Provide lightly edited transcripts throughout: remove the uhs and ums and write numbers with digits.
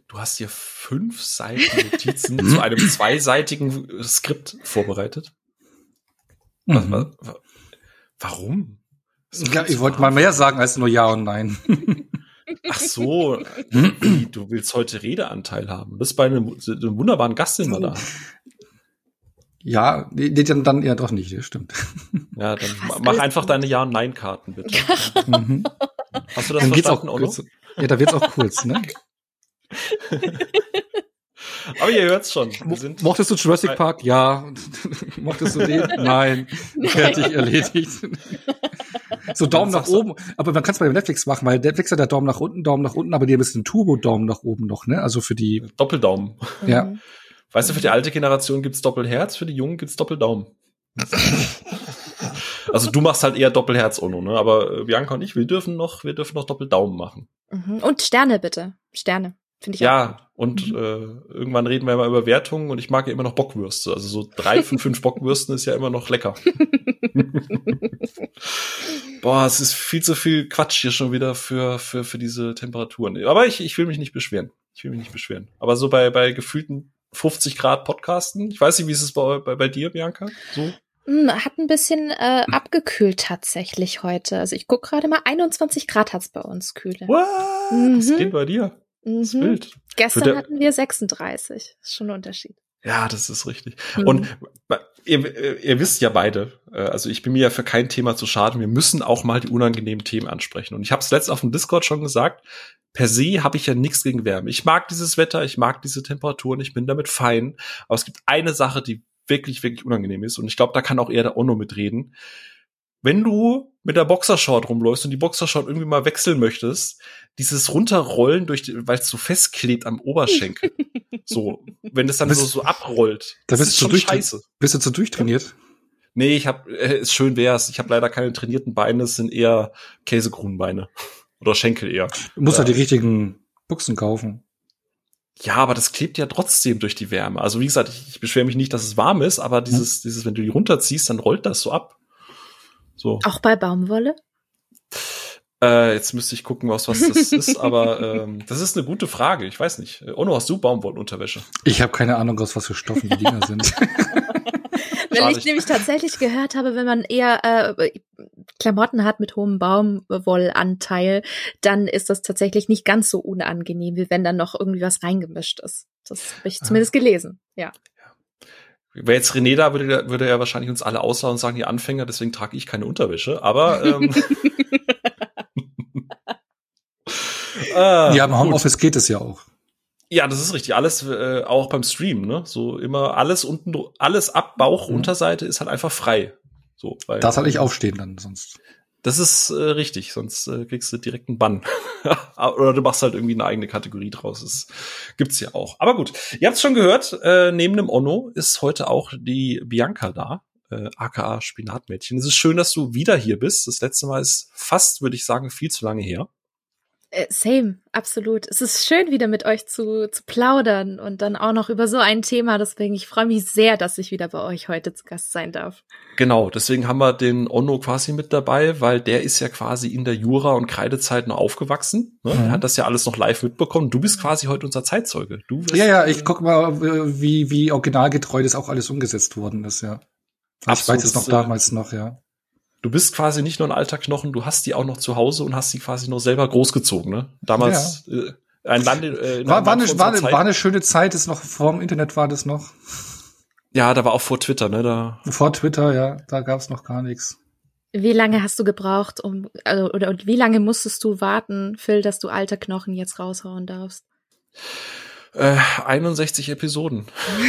Du hast hier 5 Seiten Notizen zu einem 2-seitigen Skript vorbereitet. Mhm. Warum? Ja, ich wollte mal mehr sagen als nur Ja und Nein. Ach so, wie, du willst heute Redeanteil haben. Das ist bei einem wunderbaren Gast, den wir da haben. Ja, nee, dann eher doch nicht, das stimmt. Ja, dann mach einfach deine Ja- und Nein-Karten, bitte. Mhm. Hast du das Dann geht's verstanden, auch Onno? kurz. Ja, da wird's auch kurz, ne? Aber ihr hört's schon. Mochtest du Jurassic Park? Ja. Mochtest du den? Nein. Fertig, erledigt. So Daumen nach oben. Aber man kann es bei Netflix machen, weil Netflix hat ja Daumen nach unten, aber die haben jetzt einen Turbo-Daumen nach oben noch, ne? Also für die. Doppeldaumen. Ja. Weißt du, für die alte Generation gibt's Doppelherz, für die Jungen gibt's Doppeldaumen. Also du machst halt eher Doppelherz, Onno, ne? Aber Bianca und ich, wir dürfen noch Doppeldaumen machen. Und Sterne bitte. Sterne. Finde ich auch. Ja, und irgendwann reden wir mal über Wertungen und ich mag ja immer noch Bockwürste. Also so 3 von 5 Bockwürsten ist ja immer noch lecker. Boah, es ist viel zu viel Quatsch hier schon wieder für diese Temperaturen. Aber ich will mich nicht beschweren. Aber so bei gefühlten 50 Grad Podcasten, ich weiß nicht, wie ist es bei dir, Bianca? So? Hat ein bisschen abgekühlt tatsächlich heute. Also ich gucke gerade mal, 21 Grad hat's bei uns kühle. What? Das geht bei dir. Das ist wild. Gestern hatten wir 36. Ist schon ein Unterschied. Ja, das ist richtig. Und ihr wisst ja beide, also ich bin mir ja für kein Thema zu schade, wir müssen auch mal die unangenehmen Themen ansprechen. Und ich habe es letztens auf dem Discord schon gesagt, per se habe ich ja nichts gegen Wärme. Ich mag dieses Wetter, ich mag diese Temperaturen, ich bin damit fein. Aber es gibt eine Sache, die wirklich, wirklich unangenehm ist. Und ich glaube, da kann auch eher der Onno mitreden. Wenn du mit der Boxershort rumläufst und die Boxershort irgendwie mal wechseln möchtest, dieses Runterrollen weil es so festklebt am Oberschenkel. So, wenn es dann so abrollt. Da bist du schon scheiße. Bist du zu durchtrainiert? Nee, ist schön wär's. Ich habe leider keine trainierten Beine, es sind eher Käsekrumenbeine. Oder Schenkel eher. Du musst halt die richtigen Buchsen kaufen. Ja, aber das klebt ja trotzdem durch die Wärme. Also wie gesagt, ich beschwere mich nicht, dass es warm ist, aber dieses, wenn du die runterziehst, dann rollt das so ab. So. Auch bei Baumwolle? Jetzt müsste ich gucken, was das ist, aber das ist eine gute Frage. Ich weiß nicht. Onno, hast du Baumwollunterwäsche? Ich habe keine Ahnung, aus was für Stoffen die Dinger sind. Weil ich nämlich tatsächlich gehört habe, wenn man eher Klamotten hat mit hohem Baumwollanteil, dann ist das tatsächlich nicht ganz so unangenehm, wie wenn dann noch irgendwie was reingemischt ist. Das habe ich zumindest gelesen, ja. Wäre jetzt René da, würde er wahrscheinlich uns alle auslachen und sagen, ihr Anfänger, deswegen trage ich keine Unterwäsche. Aber ja, im Homeoffice geht es ja auch. Ja, das ist richtig. Alles auch beim Stream, ne? So immer alles unten, alles ab Bauch, Unterseite ist halt einfach frei. So, weil das halt nicht aufstehen dann sonst. Das ist richtig, sonst kriegst du direkt einen Bann. Oder du machst halt irgendwie eine eigene Kategorie draus. Das gibt's ja auch. Aber gut, ihr habt's schon gehört, neben dem Onno ist heute auch die Bianca da, aka Spinatmädchen. Es ist schön, dass du wieder hier bist. Das letzte Mal ist fast, würde ich sagen, viel zu lange her. Same, absolut. Es ist schön, wieder mit euch zu plaudern und dann auch noch über so ein Thema. Deswegen, ich freue mich sehr, dass ich wieder bei euch heute zu Gast sein darf. Genau, deswegen haben wir den Onno quasi mit dabei, weil der ist ja quasi in der Jura- und Kreidezeit noch aufgewachsen. Ne? Er hat das ja alles noch live mitbekommen. Du bist quasi heute unser Zeitzeuge. Ja, ich guck mal, wie originalgetreu das auch alles umgesetzt worden ist, ja. Ich weiß es noch damals noch, ja. Du bist quasi nicht nur ein alter Knochen, du hast die auch noch zu Hause und hast die quasi noch selber großgezogen, ne? Damals ein Land war eine schöne Zeit, ist noch vorm Internet war das noch. Ja, da war auch vor Twitter, ne? Vor Twitter, ja, da gab's noch gar nichts. Wie lange hast du gebraucht, und wie lange musstest du warten, Phil, dass du alter Knochen jetzt raushauen darfst? 61 Episoden.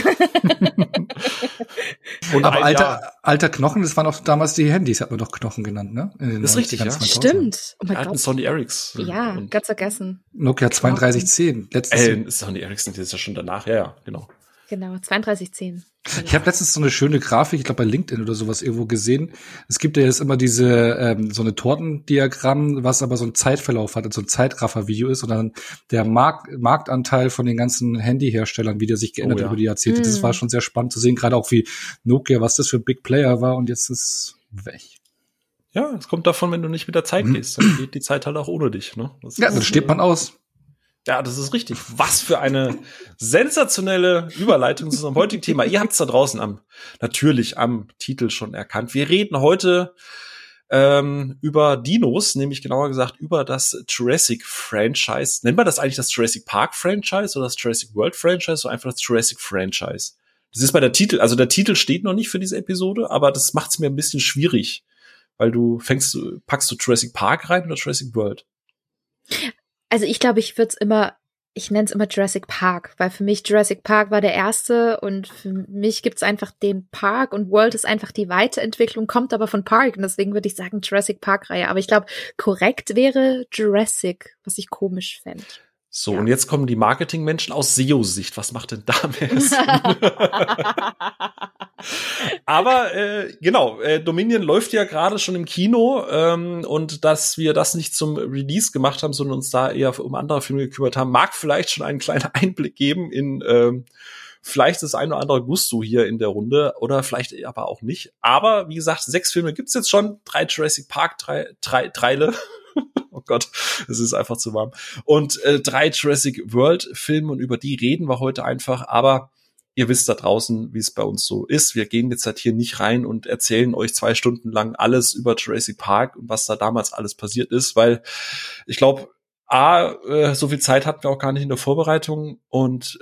Und aber alter Knochen, das waren auch damals die Handys, hat man doch Knochen genannt, ne? Das ist richtig, ja. Stimmt. Oh mein Gott. Sony Ericsson. Ja, ganz vergessen. Nokia 3210. Sony Ericsson, das ist ja schon danach, ja, genau. Genau, 3210. Ich habe letztens so eine schöne Grafik, ich glaube bei LinkedIn oder sowas irgendwo gesehen. Es gibt ja jetzt immer diese so eine Tortendiagramm, was aber so einen Zeitverlauf hat, so ein Zeitraffer-Video ist und dann der Marktanteil von den ganzen Handyherstellern, wie der sich geändert über die Jahrzehnte. Das war schon sehr spannend zu sehen, gerade auch wie Nokia, was das für ein Big Player war und jetzt ist weg. Ja, es kommt davon, wenn du nicht mit der Zeit gehst, dann geht die Zeit halt auch ohne dich, ne? Dann steht man aus. Ja, das ist richtig. Was für eine sensationelle Überleitung zu unserem heutigen Thema. Ihr habt es da draußen natürlich am Titel schon erkannt. Wir reden heute über Dinos, nämlich genauer gesagt über das Jurassic-Franchise. Nennt man das eigentlich das Jurassic Park-Franchise oder das Jurassic World-Franchise oder einfach das Jurassic-Franchise? Das ist bei der Titel, also der Titel steht noch nicht für diese Episode, aber das macht es mir ein bisschen schwierig, weil packst du Jurassic Park rein oder Jurassic World? Also ich glaube, ich nenne es immer Jurassic Park, weil für mich Jurassic Park war der erste und für mich gibt's einfach den Park und World ist einfach die Weiterentwicklung, kommt aber von Park und deswegen würde ich sagen Jurassic Park-Reihe. Aber ich glaube, korrekt wäre Jurassic, was ich komisch fände. So, ja. Und jetzt kommen die Marketingmenschen aus SEO-Sicht. Was macht denn da mehr Sinn? Aber genau, Dominion läuft ja gerade schon im Kino und dass wir das nicht zum Release gemacht haben, sondern uns da eher um andere Filme gekümmert haben, mag vielleicht schon einen kleinen Einblick geben in vielleicht das ein oder andere Gusto hier in der Runde oder vielleicht aber auch nicht. Aber wie gesagt, 6 Filme gibt's jetzt schon, 3 Jurassic Park, 3 Teile. Oh Gott, es ist einfach zu warm. Und 3 Jurassic World Filme und über die reden wir heute einfach. Aber ihr wisst da draußen, wie es bei uns so ist. Wir gehen jetzt halt hier nicht rein und erzählen euch 2 Stunden lang alles über Jurassic Park und was da damals alles passiert ist, weil ich glaube, so viel Zeit hatten wir auch gar nicht in der Vorbereitung und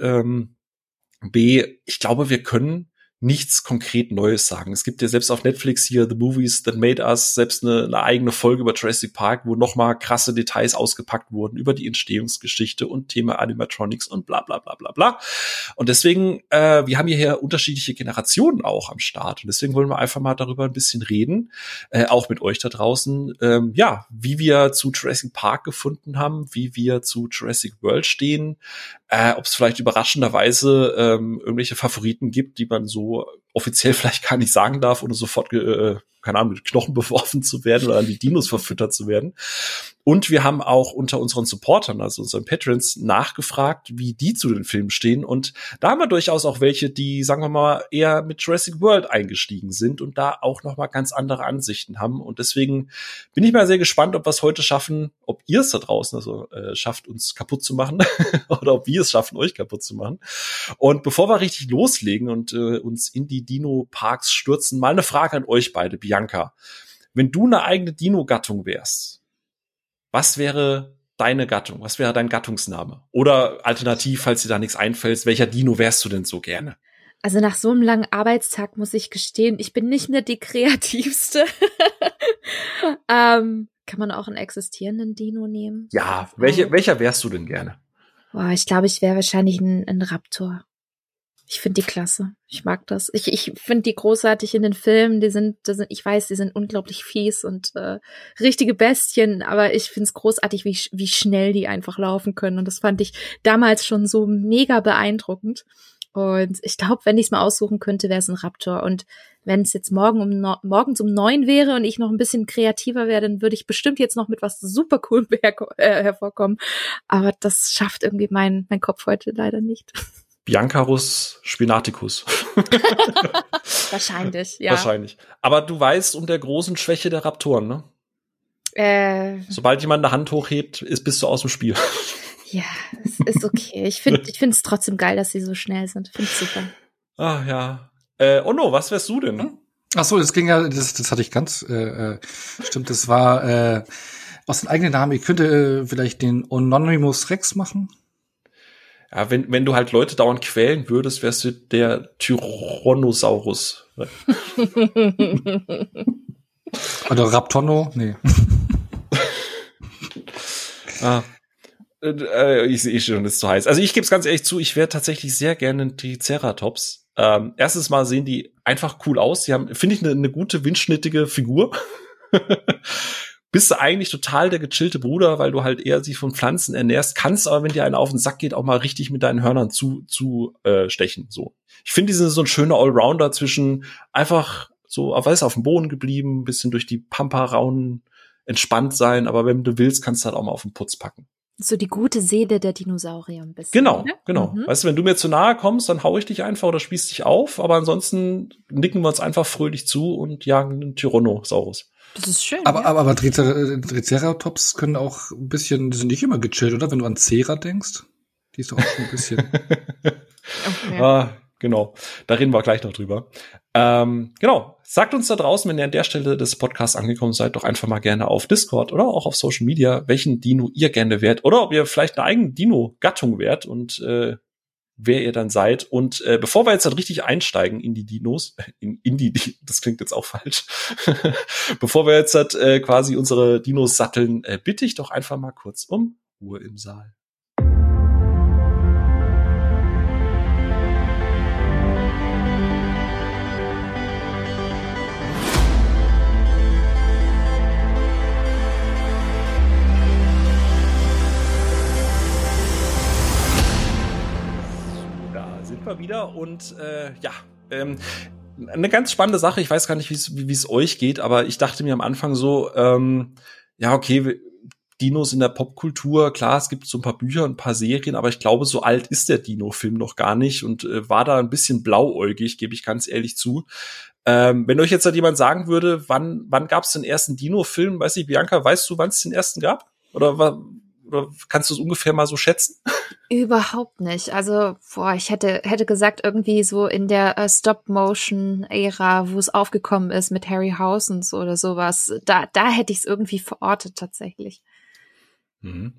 B, ich glaube, wir können nichts konkret Neues sagen. Es gibt ja selbst auf Netflix hier The Movies That Made Us selbst eine eigene Folge über Jurassic Park, wo nochmal krasse Details ausgepackt wurden über die Entstehungsgeschichte und Thema Animatronics und bla bla bla bla bla. Und deswegen, wir haben hier unterschiedliche Generationen auch am Start. Und deswegen wollen wir einfach mal darüber ein bisschen reden, auch mit euch da draußen, wie wir zu Jurassic Park gefunden haben, wie wir zu Jurassic World stehen, ob es vielleicht überraschenderweise irgendwelche Favoriten gibt, die man so offiziell vielleicht gar nicht sagen darf, ohne sofort, keine Ahnung, mit Knochen beworfen zu werden oder an die Dinos verfüttert zu werden. Und wir haben auch unter unseren Supportern, also unseren Patrons, nachgefragt, wie die zu den Filmen stehen. Und da haben wir durchaus auch welche, die, sagen wir mal, eher mit Jurassic World eingestiegen sind und da auch noch mal ganz andere Ansichten haben. Und deswegen bin ich mal sehr gespannt, ob wir es heute schaffen, ob ihr es da draußen schafft, uns kaputt zu machen oder ob wir es schaffen, euch kaputt zu machen. Und bevor wir richtig loslegen und uns in die Dino-Parks stürzen, mal eine Frage an euch beide, Bianca. Wenn du eine eigene Dino-Gattung wärst, was wäre deine Gattung? Was wäre dein Gattungsname? Oder alternativ, falls dir da nichts einfällt, welcher Dino wärst du denn so gerne? Also nach so einem langen Arbeitstag muss ich gestehen, ich bin nicht mehr die kreativste. Kann man auch einen existierenden Dino nehmen? Ja, welcher wärst du denn gerne? Boah, ich glaube, ich wäre wahrscheinlich ein Raptor. Ich finde die klasse. Ich mag das. Ich finde die großartig in den Filmen. Ich weiß, die sind unglaublich fies und richtige Bestien, aber ich finde es großartig, wie schnell die einfach laufen können. Und das fand ich damals schon so mega beeindruckend. Und ich glaube, wenn ich es mal aussuchen könnte, wäre es ein Raptor. Und wenn es jetzt morgens um 9 wäre und ich noch ein bisschen kreativer wäre, dann würde ich bestimmt jetzt noch mit was super coolem hervorkommen. Aber das schafft irgendwie mein Kopf heute leider nicht. Biancarus Spinaticus. Wahrscheinlich, ja. Wahrscheinlich. Aber du weißt um der großen Schwäche der Raptoren, ne? Sobald jemand eine Hand hochhebt, bist du aus dem Spiel. Ja, es ist okay. Ich finde es trotzdem geil, dass sie so schnell sind. Finde es super. Ah, ja. Onno, was wärst du denn? Ach so, das ging ja, das hatte ich ganz, stimmt, das war aus dem eigenen Namen. Ich könnte vielleicht den Anonymous Rex machen. Ja, wenn du halt Leute dauernd quälen würdest, wärst du der Tyrannosaurus. Oder Raptono? Nee. Ich sehe schon, das ist zu heiß. Also ich gebe es ganz ehrlich zu, ich wäre tatsächlich sehr gerne ein Triceratops. Erstens mal sehen die einfach cool aus. Die haben, finde ich, eine gute, windschnittige Figur. Bist du eigentlich total der gechillte Bruder, weil du halt eher sich von Pflanzen ernährst, kannst aber, wenn dir einer auf den Sack geht, auch mal richtig mit deinen Hörnern stechen. So. Ich finde, die sind so ein schöner Allrounder zwischen einfach so, auf dem Boden geblieben, bisschen durch die Pampa-Raunen entspannt sein, aber wenn du willst, kannst du halt auch mal auf den Putz packen. So die gute Seele der Dinosaurier ein bisschen. Genau. Mhm. Weißt du, wenn du mir zu nahe kommst, dann hau ich dich einfach oder spieß dich auf, aber ansonsten nicken wir uns einfach fröhlich zu und jagen einen Tyrannosaurus. Das ist schön. Aber Triceratops können auch ein bisschen, die sind nicht immer gechillt, oder? Wenn du an Cera denkst, die ist doch auch schon ein bisschen. Okay. Genau, da reden wir gleich noch drüber. Genau, sagt uns da draußen, wenn ihr an der Stelle des Podcasts angekommen seid, doch einfach mal gerne auf Discord oder auch auf Social Media, welchen Dino ihr gerne wärt oder ob ihr vielleicht eine eigene Dino-Gattung wärt und wer ihr dann seid. Und bevor wir jetzt dann richtig einsteigen in die Dinos, das klingt jetzt auch falsch, bevor wir jetzt quasi unsere Dinos satteln, bitte ich doch einfach mal kurz um Ruhe im Saal. Wieder und eine ganz spannende Sache. Ich weiß gar nicht, wie es euch geht, aber ich dachte mir am Anfang so, okay, Dinos in der Popkultur, klar, es gibt so ein paar Bücher und ein paar Serien, aber ich glaube, so alt ist der Dino-Film noch gar nicht und war da ein bisschen blauäugig, gebe ich ganz ehrlich zu. Wenn euch jetzt halt jemand sagen würde, wann gab es den ersten Dino-Film? Weiß ich, Bianca, weißt du, wann es den ersten gab? Oder kannst du es ungefähr mal so schätzen? Überhaupt nicht. Also, ich hätte gesagt, irgendwie so in der Stop-Motion-Ära, wo es aufgekommen ist mit Harryhausen oder sowas, da hätte ich es irgendwie verortet tatsächlich. Mhm.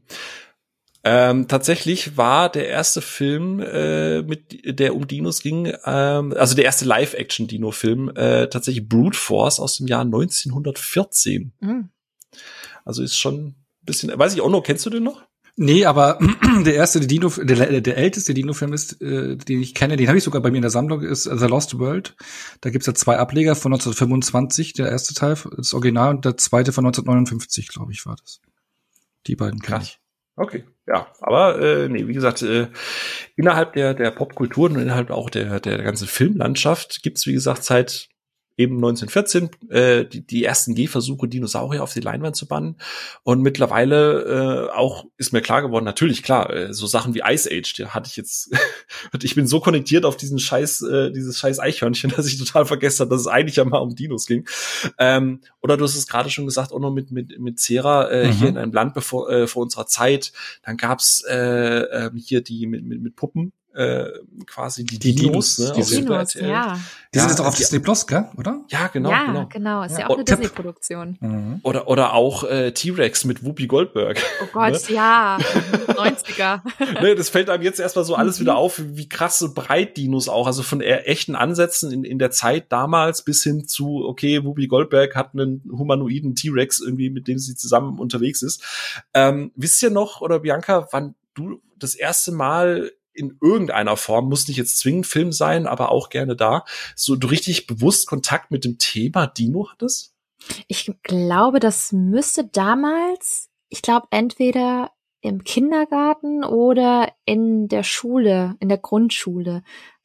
Tatsächlich war der erste Film, der um Dinos ging, also der erste Live-Action-Dino-Film, tatsächlich Brute Force aus dem Jahr 1914. Mhm. Also ist schon ein bisschen, weiß ich auch noch, kennst du den noch? Nee, aber der älteste Dino-Film ist, den ich kenne, den habe ich sogar bei mir in der Sammlung, ist The Lost World. Da gibt's ja 2 Ableger von 1925, der erste Teil, das Original, und der zweite von 1959, glaube ich, war das. Die beiden kenne ich. Okay, ja, aber wie gesagt, innerhalb der Popkultur und innerhalb auch der ganzen Filmlandschaft gibt's, wie gesagt, seit eben 1914 die ersten Gehversuche, Dinosaurier auf die Leinwand zu bannen. Und mittlerweile auch ist mir klar geworden, natürlich, klar, so Sachen wie Ice Age, die hatte ich jetzt, ich bin so konnektiert auf dieses scheiß Eichhörnchen, dass ich total vergessen habe, dass es eigentlich ja mal um Dinos ging. Oder du hast es gerade schon gesagt, auch noch mit Cera hier in einem Land vor unserer Zeit. Dann gab's hier die mit Puppen, quasi die Dinos, ne? Die Dinos, ja. Die sind jetzt auch auf Disney Plus, gell, oder? Ja, genau. Ist ja auch eine Disney-Produktion. Mhm. Oder auch T-Rex mit Whoopi Goldberg. Oh Gott, ne? Ja. 90er. Ne, das fällt einem jetzt erstmal so alles wieder auf, wie krasse breit Dinos auch, also von echten Ansätzen in der Zeit damals bis hin zu, okay, Whoopi Goldberg hat einen humanoiden T-Rex irgendwie, mit dem sie zusammen unterwegs ist. Wisst ihr noch, oder Bianca, wann du das erste Mal in irgendeiner Form, muss nicht jetzt zwingend Film sein, aber auch gerne da, so du richtig bewusst Kontakt mit dem Thema Dino hattest? Ich glaube, das müsste damals, entweder im Kindergarten oder in der Schule, in der Grundschule,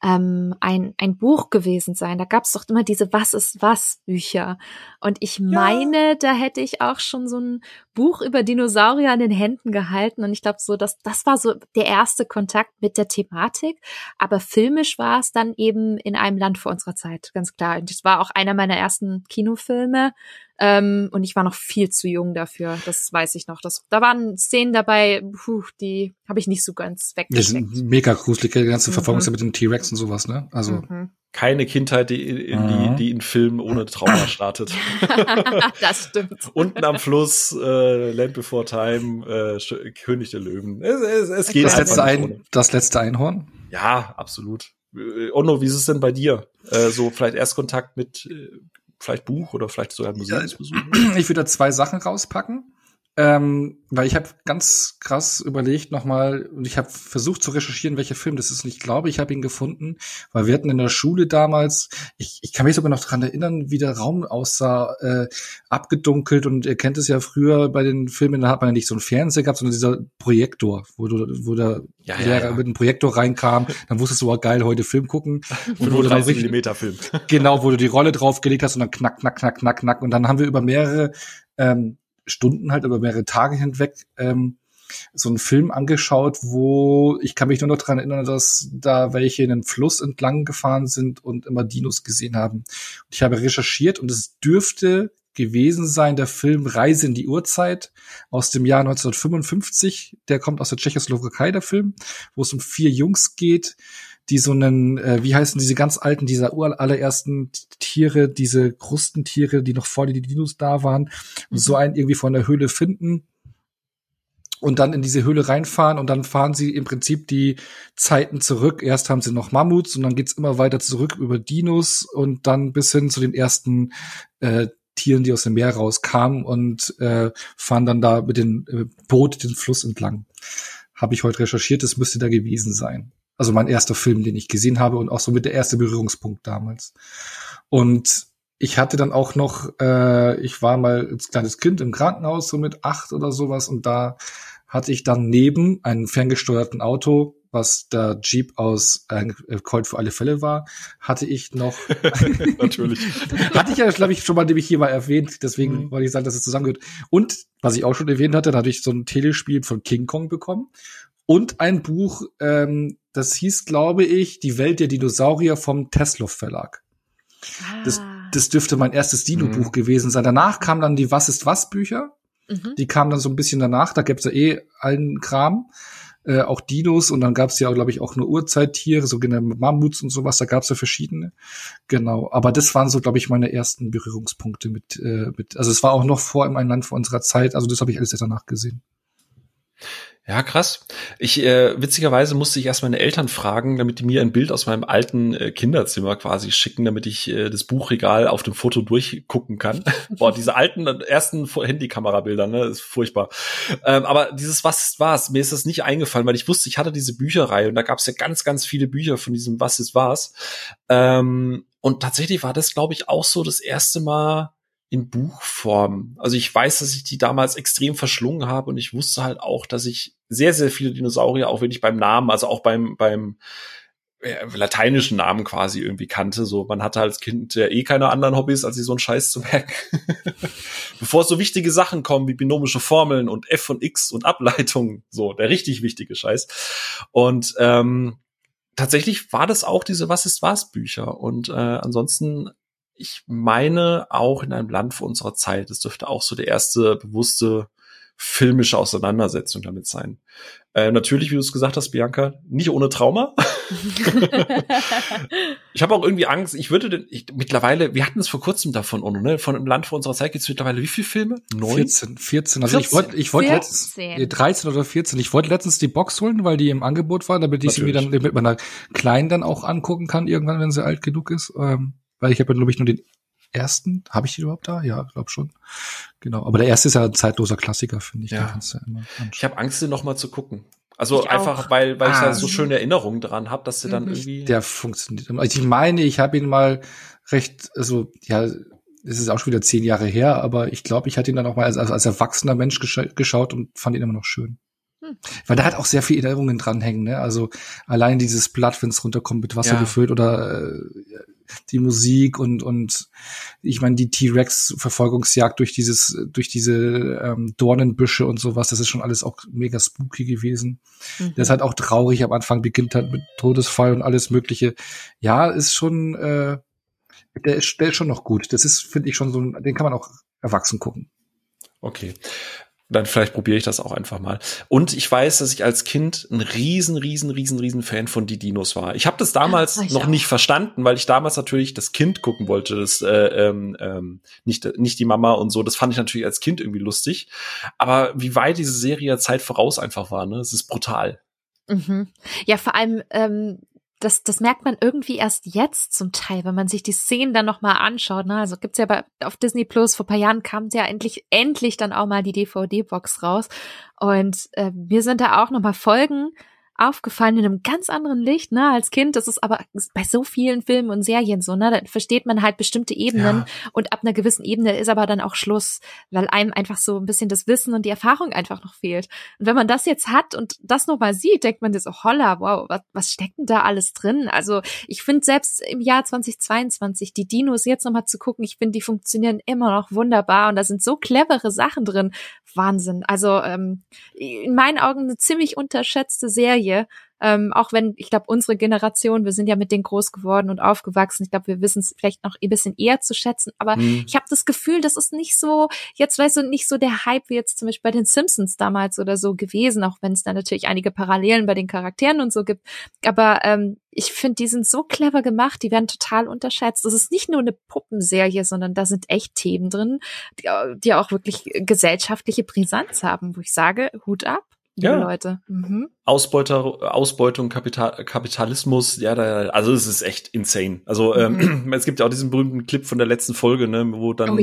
ein Buch gewesen sein. Da gab es doch immer diese Was ist was Bücher. Und ich meine, da hätte ich auch schon so ein Buch über Dinosaurier in den Händen gehalten. Und ich glaube so, das war so der erste Kontakt mit der Thematik. Aber filmisch war es dann eben in einem Land vor unserer Zeit, ganz klar. Und das war auch einer meiner ersten Kinofilme. Und ich war noch viel zu jung dafür, das weiß ich noch. Da waren Szenen dabei, die habe ich nicht so ganz weggesteckt. Das sind mega gruselig, die ganze Verfolgung mit dem T-Rex und sowas, ne? Also keine Kindheit, die in Filmen ohne Trauma startet. Das stimmt. Unten am Fluss, Land Before Time, König der Löwen. Es geht das letzte Einhorn? Ja, absolut. Onno, wie ist es denn bei dir? So vielleicht Erstkontakt mit vielleicht Buch oder vielleicht sogar ein Museumsbesuch? Ich würde da 2 Sachen rauspacken. Weil ich habe ganz krass überlegt nochmal, und ich habe versucht zu recherchieren, welcher Film das ist. Und ich glaube, ich habe ihn gefunden, weil wir hatten in der Schule damals, ich kann mich sogar noch dran erinnern, wie der Raum aussah, abgedunkelt. Und ihr kennt es ja früher bei den Filmen, da hat man ja nicht so einen Fernseher gehabt, sondern dieser Projektor, wo der Lehrer mit einem Projektor reinkam. Dann wusstest du, geil, heute Film gucken. Und wo 30 mm Film. Genau, wo du die Rolle draufgelegt hast und dann knack, knack, knack, knack, knack. Und dann haben wir über mehrere Stunden halt über mehrere Tage hinweg so einen Film angeschaut, wo ich kann mich nur noch daran erinnern, dass da welche in den Fluss entlang gefahren sind und immer Dinos gesehen haben. Und ich habe recherchiert und es dürfte gewesen sein, der Film Reise in die Urzeit aus dem Jahr 1955. Der kommt aus der Tschechoslowakei, der Film, wo es um 4 Jungs geht, die so einen, wie heißen diese ganz alten, dieser allerersten Tiere, diese Krustentiere, die noch vor die Dinos da waren, und so einen irgendwie von der Höhle finden und dann in diese Höhle reinfahren und dann fahren sie im Prinzip die Zeiten zurück. Erst haben sie noch Mammuts und dann geht's immer weiter zurück über Dinos und dann bis hin zu den ersten Tieren, die aus dem Meer rauskamen und fahren dann da mit dem Boot den Fluss entlang. Habe ich heute recherchiert, das müsste da gewesen sein. Also mein erster Film, den ich gesehen habe und auch so mit der erste Berührungspunkt damals. Und ich hatte dann auch noch, ich war mal als kleines Kind im Krankenhaus, so mit 8 oder sowas, und da hatte ich dann neben einem ferngesteuerten Auto, was der Jeep aus Colt für alle Fälle war, hatte ich noch natürlich. Hatte ich ja, glaube ich, schon mal nämlich hier mal erwähnt, deswegen wollte ich sagen, dass es zusammengehört. Und, was ich auch schon erwähnt hatte, da hatte ich so ein Telespiel von King Kong bekommen und ein Buch, das hieß, glaube ich, Die Welt der Dinosaurier vom Teslov Verlag. Das dürfte mein erstes Dino-Buch gewesen sein. Danach kamen dann die Was ist was Bücher. Die kamen dann so ein bisschen danach. Da gab's ja allen Kram. Auch Dinos. Und dann gab's ja, glaube ich, auch nur Urzeittiere, so Mammuts und sowas. Da gab's ja verschiedene. Genau. Aber das waren so, glaube ich, meine ersten Berührungspunkte mit, also es war auch noch vor im Land vor unserer Zeit. Also das habe ich alles erst danach gesehen. Ja, krass. Witzigerweise musste ich erst meine Eltern fragen, damit die mir ein Bild aus meinem alten Kinderzimmer quasi schicken, damit ich das Buchregal auf dem Foto durchgucken kann. Boah, diese alten ersten Handykamerabilder, ne, ist furchtbar. Aber dieses Was ist was, mir ist das nicht eingefallen, weil ich wusste, ich hatte diese Bücherreihe und da gab es ja ganz, ganz viele Bücher von diesem Was ist was. Und tatsächlich war das, glaube ich, auch so das erste Mal in Buchform. Also ich weiß, dass ich die damals extrem verschlungen habe und ich wusste halt auch, dass ich sehr, sehr viele Dinosaurier, auch wenn ich beim Namen, also auch beim lateinischen Namen quasi irgendwie kannte. So, man hatte als Kind ja keine anderen Hobbys, als sich so einen Scheiß zu merken. Bevor so wichtige Sachen kommen wie binomische Formeln und F und X und Ableitungen, so der richtig wichtige Scheiß. Und tatsächlich war das auch diese Was ist was Bücher und ansonsten ich meine auch in einem Land vor unserer Zeit. Das dürfte auch so der erste bewusste filmische Auseinandersetzung damit sein. Natürlich, wie du es gesagt hast, Bianca, nicht ohne Trauma. Ich habe auch irgendwie Angst. Mittlerweile, wir hatten es vor kurzem davon, Ono, ne? Von im Land vor unserer Zeit gibt es mittlerweile wie viele Filme? 9? 14. Also 14. ich wollte letztens 13 oder 14. Ich wollte letztens die Box holen, weil die im Angebot war, damit ich sie mir dann mit meiner Kleinen dann auch angucken kann, irgendwann, wenn sie alt genug ist. Weil ich habe ja, glaube ich, nur den ersten. Habe ich die überhaupt da? Ja, glaube schon. Genau. Aber der erste ist ja ein zeitloser Klassiker, finde ich. Ja. Den kannst du immer anschauen. Ich habe Angst, den noch mal zu gucken. Also ich einfach, weil ich da so schöne Erinnerungen dran habe, dass der dann irgendwie... Der funktioniert immer. Also ich meine, ich habe ihn mal recht, also ja, es ist auch schon wieder 10 Jahre her, aber ich glaube, ich hatte ihn dann auch mal als erwachsener Mensch geschaut und fand ihn immer noch schön. Weil da hat auch sehr viele Erinnerungen dranhängen, ne? Also allein dieses Blatt, wenn es runterkommt, mit Wasser gefüllt oder die Musik und ich meine die T-Rex-Verfolgungsjagd durch diese Dornenbüsche und sowas, das ist schon alles auch mega spooky gewesen. Der ist halt auch traurig, am Anfang beginnt halt mit Todesfall und alles Mögliche. Ja, ist schon, der ist schon noch gut. Das ist, finde ich, schon so, den kann man auch erwachsen gucken. Okay. Dann vielleicht probiere ich das auch einfach mal. Und ich weiß, dass ich als Kind ein riesen Fan von die Dinos war. Ich habe das damals noch nicht verstanden, weil ich damals natürlich das Kind gucken wollte, das nicht die Mama und so. Das fand ich natürlich als Kind irgendwie lustig. Aber wie weit diese Serie Zeit voraus einfach war, ne? Es ist brutal. Mhm. Ja, vor allem das merkt man irgendwie erst jetzt zum Teil, wenn man sich die Szenen dann noch mal anschaut. Ne? Also gibt's ja auf Disney Plus, vor ein paar Jahren kam ja endlich dann auch mal die DVD-Box raus. Und mir sind da auch noch mal Folgen aufgefallen in einem ganz anderen Licht, ne, als Kind. Das ist aber bei so vielen Filmen und Serien so, ne, da versteht man halt bestimmte Ebenen und ab einer gewissen Ebene ist aber dann auch Schluss, weil einem einfach so ein bisschen das Wissen und die Erfahrung einfach noch fehlt. Und wenn man das jetzt hat und das noch mal sieht, denkt man sich so, holla, wow, was steckt denn da alles drin? Also ich finde selbst im Jahr 2022 die Dinos jetzt noch mal zu gucken, ich finde, die funktionieren immer noch wunderbar und da sind so clevere Sachen drin. Wahnsinn. Also in meinen Augen eine ziemlich unterschätzte Serie. Auch wenn, ich glaube, unsere Generation, wir sind ja mit denen groß geworden und aufgewachsen. Ich glaube, wir wissen es vielleicht noch ein bisschen eher zu schätzen. Aber ich habe das Gefühl, das ist nicht so, jetzt weißt du, nicht so der Hype wie jetzt zum Beispiel bei den Simpsons damals oder so gewesen, auch wenn es da natürlich einige Parallelen bei den Charakteren und so gibt. Aber ich finde, die sind so clever gemacht, die werden total unterschätzt. Das ist nicht nur eine Puppenserie, sondern da sind echt Themen drin, die auch wirklich gesellschaftliche Brisanz haben, wo ich sage, Hut ab. Ja, Leute. Ausbeutung, Kapitalismus, ja, also es ist echt insane. Also es gibt ja auch diesen berühmten Clip von der letzten Folge, ne, wo dann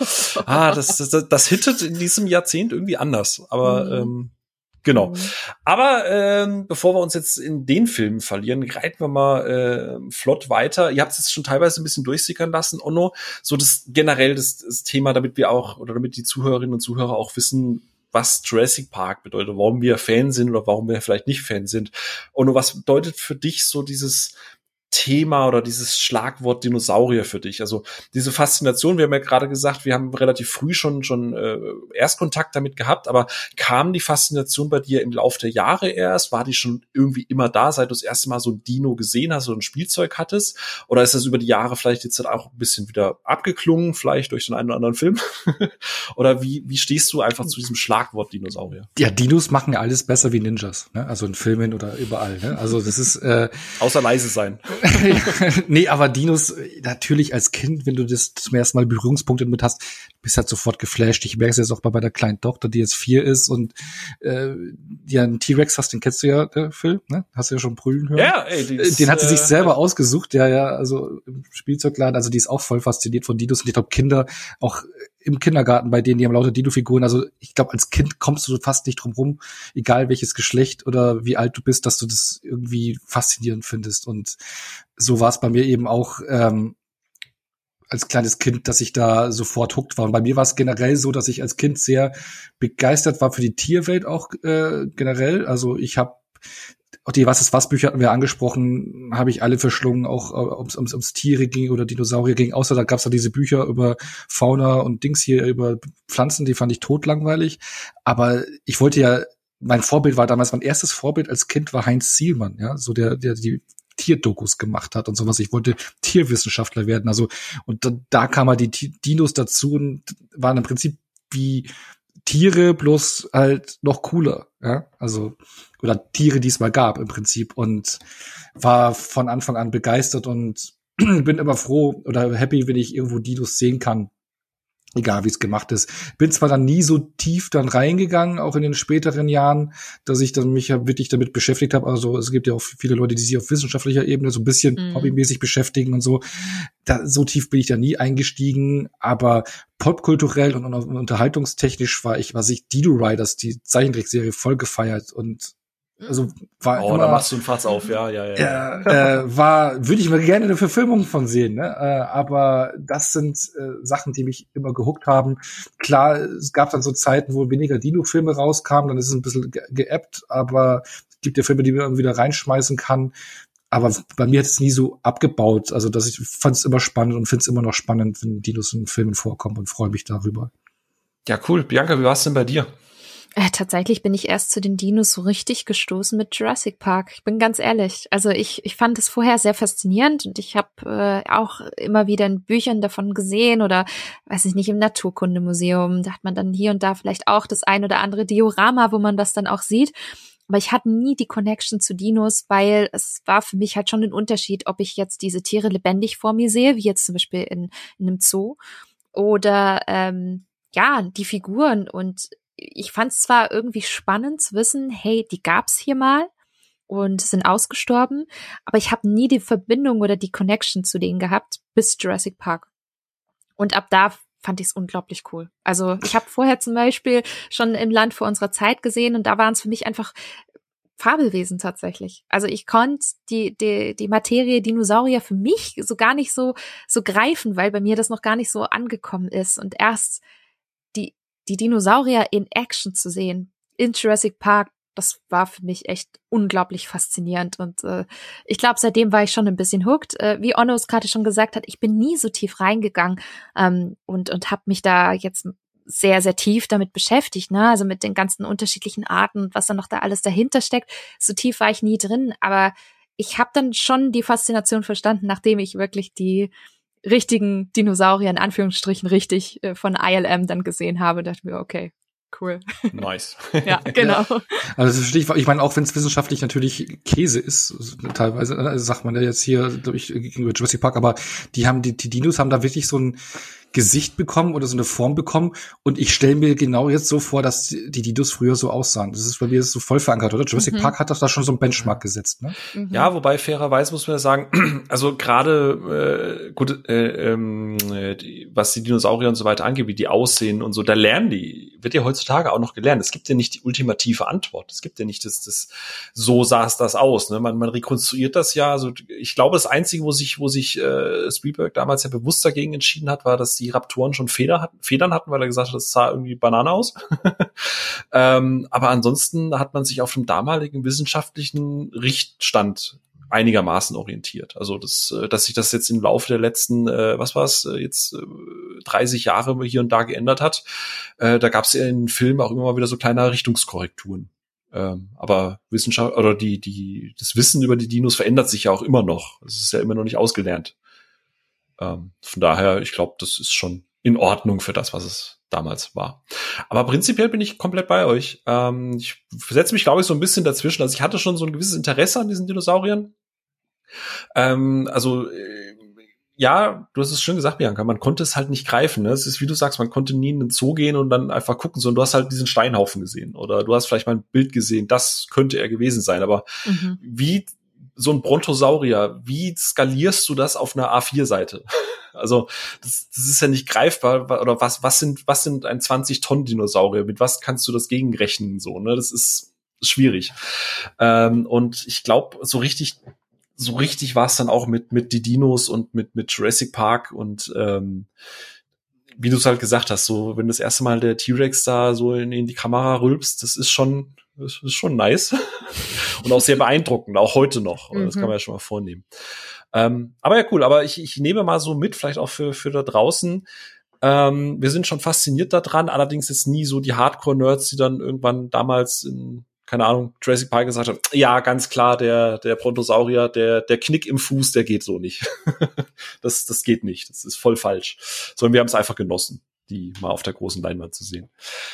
das hittet in diesem Jahrzehnt irgendwie anders. Aber genau. Aber bevor wir uns jetzt in den Filmen verlieren, reiten wir mal flott weiter. Ihr habt es jetzt schon teilweise ein bisschen durchsickern lassen, Onno. So das Thema, damit wir auch, oder damit die Zuhörerinnen und Zuhörer auch wissen, was Jurassic Park bedeutet, warum wir Fan sind oder warum wir vielleicht nicht Fan sind. Und was bedeutet für dich so dieses Thema oder dieses Schlagwort Dinosaurier für dich? Also diese Faszination, wir haben ja gerade gesagt, wir haben relativ früh schon Erstkontakt damit gehabt, aber kam die Faszination bei dir im Laufe der Jahre erst? War die schon irgendwie immer da, seit du das erste Mal so ein Dino gesehen hast oder ein Spielzeug hattest? Oder ist das über die Jahre vielleicht jetzt auch ein bisschen wieder abgeklungen, vielleicht durch den einen oder anderen Film? Oder wie stehst du einfach zu diesem Schlagwort Dinosaurier? Ja, Dinos machen ja alles besser wie Ninjas, ne? Also in Filmen oder überall, ne? Also das ist außer leise sein. Nee, aber Dinos, natürlich als Kind, wenn du das zum ersten Mal Berührungspunkte damit hast, bist halt sofort geflasht. Ich merke es jetzt auch bei meiner kleinen Tochter, die jetzt 4 ist und die einen T-Rex hast, den kennst du ja, Phil, ne? Hast du ja schon brüllen hören. Ja, ey, den hat sie sich selber ausgesucht, ja, also im Spielzeugladen, also die ist auch voll fasziniert von Dinos und ich glaube Kinder auch im Kindergarten bei denen, die haben lauter Dino-Figuren, also ich glaube, als Kind kommst du fast nicht drum rum, egal welches Geschlecht oder wie alt du bist, dass du das irgendwie faszinierend findest und so war es bei mir eben auch als kleines Kind, dass ich da sofort hooked war. Und bei mir war es generell so, dass ich als Kind sehr begeistert war für die Tierwelt auch generell. Also ich habe die Was ist was Bücher hatten wir angesprochen, habe ich alle verschlungen, auch ums Tiere ging oder Dinosaurier ging. Außer da gab es da diese Bücher über Fauna und Dings hier über Pflanzen, die fand ich totlangweilig. Aber ich wollte ja, mein erstes Vorbild als Kind war Heinz Sielmann, ja, so der die Tierdokus gemacht hat und sowas. Ich wollte Tierwissenschaftler werden. Also, und da kamen halt die Dinos dazu und waren im Prinzip wie Tiere, bloß halt noch cooler, ja. Also, oder Tiere, die es mal gab im Prinzip und war von Anfang an begeistert und bin immer froh oder happy, wenn ich irgendwo Dinos sehen kann. Egal, wie es gemacht ist. Bin zwar dann nie so tief dann reingegangen, auch in den späteren Jahren, dass ich dann mich wirklich damit beschäftigt habe. Also es gibt ja auch viele Leute, die sich auf wissenschaftlicher Ebene so ein bisschen hobbymäßig beschäftigen und so. So tief bin ich da nie eingestiegen, aber popkulturell und unterhaltungstechnisch war ich Dino Riders, die Zeichentrickserie, voll gefeiert und also war immer, da machst du ein Fass auf, ja. Würde ich mir gerne eine Verfilmung von sehen, ne? Aber das sind Sachen, die mich immer gehuckt haben. Klar, es gab dann so Zeiten, wo weniger Dino-Filme rauskamen, dann ist es ein bisschen geappt, aber es gibt ja Filme, die man wieder reinschmeißen kann. Aber bei mir hat es nie so abgebaut. Also ich fand es immer spannend und finde es immer noch spannend, wenn Dinos in Filmen vorkommen und freue mich darüber. Ja, cool. Bianca, wie war es denn bei dir? Tatsächlich bin ich erst zu den Dinos so richtig gestoßen mit Jurassic Park. Ich bin ganz ehrlich. Also ich fand es vorher sehr faszinierend und ich habe auch immer wieder in Büchern davon gesehen oder, weiß ich nicht, im Naturkundemuseum. Da hat man dann hier und da vielleicht auch das ein oder andere Diorama, wo man das dann auch sieht. Aber ich hatte nie die Connection zu Dinos, weil es war für mich halt schon ein Unterschied, ob ich jetzt diese Tiere lebendig vor mir sehe, wie jetzt zum Beispiel in einem Zoo, oder die Figuren. Und ich fand es zwar irgendwie spannend zu wissen, hey, die gab's hier mal und sind ausgestorben, aber ich habe nie die Verbindung oder die Connection zu denen gehabt bis Jurassic Park. Und ab da fand ich es unglaublich cool. Also ich habe vorher zum Beispiel schon im Land vor unserer Zeit gesehen und da waren es für mich einfach Fabelwesen tatsächlich. Also ich konnte die Materie Dinosaurier für mich so gar nicht so greifen, weil bei mir das noch gar nicht so angekommen ist und erst die Dinosaurier in Action zu sehen, in Jurassic Park, das war für mich echt unglaublich faszinierend. Und ich glaube, seitdem war ich schon ein bisschen hooked. Wie Onno es gerade schon gesagt hat, ich bin nie so tief reingegangen und habe mich da jetzt sehr, sehr tief damit beschäftigt, ne? Also mit den ganzen unterschiedlichen Arten und was dann noch da alles dahinter steckt. So tief war ich nie drin, aber ich habe dann schon die Faszination verstanden, nachdem ich wirklich die richtigen Dinosaurier in Anführungsstrichen richtig von ILM dann gesehen habe, dachte mir, okay, cool. Nice. Ja, genau. Ja. Also das verstehe ich meine, auch wenn es wissenschaftlich natürlich Käse ist, teilweise, also sagt man ja jetzt hier, glaube ich, gegenüber Jurassic Park, aber die Dinos haben da wirklich so ein Gesicht bekommen oder so eine Form bekommen und ich stelle mir genau jetzt so vor, dass die Dinos früher so aussahen. Das ist bei mir so voll verankert, oder? Jurassic Park hat doch da schon so ein Benchmark gesetzt, ne? Ja, wobei fairerweise muss man ja sagen, also gerade was die Dinosaurier und so weiter angeht, wie die aussehen und so, da wird ja heutzutage auch noch gelernt. Es gibt ja nicht die ultimative Antwort. Es gibt ja nicht das so sah es das aus. Ne? Man rekonstruiert das ja. Also ich glaube, das Einzige, wo sich Spielberg damals ja bewusst dagegen entschieden hat, war, dass die Raptoren schon Federn hatten, weil er gesagt hat, das sah irgendwie Banane aus. Aber ansonsten hat man sich auf dem damaligen wissenschaftlichen Richtstand einigermaßen orientiert. Also dass sich das jetzt im Laufe der letzten, 30 Jahre hier und da geändert hat. Da gab es ja in Filmen auch immer mal wieder so kleine Richtungskorrekturen. Aber Wissenschaft oder das Wissen über die Dinos verändert sich ja auch immer noch. Es ist ja immer noch nicht ausgelernt. Von daher, ich glaube, das ist schon in Ordnung für das, was es damals war. Aber prinzipiell bin ich komplett bei euch. Ich setze mich, glaube ich, so ein bisschen dazwischen. Also ich hatte schon so ein gewisses Interesse an diesen Dinosauriern. Ja, du hast es schön gesagt, Bianca, man konnte es halt nicht greifen. Ne? Es ist, wie du sagst, man konnte nie in den Zoo gehen und dann einfach gucken, sondern du hast halt diesen Steinhaufen gesehen. Oder du hast vielleicht mal ein Bild gesehen, das könnte er gewesen sein. Aber wie so ein Brontosaurier, wie skalierst du das auf einer A4-Seite? Also das ist ja nicht greifbar. Oder was sind ein 20-Tonnen-Dinosaurier? Mit was kannst du das gegenrechnen? So, ne? Das ist schwierig. Und ich glaube, so richtig war es dann auch mit die Dinos und mit Jurassic Park und wie du es halt gesagt hast, so wenn das erste Mal der T-Rex da so in die Kamera rülpst, das ist schon nice und auch sehr beeindruckend, auch heute noch. Das kann man ja schon mal vornehmen. Aber ja, cool. Aber ich nehme mal so mit, vielleicht auch für da draußen. Wir sind schon fasziniert daran, allerdings jetzt nie so die Hardcore-Nerds, die dann irgendwann damals in, keine Ahnung, Jurassic Park gesagt haben, ja, ganz klar, der Brontosaurier, der Knick im Fuß, der geht so nicht. Das geht nicht. Das ist voll falsch. Sondern wir haben es einfach genossen, die mal auf der großen Leinwand zu sehen.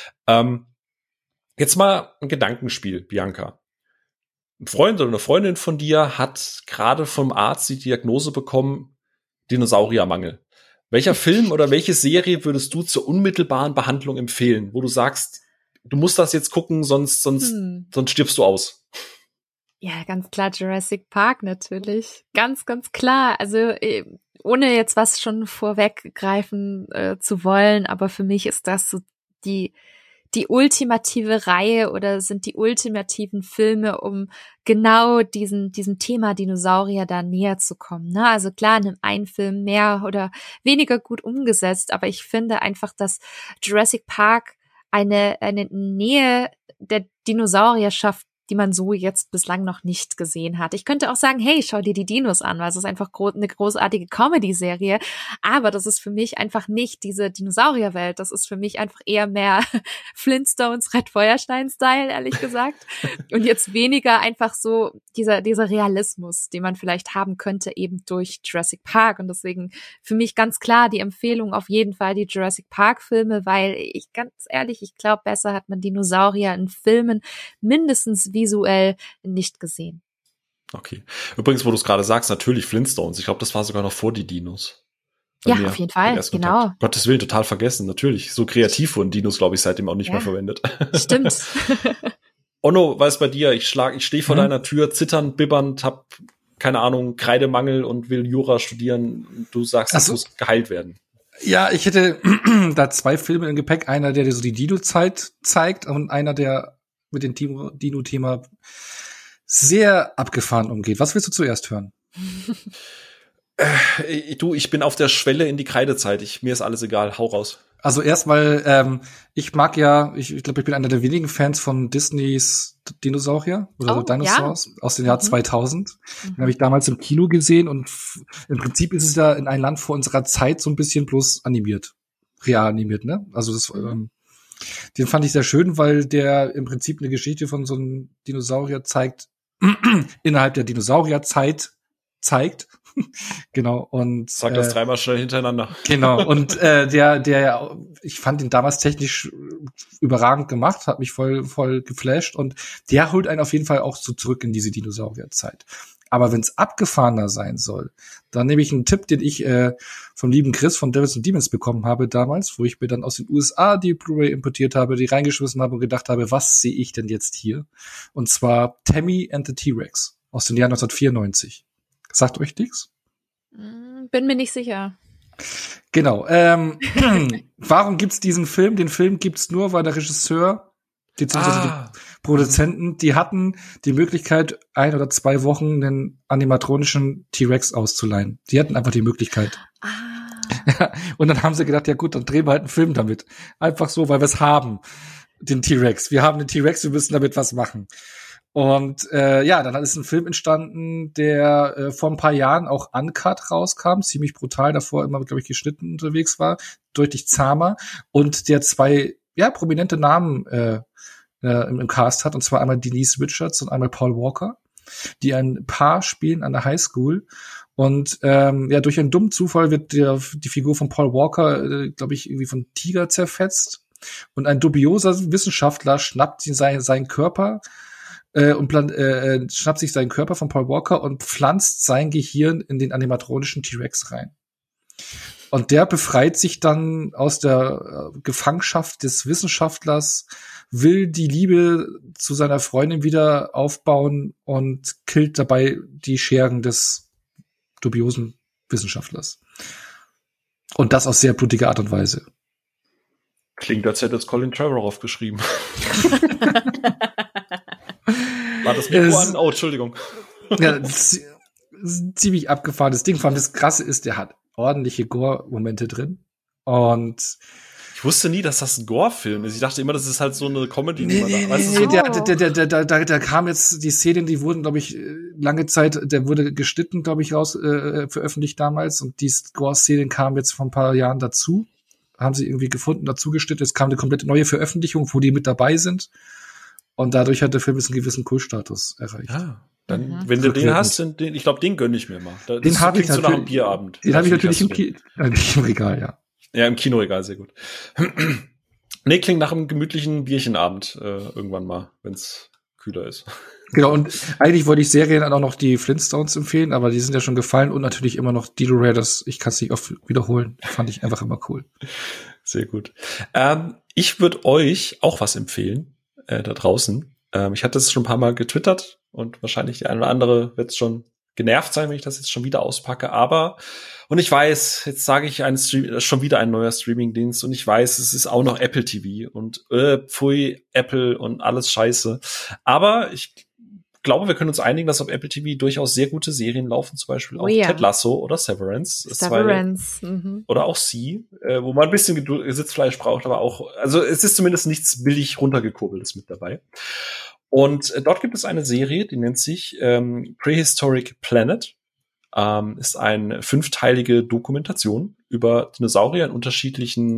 Jetzt mal ein Gedankenspiel, Bianca. Ein Freund oder eine Freundin von dir hat gerade vom Arzt die Diagnose bekommen, Dinosauriermangel. Welcher Film oder welche Serie würdest du zur unmittelbaren Behandlung empfehlen, wo du sagst, du musst das jetzt gucken, sonst stirbst du aus? Ja, ganz klar Jurassic Park natürlich. Ganz, ganz klar. Also ohne jetzt was schon vorweggreifen zu wollen, aber für mich ist das so die ultimative Reihe oder sind die ultimativen Filme, um genau diesem Thema Dinosaurier da näher zu kommen. Ne? Also klar, in einem Film mehr oder weniger gut umgesetzt, aber ich finde einfach, dass Jurassic Park eine Nähe der Dinosaurier schafft, die man so jetzt bislang noch nicht gesehen hat. Ich könnte auch sagen, hey, schau dir die Dinos an, weil es ist einfach eine großartige Comedy-Serie, aber das ist für mich einfach nicht diese Dinosaurierwelt, das ist für mich einfach eher mehr Flintstones, Red Feuerstein-Style, ehrlich gesagt, und jetzt weniger einfach so dieser Realismus, den man vielleicht haben könnte eben durch Jurassic Park, und deswegen für mich ganz klar die Empfehlung auf jeden Fall die Jurassic Park-Filme, weil ich ganz ehrlich, ich glaube, besser hat man Dinosaurier in Filmen mindestens visuell nicht gesehen. Okay. Übrigens, wo du es gerade sagst, natürlich Flintstones. Ich glaube, das war sogar noch vor die Dinos. Ja, auf jeden Fall, genau. Gottes Willen, total vergessen, natürlich. So kreativ wurden Dinos, glaube ich, seitdem auch nicht mehr verwendet. Stimmt. Onno, was bei dir? Ich stehe vor deiner Tür, zitternd, bibbernd, hab, keine Ahnung, Kreidemangel und will Jura studieren. Du sagst, es muss geheilt werden. Ja, ich hätte da 2 Filme im Gepäck. Einer, der so die Dino-Zeit zeigt und einer, der mit dem Dino-Thema sehr abgefahren umgeht. Was willst du zuerst hören? Ich bin auf der Schwelle in die Kreidezeit. Mir ist alles egal. Hau raus. Also erstmal, ich mag ja, ich glaube, ich bin einer der wenigen Fans von Disneys Dinosaurier oder Dinosaurs aus dem Jahr 2000. Den habe ich damals im Kino gesehen und im Prinzip ist es ja in ein Land vor unserer Zeit so ein bisschen bloß animiert. real animiert, ne? Also das, den fand ich sehr schön, weil der im Prinzip eine Geschichte von so einem Dinosaurier zeigt, innerhalb der Dinosaurierzeit zeigt. Genau, und sag das dreimal schnell hintereinander. Genau, und ich fand ihn damals technisch überragend gemacht, hat mich voll geflasht, und der holt einen auf jeden Fall auch so zurück in diese Dinosaurierzeit. Aber wenn es abgefahrener sein soll, dann nehme ich einen Tipp, den ich vom lieben Chris von Devils and Demons bekommen habe damals, wo ich mir dann aus den USA die Blu-ray importiert habe, die reingeschmissen habe und gedacht habe, was sehe ich denn jetzt hier? Und zwar Tammy and the T-Rex aus dem Jahr 1994. Sagt euch nichts? Bin mir nicht sicher. Genau. Warum gibt's diesen Film? Den Film gibt's nur, weil der Regisseur beziehungsweise die Produzenten, die hatten die Möglichkeit, 1 oder 2 Wochen einen animatronischen T-Rex auszuleihen. Die hatten einfach die Möglichkeit. Und dann haben sie gedacht, ja gut, dann drehen wir halt einen Film damit. Einfach so, weil wir es haben, den T-Rex. Wir haben den T-Rex, wir müssen damit was machen. Und dann ist ein Film entstanden, der vor ein paar Jahren auch uncut rauskam, ziemlich brutal, davor immer, glaube ich, geschnitten unterwegs war, deutlich zahmer, und der 2 prominente Namen im Cast hat, und zwar einmal Denise Richards und einmal Paul Walker, die ein Paar spielen an der Highschool. Und durch einen dummen Zufall wird die Figur von Paul Walker, glaube ich, irgendwie von Tiger zerfetzt, und ein dubioser Wissenschaftler schnappt ihn seinen Körper und schnappt sich seinen Körper von Paul Walker und pflanzt sein Gehirn in den animatronischen T-Rex rein. Und der befreit sich dann aus der Gefangenschaft des Wissenschaftlers, will die Liebe zu seiner Freundin wieder aufbauen und killt dabei die Schergen des dubiosen Wissenschaftlers. Und das auf sehr blutige Art und Weise. Klingt, als hätte es Colin Trevorrow aufgeschrieben. War das Mikro an? Oh, Entschuldigung. Ja, ziemlich abgefahrenes Ding. Vor allem das Krasse ist, der hat ordentliche Gore-Momente drin. Und ich wusste nie, dass das ein Gore-Film ist. Ich dachte immer, das ist halt so eine Comedy. Da kam jetzt die Szenen, die wurden, glaube ich, lange Zeit, der wurde geschnitten, glaube ich, veröffentlicht damals. Und die Gore-Szenen kamen jetzt vor ein paar Jahren dazu. Haben sie irgendwie gefunden, dazu geschnitten. Es kam eine komplett neue Veröffentlichung, wo die mit dabei sind. Und dadurch hat der Film jetzt einen gewissen Kultstatus erreicht. Ja, dann, wenn du den hast, ich glaube, den gönne ich mir mal. Den habe ich so nach einem Bierabend. Den habe ich natürlich im Regal, ja. Ja, im Kinoregal, sehr gut. Nee, klingt nach einem gemütlichen Bierchenabend irgendwann mal, wenn es kühler ist. Genau, und eigentlich wollte ich Serien auch noch die Flintstones empfehlen, aber die sind ja schon gefallen, und natürlich immer noch Dino Raiders. Ich kann es nicht oft wiederholen. Fand ich einfach immer cool. Sehr gut. Ich würde euch auch was empfehlen. Da draußen. Ich hatte es schon ein paar Mal getwittert, und wahrscheinlich die eine oder andere wird schon genervt sein, wenn ich das jetzt schon wieder auspacke, und ich weiß, jetzt sage ich schon wieder ein neuer Streamingdienst, und ich weiß, es ist auch noch Apple TV und pfui, Apple und alles scheiße. Aber ich glaube, wir können uns einigen, dass auf Apple TV durchaus sehr gute Serien laufen, zum Beispiel auch Ted Lasso oder Severance. Oder auch Sie, wo man ein bisschen Sitzfleisch braucht, aber auch, also es ist zumindest nichts billig runtergekurbeltes mit dabei. Und dort gibt es eine Serie, die nennt sich Prehistoric Planet. Ist eine 5-teilige Dokumentation über Dinosaurier in unterschiedlichen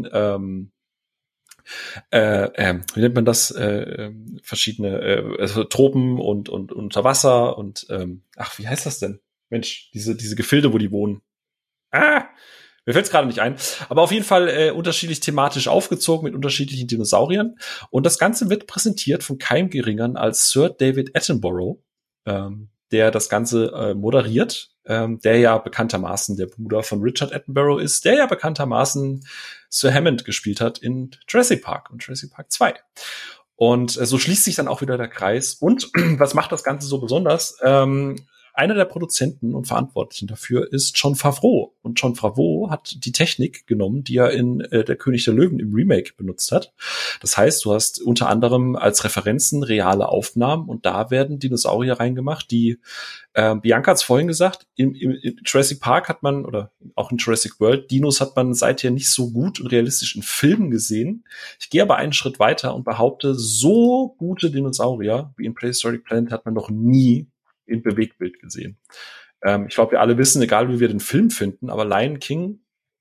wie nennt man das? Verschiedene also Tropen und unter Wasser und wie heißt das denn? Mensch, diese Gefilde, wo die wohnen. Mir fällt es gerade nicht ein. Aber auf jeden Fall unterschiedlich thematisch aufgezogen mit unterschiedlichen Dinosauriern. Und das Ganze wird präsentiert von keinem Geringeren als Sir David Attenborough, der das Ganze moderiert, der ja bekanntermaßen der Bruder von Richard Attenborough ist, der ja bekanntermaßen Sir Hammond gespielt hat in Jurassic Park und Jurassic Park 2. Und so schließt sich dann auch wieder der Kreis. Und was macht das Ganze so besonders? Einer der Produzenten und Verantwortlichen dafür ist Jon Favreau. Und Jon Favreau hat die Technik genommen, die er in Der König der Löwen im Remake benutzt hat. Das heißt, du hast unter anderem als Referenzen reale Aufnahmen, und da werden Dinosaurier reingemacht, die, Bianca hat es vorhin gesagt, in Jurassic Park hat man, oder auch in Jurassic World, Dinos hat man seither nicht so gut und realistisch in Filmen gesehen. Ich gehe aber einen Schritt weiter und behaupte, so gute Dinosaurier wie in Prehistoric Planet hat man noch nie in Bewegtbild gesehen. Ich glaube, wir alle wissen, egal wie wir den Film finden, aber Lion King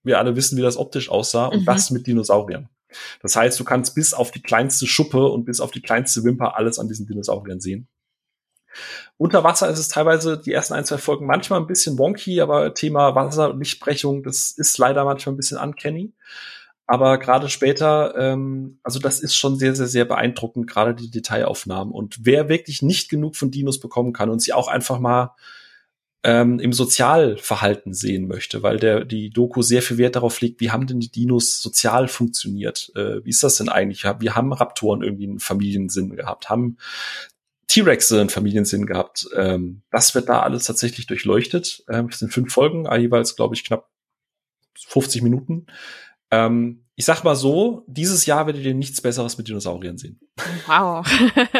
wir alle wissen, wie das optisch aussah und das mit Dinosauriern. Das heißt, du kannst bis auf die kleinste Schuppe und bis auf die kleinste Wimper alles an diesen Dinosauriern sehen. Unter Wasser ist es teilweise die ersten 1, 2 Folgen manchmal ein bisschen wonky, aber Thema Wasser und Lichtbrechung, das ist leider manchmal ein bisschen uncanny. Aber gerade später, also das ist schon sehr, sehr, sehr beeindruckend, gerade die Detailaufnahmen. Und wer wirklich nicht genug von Dinos bekommen kann und sie auch einfach mal im Sozialverhalten sehen möchte, weil die Doku sehr viel Wert darauf legt, wie haben denn die Dinos sozial funktioniert? Wie ist das denn eigentlich? Wir haben Raptoren irgendwie einen Familiensinn gehabt, haben T-Rexe einen Familiensinn gehabt. Das wird da alles tatsächlich durchleuchtet. Es sind 5 Folgen, jeweils, glaube ich, knapp 50 Minuten. Ich sag mal so, dieses Jahr werdet ihr nichts Besseres mit Dinosauriern sehen. Wow.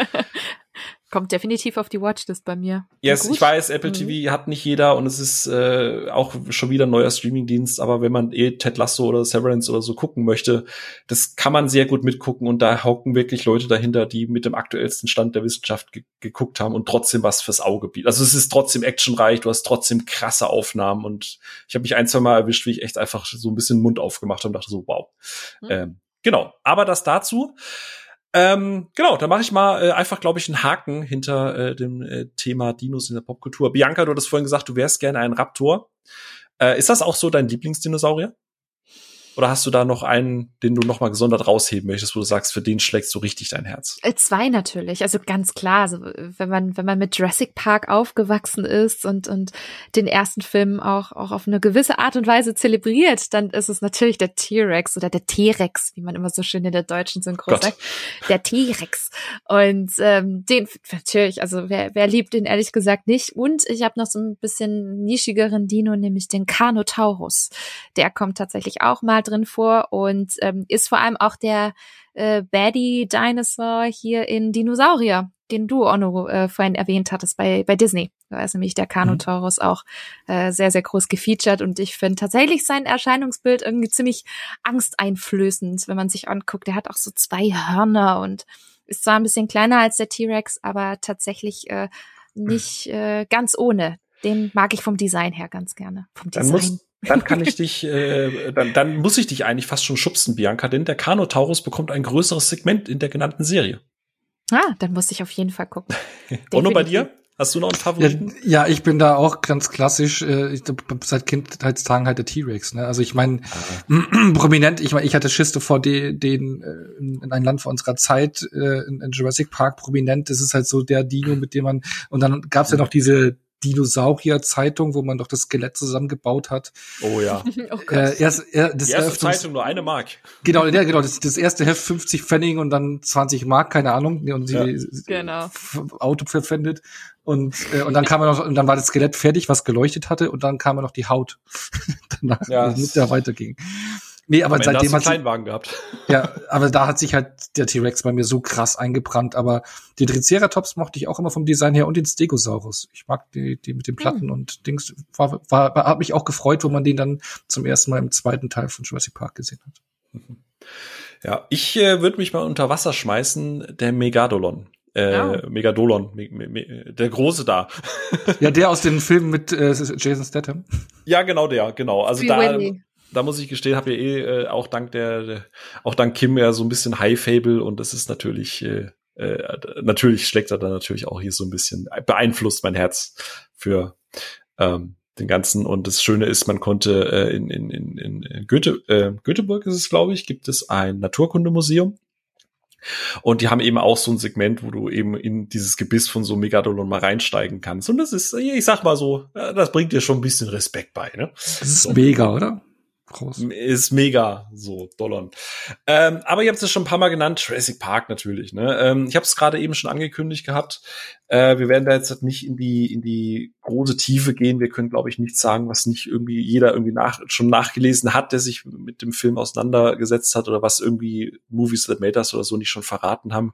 Kommt definitiv auf die Watchlist bei mir. Yes, ich weiß, Apple TV hat nicht jeder und es ist auch schon wieder ein neuer Streamingdienst, aber wenn man Ted Lasso oder Severance oder so gucken möchte, das kann man sehr gut mitgucken und da hocken wirklich Leute dahinter, die mit dem aktuellsten Stand der Wissenschaft geguckt haben und trotzdem was fürs Auge bieten. Also es ist trotzdem actionreich, du hast trotzdem krasse Aufnahmen und ich habe mich 1, 2 Mal erwischt, wie ich echt einfach so ein bisschen den Mund aufgemacht habe und dachte so, wow. Genau, aber das dazu. Genau, da mache ich mal einfach, glaube ich, einen Haken hinter dem Thema Dinos in der Popkultur. Bianca, du hattest vorhin gesagt, du wärst gerne ein Raptor. Ist das auch so dein Lieblingsdinosaurier? Oder hast du da noch einen, den du noch mal gesondert rausheben möchtest, wo du sagst, für den schlägst du richtig dein Herz? 2 natürlich, also ganz klar. Also wenn man mit Jurassic Park aufgewachsen ist und den ersten Film auch auf eine gewisse Art und Weise zelebriert, dann ist es natürlich der T-Rex oder der T-Rex, wie man immer so schön in der deutschen Synchro sagt. Der T-Rex. Und den natürlich, also wer liebt den ehrlich gesagt nicht. Und ich habe noch so ein bisschen nischigeren Dino, nämlich den Carnotaurus. Der kommt tatsächlich auch mal drin vor und ist vor allem auch der Baddie-Dinosaur hier in Dinosaurier, den du, Onno, vorhin erwähnt hattest bei Disney. Da ist nämlich der Carnotaurus auch sehr, sehr groß gefeatured und ich finde tatsächlich sein Erscheinungsbild irgendwie ziemlich angsteinflößend, wenn man sich anguckt. Der hat auch so 2 Hörner und ist zwar ein bisschen kleiner als der T-Rex, aber tatsächlich nicht ganz ohne. Den mag ich vom Design her ganz gerne. Vom Design. Dann kann ich dich, dann muss ich dich eigentlich fast schon schubsen, Bianca, denn der Carnotaurus bekommt ein größeres Segment in der genannten Serie. Dann muss ich auf jeden Fall gucken. Und nur bei dir? Hast du noch einen Favoriten? Ja, ich bin da auch ganz klassisch, seit Kindheitstagen halt der T-Rex, ne? Also ich meine, prominent, ich hatte Schiss vor den in ein Land vor unserer Zeit, in Jurassic Park prominent, das ist halt so der Dino, mit dem man, und dann gab's ja noch diese Dinosaurier-Zeitung, wo man doch das Skelett zusammengebaut hat. Oh ja. Oh Gott. Die erste Zeitung nur 1 Mark. Genau, das erste Heft 50 Pfennig und dann 20 Mark, keine Ahnung, und Genau. Auto verpfändet. Und dann kam noch, und dann war das Skelett fertig, was geleuchtet hatte, und dann kam noch die Haut. Danach, damit der weiterging. Nee, aber seitdem hat Kleinwagen gehabt. Ja, aber da hat sich halt der T-Rex bei mir so krass eingebrannt. Aber den Triceratops mochte ich auch immer vom Design her und den Stegosaurus. Ich mag die mit den Platten und Dings. Hat mich auch gefreut, wo man den dann zum ersten Mal im 2. Teil von Jurassic Park gesehen hat. Ja, ich würde mich mal unter Wasser schmeißen, der Megalodon. Megalodon, der Große da. Ja, der aus den Filmen mit Jason Statham. Ja, genau. Also da muss ich gestehen, habe ja auch dank Kim ja so ein bisschen High-Fable und das ist natürlich schlägt er dann natürlich auch hier so ein bisschen, beeinflusst mein Herz für den Ganzen. Und das Schöne ist, man konnte in Göteborg ist es, glaube ich, gibt es ein Naturkundemuseum. Und die haben eben auch so ein Segment, wo du eben in dieses Gebiss von so einem Megalodon mal reinsteigen kannst. Und das ist, ich sag mal so, das bringt dir schon ein bisschen Respekt bei, ne? Das ist mega, oder? Groß. Ist mega, so, Dollern. Aber ihr habt es schon ein paar Mal genannt, Jurassic Park natürlich, ne? Ich habe es gerade eben schon angekündigt gehabt. Wir werden da jetzt nicht in die große Tiefe gehen. Wir können, glaube ich, nichts sagen, was nicht irgendwie jeder irgendwie schon nachgelesen hat, der sich mit dem Film auseinandergesetzt hat oder was irgendwie Movies That Made Us oder so nicht schon verraten haben.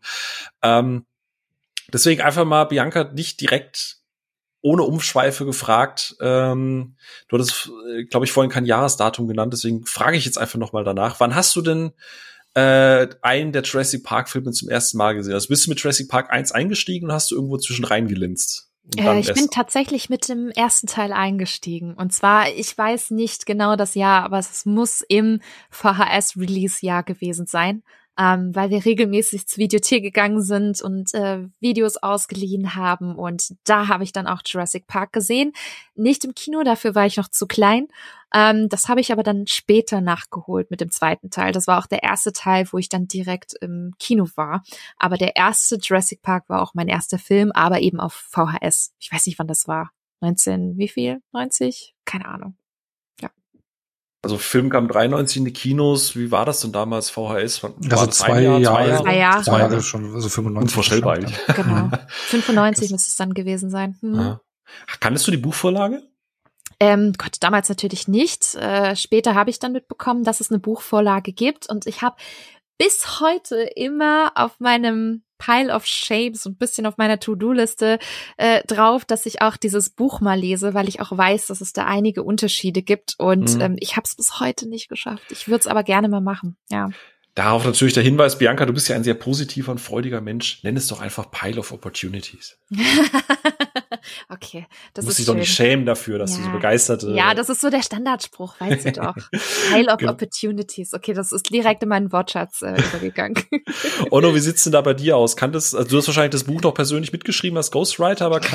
Deswegen einfach mal, Bianca, nicht direkt ohne Umschweife gefragt. Du hattest, glaube ich, vorhin kein Jahresdatum genannt, deswegen frage ich jetzt einfach noch mal danach. Wann hast du denn einen der Jurassic Park Filme zum ersten Mal gesehen? Also bist du mit Jurassic Park 1 eingestiegen und hast du irgendwo zwischen reingelinst? Ich bin tatsächlich mit dem ersten Teil eingestiegen. Und zwar, ich weiß nicht genau das Jahr, aber es muss im VHS-Release-Jahr gewesen sein, weil wir regelmäßig zur Videothek gegangen sind und Videos ausgeliehen haben. Und da habe ich dann auch Jurassic Park gesehen. Nicht im Kino, dafür war ich noch zu klein. Das habe ich aber dann später nachgeholt mit dem zweiten Teil. Das war auch der erste Teil, wo ich dann direkt im Kino war. Aber der erste Jurassic Park war auch mein erster Film, aber eben auf VHS. Ich weiß nicht, wann das war. 19, wie viel? 90? Keine Ahnung. Ja. Also Film kam 93 in die Kinos. Wie war das denn damals? VHS? Also 2 Jahre. 2 Jahre. 2 Jahre schon, also 95. Unvorstellbar eigentlich. Genau. 95 müsste es dann gewesen sein. Kanntest du die Buchvorlage? Gott, damals natürlich nicht. Später habe ich dann mitbekommen, dass es eine Buchvorlage gibt. Und ich habe bis heute immer auf meinem Pile of Shame, so ein bisschen auf meiner To-Do-Liste drauf, dass ich auch dieses Buch mal lese, weil ich auch weiß, dass es da einige Unterschiede gibt. Und ich habe es bis heute nicht geschafft. Ich würde es aber gerne mal machen, ja. Darauf natürlich der Hinweis, Bianca, du bist ja ein sehr positiver und freudiger Mensch. Nenn es doch einfach Pile of Opportunities. Okay, das ist schön. Du musst dich doch nicht schämen dafür, dass du so begeistert bist. Ja, das ist so der Standardspruch, weißt du doch. Pile of Opportunities. Okay, das ist direkt in meinen Wortschatz übergegangen. Onno, wie sieht's denn da bei dir aus? Du hast wahrscheinlich das Buch noch persönlich mitgeschrieben als Ghostwriter, aber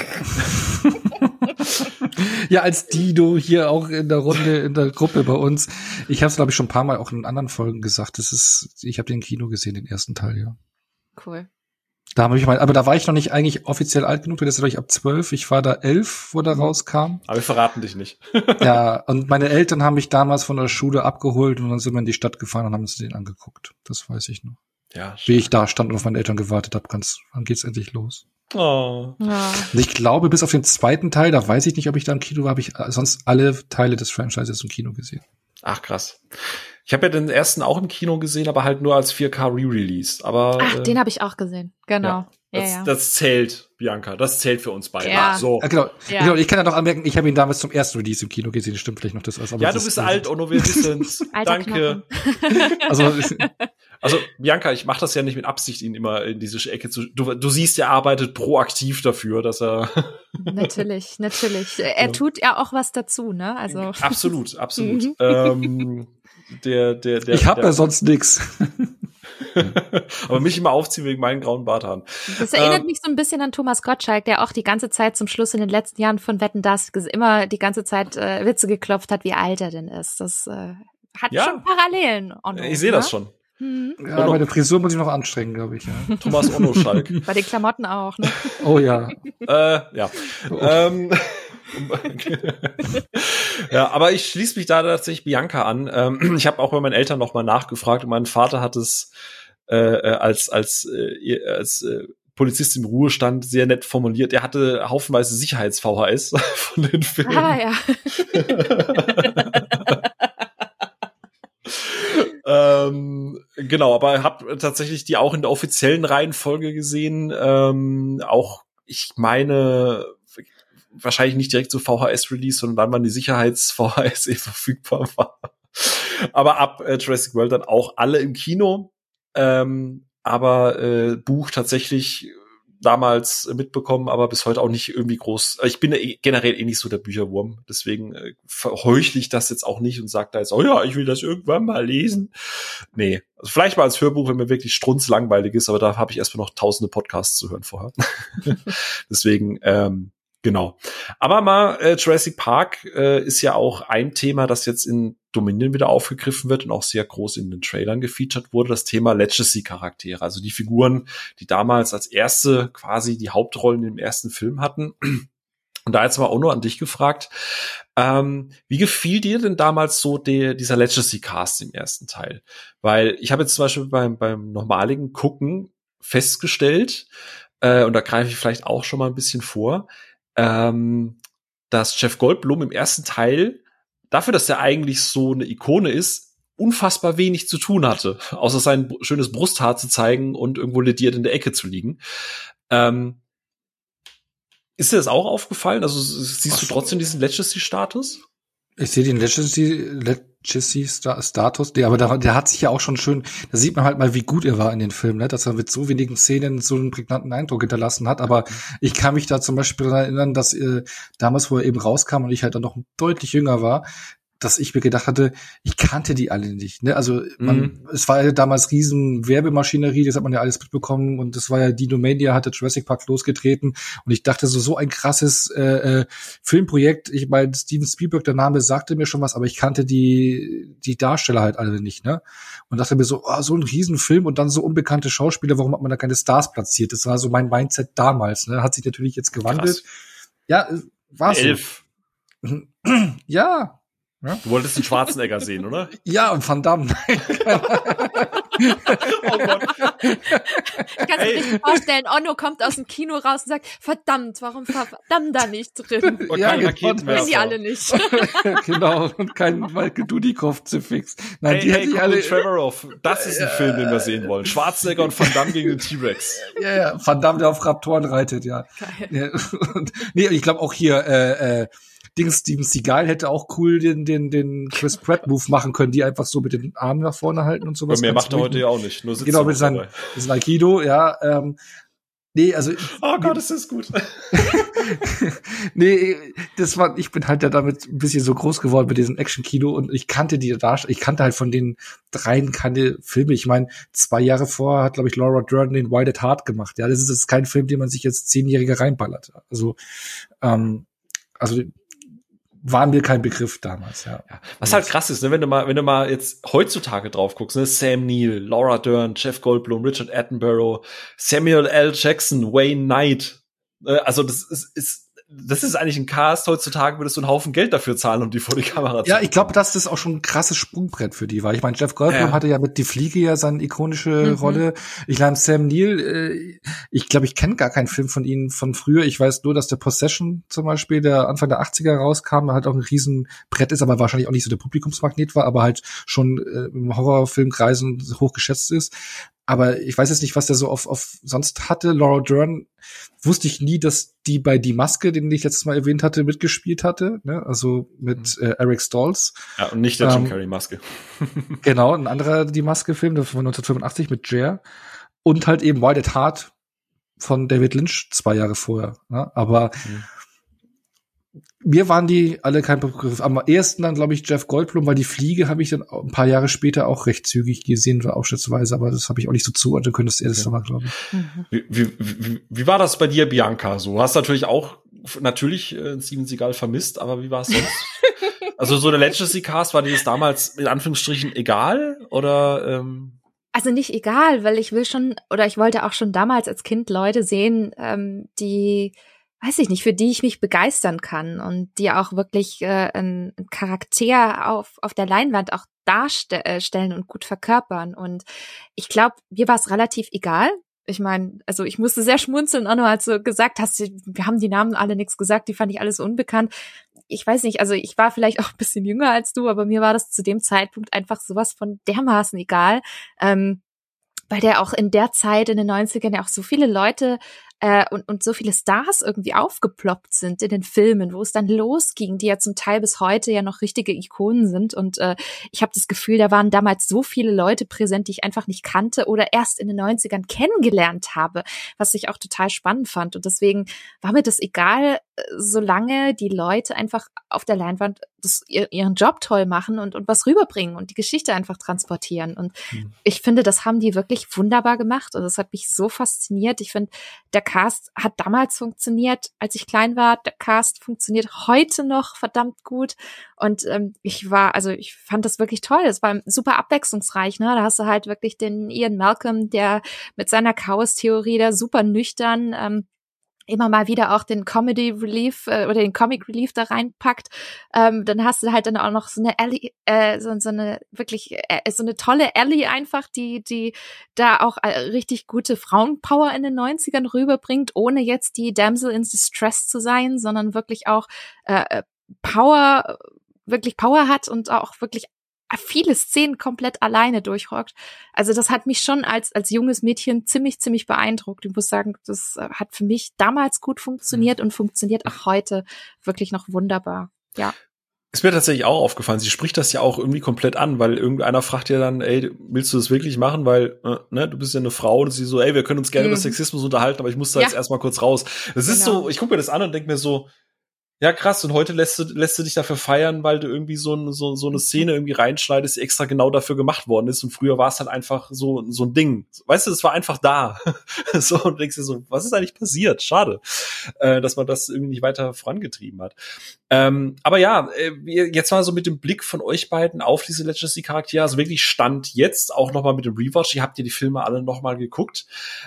Ja, als Dido hier auch in der Runde, in der Gruppe bei uns. Ich habe es, glaube ich, schon ein paar Mal auch in anderen Folgen gesagt. Ich habe den im Kino gesehen, den ersten Teil, ja. Cool. Da habe ich mal, aber da war ich noch nicht eigentlich offiziell alt genug. Das ist, glaube ich, ab 12. Ich war da 11, wo der rauskam. Aber wir verraten dich nicht. Ja, und meine Eltern haben mich damals von der Schule abgeholt und dann sind wir in die Stadt gefahren und haben uns den angeguckt. Das weiß ich noch. Ja. Wie ich da stand und auf meine Eltern gewartet habe, wann geht's endlich los? Oh. Ja. Und ich glaube, bis auf den zweiten Teil, da weiß ich nicht, ob ich da im Kino war, habe ich sonst alle Teile des Franchises im Kino gesehen. Ach, krass. Ich habe ja den ersten auch im Kino gesehen, aber halt nur als 4K Re-Release. Aber den habe ich auch gesehen, genau. Ja, das zählt, Bianca, das zählt für uns beide. Ja. So. Ja, genau. Ich kann ja noch anmerken, ich habe ihn damals zum ersten Release im Kino gesehen, stimmt vielleicht noch das. Aber ja, du bist alt, Onno, wir wissen's. Danke. Also, Bianca, ich mache das ja nicht mit Absicht, ihn immer in diese Ecke zu. Du siehst, er arbeitet proaktiv dafür, dass er. Natürlich. Er tut ja auch was dazu, ne? Also. Absolut. Ich habe ja sonst nix. Aber mich immer aufziehen wegen meinen grauen Barthaaren. Das erinnert mich so ein bisschen an Thomas Gottschalk, der auch die ganze Zeit zum Schluss in den letzten Jahren von Wetten, dass immer die ganze Zeit Witze geklopft hat, wie alt er denn ist. Das hat schon Parallelen. Onno, ich sehe das schon. Ja, bei der Frisur muss ich noch anstrengen, glaube ich. Ja. Thomas Onno Schalk. Bei den Klamotten auch, ne? Oh ja. Ja. Ja, aber ich schließe mich da tatsächlich Bianca an. Ich habe auch bei meinen Eltern noch mal nachgefragt und mein Vater hat es als Polizist im Ruhestand sehr nett formuliert. Er hatte haufenweise Sicherheits-VHS von den Filmen. Ah, ja. Genau, aber habe tatsächlich die auch in der offiziellen Reihenfolge gesehen. Auch, ich meine, wahrscheinlich nicht direkt so VHS-Release, sondern dann, wann die Sicherheits-VHS verfügbar war. Aber ab Jurassic World dann auch alle im Kino. Aber Buch tatsächlich damals mitbekommen, aber bis heute auch nicht irgendwie groß. Ich bin generell nicht so der Bücherwurm, deswegen verheuchle ich das jetzt auch nicht und sage da jetzt, oh ja, ich will das irgendwann mal lesen. Nee, also vielleicht mal als Hörbuch, wenn mir wirklich strunzlangweilig ist, aber da habe ich erstmal noch tausende Podcasts zu hören vorher. Deswegen, genau. Aber mal Jurassic Park ist ja auch ein Thema, das jetzt in Dominion wieder aufgegriffen wird und auch sehr groß in den Trailern gefeatured wurde, das Thema Legacy-Charaktere, also die Figuren, die damals als erste quasi die Hauptrollen im ersten Film hatten. Und da jetzt mal auch nur an dich gefragt, wie gefiel dir denn damals so dieser Legacy-Cast im ersten Teil? Weil ich habe jetzt zum Beispiel beim normaligen Gucken festgestellt, und da greife ich vielleicht auch schon mal ein bisschen vor, dass Jeff Goldblum im ersten Teil dafür, dass er eigentlich so eine Ikone ist, unfassbar wenig zu tun hatte, außer sein schönes Brusthaar zu zeigen und irgendwo lediert in der Ecke zu liegen. Ist dir das auch aufgefallen? Also siehst du trotzdem diesen Legacy-Status? Ich sehe den Legacy-Status, aber der hat sich ja auch schon schön, da sieht man halt mal, wie gut er war in den Filmen, ne? Dass er mit so wenigen Szenen so einen prägnanten Eindruck hinterlassen hat. Aber ich kann mich da zum Beispiel daran erinnern, dass damals, wo er eben rauskam und ich halt dann noch deutlich jünger war, dass ich mir gedacht hatte, ich kannte die alle nicht. Ne? Also es war ja damals riesen Werbemaschinerie, das hat man ja alles mitbekommen und das war ja Dinomania, hatte Jurassic Park losgetreten und ich dachte so ein krasses Filmprojekt. Ich meine, Steven Spielberg, der Name sagte mir schon was, aber ich kannte die Darsteller halt alle nicht. Ne? Und dachte mir so, so ein Riesenfilm und dann so unbekannte Schauspieler, warum hat man da keine Stars platziert? Das war so mein Mindset damals. Ne? Hat sich natürlich jetzt gewandelt. Krass. Ja, war so. 11. Ja. Ja? Du wolltest den Schwarzenegger sehen, oder? Ja, und Van Damme. Oh Gott. Ich kann mir nicht vorstellen, Onno kommt aus dem Kino raus und sagt, verdammt, warum verdammt da nicht drin? Und ja, kein Raketenwerfer. Kennen die alle nicht. Genau, und kein Michael Dudikoff-Zifix. Nein, die hätte ich alle. Trevorrow, das ist ein Film, den wir sehen wollen. Schwarzenegger und Van Damme gegen den T-Rex. Ja, Van Damme, der auf Raptoren reitet, ja. Geil. Ja, nee, ich glaube auch hier, Steven Seagal hätte auch cool den Chris Pratt Move machen können, die einfach so mit den Armen nach vorne halten und sowas. Mehr macht er heute ja auch nicht, nur sitzt genau, mit seinem Aikido, ja. Nee, also. Oh Gott, ist das gut. Nee, ich bin halt ja damit ein bisschen so groß geworden mit diesem Action-Kino und ich kannte die Darsteller, ich kannte halt von den dreien keine Filme. Ich meine, 2 Jahre vorher hat, glaube ich, Laura Dern den Wild at Heart gemacht. Ja, das ist jetzt kein Film, den man sich jetzt 10-Jährige reinballert. Also war mir kein Begriff damals, ja. Was halt krass ist, ne, wenn du mal jetzt heutzutage drauf guckst, ne, Sam Neill, Laura Dern, Jeff Goldblum, Richard Attenborough, Samuel L. Jackson, Wayne Knight, also das ist eigentlich ein Cast, heutzutage würdest du einen Haufen Geld dafür zahlen, um die vor die Kamera zu Ja, ich glaube, dass das auch schon ein krasses Sprungbrett für die war. Ich meine, Jeff Goldblum hatte ja mit Die Fliege ja seine ikonische Rolle. Ich glaube, Sam Neill, ich glaube, ich kenne gar keinen Film von ihnen von früher. Ich weiß nur, dass der Possession zum Beispiel, der Anfang der 80er rauskam, halt auch ein Riesenbrett ist, aber wahrscheinlich auch nicht so der Publikumsmagnet war, aber halt schon im Horrorfilmkreisen hoch geschätzt ist. Aber ich weiß jetzt nicht, was der so auf sonst hatte. Laura Dern wusste ich nie, dass die bei Die Maske, den ich letztes Mal erwähnt hatte, mitgespielt hatte. Ne? Also mit Eric Stoltz. Ja, und nicht der Jim Carrey Maske. Genau, ein anderer Die Maske-Film, der von 1985 mit Jer. Und halt eben Wild at Heart von David Lynch 2 Jahre vorher. Ne? Aber mir waren die alle kein Begriff. Am ersten dann, glaube ich, Jeff Goldblum, weil Die Fliege habe ich dann ein paar Jahre später auch recht zügig gesehen, war ausschnittsweise, aber das habe ich auch nicht so zuordnen können, dass er das war, glaube ich. Wie war das bei dir, Bianca? So, du hast natürlich auch Steven Seagal vermisst, aber wie war es sonst? Also so der Legacy-Cast, war dir das damals in Anführungsstrichen egal? Oder Also nicht egal, weil ich wollte auch schon damals als Kind Leute sehen, die weiß ich nicht, für die ich mich begeistern kann und die auch wirklich einen Charakter auf der Leinwand auch darstellen und gut verkörpern. Und ich glaube, mir war es relativ egal. Ich meine, also ich musste sehr schmunzeln, Onno, als du gesagt hast, wir haben die Namen alle nichts gesagt, die fand ich alles unbekannt. Ich weiß nicht, also ich war vielleicht auch ein bisschen jünger als du, aber mir war das zu dem Zeitpunkt einfach sowas von dermaßen egal, weil der auch in der Zeit, in den 90ern, ja auch so viele Leute und so viele Stars irgendwie aufgeploppt sind in den Filmen, wo es dann losging, die ja zum Teil bis heute ja noch richtige Ikonen sind. Und ich habe das Gefühl, da waren damals so viele Leute präsent, die ich einfach nicht kannte oder erst in den 90ern kennengelernt habe, was ich auch total spannend fand. Und deswegen war mir das egal, solange die Leute einfach auf der Leinwand ihren Job toll machen und was rüberbringen und die Geschichte einfach transportieren. Und ich finde, das haben die wirklich wunderbar gemacht. Und das hat mich so fasziniert. Ich finde, der Cast hat damals funktioniert, als ich klein war. Der Cast funktioniert heute noch verdammt gut. Und ich fand das wirklich toll. Es war super abwechslungsreich, ne? Da hast du halt wirklich den Ian Malcolm, der mit seiner Chaos-Theorie da super nüchtern immer mal wieder auch den Comedy Relief oder den Comic Relief da reinpackt, dann hast du halt dann auch noch so eine Ellie, so eine tolle Ellie einfach, die da auch richtig gute Frauenpower in den 90ern rüberbringt, ohne jetzt die Damsel in Distress zu sein, sondern wirklich auch Power hat und auch wirklich viele Szenen komplett alleine durchrockt. Also das hat mich schon als junges Mädchen ziemlich beeindruckt. Ich muss sagen, das hat für mich damals gut funktioniert und funktioniert auch heute wirklich noch wunderbar. Ja. Ist mir tatsächlich auch aufgefallen. Sie spricht das ja auch irgendwie komplett an, weil irgendeiner fragt ja dann, ey, willst du das wirklich machen? Weil, ne, du bist ja eine Frau. Und sie so, ey, wir können uns gerne über Sexismus unterhalten, aber ich muss da jetzt erstmal kurz raus. Das ist so, ich gucke mir das an und denke mir so, ja, krass, und heute lässt du dich dafür feiern, weil du irgendwie so eine Szene irgendwie reinschneidest, die extra genau dafür gemacht worden ist. Und früher war es halt einfach so ein Ding. Weißt du, das war einfach da. So, und denkst dir so, was ist eigentlich passiert? Schade, dass man das irgendwie nicht weiter vorangetrieben hat. Aber ja, jetzt mal so mit dem Blick von euch beiden auf diese Legacy-Charaktere, also wirklich Stand jetzt, auch nochmal mit dem Rewatch, ihr habt ja die Filme alle nochmal geguckt.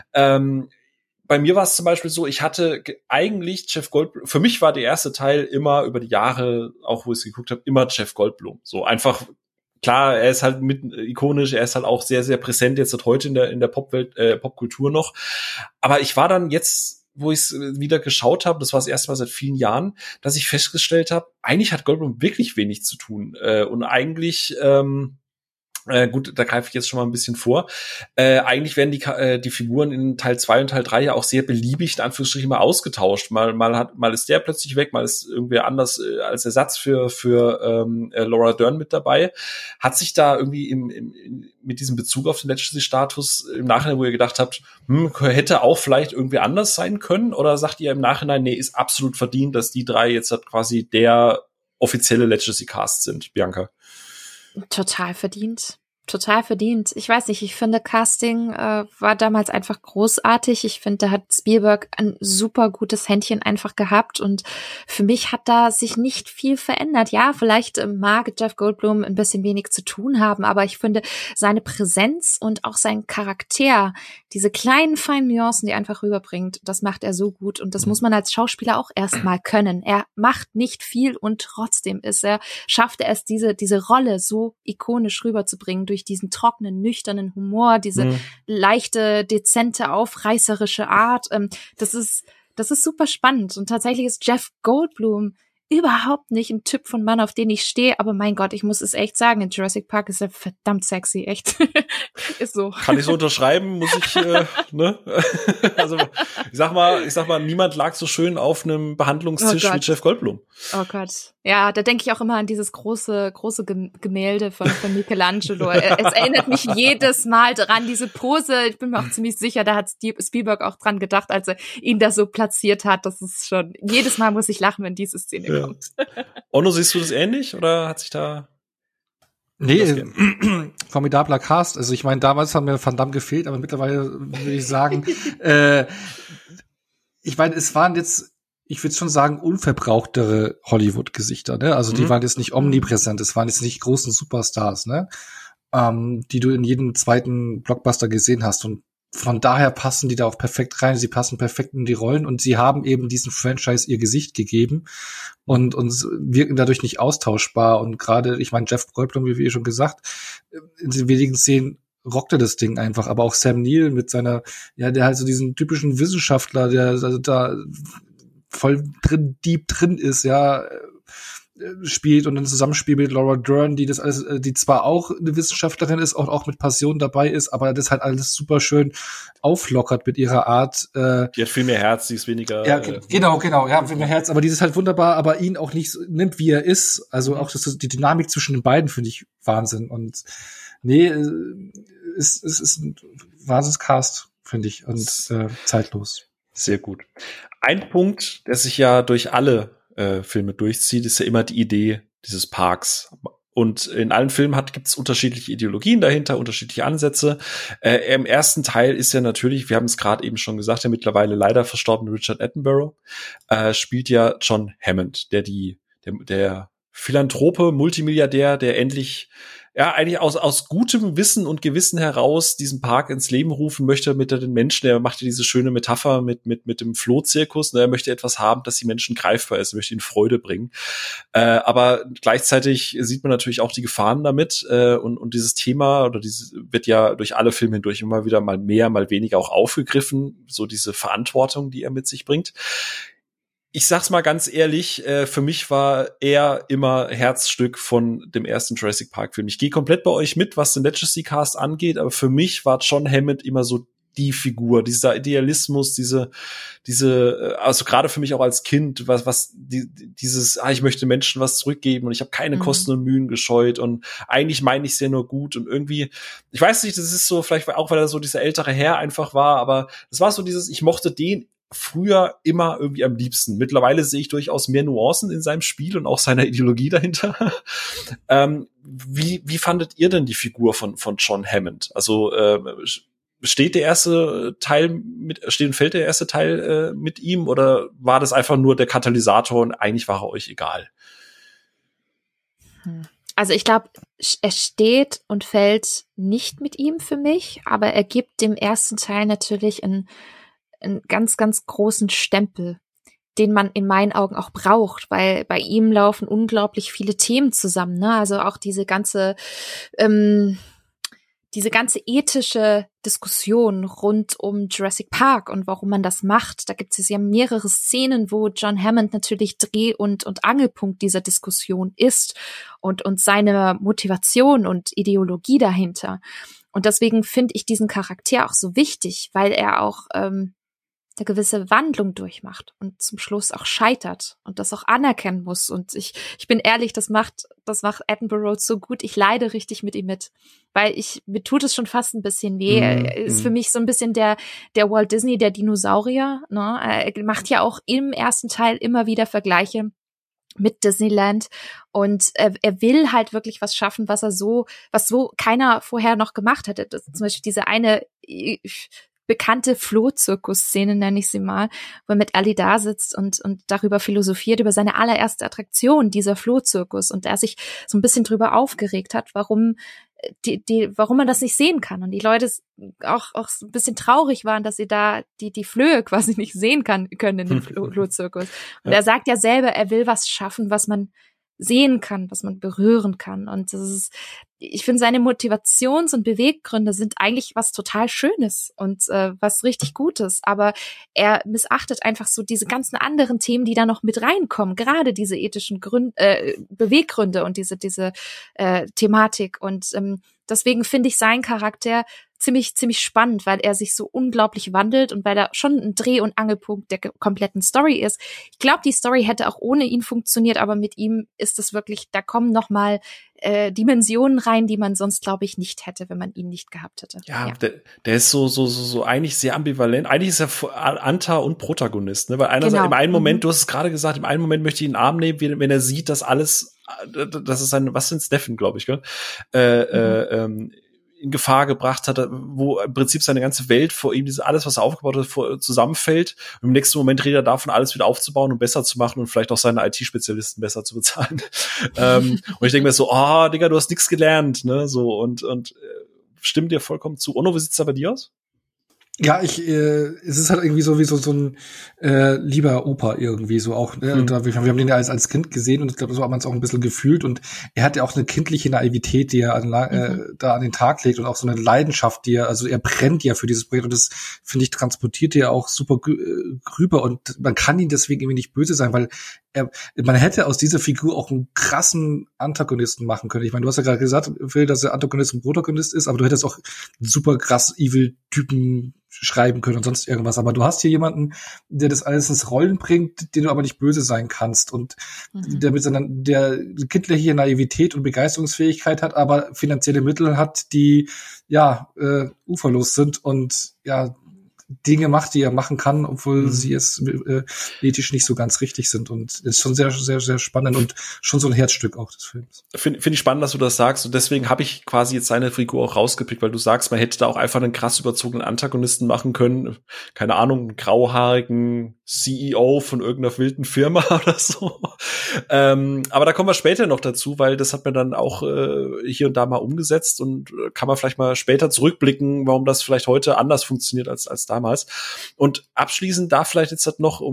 Bei mir war es zum Beispiel so, ich hatte eigentlich Jeff Goldblum, für mich war der erste Teil immer über die Jahre, auch wo ich es geguckt habe, immer Jeff Goldblum. So einfach, klar, er ist halt mit ikonisch, er ist halt auch sehr, sehr präsent jetzt heute in der Popwelt, Popkultur noch. Aber ich war dann jetzt, wo ich es wieder geschaut habe, das war das erste Mal seit vielen Jahren, dass ich festgestellt habe, eigentlich hat Goldblum wirklich wenig zu tun. Und eigentlich, gut, da greife ich jetzt schon mal ein bisschen vor. Eigentlich werden die Figuren in Teil 2 und Teil 3 ja auch sehr beliebig, in Anführungsstrichen, mal ausgetauscht. Mal ist der plötzlich weg, mal ist irgendwer anders als Ersatz für Laura Dern mit dabei. Hat sich da irgendwie mit diesem Bezug auf den Legacy-Status im Nachhinein, wo ihr gedacht habt, hätte auch vielleicht irgendwie anders sein können? Oder sagt ihr im Nachhinein, nee, ist absolut verdient, dass die drei jetzt halt quasi der offizielle Legacy-Cast sind, Bianca? Total verdient. Total verdient. Ich weiß nicht, ich finde Casting war damals einfach großartig. Ich finde, da hat Spielberg ein super gutes Händchen einfach gehabt und für mich hat da sich nicht viel verändert. Ja, vielleicht mag Jeff Goldblum ein bisschen wenig zu tun haben, aber ich finde, seine Präsenz und auch sein Charakter, diese kleinen, feinen Nuancen, die er einfach rüberbringt, das macht er so gut und das muss man als Schauspieler auch erstmal können. Er macht nicht viel und trotzdem schafft er es, diese Rolle so ikonisch rüberzubringen durch diesen trockenen, nüchternen Humor, diese leichte, dezente, aufreißerische Art. Das ist super spannend. Und tatsächlich ist Jeff Goldblum überhaupt nicht ein Typ von Mann, auf den ich stehe, aber mein Gott, ich muss es echt sagen, in Jurassic Park ist er verdammt sexy, echt. Ist so. Kann ich so unterschreiben, muss ich, ne? Also, ich sag mal, niemand lag so schön auf einem Behandlungstisch wie Jeff Goldblum. Oh Gott. Ja, da denke ich auch immer an dieses große Gemälde von Michelangelo. Es erinnert mich jedes Mal dran, diese Pose. Ich bin mir auch ziemlich sicher, da hat Spielberg auch dran gedacht, als er ihn da so platziert hat. Das ist schon, jedes Mal muss ich lachen, wenn diese Szene kommt. Onno, siehst du das ähnlich oder hat sich da... Nee, formidabler Cast. Also ich meine, damals haben mir Van Damme gefehlt, aber mittlerweile würde ich sagen, ich meine, es waren jetzt, ich würde schon sagen, unverbrauchtere Hollywood-Gesichter, ne? Also die waren jetzt nicht omnipräsent, es waren jetzt nicht großen Superstars, ne? Die du in jedem zweiten Blockbuster gesehen hast. Und von daher passen die da auch perfekt rein. Sie passen perfekt in die Rollen und sie haben eben diesem Franchise ihr Gesicht gegeben und wirken dadurch nicht austauschbar. Und gerade, ich meine, Jeff Goldblum, wie schon gesagt, in den wenigen Szenen rockte das Ding einfach. Aber auch Sam Neill mit seiner, ja, der halt so diesen typischen Wissenschaftler, der also da voll deep drin ist, ja, spielt und ein Zusammenspiel mit Laura Dern, die das alles, die zwar auch eine Wissenschaftlerin ist, auch mit Passion dabei ist, aber das halt alles super schön auflockert mit ihrer Art. Die hat viel mehr Herz, die ist weniger. Ja, genau, ja, viel mehr Herz, aber die ist halt wunderbar, aber ihn auch nicht so nimmt, wie er ist. Also auch die Dynamik zwischen den beiden finde ich Wahnsinn und nee, es ist ein Wahnsinnscast, finde ich, und zeitlos. Sehr gut. Ein Punkt, der sich ja durch alle Filme durchzieht, ist ja immer die Idee dieses Parks. Und in allen Filmen gibt es unterschiedliche Ideologien dahinter, unterschiedliche Ansätze. Im ersten Teil ist ja natürlich, wir haben es gerade eben schon gesagt, der mittlerweile leider verstorbene Richard Attenborough spielt ja John Hammond, der Philanthrope, Multimilliardär, der endlich eigentlich aus gutem Wissen und Gewissen heraus diesen Park ins Leben rufen möchte mit den Menschen. Er macht ja diese schöne Metapher mit dem Flohzirkus. Er möchte etwas haben, dass die Menschen greifbar ist, er möchte ihnen Freude bringen. Aber gleichzeitig sieht man natürlich auch die Gefahren damit. Und dieses Thema wird ja durch alle Filme hindurch immer wieder mal mehr, mal weniger auch aufgegriffen. So diese Verantwortung, die er mit sich bringt. Ich sag's mal ganz ehrlich, für mich war er immer Herzstück von dem ersten Jurassic Park Film. Ich gehe komplett bei euch mit, was den Legacy Cast angeht, aber für mich war John Hammond immer so die Figur, dieser Idealismus, also gerade für mich auch als Kind, dieses, ich möchte Menschen was zurückgeben und ich habe keine Kosten und Mühen gescheut und eigentlich meine ich es ja nur gut und irgendwie, ich weiß nicht, das ist so, vielleicht auch, weil er so dieser ältere Herr einfach war, aber das war so dieses, ich mochte den früher immer irgendwie am liebsten. Mittlerweile sehe ich durchaus mehr Nuancen in seinem Spiel und auch seiner Ideologie dahinter. Wie fandet ihr denn die Figur von John Hammond? Also steht und fällt der erste Teil mit ihm oder war das einfach nur der Katalysator und eigentlich war er euch egal? Also ich glaube, er steht und fällt nicht mit ihm für mich, aber er gibt dem ersten Teil natürlich einen ganz, ganz großen Stempel, den man in meinen Augen auch braucht, weil bei ihm laufen unglaublich viele Themen zusammen, ne? Also auch diese ganze ethische Diskussion rund um Jurassic Park und warum man das macht. Da gibt es ja mehrere Szenen, wo John Hammond natürlich Dreh- und Angelpunkt dieser Diskussion ist und seine Motivation und Ideologie dahinter. Und deswegen finde ich diesen Charakter auch so wichtig, weil er auch eine gewisse Wandlung durchmacht und zum Schluss auch scheitert und das auch anerkennen muss. Und ich bin ehrlich, das macht Attenborough so gut. Ich leide richtig mit ihm mit, weil mir tut es schon fast ein bisschen weh. Er ist für mich so ein bisschen der Walt Disney, der Dinosaurier, ne? Er macht ja auch im ersten Teil immer wieder Vergleiche mit Disneyland und er will halt wirklich was schaffen, was so keiner vorher noch gemacht hatte. Das ist zum Beispiel diese eine bekannte Flohzirkus-Szene, nenne ich sie mal, wo er mit Ali da sitzt und darüber philosophiert, über seine allererste Attraktion, dieser Flohzirkus, und er sich so ein bisschen drüber aufgeregt hat, warum man das nicht sehen kann und die Leute auch so ein bisschen traurig waren, dass sie da die Flöhe quasi nicht sehen können in dem Flohzirkus. Und er sagt ja selber, er will was schaffen, was man sehen kann, was man berühren kann. Und ich finde, seine Motivations- und Beweggründe sind eigentlich was total Schönes und was richtig Gutes. Aber er missachtet einfach so diese ganzen anderen Themen, die da noch mit reinkommen. Gerade diese ethischen Beweggründe und diese Thematik. Und deswegen finde ich seinen Charakter ziemlich, ziemlich spannend, weil er sich so unglaublich wandelt und weil er schon ein Dreh- und Angelpunkt der kompletten Story ist. Ich glaube, die Story hätte auch ohne ihn funktioniert, aber mit ihm ist es wirklich, da kommen noch mal Dimensionen rein, die man sonst, glaube ich, nicht hätte, wenn man ihn nicht gehabt hätte. Ja. Der ist so eigentlich sehr ambivalent. Eigentlich ist er Anta und Protagonist, ne? Weil einerseits im einen Moment, du hast es gerade gesagt, im einen Moment möchte ich ihn in den Arm nehmen, wenn er sieht, dass alles, das ist was sind Steffen, glaube ich, gell? In Gefahr gebracht hat, wo im Prinzip seine ganze Welt vor ihm, alles, was er aufgebaut hat, zusammenfällt. Und im nächsten Moment redet er davon, alles wieder aufzubauen und besser zu machen und vielleicht auch seine IT-Spezialisten besser zu bezahlen. Und ich denke mir so, Digga, du hast nichts gelernt, ne? So und stimmt dir vollkommen zu. Onno, wie sieht's da bei dir aus? Ja, es ist halt irgendwie so wie so ein lieber Opa irgendwie so auch. Ne? Wir haben den ja als Kind gesehen und ich glaube, so hat man es auch ein bisschen gefühlt und er hat ja auch eine kindliche Naivität, die er da an den Tag legt und auch so eine Leidenschaft, er brennt ja für dieses Projekt und das, finde ich, transportiert er auch super rüber und man kann ihn deswegen irgendwie nicht böse sein, weil man hätte aus dieser Figur auch einen krassen Antagonisten machen können. Ich meine, du hast ja gerade gesagt, Phil, dass er Antagonist und Protagonist ist, aber du hättest auch einen super krass Evil-Typen schreiben können und sonst irgendwas. Aber du hast hier jemanden, der das alles ins Rollen bringt, den du aber nicht böse sein kannst und der mit der kindliche Naivität und Begeisterungsfähigkeit hat, aber finanzielle Mittel hat, die uferlos sind und Dinge macht, die er machen kann, obwohl sie es ethisch nicht so ganz richtig sind. Und ist schon sehr, sehr, sehr spannend und schon so ein Herzstück auch des Films. Find ich spannend, dass du das sagst. Und deswegen habe ich quasi jetzt seine Figur auch rausgepickt, weil du sagst, man hätte da auch einfach einen krass überzogenen Antagonisten machen können. Keine Ahnung, einen grauhaarigen CEO von irgendeiner wilden Firma oder so. Aber da kommen wir später noch dazu, weil das hat man dann auch hier und da mal umgesetzt und kann man vielleicht mal später zurückblicken, warum das vielleicht heute anders funktioniert als damals. Und abschließend da vielleicht jetzt halt noch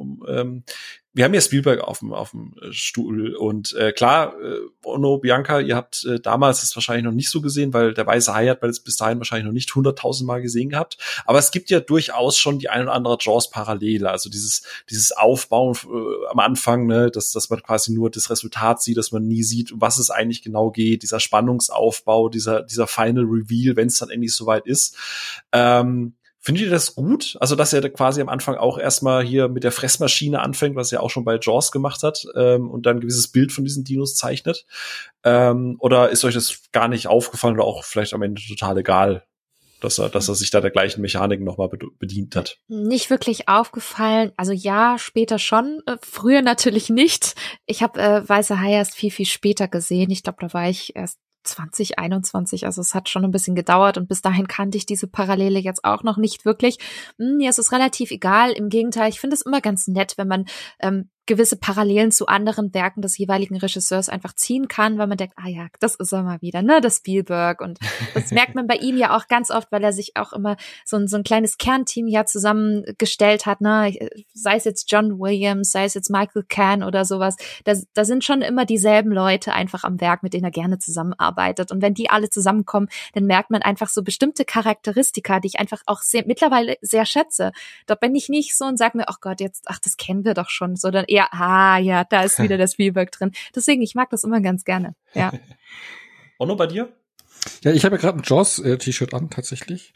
wir haben ja Spielberg auf dem Stuhl und klar, Onno, Bianca, ihr habt damals das wahrscheinlich noch nicht so gesehen, weil der Weiße Hai hat man jetzt bis dahin wahrscheinlich noch nicht 100.000 Mal gesehen gehabt, aber es gibt ja durchaus schon die ein oder andere Jaws-Parallele, also dieses Aufbauen am Anfang, ne, dass man quasi nur das Resultat sieht, dass man nie sieht, um was es eigentlich genau geht, dieser Spannungsaufbau, dieser Final Reveal, wenn es dann endlich soweit ist. Findet ihr das gut? Also, dass er quasi am Anfang auch erstmal hier mit der Fressmaschine anfängt, was er auch schon bei Jaws gemacht hat, und dann ein gewisses Bild von diesen Dinos zeichnet? Oder ist euch das gar nicht aufgefallen oder auch vielleicht am Ende total egal, dass er sich da der gleichen Mechanik nochmal bedient hat? Nicht wirklich aufgefallen. Also ja, später schon. Früher natürlich nicht. Ich habe Weiße Hai erst viel, viel später gesehen. Ich glaube, da war ich erst 2021, also es hat schon ein bisschen gedauert und bis dahin kannte ich diese Parallele jetzt auch noch nicht wirklich. Mir ist es relativ egal, im Gegenteil, ich finde es immer ganz nett, wenn man gewisse Parallelen zu anderen Werken des jeweiligen Regisseurs einfach ziehen kann, weil man denkt, ah ja, das ist er mal wieder, ne, das Spielberg, und das merkt man bei ihm ja auch ganz oft, weil er sich auch immer so ein kleines Kernteam ja zusammengestellt hat, ne, sei es jetzt John Williams, sei es jetzt Michael Caine oder sowas, da sind schon immer dieselben Leute einfach am Werk, mit denen er gerne zusammenarbeitet, und wenn die alle zusammenkommen, dann merkt man einfach so bestimmte Charakteristika, die ich einfach auch mittlerweile sehr schätze. Da bin ich nicht so und sage mir, ach Gott, jetzt, ach, das kennen wir doch schon, sondern ja, da ist wieder der Spielberg drin. Deswegen, ich mag das immer ganz gerne. Ja. Onno, bei dir? Ja, ich habe ja gerade ein Jaws-T-Shirt an, tatsächlich.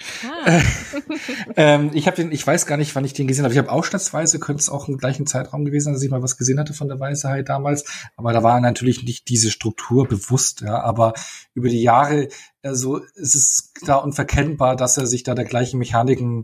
Ich weiß gar nicht, wann ich den gesehen habe. Ich habe ausschnittsweise, könnte es auch im gleichen Zeitraum gewesen sein, dass ich mal was gesehen hatte von der Weiße Hai damals. Aber da war natürlich nicht diese Struktur bewusst, ja. Aber über die Jahre, also es ist da unverkennbar, dass er sich da der gleichen Mechaniken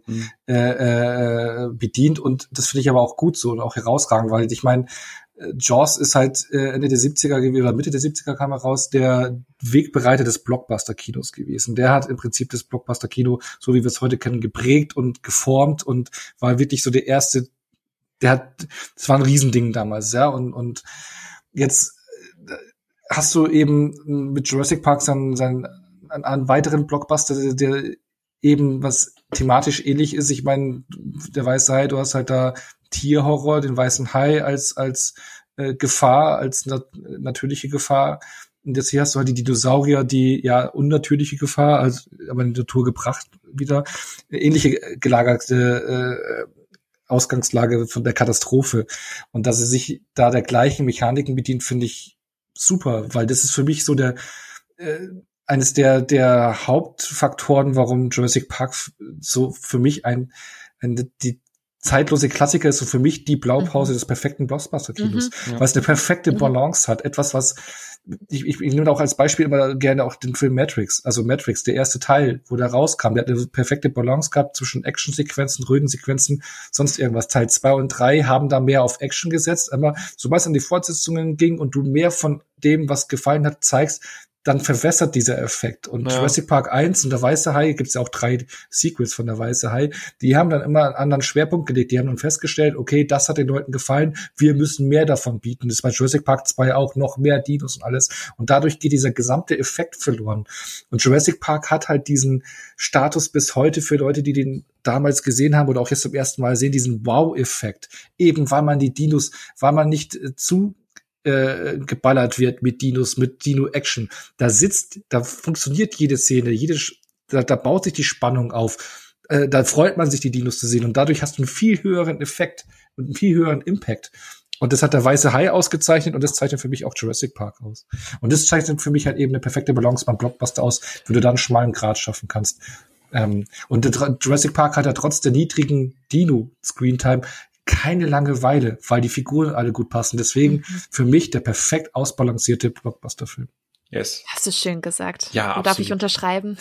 bedient. Und das finde ich aber auch gut so und auch herausragend, weil ich meine, Jaws ist halt Ende der 70er gewesen, oder Mitte der 70er kam er raus, der Wegbereiter des Blockbuster-Kinos gewesen. Der hat im Prinzip das Blockbuster-Kino, so wie wir es heute kennen, geprägt und geformt und war wirklich so der erste, das war ein Riesending damals, ja, und jetzt hast du eben mit Jurassic Park einen weiteren Blockbuster, der eben was thematisch ähnlich ist. Ich meine, der Weiße Hai, du hast halt da Tierhorror, den Weißen Hai als Gefahr, als natürliche Gefahr. Und jetzt hier hast du halt die Dinosaurier, die ja unnatürliche Gefahr, also aber in die Natur gebracht wieder. Ähnliche gelagerte Ausgangslage von der Katastrophe. Und dass sie sich da der gleichen Mechaniken bedient, finde ich super, weil das ist für mich so eines der Hauptfaktoren, warum Jurassic Park so für mich die zeitlose Klassiker ist, so für mich die Blaupause des perfekten Blockbuster-Kinos, weil es eine perfekte Balance hat. Etwas, was ich nehme auch als Beispiel immer gerne auch den Film Matrix. Also Matrix, der erste Teil, wo der rauskam, der hat eine perfekte Balance gehabt zwischen Actionsequenzen, Rödensequenzen, sonst irgendwas. Teil 2 und 3 haben da mehr auf Action gesetzt, aber sobald es an die Fortsetzungen ging und du mehr von dem, was gefallen hat, zeigst, dann verwässert dieser Effekt. Und Jurassic Park 1 und der Weiße Hai, gibt's ja auch 3 Sequels von der Weiße Hai, die haben dann immer einen anderen Schwerpunkt gelegt. Die haben dann festgestellt, okay, das hat den Leuten gefallen, wir müssen mehr davon bieten. Das ist bei Jurassic Park 2 auch, noch mehr Dinos und alles. Und dadurch geht dieser gesamte Effekt verloren. Und Jurassic Park hat halt diesen Status bis heute für Leute, die den damals gesehen haben oder auch jetzt zum ersten Mal sehen, diesen Wow-Effekt. Eben weil man nicht zu geballert wird mit Dinos, mit Dino-Action. Da funktioniert jede Szene, da baut sich die Spannung auf. Da freut man sich, die Dinos zu sehen. Und dadurch hast du einen viel höheren Effekt und einen viel höheren Impact. Und das hat der Weiße Hai ausgezeichnet und das zeichnet für mich auch Jurassic Park aus. Und das zeichnet für mich halt eben eine perfekte Balance beim Blockbuster aus, wenn du da einen schmalen Grat schaffen kannst. Und Jurassic Park hat ja trotz der niedrigen Dino-Screentime keine Langeweile, weil die Figuren alle gut passen. Deswegen für mich der perfekt ausbalancierte Blockbuster-Film. Yes. Hast du schön gesagt. Ja, absolut. Darf ich unterschreiben?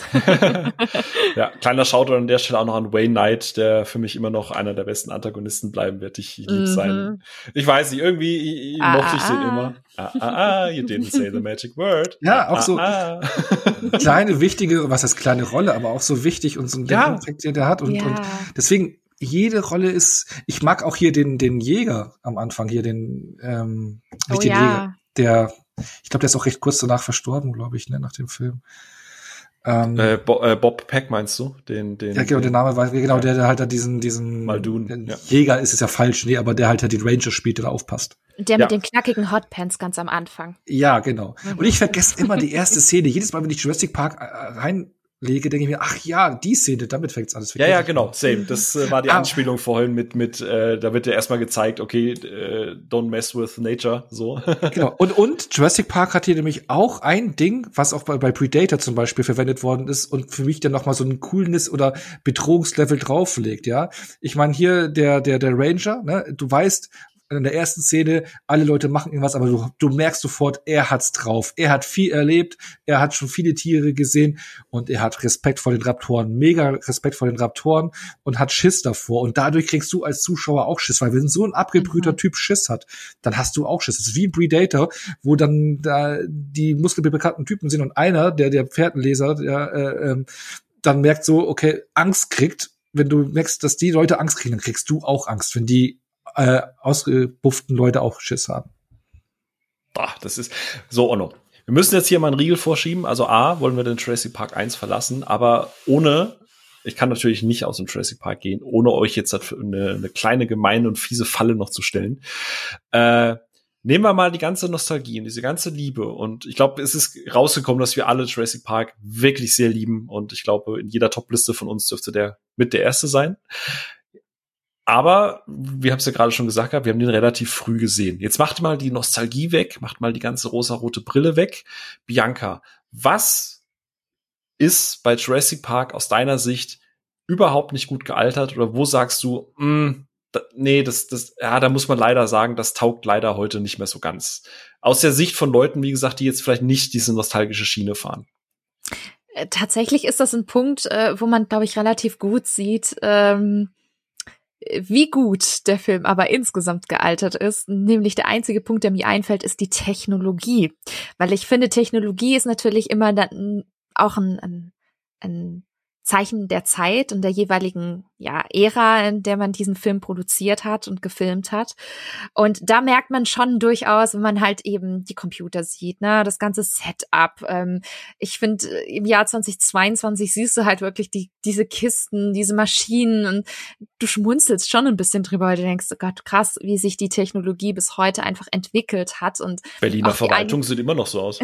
Ja, kleiner Shoutout an der Stelle auch noch an Wayne Knight, der für mich immer noch einer der besten Antagonisten bleiben wird. Ich liebe seinen. Ich weiß nicht, irgendwie mochte ich den immer. You didn't say the magic word. Ja, auch so kleine, wichtige, was heißt kleine Rolle, aber auch so wichtig und so ein Impact, den der hat. Und deswegen, jede Rolle ist, ich mag auch hier den Jäger am Anfang, hier Jäger, ich glaube, der ist auch recht kurz danach verstorben, glaube ich, ne, nach dem Film. Bob Peck meinst du? Ja, genau, der Name war, genau, der halt da diesen Muldoon. Jäger ist es ja falsch, nee, aber der halt den Ranger spielt, der da aufpasst. Der mit den knackigen Hotpants ganz am Anfang. Ja, genau. Und ich vergesse immer die erste Szene. Jedes Mal, wenn ich Jurassic Park lege, denke ich mir, ach ja, die Szene, damit fängt's alles Ja, genau, same. Das war die Anspielung vorhin mit da wird ja erstmal gezeigt, okay, don't mess with nature, so. Genau. Und Jurassic Park hat hier nämlich auch ein Ding, was auch bei Predator zum Beispiel verwendet worden ist und für mich dann noch mal so ein Coolness- oder Bedrohungslevel drauflegt, ja. Ich meine, hier der Ranger, ne, du weißt, in der ersten Szene, alle Leute machen irgendwas, aber du merkst sofort, er hat's drauf. Er hat viel erlebt, er hat schon viele Tiere gesehen und er hat Respekt vor den Raptoren, mega Respekt vor den Raptoren und hat Schiss davor. Und dadurch kriegst du als Zuschauer auch Schiss, weil wenn so ein abgebrühter Typ Schiss hat, dann hast du auch Schiss. Das ist wie ein Predator, wo dann da die muskelbekannten Typen sind und einer, der Pferdenleser, der dann merkt so, okay, Angst kriegt. Wenn du merkst, dass die Leute Angst kriegen, dann kriegst du auch Angst, wenn die ausgebufften Leute auch Schiss haben. Das ist so, Onno. Wir müssen jetzt hier mal einen Riegel vorschieben. Also A, wollen wir den Jurassic Park 1 verlassen, aber ich kann natürlich nicht aus dem Jurassic Park gehen, ohne euch jetzt eine kleine, gemeine und fiese Falle noch zu stellen. Nehmen wir mal die ganze Nostalgie und diese ganze Liebe. Und ich glaube, es ist rausgekommen, dass wir alle Jurassic Park wirklich sehr lieben. Und ich glaube, in jeder Top-Liste von uns dürfte der mit der erste sein. Aber, wir haben es ja gerade schon gesagt, wir haben den relativ früh gesehen. Jetzt macht mal die Nostalgie weg, macht mal die ganze rosarote Brille weg. Bianca, was ist bei Jurassic Park aus deiner Sicht überhaupt nicht gut gealtert? Oder wo sagst du, da muss man leider sagen, das taugt leider heute nicht mehr so ganz. Aus der Sicht von Leuten, wie gesagt, die jetzt vielleicht nicht diese nostalgische Schiene fahren. Tatsächlich ist das ein Punkt, wo man, glaube ich, relativ gut sieht, wie gut der Film aber insgesamt gealtert ist. Nämlich der einzige Punkt, der mir einfällt, ist die Technologie. Weil ich finde, Technologie ist natürlich immer dann auch ein Zeichen der Zeit und der jeweiligen Ära, in der man diesen Film produziert hat und gefilmt hat. Und da merkt man schon durchaus, wenn man halt eben die Computer sieht, ne, das ganze Setup. Ich finde, im Jahr 2022 siehst du halt wirklich diese Kisten, diese Maschinen und du schmunzelst schon ein bisschen drüber, weil du denkst, oh Gott, krass, wie sich die Technologie bis heute einfach entwickelt hat. Und Berliner Verwaltung sieht immer noch so aus.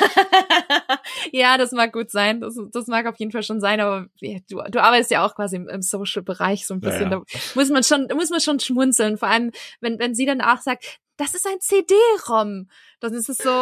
Ja, das mag gut sein. Das mag auf jeden Fall schon sein, aber du arbeitest ja auch quasi im Social-Bereich so ein bisschen. Ja. Da muss man schon schmunzeln. Vor allem, wenn sie dann auch sagt, das ist ein CD-ROM. Dann ist es so,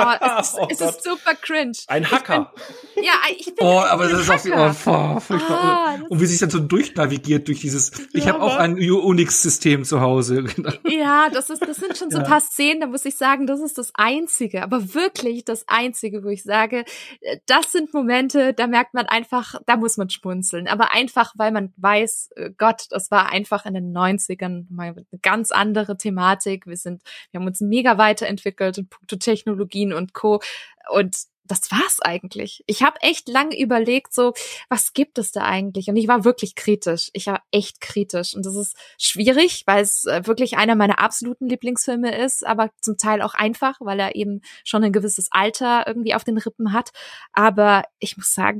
es ist super cringe. Ein Hacker. Ich bin aber das ist auch furchtbar. Und wie sich dann so durchnavigiert durch dieses, ich habe auch ein Unix-System zu Hause. Ja, das sind schon so ein paar Szenen, da muss ich sagen, das ist das Einzige, aber wirklich das Einzige, wo ich sage, das sind Momente, da merkt man einfach, da muss man schmunzeln. Aber einfach, weil man weiß, Gott, das war einfach in den 90ern mal eine ganz andere Thematik. Wir haben uns mega weiterentwickelt in puncto Technologien und Co. Und das war's eigentlich. Ich habe echt lange überlegt, so, was gibt es da eigentlich? Und ich war wirklich kritisch. Ich war echt kritisch. Und das ist schwierig, weil es wirklich einer meiner absoluten Lieblingsfilme ist, aber zum Teil auch einfach, weil er eben schon ein gewisses Alter irgendwie auf den Rippen hat. Aber ich muss sagen,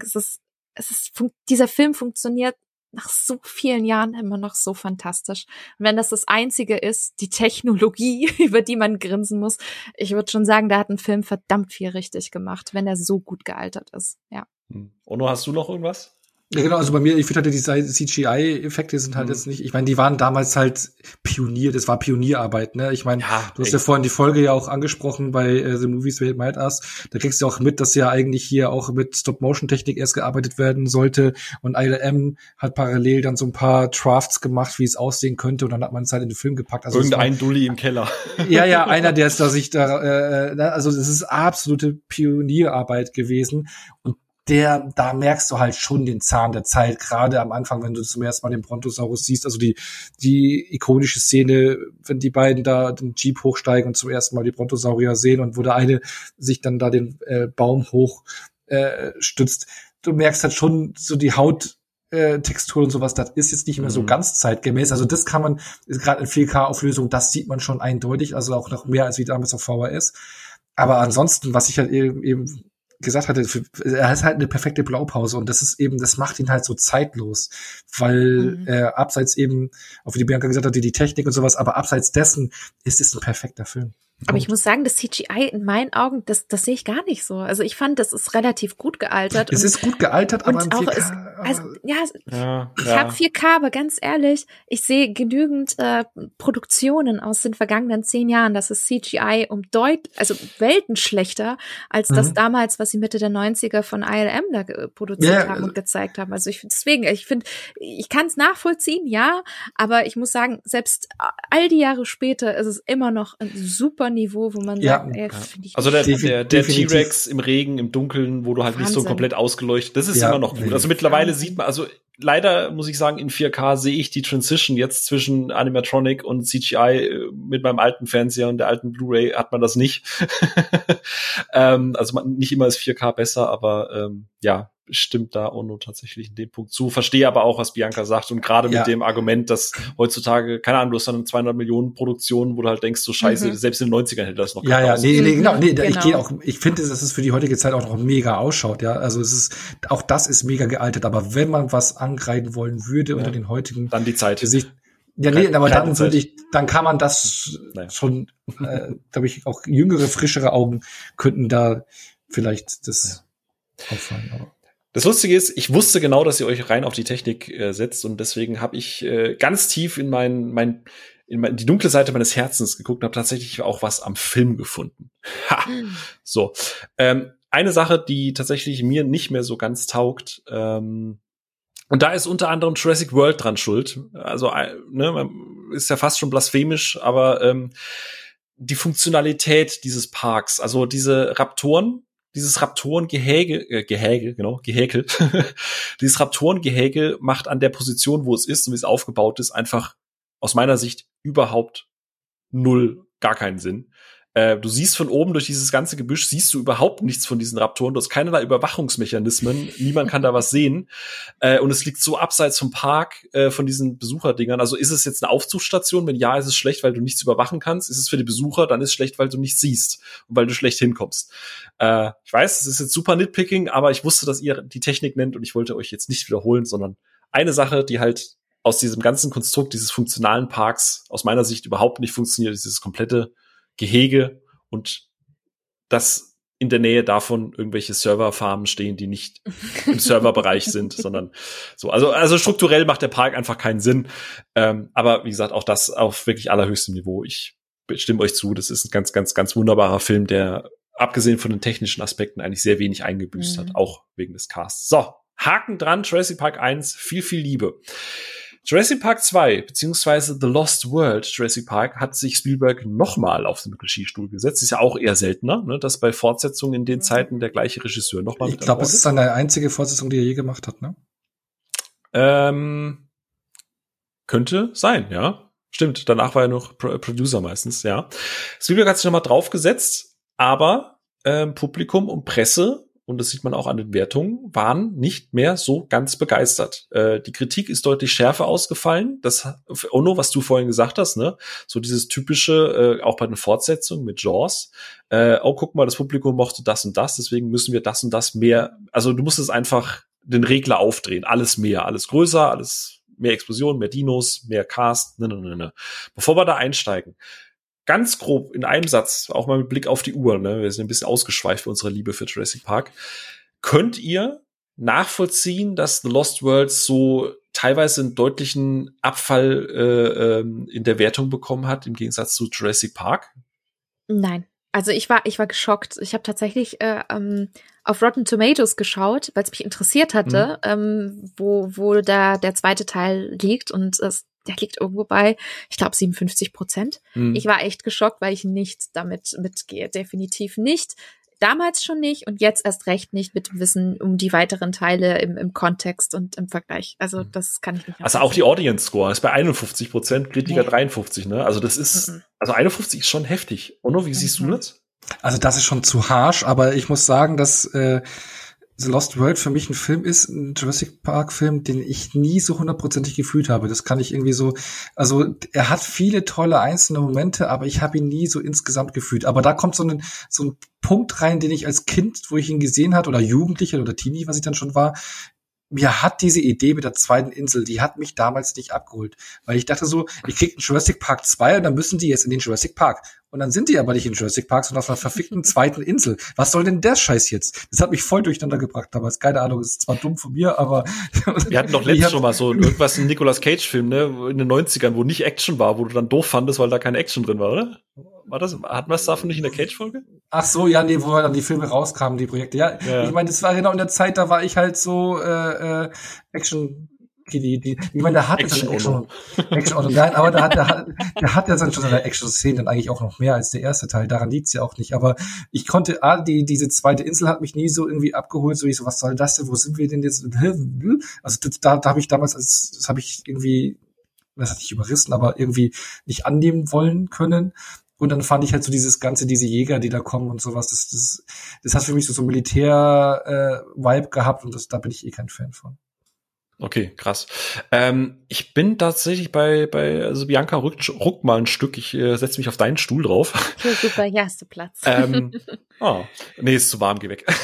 dieser Film funktioniert nach so vielen Jahren immer noch so fantastisch. Und wenn das Einzige ist, die Technologie, über die man grinsen muss, ich würde schon sagen, da hat ein Film verdammt viel richtig gemacht, wenn er so gut gealtert ist. Ja. Onno, hast du noch irgendwas? Ja, genau, also bei mir, ich finde halt, die CGI-Effekte sind halt jetzt nicht, ich meine, die waren damals halt Pionier, das war Pionierarbeit, ne? Ich meine, du hast ja vorhin die Folge ja auch angesprochen bei The Movies Made by Us, da kriegst du auch mit, dass ja eigentlich hier auch mit Stop-Motion-Technik erst gearbeitet werden sollte und ILM hat parallel dann so ein paar Drafts gemacht, wie es aussehen könnte und dann hat man es halt in den Film gepackt. Also irgendein Dulli im Keller. Ja, einer, der ist da sich da, also es ist absolute Pionierarbeit gewesen und da merkst du halt schon den Zahn der Zeit, gerade am Anfang, wenn du zum ersten Mal den Brontosaurus siehst, also die ikonische Szene, wenn die beiden da den Jeep hochsteigen und zum ersten Mal die Brontosaurier sehen und wo der eine sich dann da den Baum hoch stützt, du merkst halt schon so die Hauttextur und sowas, das ist jetzt nicht mehr so ganz zeitgemäß, also das kann man, gerade in 4K-Auflösung, das sieht man schon eindeutig, also auch noch mehr als wie damals auf VHS, aber ansonsten, was ich halt eben gesagt hatte, er ist halt eine perfekte Blaupause und das macht ihn halt so zeitlos, weil abseits eben, auf wie die Bianca gesagt hat, die Technik und sowas, aber abseits dessen ist es ein perfekter Film. Aber ich muss sagen, das CGI in meinen Augen, das sehe ich gar nicht so. Also ich fand, das ist relativ gut gealtert. Es ist gut gealtert, aber im 4K. Ich habe 4K, aber ganz ehrlich, ich sehe genügend Produktionen aus den vergangenen 10 Jahren, das ist CGI also Welten schlechter als das damals, was sie Mitte der 90er von ILM da produziert haben und gezeigt haben. Also ich kann es nachvollziehen, ja, aber ich muss sagen, selbst all die Jahre später ist es immer noch ein super Niveau, wo man sagt, finde ich. Also der T-Rex im Regen, im Dunkeln, wo du halt nicht so komplett ausgeleuchtet, das ist immer noch gut. Also mittlerweile sieht man, also leider muss ich sagen, in 4K sehe ich die Transition jetzt zwischen Animatronic und CGI mit meinem alten Fernseher und der alten Blu-ray hat man das nicht. Also nicht immer ist 4K besser, aber stimmt da Ono tatsächlich in dem Punkt zu. Verstehe aber auch, was Bianca sagt und gerade mit dem Argument, dass heutzutage, keine Ahnung, du hast dann eine 200 Millionen Produktion, wo du halt denkst, so scheiße, selbst in den 90ern hätte das noch genau. Ich finde, dass es für die heutige Zeit auch noch mega ausschaut, ja. Also das ist mega gealtert, aber wenn man was angreifen wollen würde unter den heutigen dann die Zeit. Dann kann man das schon, glaube ich, auch jüngere, frischere Augen könnten da vielleicht das auffallen, aber. Das Lustige ist, ich wusste genau, dass ihr euch rein auf die Technik setzt und deswegen habe ich ganz tief in die dunkle Seite meines Herzens geguckt und habe tatsächlich auch was am Film gefunden. So. Eine Sache, die tatsächlich mir nicht mehr so ganz taugt, und da ist unter anderem Jurassic World dran schuld. Also, ist ja fast schon blasphemisch, aber die Funktionalität dieses Parks, also diese Raptoren, dieses Raptorengehäkel, dieses Raptorengehäkel macht an der Position, wo es ist und wie es aufgebaut ist, einfach aus meiner Sicht überhaupt gar keinen Sinn. Du siehst von oben durch dieses ganze Gebüsch, siehst du überhaupt nichts von diesen Raptoren. Du hast keinerlei Überwachungsmechanismen. Niemand kann da was sehen. Und es liegt so abseits vom Park, von diesen Besucherdingern. Also ist es jetzt eine Aufzugsstation? Wenn ja, ist es schlecht, weil du nichts überwachen kannst. Ist es für die Besucher? Dann ist es schlecht, weil du nichts siehst und weil du schlecht hinkommst. Ich weiß, es ist jetzt super Nitpicking, aber ich wusste, dass ihr die Technik nennt und ich wollte euch jetzt nicht wiederholen, sondern eine Sache, die halt aus diesem ganzen Konstrukt dieses funktionalen Parks aus meiner Sicht überhaupt nicht funktioniert, ist dieses komplette Gehege und dass in der Nähe davon irgendwelche Serverfarmen stehen, die nicht im Serverbereich sind, sondern so. Also strukturell macht der Park einfach keinen Sinn. Aber wie gesagt, auch das auf wirklich allerhöchstem Niveau. Ich stimme euch zu, das ist ein ganz, ganz, ganz wunderbarer Film, der abgesehen von den technischen Aspekten eigentlich sehr wenig eingebüßt hat, auch wegen des Casts. So, Haken dran, Jurassic Park 1, viel, viel Liebe. Jurassic Park 2, beziehungsweise The Lost World Jurassic Park, hat sich Spielberg nochmal auf den Regiestuhl gesetzt. Ist ja auch eher seltener, ne, dass bei Fortsetzungen in den Zeiten der gleiche Regisseur nochmal mit. Ich glaube, es ist seine einzige Fortsetzung, die er je gemacht hat, ne? Könnte sein, ja. Stimmt, danach war er noch Producer meistens, ja. Spielberg hat sich nochmal draufgesetzt, aber Publikum und Presse, und das sieht man auch an den Wertungen, waren nicht mehr so ganz begeistert. Die Kritik ist deutlich schärfer ausgefallen. Das, Ono, was du vorhin gesagt hast, ne, so dieses typische, auch bei den Fortsetzungen mit Jaws. Guck mal, das Publikum mochte das und das, deswegen müssen wir das und das mehr. Also du musst es einfach den Regler aufdrehen, alles mehr, alles größer, alles mehr Explosionen, mehr Dinos, mehr Cast. Ne. Bevor wir da einsteigen, ganz grob in einem Satz, auch mal mit Blick auf die Uhr, ne, wir sind ein bisschen ausgeschweift für unsere Liebe für Jurassic Park. Könnt ihr nachvollziehen, dass The Lost World so teilweise einen deutlichen Abfall in der Wertung bekommen hat, im Gegensatz zu Jurassic Park? Nein. Also ich war geschockt. Ich habe tatsächlich auf Rotten Tomatoes geschaut, weil es mich interessiert hatte, wo da der zweite Teil liegt, und der liegt irgendwo bei, ich glaube, 57%. Ich war echt geschockt, weil ich nicht damit mitgehe. Definitiv nicht. Damals schon nicht und jetzt erst recht nicht mit dem Wissen um die weiteren Teile im Kontext und im Vergleich. Also das kann ich nicht. Also auch die Audience Score ist bei 51%, Kritiker 53, ne? Also das ist, also 51 ist schon heftig. Ono, wie siehst du das? Also das ist schon zu harsch, aber ich muss sagen, dass The Lost World für mich ein Film ist, ein Jurassic Park Film, den ich nie so 100%ig gefühlt habe. Das kann ich irgendwie so, also er hat viele tolle einzelne Momente, aber ich habe ihn nie so insgesamt gefühlt. Aber da kommt so ein Punkt rein, den ich als Kind, wo ich ihn gesehen hat, oder Jugendlicher oder Teenie, was ich dann schon war, mir hat diese Idee mit der zweiten Insel, die hat mich damals nicht abgeholt. Weil ich dachte so, ich krieg einen Jurassic Park 2 und dann müssen die jetzt in den Jurassic Park. Und dann sind die aber nicht in Jurassic Park, sondern auf einer verfickten zweiten Insel. Was soll denn der Scheiß jetzt? Das hat mich voll durcheinander gebracht damals. Keine Ahnung, ist zwar dumm von mir, aber wir hatten doch letztens schon mal so irgendwas in Nicolas Cage-Film, ne, in den 90ern, wo nicht Action war, wo du dann doof fandest, weil da keine Action drin war, oder? Hatten wir es davon nicht in der Cage-Folge? Ach so, ja, nee, wo dann die Filme rauskamen, die Projekte. Ja. Ich meine, das war genau in der Zeit, da war ich halt so Action. Ich meine, der hatte Action nein, aber der hat ja dann schon seine Action-Szenen dann eigentlich auch noch mehr als der erste Teil. Daran liegt's ja auch nicht. Aber ich konnte, diese zweite Insel hat mich nie so irgendwie abgeholt. So ich so, was soll das denn? Wo sind wir denn jetzt? Also da habe ich damals, das habe ich irgendwie, das hat nicht überrissen, aber irgendwie nicht annehmen wollen können. Und dann fand ich halt so diese Jäger, die da kommen und sowas. Das hat für mich so Militär-Vibe gehabt und da bin ich kein Fan von. Okay, krass. Ich bin tatsächlich also Bianca, ruck mal ein Stück. Ich setze mich auf deinen Stuhl drauf. Okay, super, hier hast du Platz. Nee, ist zu warm, geh weg.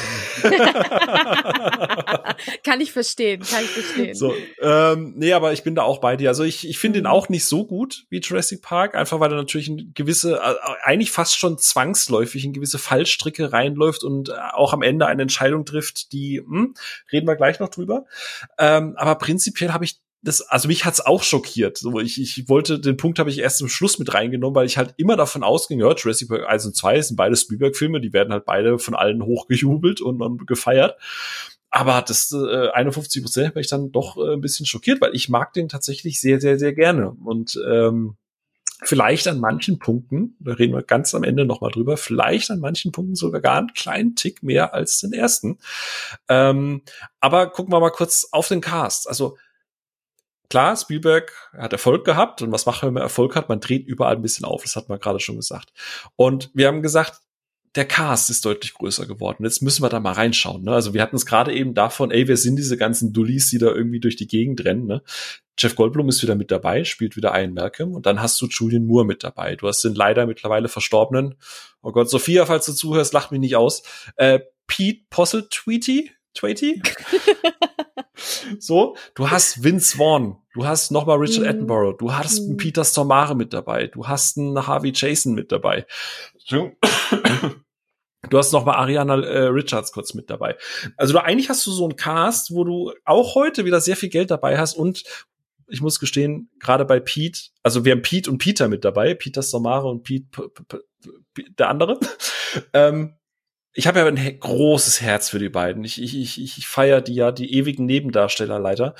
Kann ich verstehen. So, nee, aber ich bin da auch bei dir. Also ich finde ihn auch nicht so gut wie Jurassic Park, einfach weil er natürlich eigentlich fast schon zwangsläufig in gewisse Fallstricke reinläuft und auch am Ende eine Entscheidung trifft, die, reden wir gleich noch drüber. Aber prinzipiell habe ich also mich hat's auch schockiert. So, den Punkt habe ich erst zum Schluss mit reingenommen, weil ich halt immer davon ausging, ja, Jurassic Park 1 und 2 sind beide Spielberg-Filme, die werden halt beide von allen hochgejubelt und gefeiert. Aber das 51% habe ich dann doch ein bisschen schockiert, weil ich mag den tatsächlich sehr, sehr, sehr gerne. Und vielleicht an manchen Punkten, da reden wir ganz am Ende nochmal drüber, vielleicht an manchen Punkten sogar gar einen kleinen Tick mehr als den ersten. Aber gucken wir mal kurz auf den Cast. Also klar, Spielberg hat Erfolg gehabt und was macht man, wenn man Erfolg hat? Man dreht überall ein bisschen auf, das hat man gerade schon gesagt. Und wir haben gesagt, der Cast ist deutlich größer geworden. Jetzt müssen wir da mal reinschauen. Ne? Also wir hatten es gerade eben davon, wer sind diese ganzen Dullis, die da irgendwie durch die Gegend rennen. Ne? Jeff Goldblum ist wieder mit dabei, spielt wieder Ian Malcolm. Und dann hast du Julianne Moore mit dabei. Du hast den leider mittlerweile verstorbenen, oh Gott, Sophia, falls du zuhörst, lach mich nicht aus, Pete Postlethwaite. So, du hast Vince Vaughn, du hast nochmal Richard Attenborough, du hast einen Peter Stormare mit dabei, du hast einen Harvey Jason mit dabei. Du hast noch mal Ariana Richards kurz mit dabei. Also eigentlich hast du so einen Cast, wo du auch heute wieder sehr viel Geld dabei hast und ich muss gestehen, gerade bei Pete, also wir haben Pete und Peter mit dabei, Peter Stormare und Pete, der andere. Ich habe ja ein großes Herz für die beiden. Ich feiere die ewigen Nebendarsteller leider.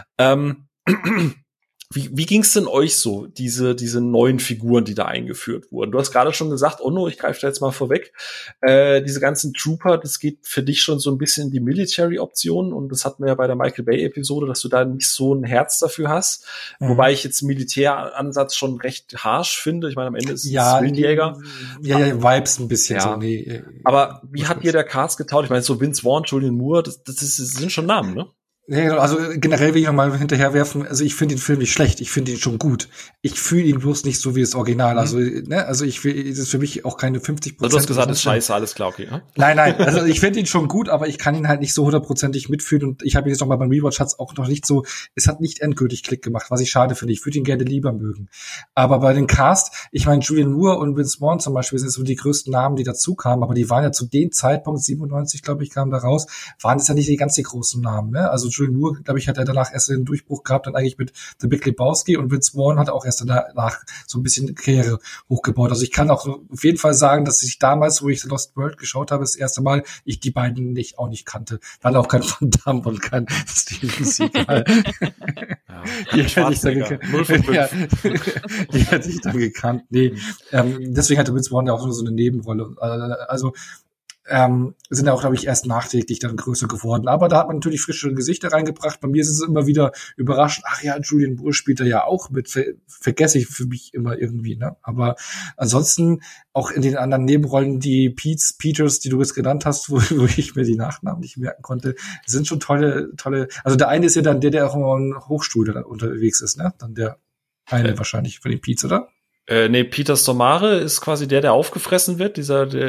Wie ging's denn euch so, diese neuen Figuren, die da eingeführt wurden? Du hast gerade schon gesagt, Onno, ich greife da jetzt mal vorweg, diese ganzen Trooper, das geht für dich schon so ein bisschen in die Military-Option und das hatten wir ja bei der Michael Bay-Episode, dass du da nicht so ein Herz dafür hast, wobei ich jetzt Militäransatz schon recht harsh finde. Ich meine, am Ende ist es Wildjäger. Ja, Vibes ein bisschen ja. so. Nee, aber wie hat dir der Cast getaugt? Ich meine, so Vince Vaughn, Julianne Moore, das sind schon Namen, ne? Ja, also generell will ich noch mal hinterherwerfen, also ich finde den Film nicht schlecht, ich finde ihn schon gut. Ich fühle ihn bloß nicht so wie das Original. Also, ne, also das ist für mich auch keine 50%. Du hast gesagt, ist scheiße, alles klar, okay. Ja? Nein, also ich finde ihn schon gut, aber ich kann ihn halt nicht so 100%ig mitfühlen und ich habe jetzt noch mal beim Rewatch hat's auch noch nicht so, es hat nicht endgültig Klick gemacht, was ich schade finde. Ich würde ihn gerne lieber mögen. Aber bei den Cast, ich meine, Julianne Moore und Vince Vaughn zum Beispiel sind so die größten Namen, die dazu kamen, aber die waren ja zu dem Zeitpunkt, 97, glaube ich, kam da raus, waren es ja nicht die ganz die großen Namen, ne? Also Julianne Moore, glaube ich, hat er danach erst den Durchbruch gehabt, dann eigentlich mit The Big Lebowski und Vince Vaughn hat auch erst danach so ein bisschen Karriere hochgebaut. Also ich kann auch auf jeden Fall sagen, dass ich damals, wo ich The Lost World geschaut habe, das erste Mal, ich die beiden auch nicht kannte. Dann auch kein Van Damme und kein Steven Seagal. Die hätte ich dann gekannt. Die hätte ich dann gekannt. Nee, deswegen hatte Vince Vaughn ja auch nur so eine Nebenrolle. Also sind auch, glaube ich, erst nachträglich dann größer geworden. Aber da hat man natürlich frische Gesichter reingebracht. Bei mir ist es immer wieder überraschend. Ach ja, Julianne Moore spielt da ja auch mit. Vergesse ich für mich immer irgendwie, ne? Aber ansonsten auch in den anderen Nebenrollen, die Peters, die du jetzt genannt hast, wo ich mir die Nachnamen nicht merken konnte, sind schon tolle. Also der eine ist ja dann der auch immer im Hochstuhl dann unterwegs ist, ne? Dann der eine wahrscheinlich von den Pete's, oder? Nee, Peter Stormare ist quasi der aufgefressen wird,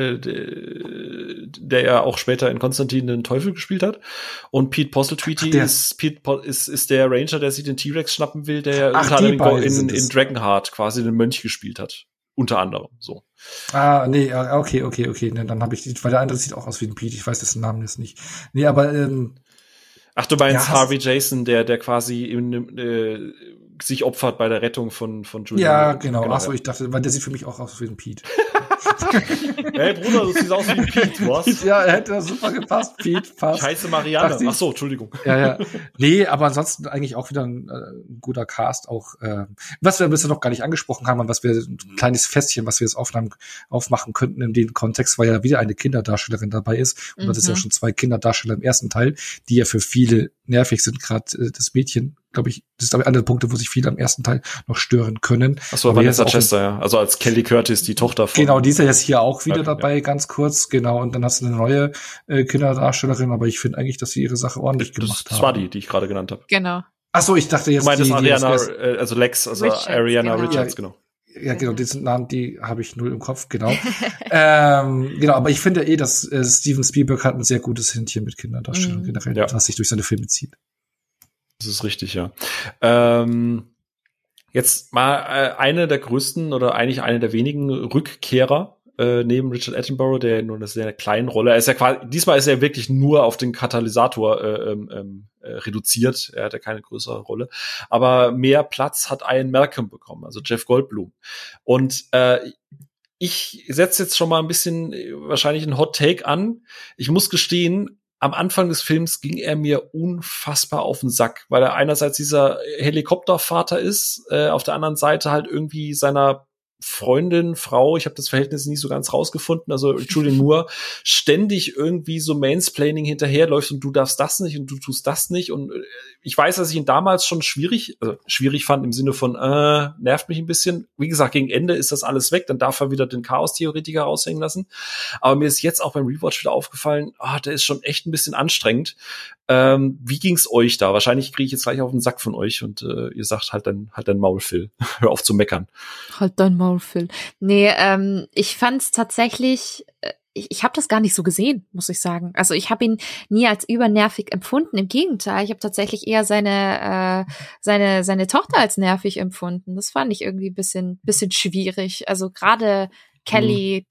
der ja auch später in Konstantin den Teufel gespielt hat. Und Pete Postlethwaite ist der Ranger, der sich den T-Rex schnappen will, der unter anderem in Dragonheart quasi den Mönch gespielt hat. unter anderem so. Nee, okay. Ne, dann habe ich, weil der andere sieht auch aus wie ein Pete. Ich weiß dessen Namen jetzt nicht. Nee, aber Ach, du meinst Harvey Jason, der quasi sich opfert bei der Rettung von Julian. Ja, genau. Achso, ich dachte, weil der sieht für mich auch aus wie ein Pete. Hey Bruder, du siehst aus wie ein Pete, was? Ja, er hätte super gepasst, Pete, passt. Ich heiße Marianne. Ach so, Entschuldigung. Ja. Nee, aber ansonsten eigentlich auch wieder ein guter Cast. Auch was wir bisher noch gar nicht angesprochen haben, und was wir ein kleines Festchen, was wir jetzt aufmachen könnten in dem Kontext, weil ja wieder eine Kinderdarstellerin dabei ist. Und das ist ja schon 2 Kinderdarsteller im ersten Teil, die ja für viele nervig sind, gerade das Mädchen. Glaube ich, das ist aber andere Punkte, wo sich viele am ersten Teil noch stören können. Achso, Vanessa Chester, ja. Also als Kelly Curtis, die Tochter von. Genau, die ist ja jetzt hier auch wieder dabei, ganz kurz. Genau, und dann hast du eine neue Kinderdarstellerin, aber ich finde eigentlich, dass sie ihre Sache ordentlich gemacht haben. Das war die ich gerade genannt habe. Genau. Achso, ich dachte jetzt. Du meintest also Lex, also Richards, Ariana Richards, genau. Ja, genau, diesen Namen, die habe ich null im Kopf, genau. Genau, aber ich finde dass Steven Spielberg hat ein sehr gutes Händchen mit Kinderdarstellern generell, was sich durch seine Filme zieht. Das ist richtig, ja. Jetzt mal eine der größten oder eigentlich eine der wenigen Rückkehrer neben Richard Attenborough, der nur eine sehr kleine Rolle, er ist ja quasi, diesmal ist er wirklich nur auf den Katalysator reduziert, er hat ja keine größere Rolle, aber mehr Platz hat Ian Malcolm bekommen, also Jeff Goldblum. Und ich setze jetzt schon mal ein bisschen wahrscheinlich einen Hot Take an. Ich muss gestehen, am Anfang des Films ging er mir unfassbar auf den Sack, weil er einerseits dieser Helikoptervater ist, auf der anderen Seite halt irgendwie seiner Freundin, Frau, ich habe das Verhältnis nicht so ganz rausgefunden, also Julianne Moore, ständig irgendwie so Mansplaining hinterherläuft und du darfst das nicht und du tust das nicht und ich weiß, dass ich ihn damals schon schwierig fand im Sinne von nervt mich ein bisschen. Wie gesagt, gegen Ende ist das alles weg, dann darf er wieder den Chaos-Theoretiker raushängen lassen. Aber mir ist jetzt auch beim Rewatch wieder aufgefallen, der ist schon echt ein bisschen anstrengend. Wie ging's euch da? Wahrscheinlich kriege ich jetzt gleich auf den Sack von euch und ihr sagt halt dein Maul, Phil. Hör auf zu meckern. Halt dein Maul, Phil. Nee, ich fand's tatsächlich, ich habe das gar nicht so gesehen, muss ich sagen. Also ich habe ihn nie als übernervig empfunden. Im Gegenteil, ich habe tatsächlich eher seine Tochter als nervig empfunden. Das fand ich irgendwie ein bisschen schwierig. Also gerade Kelly,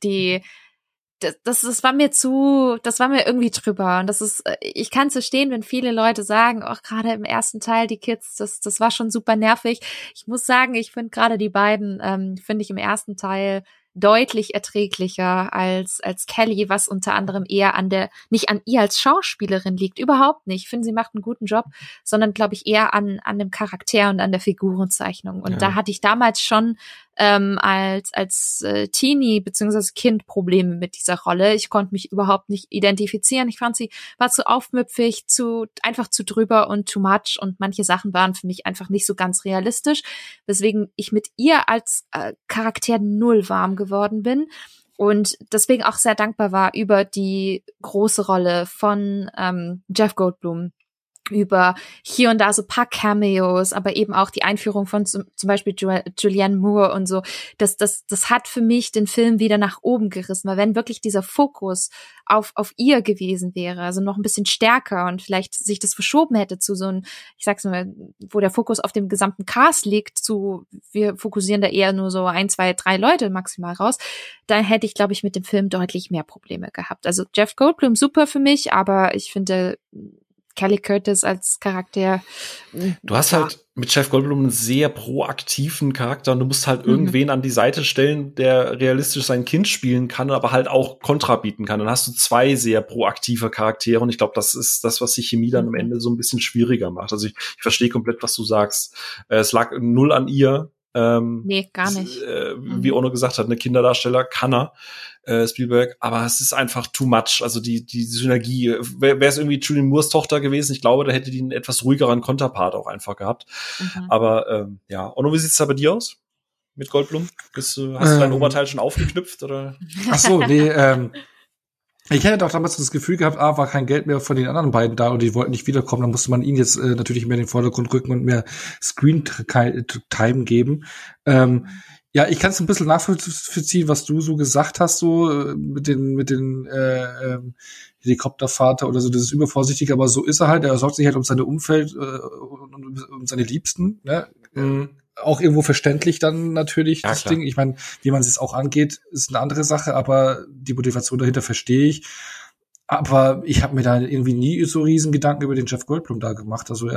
das war mir irgendwie drüber. Und das ist, ich kann es verstehen, wenn viele Leute sagen, auch gerade im ersten Teil, die Kids, das war schon super nervig. Ich muss sagen, ich finde gerade die beiden, finde ich im ersten Teil deutlich erträglicher als Kelly, was unter anderem eher nicht an ihr als Schauspielerin liegt, überhaupt nicht. Ich finde, sie macht einen guten Job, sondern glaube ich eher an dem Charakter und an der Figurenzeichnung. Und da hatte ich damals schon als Teenie bzw. Kind Probleme mit dieser Rolle. Ich konnte mich überhaupt nicht identifizieren. Ich fand, sie war zu aufmüpfig, einfach zu drüber und too much und manche Sachen waren für mich einfach nicht so ganz realistisch, weswegen ich mit ihr als Charakter null warm geworden bin und deswegen auch sehr dankbar war über die große Rolle von Jeff Goldblum, über hier und da so paar Cameos, aber eben auch die Einführung von zum Beispiel Julianne Moore und so. Das hat für mich den Film wieder nach oben gerissen, weil wenn wirklich dieser Fokus auf ihr gewesen wäre, also noch ein bisschen stärker und vielleicht sich das verschoben hätte zu so einem, ich sag's mal, wo der Fokus auf dem gesamten Cast liegt, wir fokussieren da eher nur so 1, 2, 3 Leute maximal raus, dann hätte ich, glaube ich, mit dem Film deutlich mehr Probleme gehabt. Also Jeff Goldblum super für mich, aber ich finde Kelly Curtis als Charakter. Du hast halt mit Jeff Goldblum einen sehr proaktiven Charakter und du musst halt irgendwen an die Seite stellen, der realistisch sein Kind spielen kann, aber halt auch Kontra bieten kann. Dann hast du 2 sehr proaktive Charaktere und ich glaube, das ist das, was die Chemie dann am Ende so ein bisschen schwieriger macht. Also ich verstehe komplett, was du sagst. Es lag null an ihr. Nee, gar nicht. Wie Ono gesagt hat, eine Kinderdarsteller kann er, Spielberg, aber es ist einfach too much. Also die Synergie, wäre es irgendwie Julianne Moores Tochter gewesen, ich glaube, da hätte die einen etwas ruhigeren Konterpart auch einfach gehabt. Aber ja, Ono, wie sieht's da bei dir aus? Mit Goldblum? Hast du dein Oberteil schon aufgeknüpft, oder? Ach so, nee, ich hätte auch damals das Gefühl gehabt, war kein Geld mehr von den anderen beiden da und die wollten nicht wiederkommen. Dann musste man ihnen jetzt natürlich mehr in den Vordergrund rücken und mehr Screen-Time geben. Ja, ich kann es ein bisschen nachvollziehen, was du so gesagt hast, so mit den Helikoptervater oder so, das ist übervorsichtig, aber so ist er halt. Er sorgt sich halt um sein Umfeld und um seine Liebsten, ne? auch irgendwo verständlich dann natürlich, Ja, das klar. Ding. Ich meine, wie man es auch angeht, ist eine andere Sache, aber die Motivation dahinter verstehe ich. Aber ich habe mir da irgendwie nie so riesen Gedanken über den Jeff Goldblum da gemacht. Also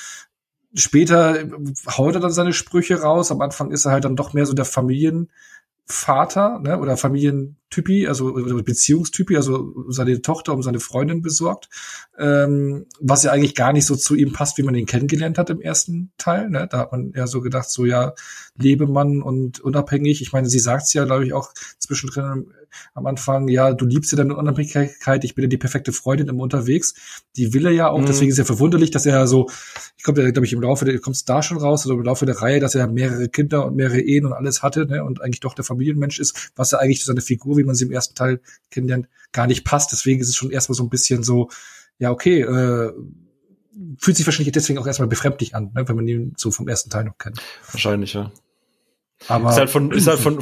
später haut er dann seine Sprüche raus. Am Anfang ist er halt dann doch mehr so der Familienvater, ne, oder Familientypi, also oder Beziehungstypi, also seine Tochter um seine Freundin besorgt, was ja eigentlich gar nicht so zu ihm passt, wie man ihn kennengelernt hat im ersten Teil. Ne? Da hat man ja so gedacht, so ja, Lebemann und unabhängig. Ich meine, sie sagt's ja, glaube ich, auch zwischendrin am Anfang, ja, du liebst ja deine Unabhängigkeit, ich bin ja die perfekte Freundin immer unterwegs. Die will er ja auch, deswegen ist ja verwunderlich, dass er so, ich glaube, ich im Laufe kommt's da schon raus, oder im Laufe der Reihe, dass er mehrere Kinder und mehrere Ehen und alles hatte, ne, und eigentlich doch der Familienmensch ist, was ja eigentlich zu seiner Figur, wie man sie im ersten Teil kennenlernt, gar nicht passt. Deswegen ist es schon erstmal so ein bisschen so, ja, okay, fühlt sich wahrscheinlich deswegen auch erstmal befremdlich an, ne, wenn man ihn so vom ersten Teil noch kennt. Wahrscheinlich, ja. Aber ist halt von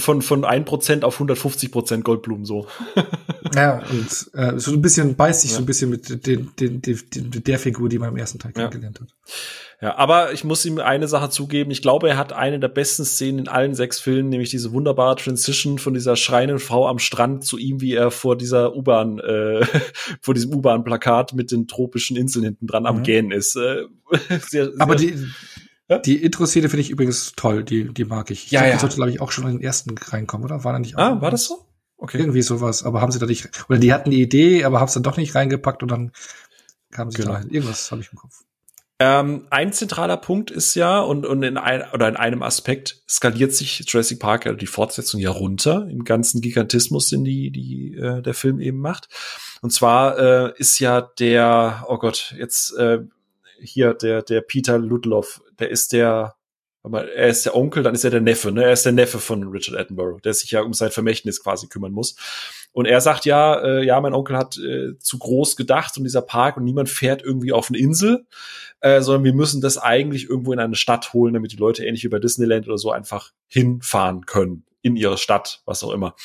1% auf 150% Goldblum so. Ja, und so ein bisschen beißt sich so ein bisschen mit der Figur, die man im ersten Teil kennengelernt hat. Ja, aber ich muss ihm eine Sache zugeben. Ich glaube, er hat eine der besten Szenen in allen 6 Filmen, nämlich diese wunderbare Transition von dieser schreienden Frau am Strand zu ihm, wie er vor dieser U-Bahn, vor diesem U-Bahn-Plakat mit den tropischen Inseln hinten dran am Gähnen ist. Sehr, aber die Intro-Szene finde ich übrigens toll, die mag ich. Ja, die sollte, glaube ich, auch schon in den ersten reinkommen, oder? War da nicht auch? Ah, war das so? Okay. Irgendwie sowas, aber haben sie da nicht, oder die hatten die Idee, aber haben es dann doch nicht reingepackt und dann kamen sie da rein. Irgendwas habe ich im Kopf. Ein zentraler Punkt ist ja, und in einem Aspekt skaliert sich Jurassic Park, also die Fortsetzung, ja runter im ganzen Gigantismus, den der Film eben macht. Und zwar ist ja der, oh Gott, jetzt hier der Peter Ludlow, er ist der Onkel, dann ist er der Neffe, ne? Er ist der Neffe von Richard Attenborough, der sich ja um sein Vermächtnis quasi kümmern muss. Und er sagt ja, mein Onkel hat zu groß gedacht und dieser Park und niemand fährt irgendwie auf eine Insel, sondern wir müssen das eigentlich irgendwo in eine Stadt holen, damit die Leute ähnlich wie bei Disneyland oder so einfach hinfahren können in ihre Stadt, was auch immer.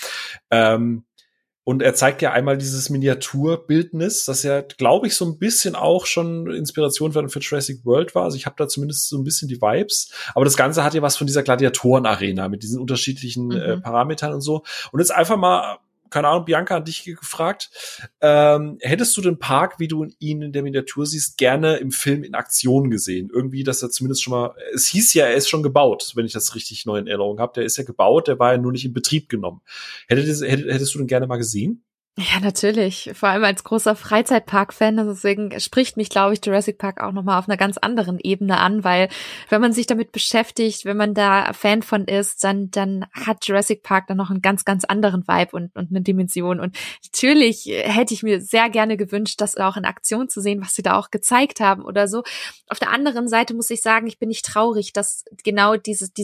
Und er zeigt ja einmal dieses Miniaturbildnis, das ja, glaube ich, so ein bisschen auch schon Inspiration für Jurassic World war. Also ich habe da zumindest so ein bisschen die Vibes. Aber das Ganze hat ja was von dieser Gladiatoren-Arena mit diesen unterschiedlichen Parametern und so. Und jetzt einfach mal, keine Ahnung, Bianca, an dich gefragt, hättest du den Park, wie du ihn in der Miniatur siehst, gerne im Film in Aktion gesehen? Irgendwie, dass er zumindest schon mal, es hieß ja, er ist schon gebaut, wenn ich das richtig neu in Erinnerung habe. Der ist ja gebaut, der war ja nur nicht in Betrieb genommen. Hättest du den gerne mal gesehen? Ja, natürlich. Vor allem als großer Freizeitpark-Fan. Deswegen spricht mich, glaube ich, Jurassic Park auch nochmal auf einer ganz anderen Ebene an, weil wenn man sich damit beschäftigt, wenn man da Fan von ist, dann hat Jurassic Park dann noch einen ganz, ganz anderen Vibe und eine Dimension. Und natürlich hätte ich mir sehr gerne gewünscht, das auch in Aktion zu sehen, was sie da auch gezeigt haben oder so. Auf der anderen Seite muss ich sagen, ich bin nicht traurig, dass genau diese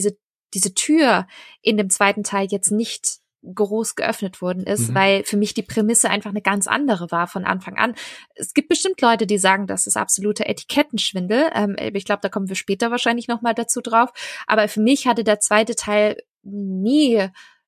Tür in dem zweiten Teil jetzt nicht groß geöffnet worden ist, weil für mich die Prämisse einfach eine ganz andere war von Anfang an. Es gibt bestimmt Leute, die sagen, das ist absoluter Etikettenschwindel. Ich glaube, da kommen wir später wahrscheinlich noch mal dazu drauf. Aber für mich hatte der zweite Teil nie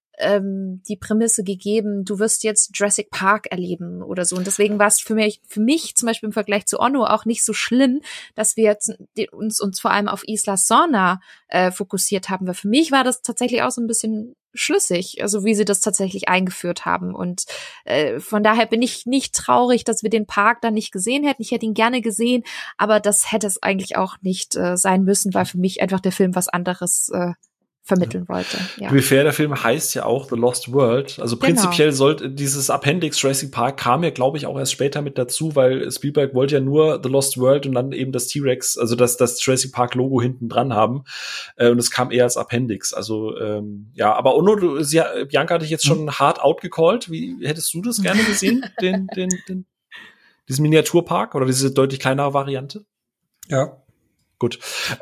die Prämisse gegeben, du wirst jetzt Jurassic Park erleben oder so. Und deswegen war es für mich zum Beispiel im Vergleich zu Onno auch nicht so schlimm, dass wir jetzt uns vor allem auf Isla Sorna fokussiert haben. Weil für mich war das tatsächlich auch so ein bisschen schlüssig, also wie sie das tatsächlich eingeführt haben. Und von daher bin ich nicht traurig, dass wir den Park dann nicht gesehen hätten. Ich hätte ihn gerne gesehen, aber das hätte es eigentlich auch nicht sein müssen, weil für mich einfach der Film was anderes vermitteln wollte. Ja. Wie fair, der Film heißt ja auch The Lost World. Also prinzipiell sollte dieses Appendix Jurassic Park kam ja, glaube ich, auch erst später mit dazu, weil Spielberg wollte ja nur The Lost World und dann eben das T-Rex, also das Jurassic Park Logo hinten dran haben. Und es kam eher als Appendix. Also ja, aber Onno, Bianca hat dich jetzt schon hart outgecallt. Wie hättest du das gerne gesehen, diesen Miniaturpark oder diese deutlich kleinere Variante? Ja. Gut.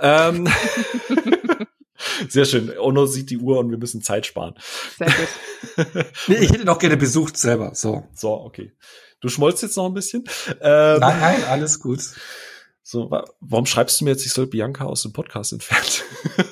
Sehr schön. Onno sieht die Uhr und wir müssen Zeit sparen. Sehr gut. Nee, ich hätte ihn auch gerne besucht selber. So, okay. Du schmolzt jetzt noch ein bisschen. Nein, alles gut. So, warum schreibst du mir jetzt, ich soll Bianca aus dem Podcast entfernen?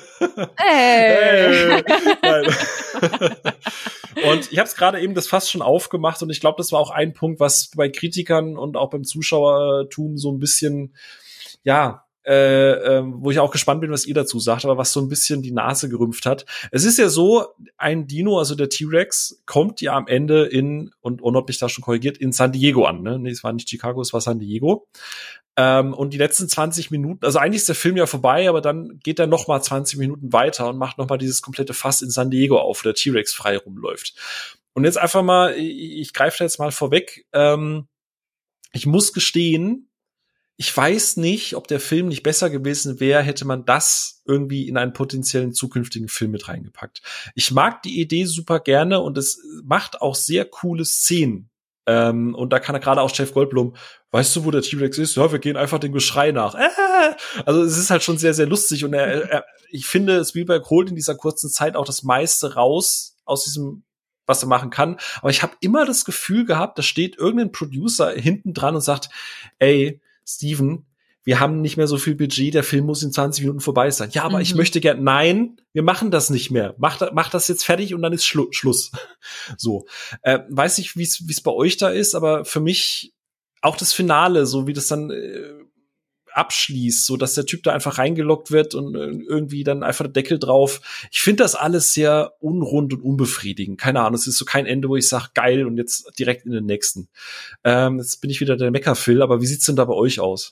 Hey. Nein. Und ich habe es gerade eben das Fass schon aufgemacht und ich glaube, das war auch ein Punkt, was bei Kritikern und auch beim Zuschauertum so ein bisschen, ja, wo ich auch gespannt bin, was ihr dazu sagt, aber was so ein bisschen die Nase gerümpft hat. Es ist ja so, ein Dino, also der T-Rex, kommt ja am Ende und Ono hat mich da schon korrigiert, in San Diego an, ne? Nee, es war nicht Chicago, es war San Diego. Und die letzten 20 Minuten, also eigentlich ist der Film ja vorbei, aber dann geht er noch mal 20 Minuten weiter und macht noch mal dieses komplette Fass in San Diego auf, wo der T-Rex frei rumläuft. Und jetzt einfach mal, ich greife da jetzt mal vorweg, ich muss gestehen, ich weiß nicht, ob der Film nicht besser gewesen wäre, hätte man das irgendwie in einen potenziellen zukünftigen Film mit reingepackt. Ich mag die Idee super gerne und es macht auch sehr coole Szenen. Und da kann er gerade auch Jeff Goldblum, weißt du, wo der T-Rex ist? Ja, wir gehen einfach dem Geschrei nach. Also es ist halt schon sehr, sehr lustig und ich finde, Spielberg holt in dieser kurzen Zeit auch das meiste raus aus diesem, was er machen kann. Aber ich habe immer das Gefühl gehabt, da steht irgendein Producer hinten dran und sagt, ey, Steven, wir haben nicht mehr so viel Budget, der Film muss in 20 Minuten vorbei sein. Ja, aber ich möchte gern, nein, wir machen das nicht mehr. Mach das jetzt fertig und dann ist Schluss. So. Weiß nicht, wie es bei euch da ist, aber für mich auch das Finale, so wie das dann abschließt, so dass der Typ da einfach reingelockt wird und irgendwie dann einfach der Deckel drauf. Ich finde das alles sehr unrund und unbefriedigend. Keine Ahnung, es ist so kein Ende, wo ich sage, geil und jetzt direkt in den nächsten. Jetzt bin ich wieder der Mecker-Phil, aber wie sieht's denn da bei euch aus?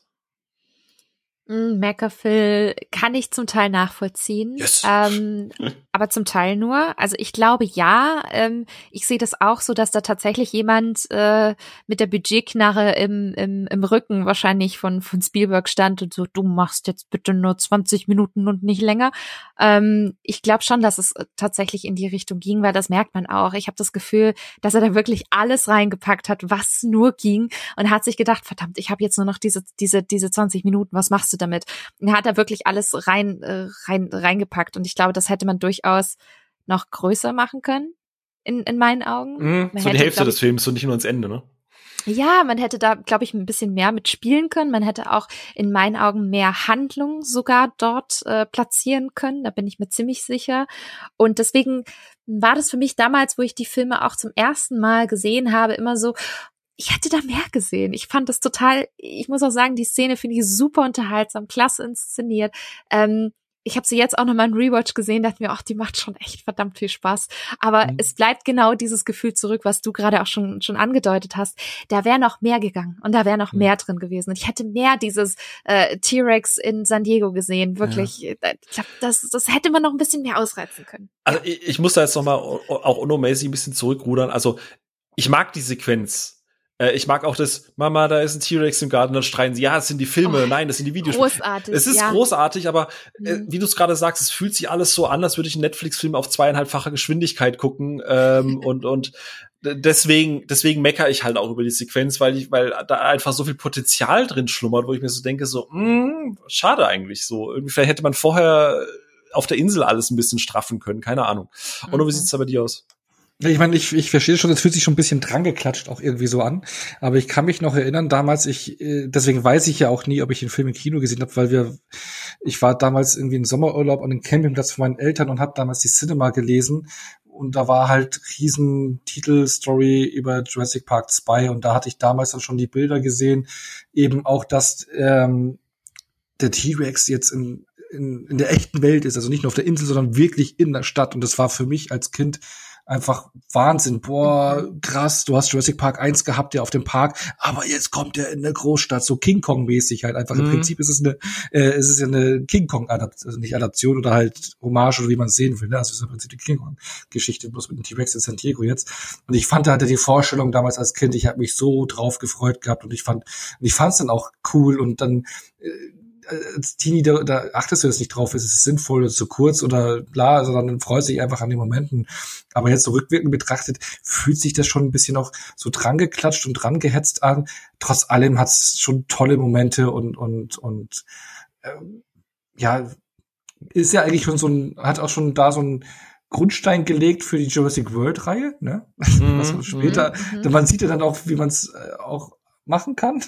Mecker-Phil kann ich zum Teil nachvollziehen, yes. Aber zum Teil nur. Also ich glaube, ja, ich sehe das auch so, dass da tatsächlich jemand mit der Budgetknarre im Rücken wahrscheinlich von Spielberg stand und so, du machst jetzt bitte nur 20 Minuten und nicht länger. Ich glaube schon, dass es tatsächlich in die Richtung ging, weil das merkt man auch. Ich habe das Gefühl, dass er da wirklich alles reingepackt hat, was nur ging und hat sich gedacht, verdammt, ich habe jetzt nur noch diese 20 Minuten, was machst du damit? Und er hat da wirklich alles reingepackt und ich glaube, das hätte man durchaus noch größer machen können, in meinen Augen. So die Hälfte des Films und nicht nur ans Ende, ne? Ja, man hätte da, glaube ich, ein bisschen mehr mitspielen können. Man hätte auch in meinen Augen mehr Handlung sogar dort platzieren können. Da bin ich mir ziemlich sicher. Und deswegen war das für mich damals, wo ich die Filme auch zum ersten Mal gesehen habe, immer so, ich hätte da mehr gesehen. Ich fand das total, ich muss auch sagen, die Szene finde ich super unterhaltsam, klasse inszeniert. Ich habe sie jetzt auch nochmal im Rewatch gesehen, dachte mir, ach, die macht schon echt verdammt viel Spaß. Aber es bleibt genau dieses Gefühl zurück, was du gerade auch schon angedeutet hast. Da wäre noch mehr gegangen und da wäre noch mehr drin gewesen. Und ich hätte mehr dieses T-Rex in San Diego gesehen. Wirklich, ich glaube, das hätte man noch ein bisschen mehr ausreizen können. Also ich muss da jetzt nochmal auch Ono-mäßig ein bisschen zurückrudern. Also ich mag die Sequenz. Ich mag auch das, Mama, da ist ein T-Rex im Garten, dann streiten sie, ja, es sind die Filme, nein, das sind die Videospiele. Großartig. Es ist großartig, aber wie du es gerade sagst, es fühlt sich alles so an, als würde ich einen Netflix-Film auf 2,5-facher Geschwindigkeit gucken. Und deswegen meckere ich halt auch über die Sequenz, weil da einfach so viel Potenzial drin schlummert, wo ich mir so denke, so, schade eigentlich so. Irgendwie vielleicht hätte man vorher auf der Insel alles ein bisschen straffen können, keine Ahnung. Und wie sieht's da bei dir aus? Ich meine, ich verstehe schon, das fühlt sich schon ein bisschen dran geklatscht auch irgendwie so an. Aber ich kann mich noch erinnern, damals, deswegen weiß ich ja auch nie, ob ich den Film im Kino gesehen habe, weil ich war damals irgendwie im Sommerurlaub an dem Campingplatz von meinen Eltern und habe damals die Cinema gelesen. Und da war halt riesen Titelstory über Jurassic Park 2 und da hatte ich damals dann schon die Bilder gesehen, eben auch, dass der T-Rex jetzt in der echten Welt ist, also nicht nur auf der Insel, sondern wirklich in der Stadt. Und das war für mich als Kind einfach Wahnsinn. Boah, krass, du hast Jurassic Park 1 gehabt, ja, auf dem Park, aber jetzt kommt der in der Großstadt, so King Kong-mäßig halt einfach. Im Prinzip ist es ja eine King Kong-Adaption, also nicht Adaption oder halt Hommage oder wie man es sehen will, ne? Also es ist im Prinzip die King Kong-Geschichte, bloß mit dem T-Rex in San Diego jetzt. Und ich fand, da hatte die Vorstellung damals als Kind, ich habe mich so drauf gefreut gehabt und ich fand's dann auch cool und dann als Teenie, da achtest du jetzt nicht drauf, ist es sinnvoll, ist es zu kurz oder bla, sondern dann freust du dich einfach an den Momenten. Aber jetzt so rückwirkend betrachtet, fühlt sich das schon ein bisschen auch so dran geklatscht und dran gehetzt an. Trotz allem hat es schon tolle Momente und ja, ist ja eigentlich schon hat auch schon da so ein Grundstein gelegt für die Jurassic World Reihe, ne? Was man später, man sieht ja dann auch, wie man es auch machen kann.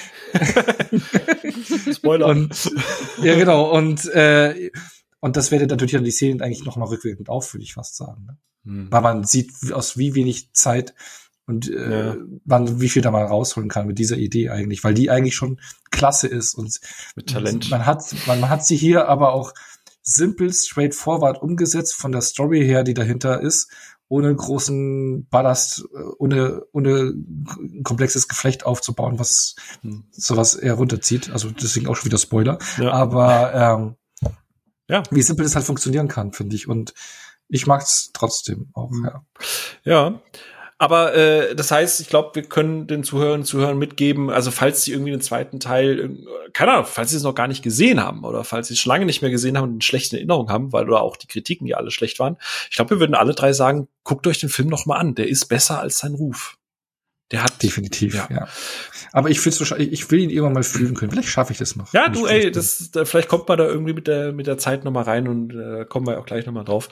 Spoiler. Ja, genau. Und das wertet natürlich dann die Szenen eigentlich noch mal rückwirkend auf, würde ich fast sagen. Ne? Weil man sieht, aus wie wenig Zeit Und wie viel da mal rausholen kann mit dieser Idee eigentlich, weil die eigentlich schon klasse ist und mit Talent. Man hat sie hier aber auch simpel, straightforward umgesetzt von der Story her, die dahinter ist, ohne großen Ballast, ohne ein komplexes Geflecht aufzubauen, was sowas eher runterzieht. Also deswegen auch schon wieder Spoiler. Ja. Aber wie simpel das halt funktionieren kann, finde ich. Und ich mag es trotzdem auch. Ja. Aber das heißt, ich glaube, wir können den Zuhörern und Zuhörern mitgeben, also falls sie irgendwie den zweiten Teil, keine Ahnung, falls sie es noch gar nicht gesehen haben oder falls sie es schon lange nicht mehr gesehen haben und eine schlechte Erinnerung haben, weil oder auch die Kritiken, die alle schlecht waren, ich glaube, wir würden alle drei sagen, guckt euch den Film noch mal an, der ist besser als sein Ruf. Der hat definitiv, ja. Aber ich will ihn irgendwann mal fühlen können. Vielleicht schaffe ich das noch. Ja, vielleicht kommt man da irgendwie mit der Zeit noch mal rein und kommen wir auch gleich noch mal drauf.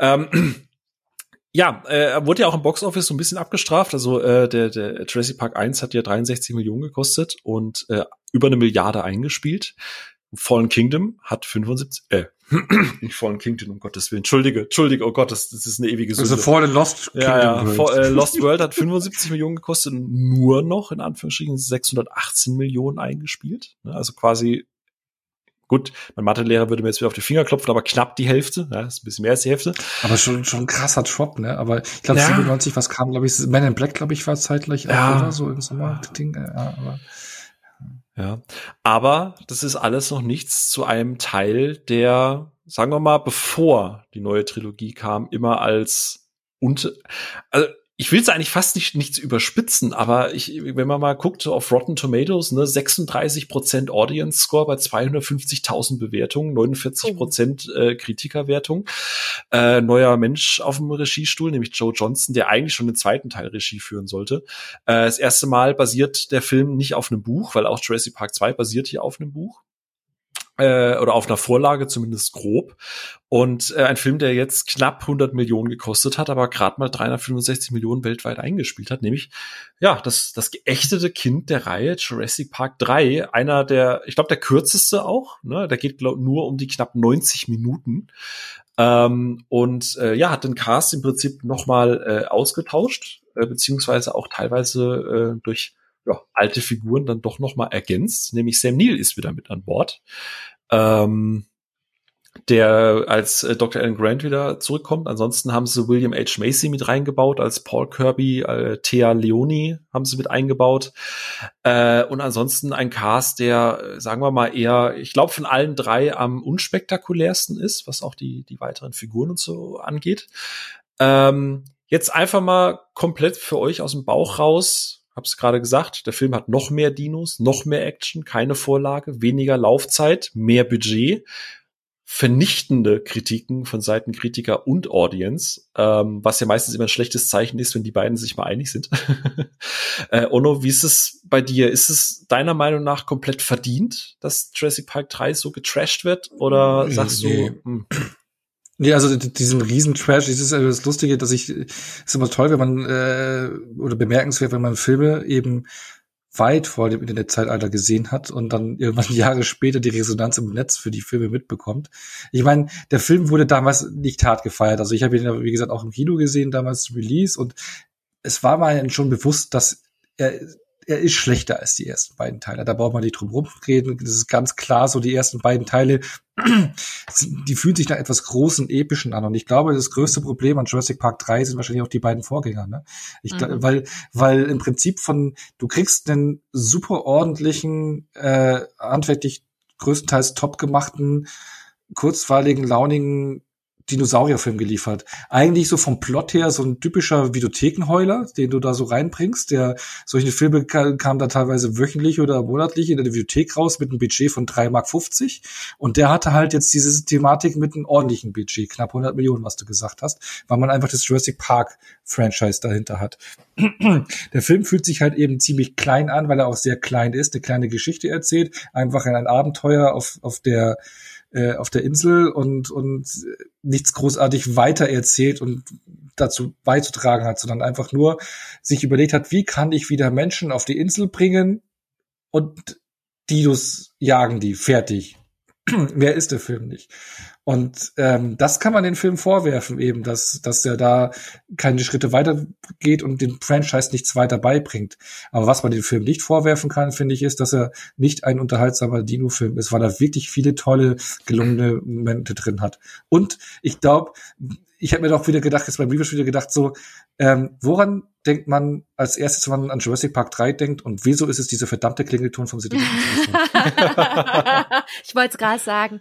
Er wurde ja auch im Boxoffice so ein bisschen abgestraft. Also der Jurassic Park 1 hat ja 63 Millionen gekostet und über 1 Milliarde eingespielt. Fallen Kingdom hat 75, nicht Fallen Kingdom, um Gottes Willen. Entschuldige, oh Gott, das ist eine ewige Sünde. Also Fallen Lost Kingdom. Lost World hat 75 Millionen gekostet und nur noch, in Anführungsstrichen, 618 Millionen eingespielt. Also quasi, gut, mein Mathelehrer würde mir jetzt wieder auf die Finger klopfen, aber knapp die Hälfte, ja, ist ein bisschen mehr als die Hälfte. Aber schon ein krasser Drop, ne? Aber ich glaube, 97, was kam, glaube ich, Man in Black, glaube ich, war zeitgleich auch, oder so im Sommer-Ding, aber das ist alles noch nichts zu einem Teil, der, sagen wir mal, bevor die neue Trilogie kam, immer als ich will es eigentlich fast nicht überspitzen, aber wenn man mal guckt auf Rotten Tomatoes, 36% Audience Score bei 250.000 Bewertungen, 49% Kritikerwertung. Neuer Mensch auf dem Regiestuhl, nämlich Joe Johnston, der eigentlich schon den zweiten Teil Regie führen sollte. Das erste Mal basiert der Film nicht auf einem Buch, weil auch Jurassic Park 2 basiert hier auf einem Buch. Oder auf einer Vorlage, zumindest grob. Und ein Film, der jetzt knapp 100 Millionen gekostet hat, aber gerade mal 365 Millionen weltweit eingespielt hat, nämlich das geächtete Kind der Reihe, Jurassic Park 3, einer der, ich glaube, der kürzeste auch, ne? Der geht nur um die knapp 90 Minuten. Hat den Cast im Prinzip nochmal ausgetauscht, beziehungsweise auch teilweise durch alte Figuren dann doch noch mal ergänzt, nämlich Sam Neill ist wieder mit an Bord, der als Dr. Alan Grant wieder zurückkommt. Ansonsten haben sie William H. Macy mit reingebaut, als Paul Kirby, Thea Leoni haben sie mit eingebaut und ansonsten ein Cast, der, sagen wir mal, eher, ich glaube, von allen drei am unspektakulärsten ist, was auch die weiteren Figuren und so angeht. Jetzt einfach mal komplett für euch aus dem Bauch raus. Hab's gerade gesagt, der Film hat noch mehr Dinos, noch mehr Action, keine Vorlage, weniger Laufzeit, mehr Budget, vernichtende Kritiken von Seiten Kritiker und Audience, was ja meistens immer ein schlechtes Zeichen ist, wenn die beiden sich mal einig sind. Onno, wie ist es bei dir? Ist es deiner Meinung nach komplett verdient, dass Jurassic Park 3 so getrashed wird? Oder sagst du... Ja, also diesen Riesen-Trash, das ist ja das Lustige, ist immer toll, wenn man, oder bemerkenswert, wenn man Filme eben weit vor dem Internetzeitalter gesehen hat und dann irgendwann Jahre später die Resonanz im Netz für die Filme mitbekommt. Ich meine, der Film wurde damals nicht hart gefeiert. Also ich habe ihn, wie gesagt, auch im Kino gesehen, damals zum Release, und es war mir schon bewusst, dass er ist schlechter als die ersten beiden Teile. Da braucht man nicht drum rumreden. Das ist ganz klar so, die ersten beiden Teile, die fühlen sich nach etwas Großen, Epischen an. Und ich glaube, das größte Problem an Jurassic Park 3 sind wahrscheinlich auch die beiden Vorgänger, ne? Weil im Prinzip du kriegst einen super ordentlichen, handwerklich größtenteils top gemachten, kurzweiligen, launigen Dinosaurierfilm geliefert. Eigentlich so vom Plot her so ein typischer Videothekenheuler, den du da so reinbringst. Solche Filme kamen da teilweise wöchentlich oder monatlich in der Videothek raus mit einem Budget von 3,50 Mark. Und der hatte halt jetzt diese Thematik mit einem ordentlichen Budget, knapp 100 Millionen, was du gesagt hast, weil man einfach das Jurassic Park Franchise dahinter hat. Der Film fühlt sich halt eben ziemlich klein an, weil er auch sehr klein ist, eine kleine Geschichte erzählt, einfach ein Abenteuer auf der Insel und nichts großartig weiter erzählt und dazu beizutragen hat, sondern einfach nur sich überlegt hat, wie kann ich wieder Menschen auf die Insel bringen und Dinos jagen die, fertig. Mehr ist der Film nicht. Und das kann man den Film vorwerfen, eben, dass er da keine Schritte weiter geht und den Franchise nichts weiter beibringt. Aber was man den Film nicht vorwerfen kann, finde ich, ist, dass er nicht ein unterhaltsamer Dino-Film ist, weil er wirklich viele tolle, gelungene Momente drin hat. Und ich glaube, ich habe mir doch wieder gedacht, jetzt beim Rewatch wieder gedacht, so, woran denkt man als erstes, wenn man an Jurassic Park 3 denkt, und wieso ist es dieser verdammte Klingelton vom City? Ich wollte es gerade sagen.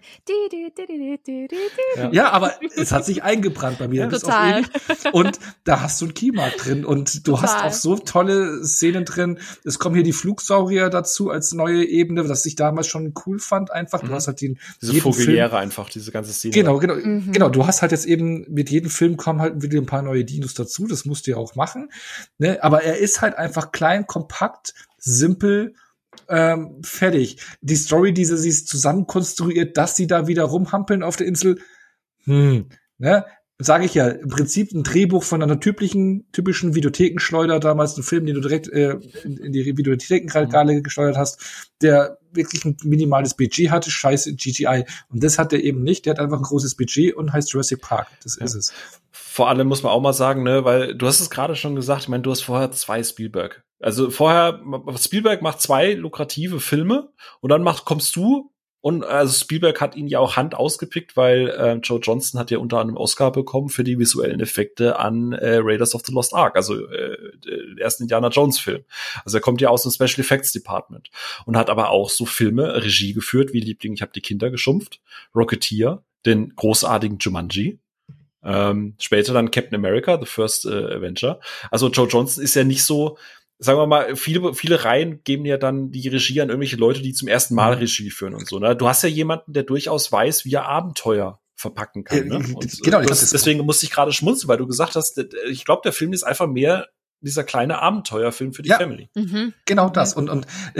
Ja, aber es hat sich eingebrannt bei mir. Ja, total. Und da hast du einen Keymark drin und du hast auch so tolle Szenen drin. Es kommen hier die Flugsaurier dazu als neue Ebene, was ich damals schon cool fand einfach. Du hast halt diese Vogeliere einfach, diese ganze Szene. Genau. Du hast halt jetzt eben, mit jedem Film kommen halt wieder ein paar neue Dinos dazu. Das musst du ja auch machen. Ne? Aber er ist halt einfach klein, kompakt, simpel, fertig. Die Story, die sie zusammen konstruiert, dass sie da wieder rumhampeln auf der Insel, ne? Sage ich ja, im Prinzip ein Drehbuch von einer typischen Videothekenschleuder, damals ein Film, den du direkt in die Videothekenregale geschleudert hast, der wirklich ein minimales Budget hatte, scheiße CGI. Und das hat er eben nicht, der hat einfach ein großes Budget und heißt Jurassic Park. Das ist es. Vor allem muss man auch mal sagen, ne, weil du hast es gerade schon gesagt, ich meine, du hast vorher 2 Spielberg. Also vorher, Spielberg macht 2 lukrative Filme und dann kommst du. Und also Spielberg hat ihn ja auch Hand ausgepickt, weil Joe Johnston hat ja unter anderem Oscar bekommen für die visuellen Effekte an Raiders of the Lost Ark, also den ersten Indiana Jones Film. Also er kommt ja aus dem Special Effects Department und hat aber auch so Filme Regie geführt wie Liebling, ich habe die Kinder geschumpft, Rocketeer, den großartigen Jumanji. Später dann Captain America, The First Avenger. Also Joe Johnston ist ja nicht so, sagen wir mal, viele Reihen geben ja dann die Regie an irgendwelche Leute, die zum ersten Mal Regie führen und so. Ne? Du hast ja jemanden, der durchaus weiß, wie er Abenteuer verpacken kann. Ne? Und, genau. Deswegen musste ich gerade schmunzeln, weil du gesagt hast, ich glaube, der Film ist einfach mehr dieser kleine Abenteuerfilm für die Family. Genau das. Und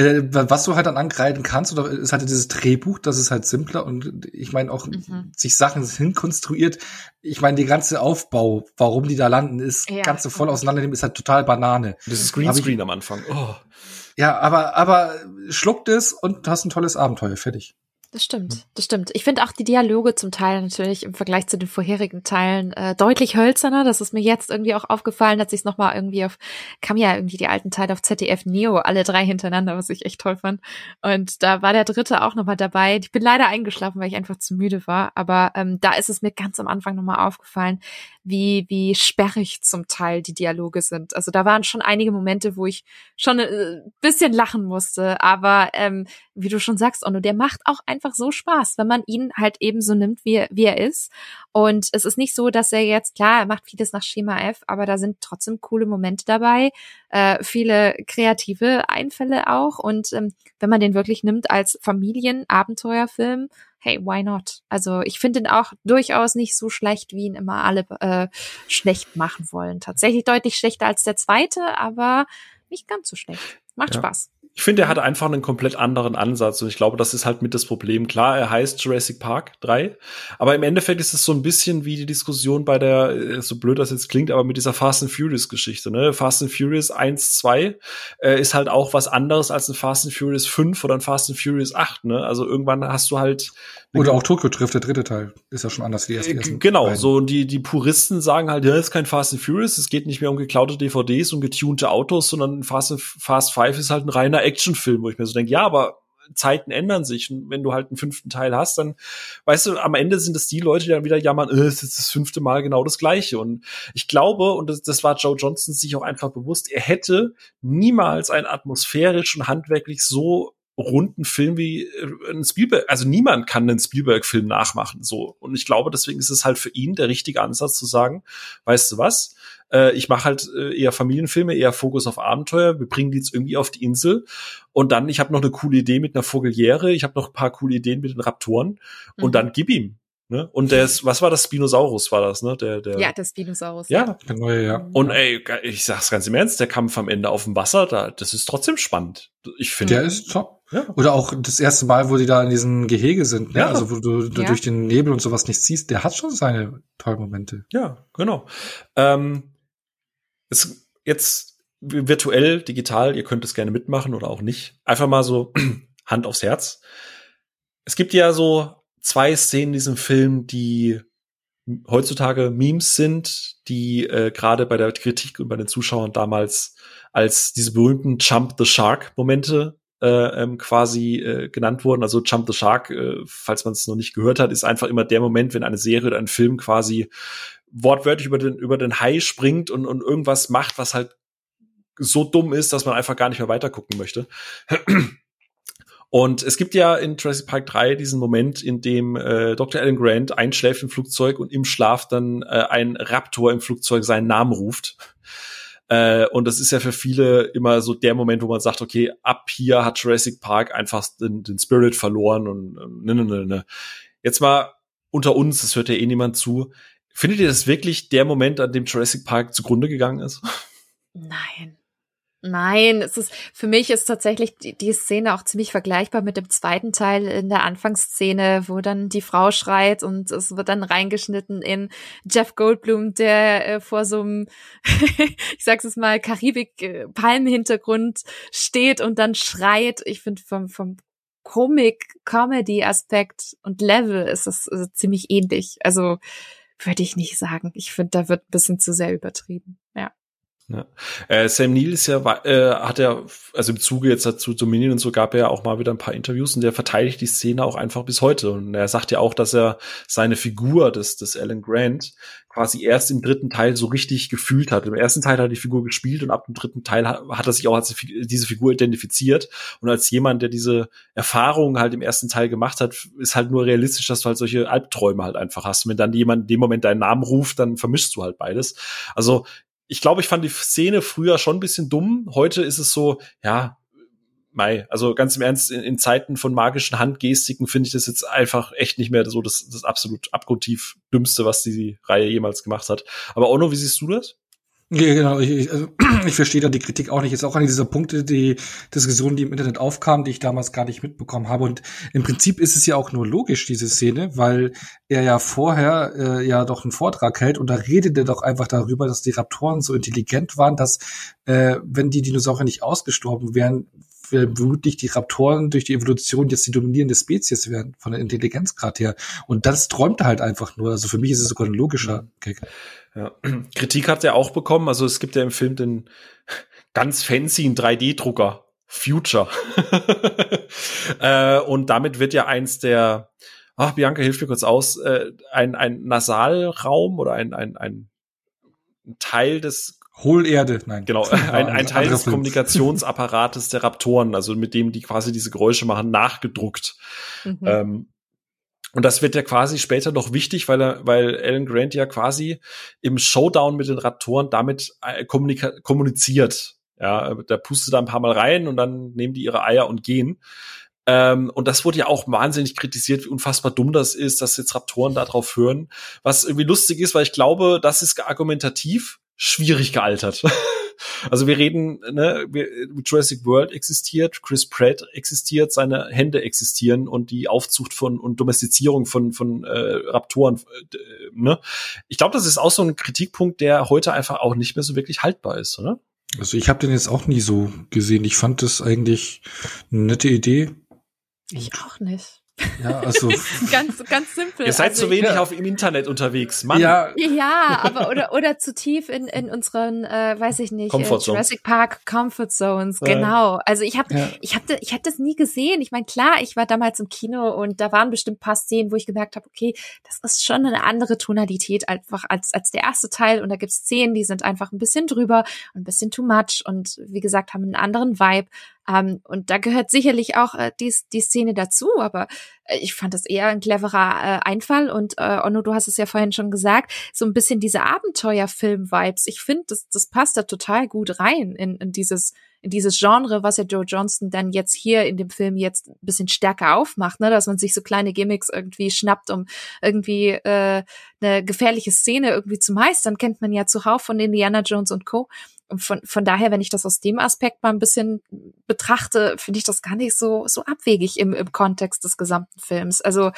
was du halt dann angreifen kannst, oder ist halt dieses Drehbuch, das ist halt simpler und ich meine auch sich Sachen hinkonstruiert. Ich meine, die ganze Aufbau, warum die da landen, ist ganz so voll auseinandernehmen, ist halt total Banane. Das ist Greenscreen am Anfang. Oh. Ja, aber schluckt es und hast ein tolles Abenteuer, fertig. Das stimmt. Ich finde auch die Dialoge zum Teil natürlich im Vergleich zu den vorherigen Teilen deutlich hölzerner. Das ist mir jetzt irgendwie auch aufgefallen, dass ich es nochmal irgendwie kam ja irgendwie die alten Teile auf ZDF Neo, alle 3 hintereinander, was ich echt toll fand. Und da war der 3. auch nochmal dabei. Ich bin leider eingeschlafen, weil ich einfach zu müde war. Aber da ist es mir ganz am Anfang nochmal aufgefallen, wie sperrig zum Teil die Dialoge sind. Also da waren schon einige Momente, wo ich schon ein bisschen lachen musste. Aber wie du schon sagst, Onno, der macht auch einfach so Spaß, wenn man ihn halt eben so nimmt, wie er ist. Und es ist nicht so, dass er jetzt, klar, er macht vieles nach Schema F, aber da sind trotzdem coole Momente dabei, viele kreative Einfälle auch. Und wenn man den wirklich nimmt als Familien-Abenteuerfilm, hey, why not? Also ich finde ihn auch durchaus nicht so schlecht, wie ihn immer alle schlecht machen wollen. Tatsächlich deutlich schlechter als der 2., aber nicht ganz so schlecht. Macht Spaß. Ich finde, er hat einfach einen komplett anderen Ansatz und ich glaube, das ist halt mit das Problem. Klar, er heißt Jurassic Park 3, aber im Endeffekt ist es so ein bisschen wie die Diskussion bei der, so blöd das jetzt klingt, aber mit dieser Fast and Furious Geschichte, ne? Fast and Furious 1, 2 ist halt auch was anderes als ein Fast and Furious 5 oder ein Fast and Furious 8, ne? Also irgendwann hast du halt oder auch Tokyo Drift, der 3. Teil, ist ja schon anders wie ersten. Genau, beiden. So die Puristen sagen halt, ja, ist kein Fast and Furious, es geht nicht mehr um geklaute DVDs und getunte Autos, sondern Fast 5 ist halt ein reiner Actionfilm, wo ich mir so denke, ja, aber Zeiten ändern sich und wenn du halt einen 5. Teil hast, dann, weißt du, am Ende sind es die Leute, die dann wieder jammern, es ist das 5. Mal genau das Gleiche und ich glaube, und das war Joe Johnston sich auch einfach bewusst, er hätte niemals einen atmosphärisch und handwerklich so runden Film wie ein Spielberg, also niemand kann einen Spielberg-Film nachmachen, so. Und ich glaube, deswegen ist es halt für ihn der richtige Ansatz zu sagen, weißt du was, ich mache halt eher Familienfilme, eher Fokus auf Abenteuer, wir bringen die jetzt irgendwie auf die Insel und dann, ich habe noch eine coole Idee mit einer Vogeliere, ich habe noch ein paar coole Ideen mit den Raptoren und dann gib ihm. Ne? Und was war das? Spinosaurus war das, ne? Ja, der Spinosaurus. Ja. Der neue, ja. Und ey, ich sag's ganz im Ernst, der Kampf am Ende auf dem Wasser, das ist trotzdem spannend. Ich finde. Der ist top. Ja. Oder auch das erste Mal, wo die da in diesem Gehege sind, ne? Ja. Also wo du durch den Nebel und sowas nicht siehst, der hat schon seine tollen Momente. Ja, genau. Jetzt virtuell, digital, ihr könnt es gerne mitmachen oder auch nicht. Einfach mal so Hand aufs Herz. Es gibt ja so 2 Szenen in diesem Film, die heutzutage Memes sind, die gerade bei der Kritik und bei den Zuschauern damals als diese berühmten Jump the Shark Momente quasi genannt wurden. Also Jump the Shark, falls man es noch nicht gehört hat, ist einfach immer der Moment, wenn eine Serie oder ein Film quasi wortwörtlich über den Hai springt und irgendwas macht, was halt so dumm ist, dass man einfach gar nicht mehr weitergucken möchte. Und es gibt ja in Jurassic Park 3 diesen Moment, in dem Dr. Alan Grant einschläft im Flugzeug und im Schlaf dann ein Raptor im Flugzeug seinen Namen ruft. Und das ist ja für viele immer so der Moment, wo man sagt, okay, ab hier hat Jurassic Park einfach den Spirit verloren und ne. Jetzt mal unter uns, das hört ja eh niemand zu. Findet ihr das wirklich der Moment, an dem Jurassic Park zugrunde gegangen ist? Nein, für mich ist tatsächlich die Szene auch ziemlich vergleichbar mit dem zweiten Teil in der Anfangsszene, wo dann die Frau schreit und es wird dann reingeschnitten in Jeff Goldblum, der vor so einem, ich sag's es mal, Karibik-Palmenhintergrund steht und dann schreit. Ich finde vom Comedy-Aspekt und Level ist das ziemlich ähnlich. Also würde ich nicht sagen. Ich finde, da wird ein bisschen zu sehr übertrieben. Ja. Ja. Sam Neill ist ja, hat ja, also im Zuge jetzt dazu Dominion und so gab er ja auch mal wieder ein paar Interviews und der verteidigt die Szene auch einfach bis heute. Und er sagt ja auch, dass er seine Figur des Alan Grant quasi erst im 3. Teil so richtig gefühlt hat. Im 1. Teil hat er die Figur gespielt und ab dem 3. Teil hat er sich auch als diese Figur identifiziert. Und als jemand, der diese Erfahrungen halt im 1. Teil gemacht hat, ist halt nur realistisch, dass du halt solche Albträume halt einfach hast. Und wenn dann jemand in dem Moment deinen Namen ruft, dann vermischst du halt beides. Also ich glaube, ich fand die Szene früher schon ein bisschen dumm. Heute ist es so, ja, also ganz im Ernst, in Zeiten von magischen Handgestiken finde ich das jetzt einfach echt nicht mehr so das absolut abgrundtief Dümmste, was die Reihe jemals gemacht hat. Aber Onno, wie siehst du das? Ja, genau. Ich verstehe da die Kritik auch nicht. Jetzt auch an dieser Punkte, die Diskussionen, die im Internet aufkamen, die ich damals gar nicht mitbekommen habe. Und im Prinzip ist es ja auch nur logisch, diese Szene, weil er ja vorher ja doch einen Vortrag hält und da redet er doch einfach darüber, dass die Raptoren so intelligent waren, dass wenn die Dinosaurier nicht ausgestorben wären, vermutlich die Raptoren durch die Evolution jetzt die dominierende Spezies werden, von der Intelligenzgrad her. Und das träumt er halt einfach nur. Also für mich ist es sogar ein logischer Gag. Ja. Kritik hat er auch bekommen. Also es gibt ja im Film den ganz fancy 3D-Drucker Future. Und damit wird ja eins der, Bianca, hilf mir kurz aus, ein Nasalraum oder ein Teil des Hohlerde, nein. Genau, ein Teil des Kommunikationsapparates der Raptoren, also mit dem die quasi diese Geräusche machen, nachgedruckt. Mhm. Und das wird ja quasi später noch wichtig, weil Alan Grant ja quasi im Showdown mit den Raptoren damit kommuniziert. Ja, der pustet da ein paar Mal rein und dann nehmen die ihre Eier und gehen. Und das wurde ja auch wahnsinnig kritisiert, wie unfassbar dumm das ist, dass jetzt Raptoren da drauf hören. Was irgendwie lustig ist, weil ich glaube, das ist argumentativ schwierig gealtert. Also wir reden, Jurassic World existiert, Chris Pratt existiert, seine Hände existieren und die Aufzucht und Domestizierung von Raptoren, ne? Ich glaube, das ist auch so ein Kritikpunkt, der heute einfach auch nicht mehr so wirklich haltbar ist, oder? Also ich habe den jetzt auch nie so gesehen. Ich fand das eigentlich eine nette Idee. Ich auch nicht. Ja, also ganz simpel. Ihr seid zu wenig im Internet unterwegs, Mann. Ja, aber oder zu tief in unseren, weiß ich nicht, Jurassic Park Comfort Zones, genau. Also ich hab das nie gesehen. Ich meine, klar, ich war damals im Kino und da waren bestimmt ein paar Szenen, wo ich gemerkt habe, okay, das ist schon eine andere Tonalität einfach als der erste Teil und da gibt's Szenen, die sind einfach ein bisschen drüber und ein bisschen too much und wie gesagt, haben einen anderen Vibe. Und da gehört sicherlich auch die Szene dazu, aber ich fand das eher ein cleverer Einfall und Onno, du hast es ja vorhin schon gesagt, so ein bisschen diese Abenteuerfilm-Vibes. Ich finde, das passt da total gut rein in dieses Genre, was ja Joe Johnston dann jetzt hier in dem Film jetzt ein bisschen stärker aufmacht, ne, dass man sich so kleine Gimmicks irgendwie schnappt, um irgendwie eine gefährliche Szene irgendwie zu meistern, kennt man ja zuhauf von Indiana Jones und Co. Und von daher, wenn ich das aus dem Aspekt mal ein bisschen betrachte, finde ich das gar nicht so abwegig im Kontext des gesamten Films. Also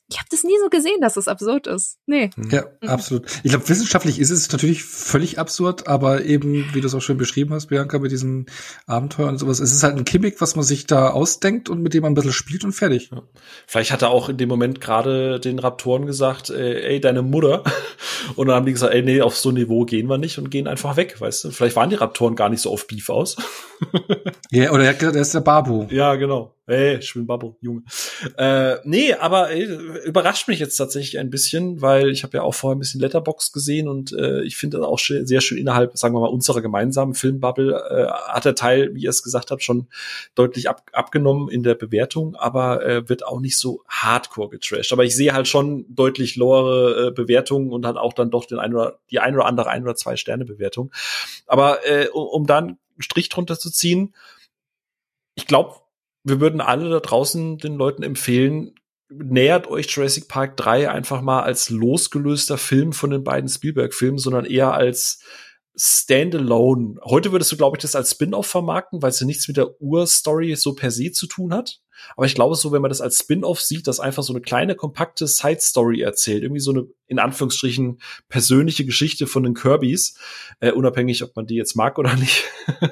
Ich habe das nie so gesehen, dass es absurd ist. Nee. Ja, absolut. Ich glaube, wissenschaftlich ist es natürlich völlig absurd, aber eben, wie du es auch schön beschrieben hast, Bianca, mit diesen Abenteuern und sowas, es ist halt ein Gimmick, was man sich da ausdenkt und mit dem man ein bisschen spielt und fertig. Ja. Vielleicht hat er auch in dem Moment gerade den Raptoren gesagt, ey, deine Mutter. Und dann haben die gesagt, ey, nee, auf so ein Niveau gehen wir nicht und gehen einfach weg, weißt du? Vielleicht waren die Raptoren gar nicht so auf Beef aus. Ja, oder der ist der Babu. Ja, genau. Ey, ich bin Babu, Junge. Nee, aber überrascht mich jetzt tatsächlich ein bisschen, weil ich habe ja auch vorher ein bisschen Letterboxd gesehen und ich finde das auch sehr schön innerhalb, sagen wir mal, unserer gemeinsamen Filmbubble hat der Teil, wie ihr es gesagt habt, schon deutlich abgenommen in der Bewertung, aber wird auch nicht so hardcore getrashed. Aber ich sehe halt schon deutlich lowere Bewertungen und halt auch dann doch die ein oder andere 1 oder 2 Sterne Bewertung. Aber um dann einen Strich drunter zu ziehen, ich glaube, wir würden alle da draußen den Leuten empfehlen, nähert euch Jurassic Park 3 einfach mal als losgelöster Film von den beiden Spielberg-Filmen, sondern eher als Standalone. Heute würdest du, glaube ich, das als Spin-off vermarkten, weil es ja nichts mit der Urstory so per se zu tun hat. Aber ich glaube so, wenn man das als Spin-off sieht, dass einfach so eine kleine, kompakte Side-Story erzählt, irgendwie so eine, in Anführungsstrichen, persönliche Geschichte von den Kirbys, unabhängig, ob man die jetzt mag oder nicht,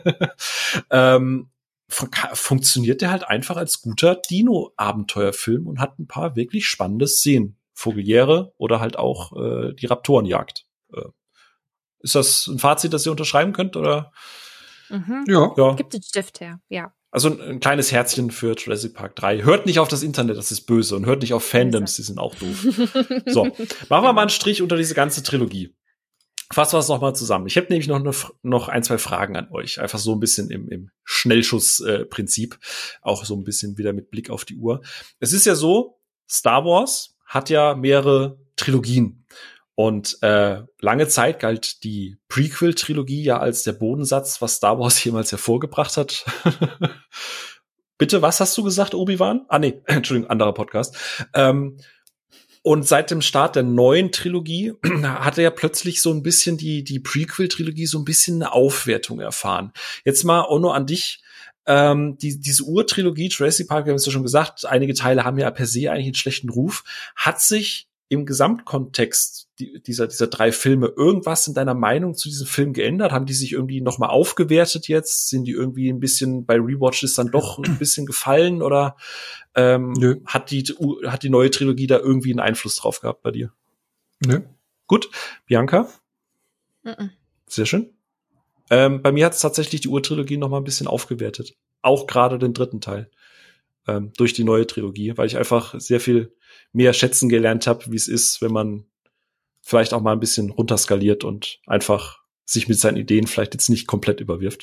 funktioniert der halt einfach als guter Dino-Abenteuerfilm und hat ein paar wirklich spannende Szenen. Vogeliere oder halt auch die Raptorenjagd. Ist das ein Fazit, das ihr unterschreiben könnt, oder? Mhm. Ja. Gibt den Stift her, ja. Also ein kleines Herzchen für Jurassic Park 3. Hört nicht auf das Internet, das ist böse. Und hört nicht auf Fandoms, die sind auch doof. So, machen wir mal einen Strich unter diese ganze Trilogie. Fassen wir es nochmal zusammen. Ich habe nämlich noch 1, 2 Fragen an euch. Einfach so ein bisschen im Schnellschuss-Prinzip. Auch so ein bisschen wieder mit Blick auf die Uhr. Es ist ja so, Star Wars hat ja mehrere Trilogien. Und lange Zeit galt die Prequel-Trilogie ja als der Bodensatz, was Star Wars jemals hervorgebracht hat. Bitte, was hast du gesagt, Obi-Wan? Ah, nee, Entschuldigung, anderer Podcast. Und seit dem Start der neuen Trilogie hat er ja plötzlich so ein bisschen die Prequel-Trilogie so ein bisschen eine Aufwertung erfahren. Jetzt mal, Onno, an dich. Diese Urtrilogie, Jurassic Park, wir haben es ja schon gesagt, einige Teile haben ja per se eigentlich einen schlechten Ruf. Hat sich im Gesamtkontext dieser 3 Filme irgendwas in deiner Meinung zu diesem Film geändert? Haben die sich irgendwie noch mal aufgewertet jetzt? Sind die irgendwie ein bisschen bei Rewatches dann doch ein bisschen gefallen? Oder hat die neue Trilogie da irgendwie einen Einfluss drauf gehabt bei dir? Nö. Gut. Bianca? Sehr schön. Bei mir hat es tatsächlich die Urtrilogie noch mal ein bisschen aufgewertet. Auch gerade den 3. Teil. Durch die neue Trilogie, weil ich einfach sehr viel mehr schätzen gelernt habe, wie es ist, wenn man vielleicht auch mal ein bisschen runterskaliert und einfach sich mit seinen Ideen vielleicht jetzt nicht komplett überwirft.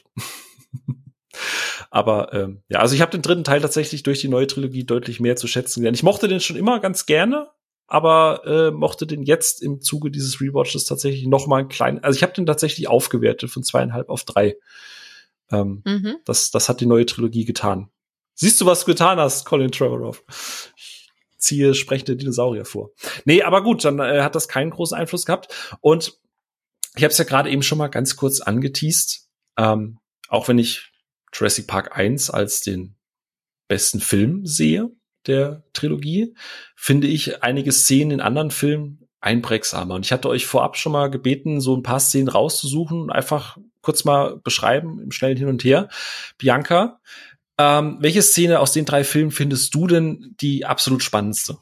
Aber ja, also ich habe den 3. Teil tatsächlich durch die neue Trilogie deutlich mehr zu schätzen gelernt. Ich mochte den schon immer ganz gerne, aber mochte den jetzt im Zuge dieses Rewatches tatsächlich noch mal einen kleinen, also ich habe den tatsächlich aufgewertet von 2,5 auf 3. Das hat die neue Trilogie getan. Siehst du, was du getan hast, Colin Trevorrow? Ich ziehe sprechende Dinosaurier vor. Nee, aber gut, dann hat das keinen großen Einfluss gehabt. Und ich habe es ja gerade eben schon mal ganz kurz angeteast. Auch wenn ich Jurassic Park 1 als den besten Film sehe der Trilogie, finde ich einige Szenen in anderen Filmen einprägsamer. Und ich hatte euch vorab schon mal gebeten, so ein paar Szenen rauszusuchen und einfach kurz mal beschreiben im schnellen Hin und Her. Bianca, welche Szene aus den 3 Filmen findest du denn die absolut spannendste?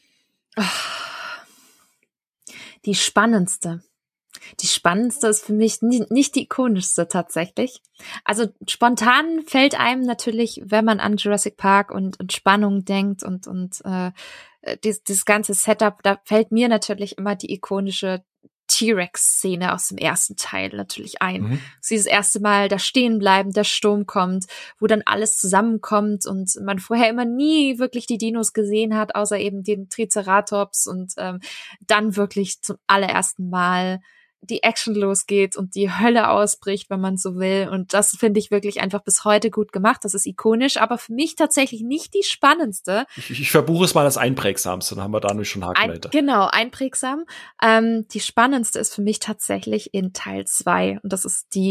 Die spannendste. Die spannendste ist für mich nicht die ikonischste tatsächlich. Also spontan fällt einem natürlich, wenn man an Jurassic Park und Spannung denkt und dieses ganze Setup, da fällt mir natürlich immer die ikonische T-Rex-Szene aus dem 1. Teil natürlich ein. Sie das erste Mal da stehen bleiben, der Sturm kommt, wo dann alles zusammenkommt und man vorher immer nie wirklich die Dinos gesehen hat, außer eben den Triceratops und dann wirklich zum allerersten Mal die Action losgeht und die Hölle ausbricht, wenn man so will. Und das finde ich wirklich einfach bis heute gut gemacht. Das ist ikonisch, aber für mich tatsächlich nicht die spannendste. Ich verbuche es mal als einprägsamste, dann haben wir da nämlich schon Haken dahinter. Genau, einprägsam. Die spannendste ist für mich tatsächlich in Teil 2. Und das ist die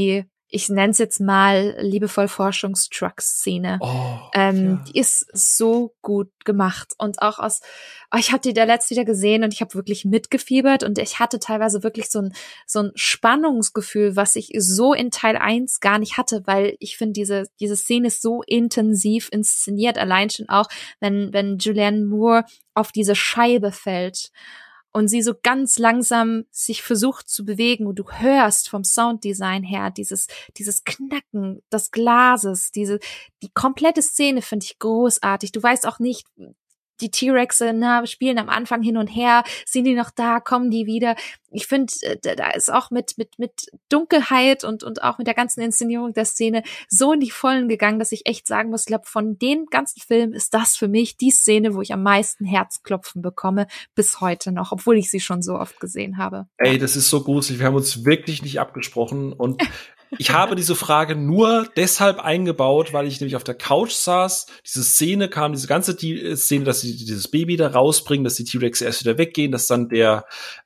ich nenne es jetzt mal liebevoll Forschungstruck-Szene. Die ist so gut gemacht und auch ich habe die der letzte wieder gesehen und ich habe wirklich mitgefiebert und ich hatte teilweise wirklich so ein Spannungsgefühl, was ich so in Teil 1 gar nicht hatte, weil ich finde, diese Szene ist so intensiv inszeniert, allein schon auch, wenn Julianne Moore auf diese Scheibe fällt und sie so ganz langsam sich versucht zu bewegen und du hörst vom Sounddesign her dieses Knacken des Glases, die komplette Szene finde ich großartig. Du weißt auch nicht, die T-Rexe spielen am Anfang hin und her, sind die noch da, kommen die wieder? Ich finde, da ist auch mit Dunkelheit und auch mit der ganzen Inszenierung der Szene so in die Vollen gegangen, dass ich echt sagen muss, ich glaube, von den ganzen Filmen ist das für mich die Szene, wo ich am meisten Herzklopfen bekomme, bis heute noch, obwohl ich sie schon so oft gesehen habe. Ey, das ist so gruselig. Wir haben uns wirklich nicht abgesprochen und ich habe diese Frage nur deshalb eingebaut, weil ich nämlich auf der Couch saß, diese Szene kam, diese ganze Szene, dass sie dieses Baby da rausbringen, dass die T-Rex erst wieder weggehen, dass dann der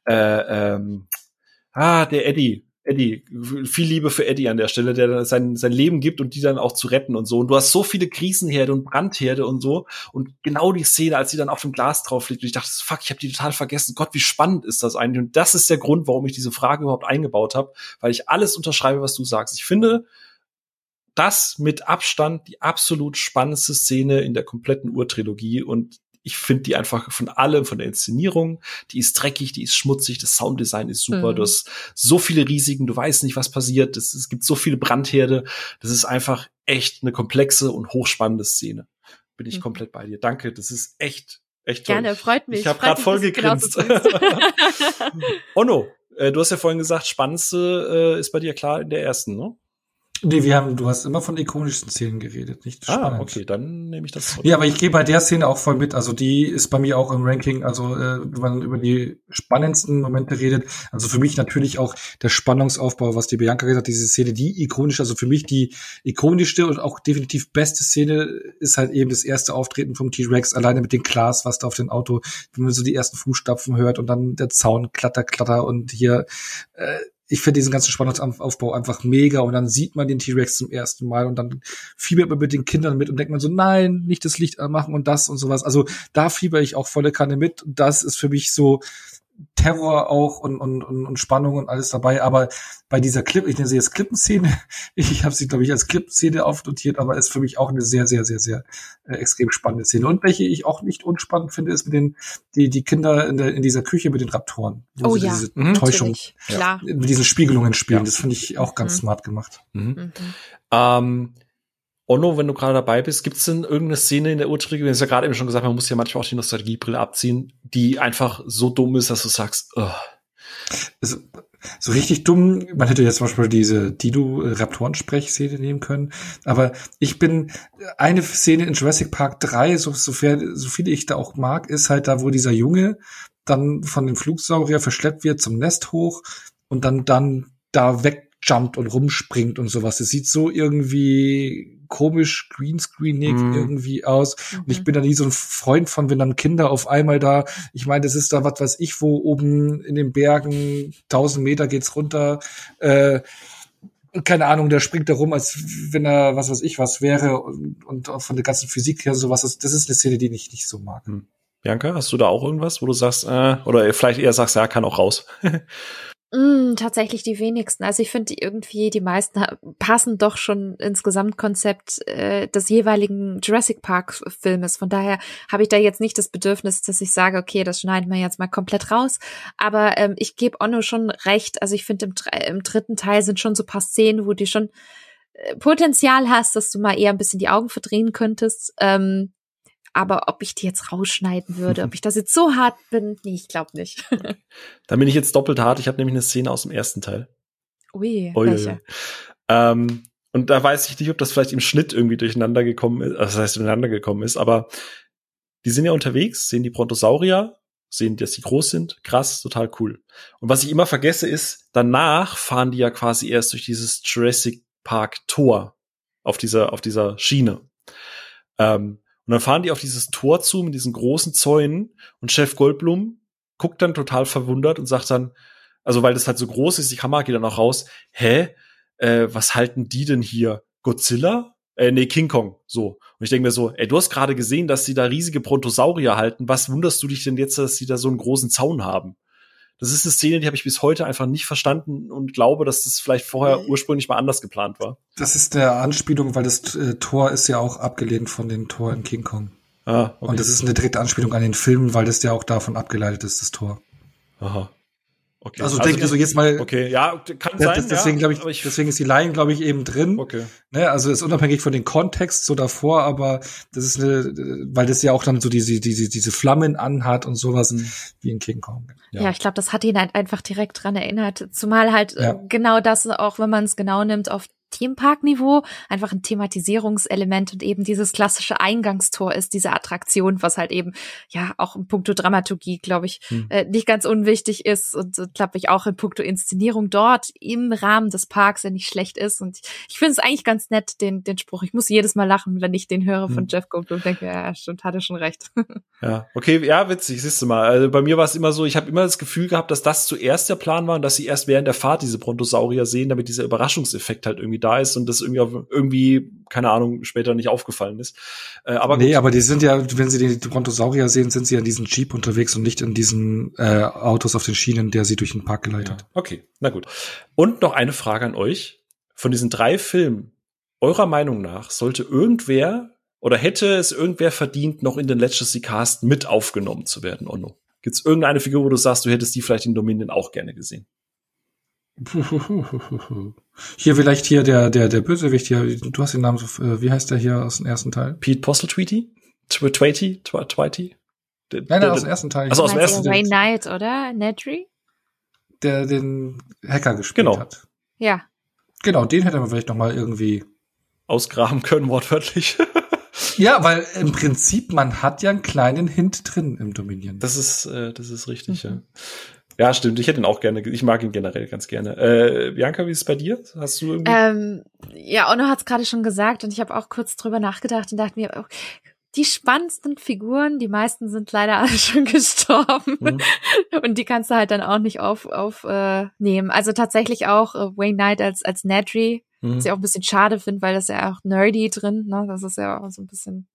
Eddie, viel Liebe für Eddie an der Stelle, der sein Leben gibt und die dann auch zu retten und so. Und du hast so viele Krisenherde und Brandherde und so. Und genau die Szene, als sie dann auf dem Glas drauf liegt, und ich dachte, fuck, ich habe die total vergessen. Gott, wie spannend ist das eigentlich? Und das ist der Grund, warum ich diese Frage überhaupt eingebaut habe, weil ich alles unterschreibe, was du sagst. Ich finde, das mit Abstand die absolut spannendste Szene in der kompletten Urtrilogie und ich finde die einfach von allem, von der Inszenierung, die ist dreckig, die ist schmutzig, das Sounddesign ist super, du hast so viele Risiken, du weißt nicht, was passiert, es gibt so viele Brandherde, das ist einfach echt eine komplexe und hochspannende Szene. Bin ich komplett bei dir. Danke, das ist echt toll. Gerne, freut mich. Ich habe gerade voll gegrinst. Onno, du hast ja vorhin gesagt, spannendste ist bei dir klar in der ersten, ne? Nee, du hast immer von ikonischen Szenen geredet, nicht spannend. Okay, dann nehme ich das zurück. Ja, aber ich gehe bei der Szene auch voll mit. Also die ist bei mir auch im Ranking, also wenn man über die spannendsten Momente redet. Also für mich natürlich auch der Spannungsaufbau, was die Bianca gesagt hat, diese Szene, die ikonisch, also für mich die ikonischste und auch definitiv beste Szene ist halt eben das erste Auftreten vom T-Rex, alleine mit dem Glas, was da auf dem Auto, wenn man so die ersten Fußstapfen hört und dann der Zaun klatter und hier ich finde diesen ganzen Spannungsaufbau einfach mega und dann sieht man den T-Rex zum ersten Mal und dann fiebert man mit den Kindern mit und denkt man so, nein, nicht das Licht anmachen und das und sowas. Also da fieber ich auch volle Kanne mit und das ist für mich so Terror auch und Spannung und alles dabei, aber bei dieser ich nenne sie jetzt Klippenszene, ich habe sie, glaube ich, als Klippenszene aufnotiert, aber ist für mich auch eine sehr, sehr, sehr, sehr extrem spannende Szene. Und welche ich auch nicht unspannend finde, ist mit die Kinder in dieser Küche mit den Raptoren. Wo sie diese Täuschung klar. mit diesen Spiegelungen spielen. Das finde ich auch ganz smart gemacht. Onno, wenn du gerade dabei bist, gibt es denn irgendeine Szene in der Urtrilogie, du hast ja gerade eben schon gesagt, man muss ja manchmal auch die Nostalgiebrille abziehen, die einfach so dumm ist, dass du sagst, so richtig dumm, man hätte jetzt zum Beispiel diese Dido-Raptoren-Sprechszene nehmen können, aber ich bin eine Szene in Jurassic Park 3, so viele ich da auch mag, ist halt da, wo dieser Junge dann von dem Flugsaurier verschleppt wird zum Nest hoch und dann da wegjumpt und rumspringt und sowas. Das sieht so irgendwie komisch greenscreenig irgendwie aus. Und ich bin da nie so ein Freund von, wenn dann Kinder auf einmal da, ich meine, das ist da was weiß ich, wo oben in den Bergen 1000 Meter geht's runter, keine Ahnung, der springt da rum, als wenn er was weiß ich was wäre und auch von der ganzen Physik her sowas. Das ist eine Szene, die ich nicht so mag. Bianca, hast du da auch irgendwas, wo du sagst, oder vielleicht eher sagst, ja, kann auch raus? Tatsächlich die wenigsten. Also ich finde irgendwie, die meisten passen doch schon ins Gesamtkonzept des jeweiligen Jurassic Park Filmes. Von daher habe ich da jetzt nicht das Bedürfnis, dass ich sage, okay, das schneiden wir jetzt mal komplett raus. Aber ich gebe Onno schon recht. Also ich finde, im dritten Teil sind schon so ein paar Szenen, wo du schon Potenzial hast, dass du mal eher ein bisschen die Augen verdrehen könntest. Aber ob ich die jetzt rausschneiden würde, ob ich das jetzt so hart bin, nee, ich glaube nicht. Dann bin ich jetzt doppelt hart. Ich habe nämlich eine Szene aus dem ersten Teil. Ui, welche? Und da weiß ich nicht, ob das vielleicht im Schnitt irgendwie durcheinander gekommen ist, aber die sind ja unterwegs, sehen die Brontosaurier, sehen, dass die groß sind, krass, total cool. Und was ich immer vergesse ist, danach fahren die ja quasi erst durch dieses Jurassic Park Tor auf dieser Schiene. Und dann fahren die auf dieses Tor zu mit diesen großen Zäunen und Chef Goldblum guckt dann total verwundert und sagt dann, also weil das halt so groß ist, die Kamera geht dann auch raus, was halten die denn hier? Godzilla? King Kong, so. Und ich denke mir so, du hast gerade gesehen, dass sie da riesige Brontosaurier halten. Was wunderst du dich denn jetzt, dass sie da so einen großen Zaun haben? Das ist eine Szene, die habe ich bis heute einfach nicht verstanden und glaube, dass das vielleicht vorher ursprünglich mal anders geplant war. Das ist der Anspielung, weil das Tor ist ja auch abgelehnt von den Tor in King Kong. Okay. Und das ist eine direkte Anspielung an den Film, weil das ja auch davon abgeleitet ist, das Tor. Aha. Okay. Also denke ich so jetzt mal. Okay, ja, kann sein. Deswegen glaube ich, deswegen ist die Line, glaube ich, eben drin. Okay. Ne, also ist unabhängig von dem Kontext so davor, aber das ist weil das ja auch dann so diese Flammen anhat und sowas wie in King Kong. Ja, ich glaube, das hat ihn halt einfach direkt dran erinnert. Zumal halt genau das, auch wenn man es genau nimmt, auf Themenpark-Niveau einfach ein Thematisierungselement und eben dieses klassische Eingangstor ist, diese Attraktion, was halt eben ja auch in puncto Dramaturgie, glaube ich, nicht ganz unwichtig ist und glaube ich auch in puncto Inszenierung dort im Rahmen des Parks ja nicht schlecht ist. Und ich finde es eigentlich ganz nett, den Spruch. Ich muss jedes Mal lachen, wenn ich den höre von Jeff Goldblum, denke, ja, stimmt, hat er schon recht. Ja, okay, ja, witzig, siehst du mal. Also bei mir war es immer so, ich habe immer das Gefühl gehabt, dass das zuerst der Plan war und dass sie erst während der Fahrt diese Brontosaurier sehen, damit dieser Überraschungseffekt halt irgendwie da ist und das irgendwie, keine Ahnung, später nicht aufgefallen ist. Aber nee, aber die sind ja, wenn sie die Brontosaurier sehen, sind sie ja in diesem Jeep unterwegs und nicht in diesen Autos auf den Schienen, der sie durch den Park geleitet hat. Okay, na gut. Und noch eine Frage an euch. Von diesen 3 Filmen, eurer Meinung nach, sollte irgendwer oder hätte es irgendwer verdient, noch in den Legacy Cast mit aufgenommen zu werden, Onno? Gibt's irgendeine Figur, wo du sagst, du hättest die vielleicht in Dominion auch gerne gesehen? Hier vielleicht der Bösewicht hier, du hast den Namen so, wie heißt der hier aus dem ersten Teil? Pete Postlethwaite? Twitty? Nein, aus dem ersten Teil. Also aus dem ersten Wayne Knight, oder? Nedry? Der den Hacker gespielt hat. Ja. Genau, den hätte man vielleicht noch mal irgendwie ausgraben können, wortwörtlich. Ja, weil im Prinzip, man hat ja einen kleinen Hint drin im Dominion. Das ist richtig, ja. Ja, stimmt. Ich hätte ihn auch gerne. Ich mag ihn generell ganz gerne. Bianca, wie ist es bei dir? Hast du irgendwie? Ja, Onno hat es gerade schon gesagt und ich habe auch kurz drüber nachgedacht und dachte mir, oh, die spannendsten Figuren, die meisten sind leider alle schon gestorben. Und die kannst du halt dann auch nicht aufnehmen. Also tatsächlich auch Wayne Knight als Nedry, was ich auch ein bisschen schade finde, weil das ja auch nerdy drin, ne? Das ist ja auch so ein bisschen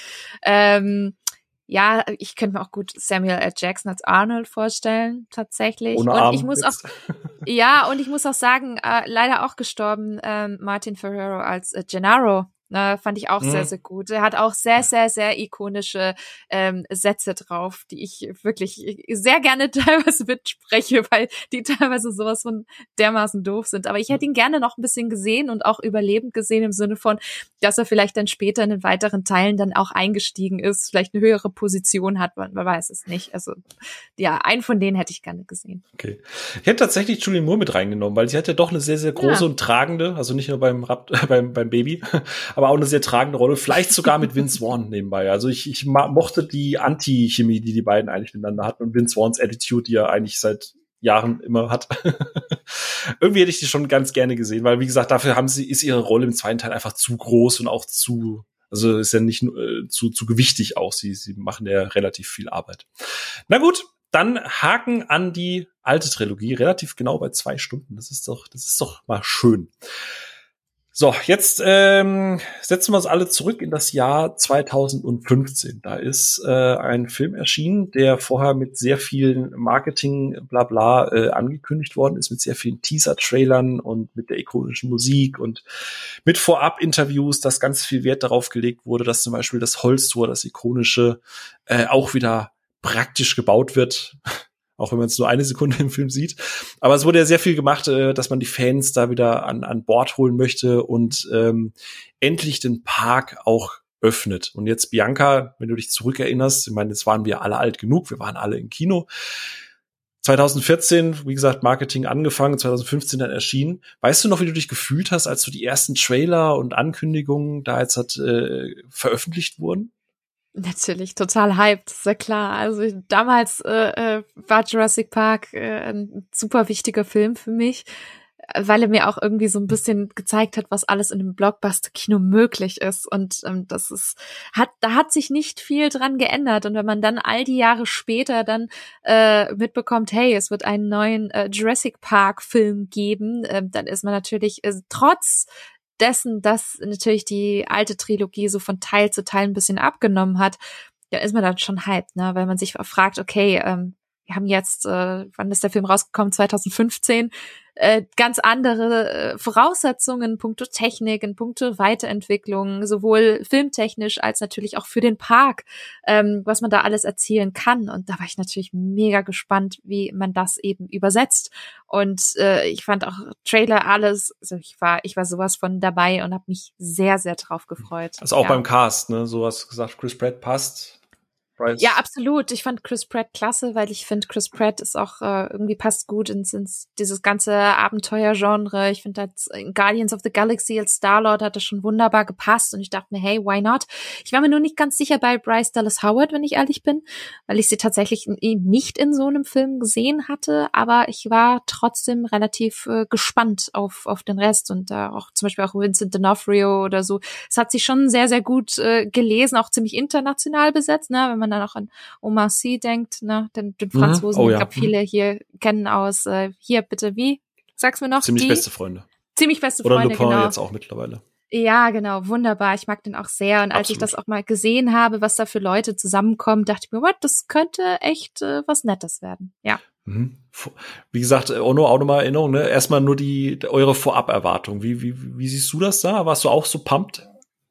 ja, ich könnte mir auch gut Samuel L. Jackson als Arnold vorstellen, tatsächlich. Ohne und Arm ich muss auch, und ich muss auch sagen, leider auch gestorben, Martin Ferrero als Gennaro. Fand ich auch sehr, sehr gut. Er hat auch sehr, sehr, sehr ikonische Sätze drauf, die ich wirklich sehr gerne teilweise mitspreche, weil die teilweise sowas von dermaßen doof sind. Aber ich hätte ihn gerne noch ein bisschen gesehen und auch überlebend gesehen im Sinne von, dass er vielleicht dann später in den weiteren Teilen dann auch eingestiegen ist, vielleicht eine höhere Position hat, man weiß es nicht. Also ja, einen von denen hätte ich gerne gesehen. Okay. Ich hätte tatsächlich Julianne Moore mit reingenommen, weil sie hat ja doch eine sehr, sehr große und tragende, also nicht nur beim Baby, aber auch eine sehr tragende Rolle, vielleicht sogar mit Vince Vaughn nebenbei. Also ich mochte die Anti-Chemie, die beiden eigentlich miteinander hatten und Vince Vaughns Attitude, die er eigentlich seit Jahren immer hat. Irgendwie hätte ich die schon ganz gerne gesehen, weil wie gesagt, dafür ist ihre Rolle im zweiten Teil einfach zu groß und auch also ist ja nicht zu gewichtig auch. Sie machen ja relativ viel Arbeit. Na gut, dann Haken an die alte Trilogie, relativ genau bei 2 Stunden. Das ist doch mal schön. So, jetzt setzen wir uns alle zurück in das Jahr 2015. Da ist ein Film erschienen, der vorher mit sehr vielen Marketing blabla angekündigt worden ist, mit sehr vielen Teaser-Trailern und mit der ikonischen Musik und mit Vorab-Interviews, dass ganz viel Wert darauf gelegt wurde, dass zum Beispiel das Holztor, das ikonische, auch wieder praktisch gebaut wird. Auch wenn man es nur eine Sekunde im Film sieht. Aber es wurde ja sehr viel gemacht, dass man die Fans da wieder an Bord holen möchte und endlich den Park auch öffnet. Und jetzt, Bianca, wenn du dich zurückerinnerst, ich meine, jetzt waren wir alle alt genug, wir waren alle im Kino. 2014, wie gesagt, Marketing angefangen, 2015 dann erschienen. Weißt du noch, wie du dich gefühlt hast, als so die ersten Trailer und Ankündigungen da jetzt veröffentlicht wurden? Natürlich, total hyped, ist ja klar. Also damals war Jurassic Park ein super wichtiger Film für mich. weil er mir auch irgendwie so ein bisschen gezeigt hat, was alles in einem Blockbuster-Kino möglich ist. Und da hat sich nicht viel dran geändert. Und wenn man dann all die Jahre später dann mitbekommt, hey, es wird einen neuen Jurassic Park-Film geben, dann ist man natürlich trotz dessen, dass natürlich die alte Trilogie so von Teil zu Teil ein bisschen abgenommen hat, ja, ist man dann schon hyped, ne? Weil man sich fragt, okay, wir haben jetzt, wann ist der Film rausgekommen? 2015, ganz andere Voraussetzungen in puncto Technik, in puncto Weiterentwicklung, sowohl filmtechnisch als natürlich auch für den Park, was man da alles erzählen kann. Und da war ich natürlich mega gespannt, wie man das eben übersetzt. Und ich fand auch Trailer alles, also ich war sowas von dabei und habe mich sehr, sehr drauf gefreut. Also auch beim Cast, ne? So hast du gesagt, Chris Pratt passt. Ja, absolut. Ich fand Chris Pratt klasse, weil ich finde, Chris Pratt ist auch irgendwie passt gut ins dieses ganze Abenteuergenre. Ich finde, in Guardians of the Galaxy als Star-Lord hat das schon wunderbar gepasst und ich dachte mir, hey, why not? Ich war mir nur nicht ganz sicher bei Bryce Dallas Howard, wenn ich ehrlich bin, weil ich sie tatsächlich nicht in so einem Film gesehen hatte, aber ich war trotzdem relativ gespannt auf den Rest und auch zum Beispiel auch Vincent D'Onofrio oder so. Es hat sich schon sehr, sehr gut gelesen, auch ziemlich international besetzt, ne, wenn man dann auch an Omar Sy denkt, ne, den Franzosen, ich glaube, viele hier kennen aus, hier bitte, wie? Sag's mir noch. Ziemlich beste Freunde. Ziemlich beste Oder Freunde, Lupin genau. Jetzt auch mittlerweile. Ja, genau, wunderbar. Ich mag den auch sehr. Und als ich das auch mal gesehen habe, was da für Leute zusammenkommen, dachte ich mir, das könnte echt was Nettes werden. Ja. Wie gesagt, auch nochmal Erinnerung, ne? Erstmal nur eure Vorab-Erwartung. Wie siehst du das da? Warst du auch so pumped?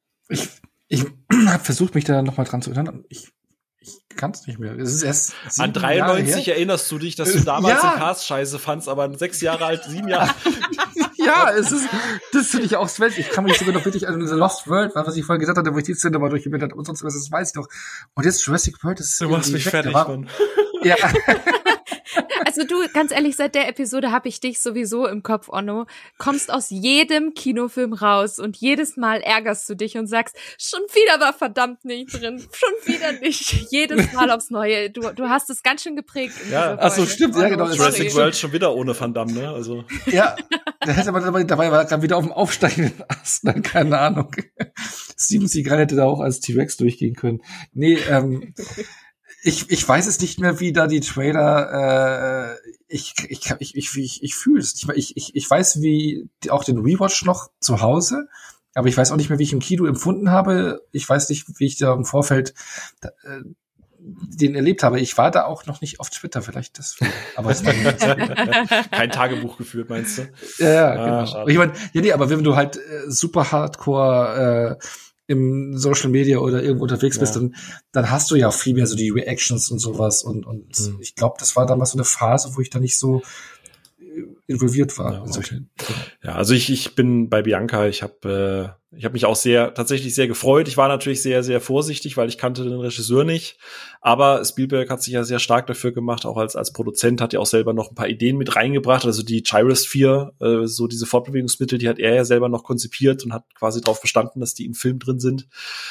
Ich habe versucht, mich da nochmal dran zu erinnern. Ich kann es nicht mehr. Es ist erst an 93 erinnerst du dich, dass du damals den Cast scheiße fandst, aber 6 Jahre alt, 7 Jahre. Ja, das finde ich auch Welt. Ich kann mich sogar noch wirklich an The Lost World, was ich vorhin gesagt hatte, wo ich die Szene mal durchgebildet habe und sonst was, das weiß ich doch. Und jetzt Jurassic World, das ist du machst mich fertig, Mann. Ja. Also du, ganz ehrlich, seit der Episode habe ich dich sowieso im Kopf, Onno. Kommst aus jedem Kinofilm raus und jedes Mal ärgerst du dich und sagst, schon wieder war verdammt nicht drin, schon wieder nicht. Jedes Mal aufs Neue. Du hast es ganz schön geprägt. Ja, achso, stimmt, ja, genau. Jurassic World schon wieder ohne Van Damme, ne? Also. Ja, dabei war er gerade wieder auf dem aufsteigenden Ast, ne? Keine Ahnung. Steven Seagal hätte da auch als T-Rex durchgehen können. Nee, Ich weiß es nicht mehr, wie da die Trailer, ich fühle es. Ich weiß, wie auch den Rewatch noch zu Hause, aber ich weiß auch nicht mehr, wie ich im Kino empfunden habe. Ich weiß nicht, wie ich da im Vorfeld den erlebt habe. Ich war da auch noch nicht auf Twitter, vielleicht das. Aber es war kein Tagebuch geführt, meinst du? Ja, genau. Ich meine, aber wenn du halt super hardcore im Social Media oder irgendwo unterwegs bist, dann hast du ja auch viel mehr so die Reactions und sowas und ich glaube, das war damals so eine Phase, wo ich da nicht so involviert war. Ja, okay. Ja, also ich bin bei Bianca, ich habe mich auch tatsächlich sehr gefreut. Ich war natürlich sehr, sehr vorsichtig, weil ich kannte den Regisseur nicht. Aber Spielberg hat sich ja sehr stark dafür gemacht, auch als Produzent hat er auch selber noch ein paar Ideen mit reingebracht. Also die Gyrosphere, so diese Fortbewegungsmittel, die hat er ja selber noch konzipiert und hat quasi darauf bestanden, dass die im Film drin sind.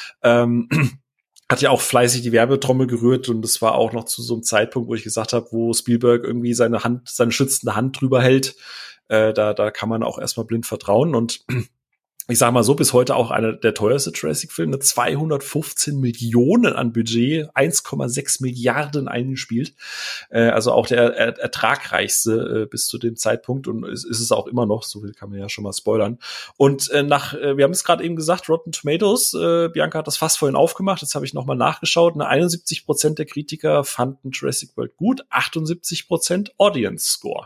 Hat ja auch fleißig die Werbetrommel gerührt und das war auch noch zu so einem Zeitpunkt, wo ich gesagt habe, wo Spielberg irgendwie seine schützende Hand drüber hält. Da kann man auch erstmal blind vertrauen und ich sage mal so, bis heute auch einer der teuerste Jurassic-Filme, 215 Millionen an Budget, 1,6 Milliarden eingespielt. Also auch der ertragreichste bis zu dem Zeitpunkt und ist es auch immer noch, so viel kann man ja schon mal spoilern. Und wir haben es gerade eben gesagt, Rotten Tomatoes, Bianca hat das fast vorhin aufgemacht, jetzt habe ich nochmal nachgeschaut, 71% der Kritiker fanden Jurassic World gut, 78% Audience Score.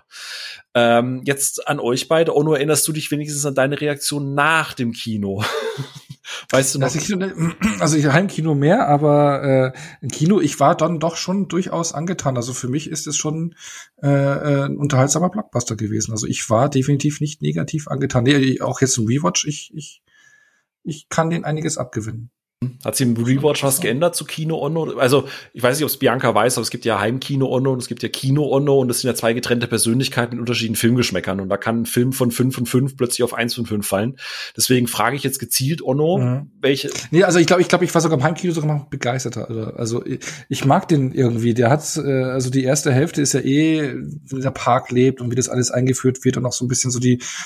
Jetzt an euch beide, Onno, erinnerst du dich wenigstens an deine Reaktion nach dem Kino? Weißt du noch? Also ich Heimkino mehr, aber im Kino, ich war dann doch schon durchaus angetan. Also für mich ist es schon ein unterhaltsamer Blockbuster gewesen. Also ich war definitiv nicht negativ angetan. Nee, auch jetzt im Rewatch, ich kann denen einiges abgewinnen. Hat sie im Rewatch was geändert zu Kino Onno? Also, ich weiß nicht, ob es Bianca weiß, aber es gibt ja Heimkino Onno und es gibt ja Kino Onno und das sind ja zwei getrennte Persönlichkeiten mit unterschiedlichen Filmgeschmäckern und da kann ein Film von 5 von 5 plötzlich auf 1 von 5 fallen. Deswegen frage ich jetzt gezielt Onno, welche. Nee, also ich glaube, ich war sogar im Heimkino sogar noch begeisterter. Also ich mag den irgendwie. Der hat, also die erste Hälfte ist ja wie der Park lebt und wie das alles eingeführt wird und auch so ein bisschen so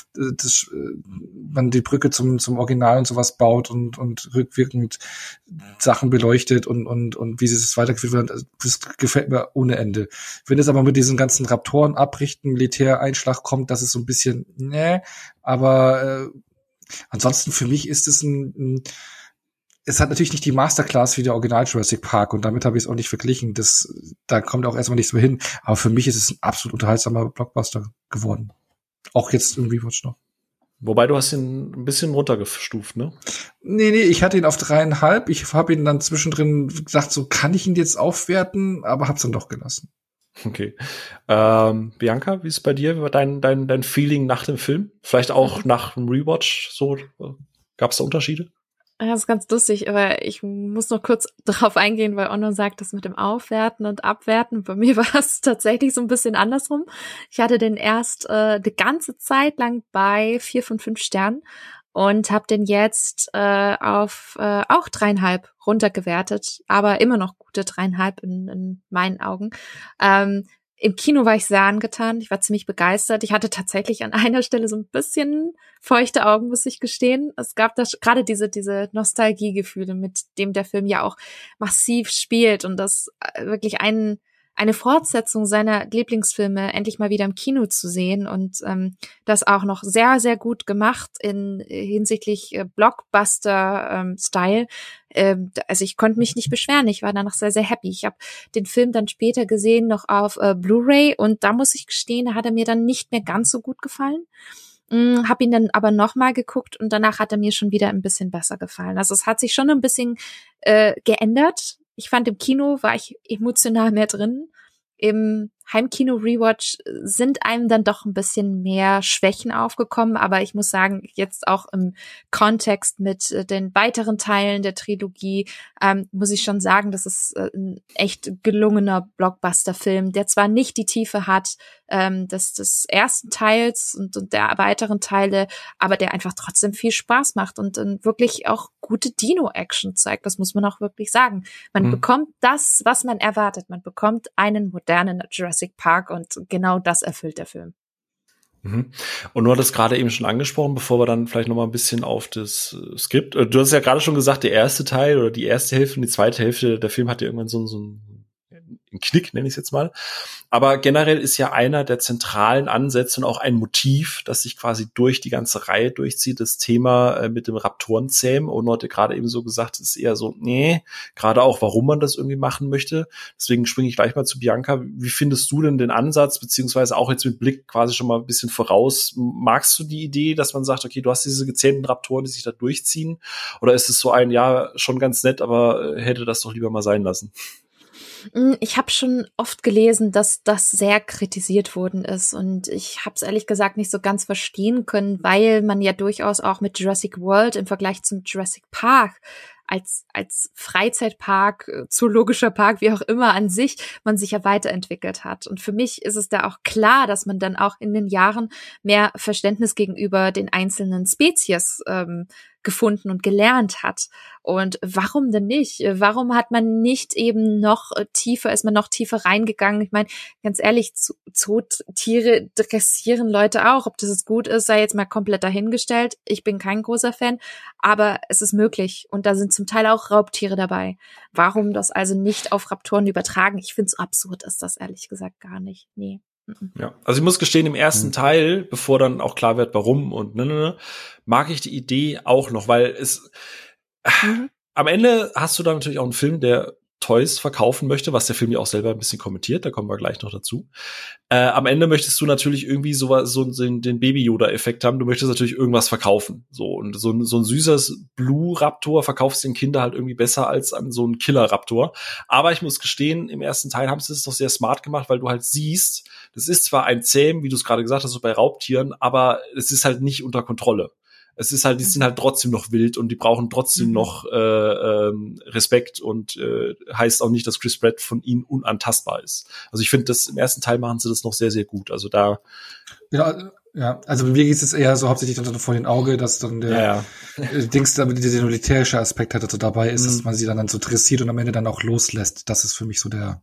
man die Brücke zum Original und sowas baut und rückwirkend Sachen beleuchtet und wie sie es weitergeführt wird. Also das gefällt mir ohne Ende. Wenn es aber mit diesen ganzen Raptoren abrichten, Militäreinschlag kommt, das ist so ein bisschen, aber ansonsten für mich ist es es hat natürlich nicht die Masterclass wie der Original Jurassic Park und damit habe ich es auch nicht verglichen. Da kommt auch erstmal nichts mehr hin. Aber für mich ist es ein absolut unterhaltsamer Blockbuster geworden. Auch jetzt im Rewatch noch. Wobei du hast ihn ein bisschen runtergestuft, ne? Nee, ich hatte ihn auf 3,5. Ich habe ihn dann zwischendrin gesagt, so kann ich ihn jetzt aufwerten, aber hab's dann doch gelassen. Okay. Bianca, wie ist es bei dir? Wie war dein Feeling nach dem Film? Vielleicht auch nach dem Rewatch? So, gab es da Unterschiede? Das ist ganz lustig, aber ich muss noch kurz darauf eingehen, weil Onno sagt, das mit dem Aufwerten und Abwerten. Bei mir war es tatsächlich so ein bisschen andersrum. Ich hatte den erst eine ganze Zeit lang bei 4 von 5 Sternen und habe den jetzt auf auch 3,5 runtergewertet, aber immer noch gute 3,5 in meinen Augen. Im Kino war ich sehr angetan. Ich war ziemlich begeistert. Ich hatte tatsächlich an einer Stelle so ein bisschen feuchte Augen, muss ich gestehen. Es gab da gerade diese Nostalgiegefühle, mit dem der Film ja auch massiv spielt und das wirklich eine Fortsetzung seiner Lieblingsfilme endlich mal wieder im Kino zu sehen und das auch noch sehr, sehr gut gemacht in hinsichtlich Blockbuster-Style. Also ich konnte mich nicht beschweren. Ich war danach sehr, sehr happy. Ich habe den Film dann später gesehen, noch auf Blu-ray und da muss ich gestehen, da hat er mir dann nicht mehr ganz so gut gefallen. Habe ihn dann aber nochmal geguckt und danach hat er mir schon wieder ein bisschen besser gefallen. Also es hat sich schon ein bisschen geändert. Ich fand, im Kino war ich emotional mehr drin. Im Heimkino-Rewatch sind einem dann doch ein bisschen mehr Schwächen aufgekommen, aber ich muss sagen, jetzt auch im Kontext mit den weiteren Teilen der Trilogie muss ich schon sagen, das ist ein echt gelungener Blockbuster-Film, der zwar nicht die Tiefe hat des ersten Teils und der weiteren Teile, aber der einfach trotzdem viel Spaß macht und wirklich auch gute Dino-Action zeigt, das muss man auch wirklich sagen. Man bekommt das, was man erwartet. Man bekommt einen modernen Jurassic Park und genau das erfüllt der Film. Und du hattest gerade eben schon angesprochen, bevor wir dann vielleicht noch mal ein bisschen auf das Skript. Du hast ja gerade schon gesagt, der erste Teil oder die erste Hälfte und die zweite Hälfte, der Film hat ja irgendwann so einen Knick, nenne ich es jetzt mal. Aber generell ist ja einer der zentralen Ansätze und auch ein Motiv, das sich quasi durch die ganze Reihe durchzieht, das Thema mit dem Raptorenzähmen. Und heute gerade eben so gesagt, ist eher so, gerade auch, warum man das irgendwie machen möchte. Deswegen springe ich gleich mal zu Bianca. Wie findest du denn den Ansatz, beziehungsweise auch jetzt mit Blick quasi schon mal ein bisschen voraus? Magst du die Idee, dass man sagt, okay, du hast diese gezähmten Raptoren, die sich da durchziehen? Oder ist es so ein, ja, schon ganz nett, aber hätte das doch lieber mal sein lassen? Ich habe schon oft gelesen, dass das sehr kritisiert worden ist und ich habe es ehrlich gesagt nicht so ganz verstehen können, weil man ja durchaus auch mit Jurassic World im Vergleich zum Jurassic Park als Freizeitpark, zoologischer Park, wie auch immer an sich, man sich ja weiterentwickelt hat. Und für mich ist es da auch klar, dass man dann auch in den Jahren mehr Verständnis gegenüber den einzelnen Spezies gefunden und gelernt hat. Und warum denn nicht? Warum hat man nicht eben noch tiefer, ist man noch tiefer reingegangen? Ich meine, ganz ehrlich, Zootiere dressieren Leute auch. Ob das jetzt gut ist, sei jetzt mal komplett dahingestellt. Ich bin kein großer Fan, aber es ist möglich. Und da sind zum Teil auch Raubtiere dabei. Warum das also nicht auf Raptoren übertragen? Ich finde, so absurd ist das ehrlich gesagt gar nicht. Nee. Ja, also ich muss gestehen, im ersten Teil, bevor dann auch klar wird, warum und mag ich die Idee auch noch, weil es am Ende hast du da natürlich auch einen Film, der Toys verkaufen möchte, was der Film ja auch selber ein bisschen kommentiert, da kommen wir gleich noch dazu. Am Ende möchtest du natürlich irgendwie so den Baby-Yoda-Effekt haben, du möchtest natürlich irgendwas verkaufen. So, und so ein süßes Blue-Raptor verkaufst den Kinder halt irgendwie besser als an so einen Killer-Raptor. Aber ich muss gestehen, im ersten Teil haben sie es doch sehr smart gemacht, weil du halt siehst, das ist zwar ein Zähm, wie du es gerade gesagt hast, so bei Raubtieren, aber es ist halt nicht unter Kontrolle. Es ist halt, die sind halt trotzdem noch wild und die brauchen trotzdem noch Respekt und heißt auch nicht, dass Chris Pratt von ihnen unantastbar ist. Also ich finde, das im ersten Teil machen sie das noch sehr, sehr gut. Also da Ja, also bei mir geht es jetzt eher so hauptsächlich dann vor den Auge, dass dann der Dings, damit dieser militärische Aspekt halt so dabei ist, dass man sie dann so dressiert und am Ende dann auch loslässt. Das ist für mich so der.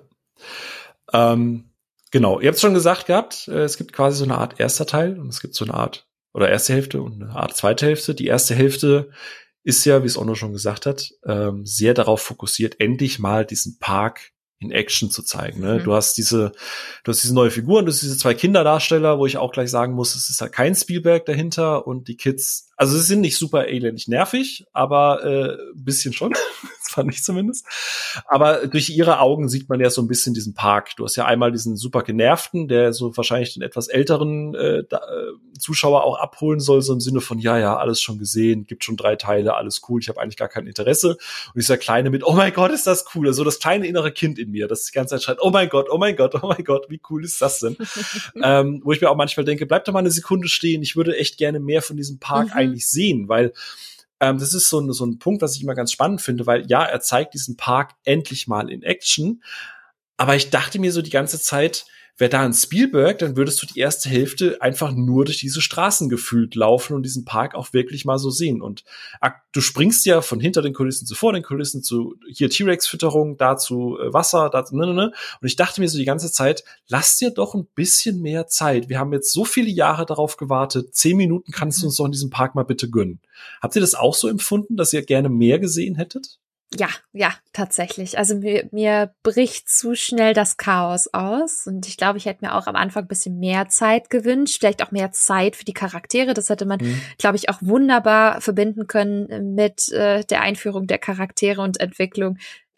Ja. Genau, ihr habt es schon gesagt gehabt, es gibt quasi so eine Art erster Teil und es gibt so eine Art, oder erste Hälfte und eine Art zweite Hälfte. Die erste Hälfte ist ja, wie es Onno schon gesagt hat, sehr darauf fokussiert, endlich mal diesen Park in Action zu zeigen. Ne? Du hast diese neue Figuren, du hast diese zwei Kinderdarsteller, wo ich auch gleich sagen muss, es ist halt kein Spielberg dahinter und die Kids, also sie sind nicht super elendig nervig, aber ein bisschen schon, das fand ich zumindest. Aber durch ihre Augen sieht man ja so ein bisschen diesen Park. Du hast ja einmal diesen super genervten, der so wahrscheinlich den etwas älteren Zuschauer auch abholen soll, so im Sinne von, ja, alles schon gesehen, gibt schon 3 Teile, alles cool, ich habe eigentlich gar kein Interesse. Und dieser Kleine mit, oh mein Gott, ist das cool, also das kleine innere Kind in mir, das die ganze Zeit schreit, oh mein Gott, wie cool ist das denn? Wo ich mir auch manchmal denke, bleib doch mal eine Sekunde stehen, ich würde echt gerne mehr von diesem Park eigentlich sehen, weil das ist so ein Punkt, was ich immer ganz spannend finde, weil ja, er zeigt diesen Park endlich mal in Action, aber ich dachte mir so die ganze Zeit, wäre da ein Spielberg, dann würdest du die erste Hälfte einfach nur durch diese Straßen gefühlt laufen und diesen Park auch wirklich mal so sehen. Und du springst ja von hinter den Kulissen zu vor den Kulissen zu hier T-Rex-Fütterung, dazu Wasser, dazu Und ich dachte mir so die ganze Zeit, lass dir doch ein bisschen mehr Zeit. Wir haben jetzt so viele Jahre darauf gewartet. 10 Minuten kannst du uns doch in diesem Park mal bitte gönnen. Habt ihr das auch so empfunden, dass ihr gerne mehr gesehen hättet? Ja, tatsächlich. Also mir bricht zu schnell das Chaos aus und ich glaube, ich hätte mir auch am Anfang ein bisschen mehr Zeit gewünscht, vielleicht auch mehr Zeit für die Charaktere. Das hätte man, glaube ich, auch wunderbar verbinden können mit der Einführung der Charaktere und Entwicklung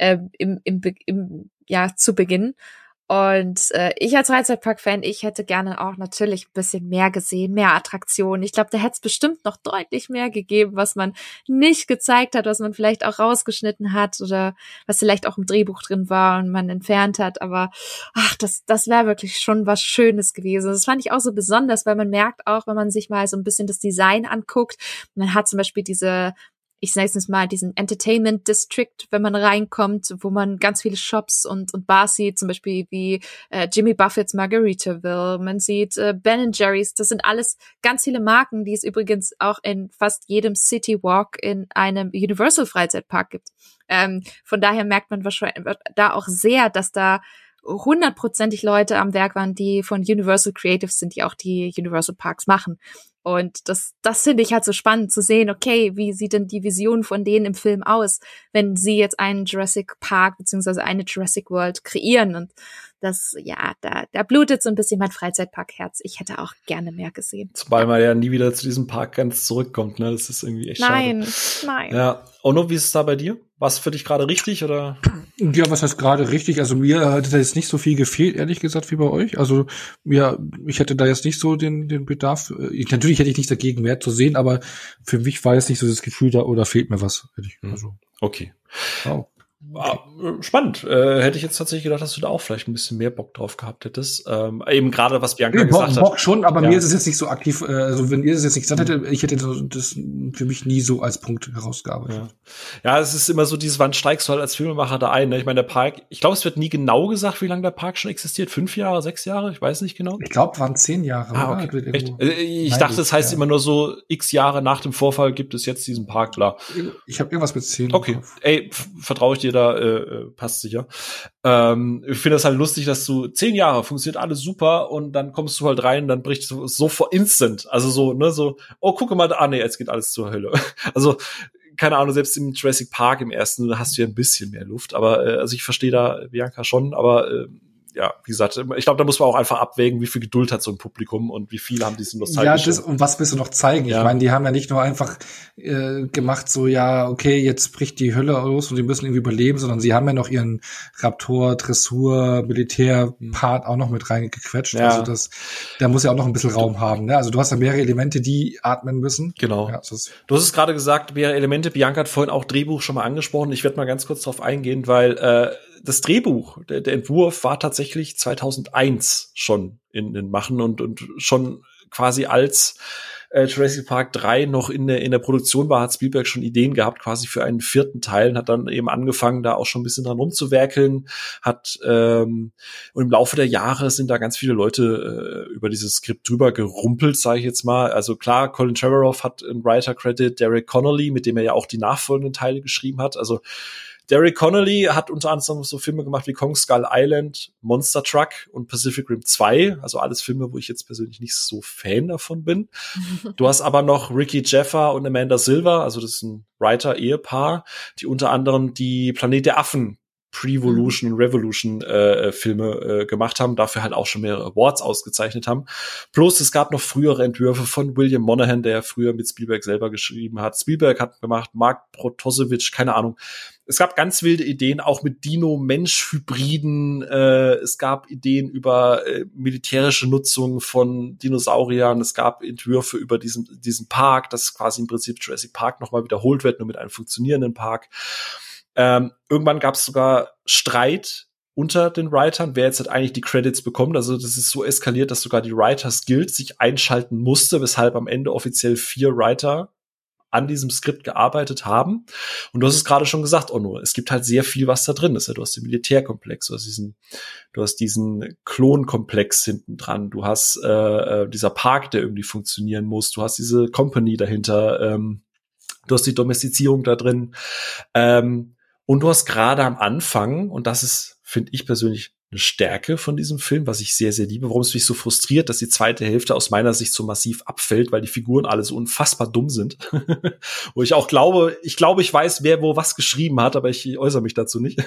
zu Beginn. Und ich als Freizeitpark-Fan, ich hätte gerne auch natürlich ein bisschen mehr gesehen, mehr Attraktionen. Ich glaube, da hätte es bestimmt noch deutlich mehr gegeben, was man nicht gezeigt hat, was man vielleicht auch rausgeschnitten hat oder was vielleicht auch im Drehbuch drin war und man entfernt hat. Aber das wäre wirklich schon was Schönes gewesen. Das fand ich auch so besonders, weil man merkt auch, wenn man sich mal so ein bisschen das Design anguckt, man hat zum Beispiel ich sage jetzt mal, diesen Entertainment District, wenn man reinkommt, wo man ganz viele Shops und Bars sieht, zum Beispiel wie Jimmy Buffett's Margaritaville, man sieht Ben & Jerry's, das sind alles ganz viele Marken, die es übrigens auch in fast jedem City Walk in einem Universal Freizeitpark gibt. Von daher merkt man wahrscheinlich da auch sehr, dass da 100%ig Leute am Werk waren, die von Universal Creatives sind, die auch die Universal Parks machen. Und das finde ich halt so spannend zu sehen, okay, wie sieht denn die Vision von denen im Film aus, wenn sie jetzt einen Jurassic Park beziehungsweise eine Jurassic World kreieren. Und das, ja, da blutet so ein bisschen mein Freizeitparkherz. Ich hätte auch gerne mehr gesehen. Zumal man ja nie wieder zu diesem Park ganz zurückkommt, ne? Das ist irgendwie echt schade. Nein. Ja. Onno, wie ist es da bei dir? War es für dich gerade richtig, oder? Ja, was heißt gerade richtig? Also mir hätte da jetzt nicht so viel gefehlt, ehrlich gesagt, wie bei euch. Also ich hätte da jetzt nicht so den Bedarf. Natürlich hätte ich nichts dagegen, mehr zu sehen, aber für mich war jetzt nicht so das Gefühl da, oder fehlt mir was. Also. Okay. Wow. Spannend. Hätte ich jetzt tatsächlich gedacht, dass du da auch vielleicht ein bisschen mehr Bock drauf gehabt hättest. Eben gerade, was Bianca gesagt hat. Bock schon, aber mir ist es jetzt nicht so aktiv. Also wenn ihr es jetzt nicht gesagt hättet, ich hätte das für mich nie so als Punkt herausgearbeitet. Ja, es ist immer so dieses, wann steigst du halt als Filmemacher da ein? Ne? Ich meine, der Park, ich glaube, es wird nie genau gesagt, wie lange der Park schon existiert. 5 Jahre, 6 Jahre? Ich weiß nicht genau. Ich glaube, waren 10 Jahre. Okay. Echt? Ich dachte, das heißt immer nur so, x Jahre nach dem Vorfall gibt es jetzt diesen Park, klar. Ich habe irgendwas mit 10. Okay. Vertraue ich dir da, passt sicher. Ich finde das halt lustig, dass du 10 Jahre funktioniert alles super und dann kommst du halt rein und dann bricht du sofort instant. Also so, ne, so, oh, gucke mal da, nee, jetzt geht alles zur Hölle. Also, keine Ahnung, selbst im Jurassic Park im ersten hast du ja ein bisschen mehr Luft, aber also ich verstehe da Bianca schon, aber ja, wie gesagt, ich glaube, da muss man auch einfach abwägen, wie viel Geduld hat so ein Publikum und wie viel haben die so nostalgisch. Ja, und was willst du noch zeigen? Ja. Ich meine, die haben ja nicht nur einfach gemacht, so, ja, okay, jetzt bricht die Hölle los und die müssen irgendwie überleben, sondern sie haben ja noch ihren Raptor, Dressur, Militär-Part auch noch mit reingequetscht. Ja. Also der muss ja auch noch ein bisschen Raum haben. Ne? Also du hast ja mehrere Elemente, die atmen müssen. Genau. Ja, du hast es gerade gesagt, mehrere Elemente. Bianca hat vorhin auch Drehbuch schon mal angesprochen. Ich werde mal ganz kurz drauf eingehen, weil das Drehbuch, der Entwurf war tatsächlich 2001 schon in den Machen und schon quasi als Jurassic Park 3 noch in der Produktion war, hat Spielberg schon Ideen gehabt, quasi für einen 4. Teil, und hat dann eben angefangen, da auch schon ein bisschen dran rumzuwerkeln, und im Laufe der Jahre sind da ganz viele Leute über dieses Skript drüber gerumpelt, sage ich jetzt mal. Also klar, Colin Trevorrow hat einen Writer-Credit, Derek Connolly, mit dem er ja auch die nachfolgenden Teile geschrieben hat. Also Derek Connolly hat unter anderem so Filme gemacht wie Kong Skull Island, Monster Truck und Pacific Rim 2. Also alles Filme, wo ich jetzt persönlich nicht so Fan davon bin. Du hast aber noch Ricky Jaffa und Amanda Silver, also das ist ein Writer-Ehepaar, die unter anderem die Planet der Affen Pre-Volution und Revolution Filme gemacht haben, dafür halt auch schon mehrere Awards ausgezeichnet haben. Plus es gab noch frühere Entwürfe von William Monahan, der früher mit Spielberg selber geschrieben hat. Spielberg hat gemacht, Mark Protosevich, keine Ahnung. Es gab ganz wilde Ideen, auch mit Dino-Mensch-Hybriden. Es gab Ideen über militärische Nutzung von Dinosauriern. Es gab Entwürfe über diesen Park, das quasi im Prinzip Jurassic Park nochmal wiederholt wird, nur mit einem funktionierenden Park. Irgendwann gab es sogar Streit unter den Writern, wer jetzt halt eigentlich die Credits bekommt. Also das ist so eskaliert, dass sogar die Writers Guild sich einschalten musste, weshalb am Ende offiziell 4 Writer an diesem Skript gearbeitet haben. Und du hast es gerade schon gesagt, Onno, es gibt halt sehr viel, was da drin ist. Du hast den Militärkomplex, du hast diesen Klonkomplex hinten dran, du hast dieser Park, der irgendwie funktionieren muss, du hast diese Company dahinter, du hast die Domestizierung da drin, und du hast gerade am Anfang, und das ist, finde ich persönlich, eine Stärke von diesem Film, was ich sehr, sehr liebe, warum es mich so frustriert, dass die zweite Hälfte aus meiner Sicht so massiv abfällt, weil die Figuren alle so unfassbar dumm sind. Wo ich auch glaube, ich weiß, wer wo was geschrieben hat, aber ich äußere mich dazu nicht.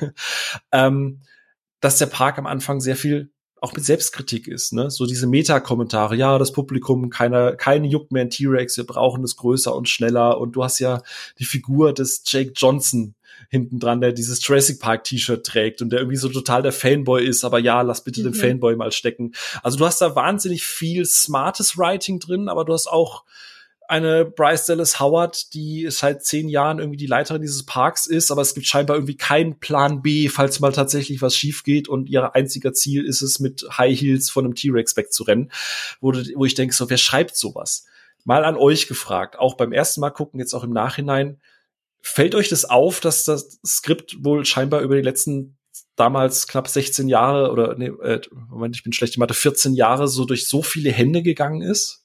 Dass der Park am Anfang sehr viel auch mit Selbstkritik ist, ne? So diese Meta-Kommentare, ja, das Publikum, keine juckt mehr ein T-Rex, wir brauchen es größer und schneller, und du hast ja die Figur des Jake Johnson hinten dran, der dieses Jurassic Park T-Shirt trägt und der irgendwie so total der Fanboy ist, aber ja, lass bitte den Fanboy mal stecken. Also du hast da wahnsinnig viel smartes Writing drin, aber du hast auch eine Bryce Dallas Howard, die seit 10 Jahren irgendwie die Leiterin dieses Parks ist, aber es gibt scheinbar irgendwie keinen Plan B, falls mal tatsächlich was schief geht, und ihr einziger Ziel ist es, mit High Heels von einem T-Rex wegzurennen, wo ich denke, so, wer schreibt sowas? Mal an euch gefragt, auch beim ersten Mal gucken, jetzt auch im Nachhinein, fällt euch das auf, dass das Skript wohl scheinbar über die letzten damals knapp 16 Jahre oder Moment, ich bin schlecht in Mathe, 14 Jahre so durch so viele Hände gegangen ist?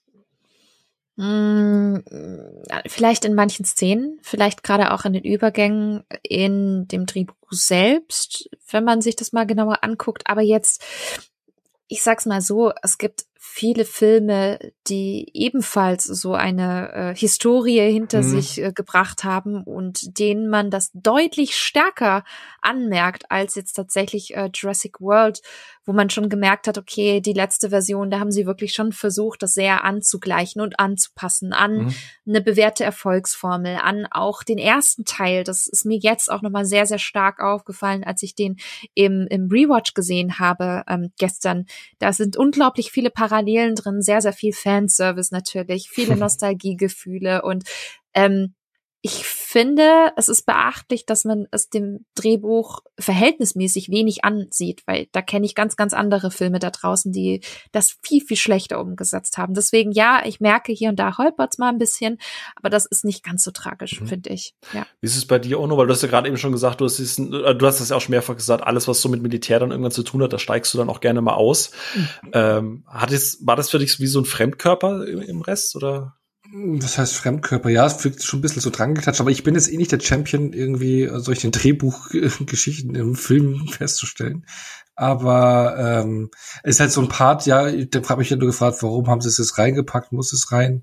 Vielleicht in manchen Szenen, vielleicht gerade auch in den Übergängen in dem Drehbuch selbst, wenn man sich das mal genauer anguckt. Aber jetzt, ich sag's mal so, es gibt viele Filme, die ebenfalls so eine Historie hinter sich gebracht haben und denen man das deutlich stärker anmerkt als jetzt tatsächlich Jurassic World, wo man schon gemerkt hat, okay, die letzte Version, da haben sie wirklich schon versucht, das sehr anzugleichen und anzupassen an eine bewährte Erfolgsformel, an auch den ersten Teil. Das ist mir jetzt auch nochmal sehr, sehr stark aufgefallen, als ich den im Rewatch gesehen habe gestern. Da sind unglaublich viele Parallelen drin, sehr, sehr viel Fanservice natürlich, viele Nostalgiegefühle, und ich finde, es ist beachtlich, dass man es dem Drehbuch verhältnismäßig wenig ansieht, weil da kenne ich ganz, ganz andere Filme da draußen, die das viel, viel schlechter umgesetzt haben. Deswegen, ja, ich merke, hier und da holpert's mal ein bisschen, aber das ist nicht ganz so tragisch, finde ich. Ja. Wie ist es bei dir, Ono? Weil du hast ja gerade eben schon gesagt, du hast das ja auch schon mehrfach gesagt, alles, was so mit Militär dann irgendwann zu tun hat, da steigst du dann auch gerne mal aus. War das für dich wie so ein Fremdkörper im Rest, oder? Was heißt Fremdkörper? Ja, es fühlt sich schon ein bisschen so dran geklatscht, aber ich bin jetzt nicht der Champion, irgendwie solche Drehbuchgeschichten im Film festzustellen. Aber es ist halt so ein Part, ja, da habe ich ja nur gefragt, warum haben sie es jetzt reingepackt, muss es rein?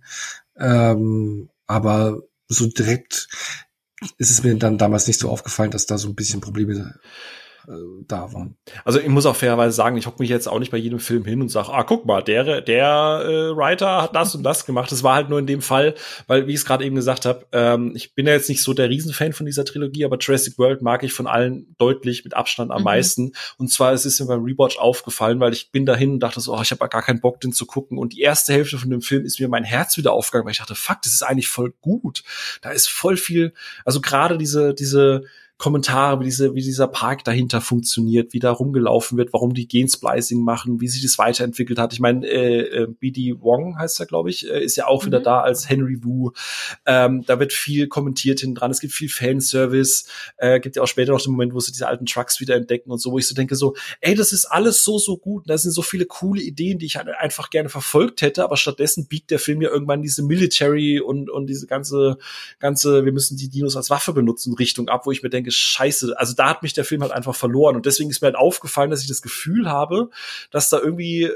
Aber so direkt ist es mir dann damals nicht so aufgefallen, dass da so ein bisschen Probleme da waren. Also ich muss auch fairerweise sagen, ich hocke mich jetzt auch nicht bei jedem Film hin und sage, guck mal, der Writer hat das und das gemacht. Das war halt nur in dem Fall, weil, wie ich es gerade eben gesagt habe, ich bin ja jetzt nicht so der Riesenfan von dieser Trilogie, aber Jurassic World mag ich von allen deutlich mit Abstand am meisten. Und zwar, es ist mir beim Rewatch aufgefallen, weil ich bin dahin und dachte so, ich habe gar keinen Bock, den zu gucken. Und die erste Hälfte von dem Film ist mir mein Herz wieder aufgegangen, weil ich dachte, fuck, das ist eigentlich voll gut. Da ist voll viel, also gerade diese Kommentare, wie dieser Park dahinter funktioniert, wie da rumgelaufen wird, warum die Gensplicing machen, wie sich das weiterentwickelt hat. Ich meine, BD Wong heißt er, glaube ich, ist ja auch wieder da als Henry Wu. Da wird viel kommentiert hinten dran. Es gibt viel Fanservice. Gibt ja auch später noch den Moment, wo sie diese alten Trucks wieder entdecken und so, wo ich so denke so, ey, das ist alles so gut. Da sind so viele coole Ideen, die ich halt einfach gerne verfolgt hätte, aber stattdessen biegt der Film ja irgendwann diese Military und diese ganze, wir müssen die Dinos als Waffe benutzen Richtung ab, wo ich mir denke, scheiße, also da hat mich der Film halt einfach verloren und deswegen ist mir halt aufgefallen, dass ich das Gefühl habe, dass da irgendwie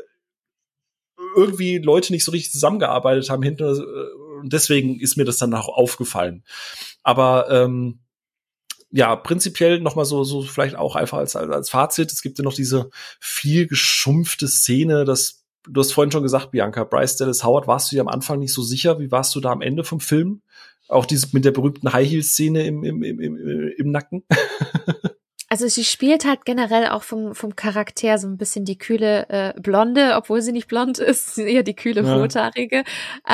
Leute nicht so richtig zusammengearbeitet haben hinten und deswegen ist mir das dann auch aufgefallen. Aber ja, prinzipiell noch mal so vielleicht auch einfach als Fazit, es gibt ja noch diese viel geschumpfte Szene, du hast vorhin schon gesagt, Bianca, Bryce Dallas Howard, warst du dir am Anfang nicht so sicher, wie warst du da am Ende vom Film? Auch diese mit der berühmten High-Heel-Szene im Nacken. Also sie spielt halt generell auch vom Charakter so ein bisschen die kühle Blonde, obwohl sie nicht blond ist, eher die kühle Rothaarige,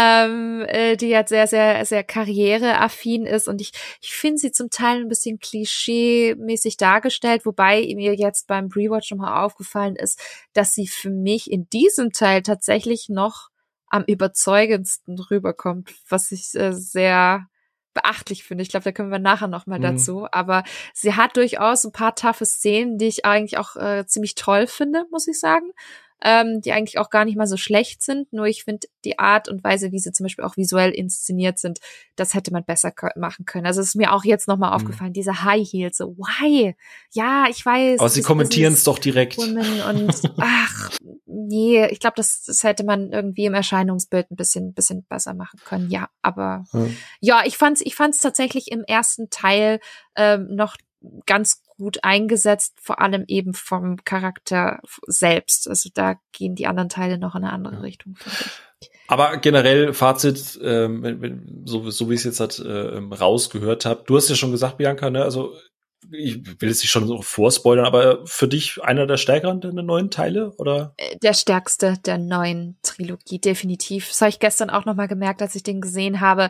die halt sehr, sehr, sehr karriereaffin ist und ich finde sie zum Teil ein bisschen klischee-mäßig dargestellt, wobei mir jetzt beim Rewatch nochmal aufgefallen ist, dass sie für mich in diesem Teil tatsächlich noch am überzeugendsten rüberkommt, was ich sehr beachtlich finde. Ich glaube, da kommen wir nachher noch mal dazu. Aber sie hat durchaus ein paar taffe Szenen, die ich eigentlich auch ziemlich toll finde, muss ich sagen. Die eigentlich auch gar nicht mal so schlecht sind. Nur ich finde die Art und Weise, wie sie zum Beispiel auch visuell inszeniert sind, das hätte man besser machen können. Also es ist mir auch jetzt noch mal aufgefallen, diese High Heels, so why? Ja, ich weiß. Aber sie kommentieren es doch direkt. Und ach, nee, ich glaube, das hätte man irgendwie im Erscheinungsbild ein bisschen besser machen können. Ja, aber ja, ich fand's tatsächlich im ersten Teil noch ganz gut eingesetzt, vor allem eben vom Charakter selbst. Also da gehen die anderen Teile noch in eine andere Richtung, finde ich. Aber generell Fazit, so wie ich es jetzt halt rausgehört habe. Du hast ja schon gesagt, Bianca, ne? Also ich will jetzt nicht schon so vorspoilern, aber für dich einer der stärkeren der neuen Teile, oder? Der stärkste der neuen Trilogie, definitiv. Das habe ich gestern auch noch mal gemerkt, als ich den gesehen habe.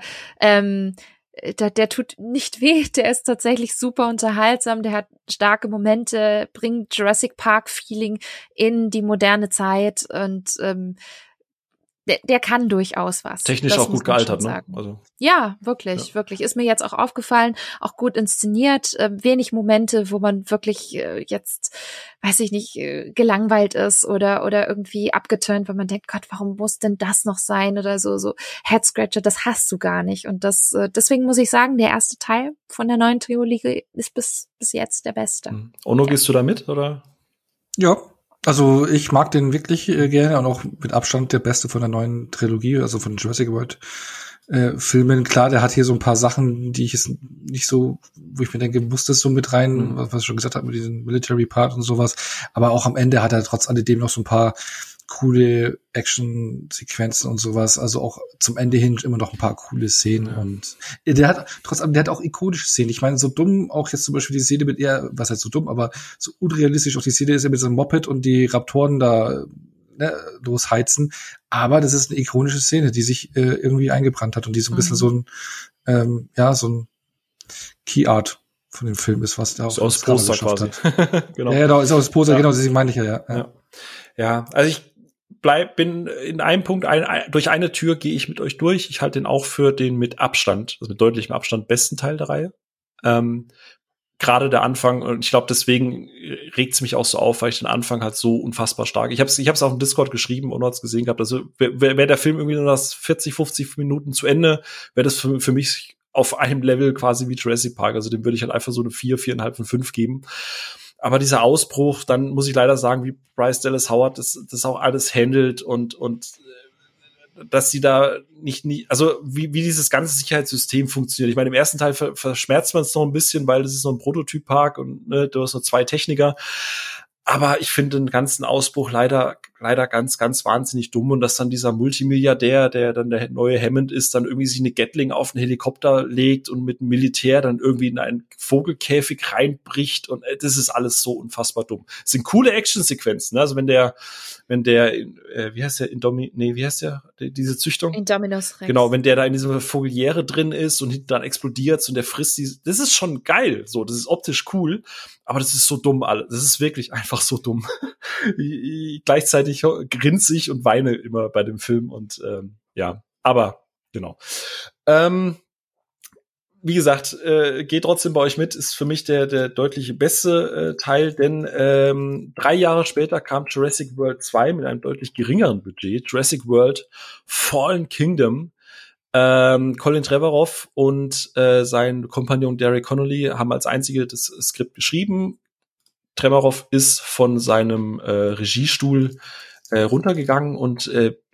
Der tut nicht weh, der ist tatsächlich super unterhaltsam, der hat starke Momente, bringt Jurassic Park Feeling in die moderne Zeit und der kann durchaus was. Technisch das auch gut gealtert, ne? Also. Ja, wirklich. Ist mir jetzt auch aufgefallen, auch gut inszeniert, wenig Momente, wo man wirklich jetzt, weiß ich nicht, gelangweilt ist oder irgendwie abgeturnt, weil man denkt, Gott, warum muss denn das noch sein oder so Head-Scratcher, das hast du gar nicht. Und deswegen muss ich sagen, der erste Teil von der neuen Trilogie ist bis jetzt der beste. Ono, gehst du da mit, oder? Ja. Also ich mag den wirklich gerne und auch mit Abstand der beste von der neuen Trilogie, also von den Jurassic World Filmen. Klar, der hat hier so ein paar Sachen, die ich jetzt nicht so, wo ich mir denke, muss das so mit rein, was ich schon gesagt habe mit diesem Military Part und sowas. Aber auch am Ende hat er trotz alledem noch so ein paar coole Action-Sequenzen und sowas, also auch zum Ende hin immer noch ein paar coole Szenen und der hat auch ikonische Szenen. Ich meine, so dumm auch jetzt zum Beispiel die Szene mit was heißt so dumm, aber so unrealistisch auch die Szene ist ja mit so einem Moped und die Raptoren da losheizen, aber das ist eine ikonische Szene, die sich irgendwie eingebrannt hat und die so ein bisschen so ein Key Art von dem Film ist, was da auch aus Poster quasi. Genau. Ja, ist aus Poster, genau, das meine ich ja. Also ich bin in einem Punkt, durch eine Tür gehe ich mit euch durch. Ich halte den auch für den mit Abstand, also mit deutlichem Abstand besten Teil der Reihe. Gerade der Anfang, und ich glaube, deswegen regt es mich auch so auf, weil ich den Anfang halt so unfassbar stark. Ich hab's auf dem Discord geschrieben und hat's gesehen gehabt. Also wäre der Film irgendwie nur das 40, 50 Minuten zu Ende, wäre das für mich auf einem Level quasi wie Jurassic Park. Also dem würde ich halt einfach so eine 4, 4,5 von 5 geben. Aber dieser Ausbruch, dann muss ich leider sagen, wie Bryce Dallas Howard das auch alles handelt und dass sie da nicht, also wie dieses ganze Sicherheitssystem funktioniert. Ich meine, im ersten Teil verschmerzt man es noch ein bisschen, weil das ist so ein Prototyp-Park und du hast nur 2 Techniker. Aber ich finde den ganzen Ausbruch leider leider ganz, ganz wahnsinnig dumm und dass dann dieser Multimilliardär, der dann der neue Hammond ist, dann irgendwie sich eine Gatling auf einen Helikopter legt und mit dem Militär dann irgendwie in einen Vogelkäfig reinbricht und das ist alles so unfassbar dumm. Es sind coole Actionsequenzen, ne? Also wenn der, wie heißt der, wie heißt der, diese Züchtung? Indominus Rex. Genau, wenn der da in dieser Vogeliere drin ist und hinten dann explodiert und der frisst die, das ist schon geil, so, das ist optisch cool, aber das ist so dumm alles, das ist wirklich einfach so dumm. Gleichzeitig grinse ich und weine immer bei dem Film und ja, aber genau. Wie gesagt, geht trotzdem bei euch mit, ist für mich der deutliche beste Teil, denn 3 Jahre später kam Jurassic World 2 mit einem deutlich geringeren Budget, Jurassic World Fallen Kingdom. Colin Trevorrow und sein Kompagnon Derek Connolly haben als einzige das Skript geschrieben. Trevorrow ist von seinem Regiestuhl runtergegangen und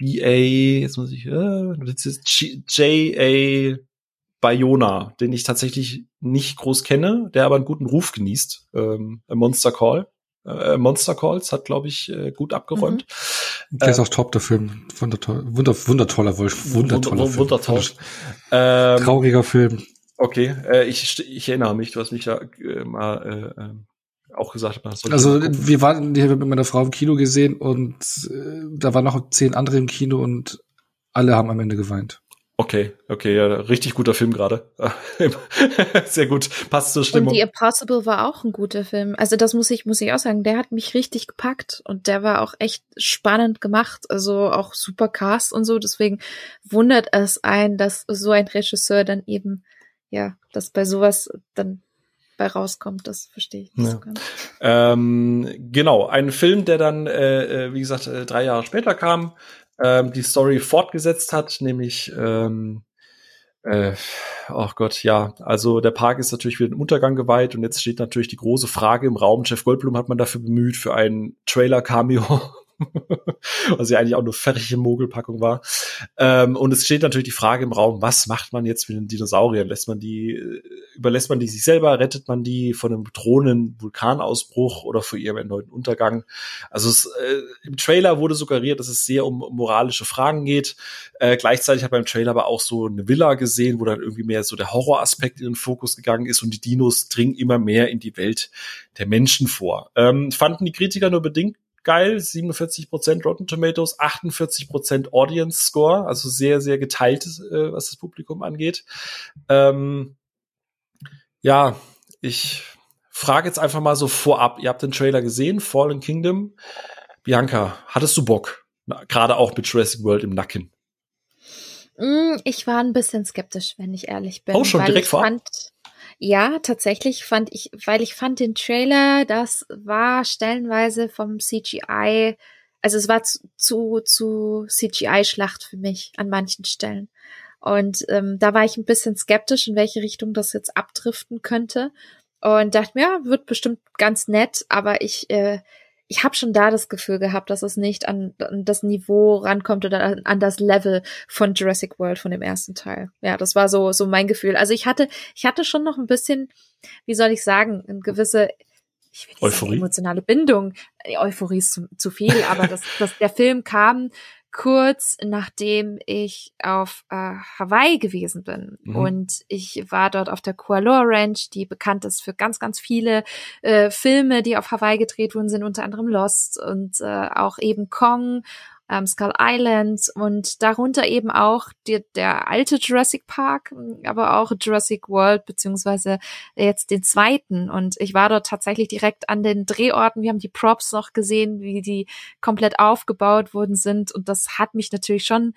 J.A. Bayona, den ich tatsächlich nicht groß kenne, der aber einen guten Ruf genießt. Monster Calls hat, glaube ich, gut abgeräumt. Der ist auch top, der Film. Wundertoller Film. Trauriger Film. Okay, ich erinnere mich, du hast mich ja mal auch gesagt. Also wir waren hier mit meiner Frau im Kino gesehen und da waren noch 10 andere im Kino und alle haben am Ende geweint. Okay, ja, richtig guter Film gerade. Sehr gut, passt zur Stimmung. Und The Impossible war auch ein guter Film. Also das muss ich auch sagen, der hat mich richtig gepackt und der war auch echt spannend gemacht, also auch super Cast und so, deswegen wundert es einen, dass so ein Regisseur dann eben, ja, dass bei sowas dann bei rauskommt, das verstehe ich nicht so ganz. Genau, ein Film, der dann, wie gesagt, 3 Jahre später kam, die Story fortgesetzt hat, nämlich oh Gott, ja, also der Park ist natürlich wieder dem Untergang geweiht und jetzt steht natürlich die große Frage im Raum. Jeff Goldblum hat man dafür bemüht für einen Trailer-Cameo, was ja eigentlich auch eine fertige Mogelpackung war. Und es steht natürlich die Frage im Raum, was macht man jetzt mit den Dinosauriern? Überlässt man die sich selber? Rettet man die von einem bedrohenden Vulkanausbruch oder vor ihrem erneuten Untergang? Also im Trailer wurde suggeriert, dass es sehr um moralische Fragen geht. Gleichzeitig hat man im Trailer aber auch so eine Villa gesehen, wo dann irgendwie mehr so der Horroraspekt in den Fokus gegangen ist und die Dinos dringen immer mehr in die Welt der Menschen vor. Fanden die Kritiker nur bedingt geil, 47% Rotten Tomatoes, 48% Audience Score, also sehr, sehr geteilt, was das Publikum angeht. Ja, ich frage jetzt einfach mal so vorab, ihr habt den Trailer gesehen, Fallen Kingdom. Bianca, hattest du Bock? Gerade auch mit Jurassic World im Nacken. Ich war ein bisschen skeptisch, wenn ich ehrlich bin. Oh, schon direkt vorab? Ja, tatsächlich weil ich fand den Trailer, das war stellenweise vom CGI, also es war zu CGI-Schlacht für mich an manchen Stellen. Und da war ich ein bisschen skeptisch, in welche Richtung das jetzt abdriften könnte. Und dachte mir, ja, wird bestimmt ganz nett, aber ich habe schon da das Gefühl gehabt, dass es nicht an das Niveau rankommt oder an das Level von Jurassic World von dem ersten Teil. Ja, das war so mein Gefühl. Also ich hatte schon noch ein bisschen, wie soll ich sagen, eine gewisse, ich will nicht sagen, emotionale Bindung. Euphorie ist zu viel, aber der Film kam kurz nachdem ich auf Hawaii gewesen bin. Und ich war dort auf der Kualoa Ranch, die bekannt ist für ganz, ganz viele Filme, die auf Hawaii gedreht wurden, sind unter anderem Lost und auch eben Kong, Skull Island und darunter eben auch der alte Jurassic Park, aber auch Jurassic World, beziehungsweise jetzt den zweiten. Und ich war dort tatsächlich direkt an den Drehorten. Wir haben die Props noch gesehen, wie die komplett aufgebaut worden sind. Und das hat mich natürlich schon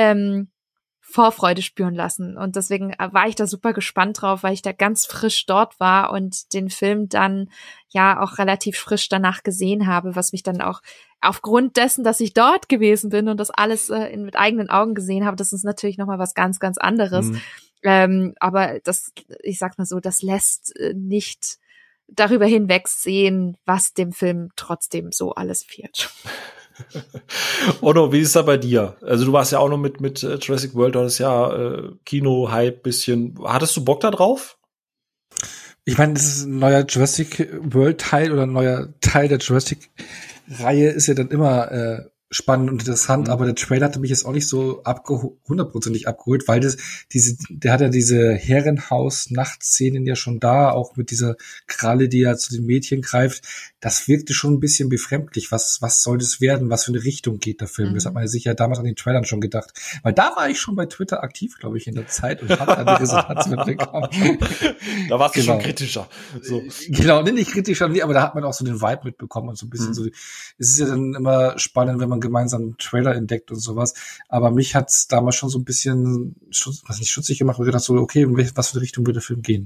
Vorfreude spüren lassen. Und deswegen war ich da super gespannt drauf, weil ich da ganz frisch dort war und den Film dann ja auch relativ frisch danach gesehen habe, was mich dann auch aufgrund dessen, dass ich dort gewesen bin und das alles mit eigenen Augen gesehen habe, das ist natürlich nochmal was ganz, ganz anderes. Aber ich sag mal so, das lässt nicht darüber hinwegsehen, was dem Film trotzdem so alles fehlt. Onno, wie ist es da bei dir? Also du warst ja auch noch mit Jurassic World, du hattest ja Kino-Hype bisschen. Hattest du Bock da drauf? Ich meine, das ist ein neuer Jurassic World Teil oder ein neuer Teil der Jurassic-Reihe ist ja dann immer spannend und interessant, aber der Trailer hatte mich jetzt auch nicht so hundertprozentig abgeholt, weil der hat ja diese Herrenhaus-Nachtszenen ja schon da, auch mit dieser Kralle, die ja zu den Mädchen greift. Das wirkte schon ein bisschen befremdlich. Was soll das werden? Was für eine Richtung geht der Film? Das hat man sich ja damals an den Trailern schon gedacht. Weil da war ich schon bei Twitter aktiv, glaube ich, in der Zeit und habe dann die Resonanz mitbekommen. Da warst du schon kritischer. So. Genau, nicht kritischer, aber da hat man auch so den Vibe mitbekommen und so ein bisschen so. Es ist ja dann immer spannend, wenn man gemeinsam einen Trailer entdeckt und sowas. Aber mich hat's damals schon so ein bisschen schutzig gemacht und gedacht so, okay, in was für eine Richtung würde der Film gehen?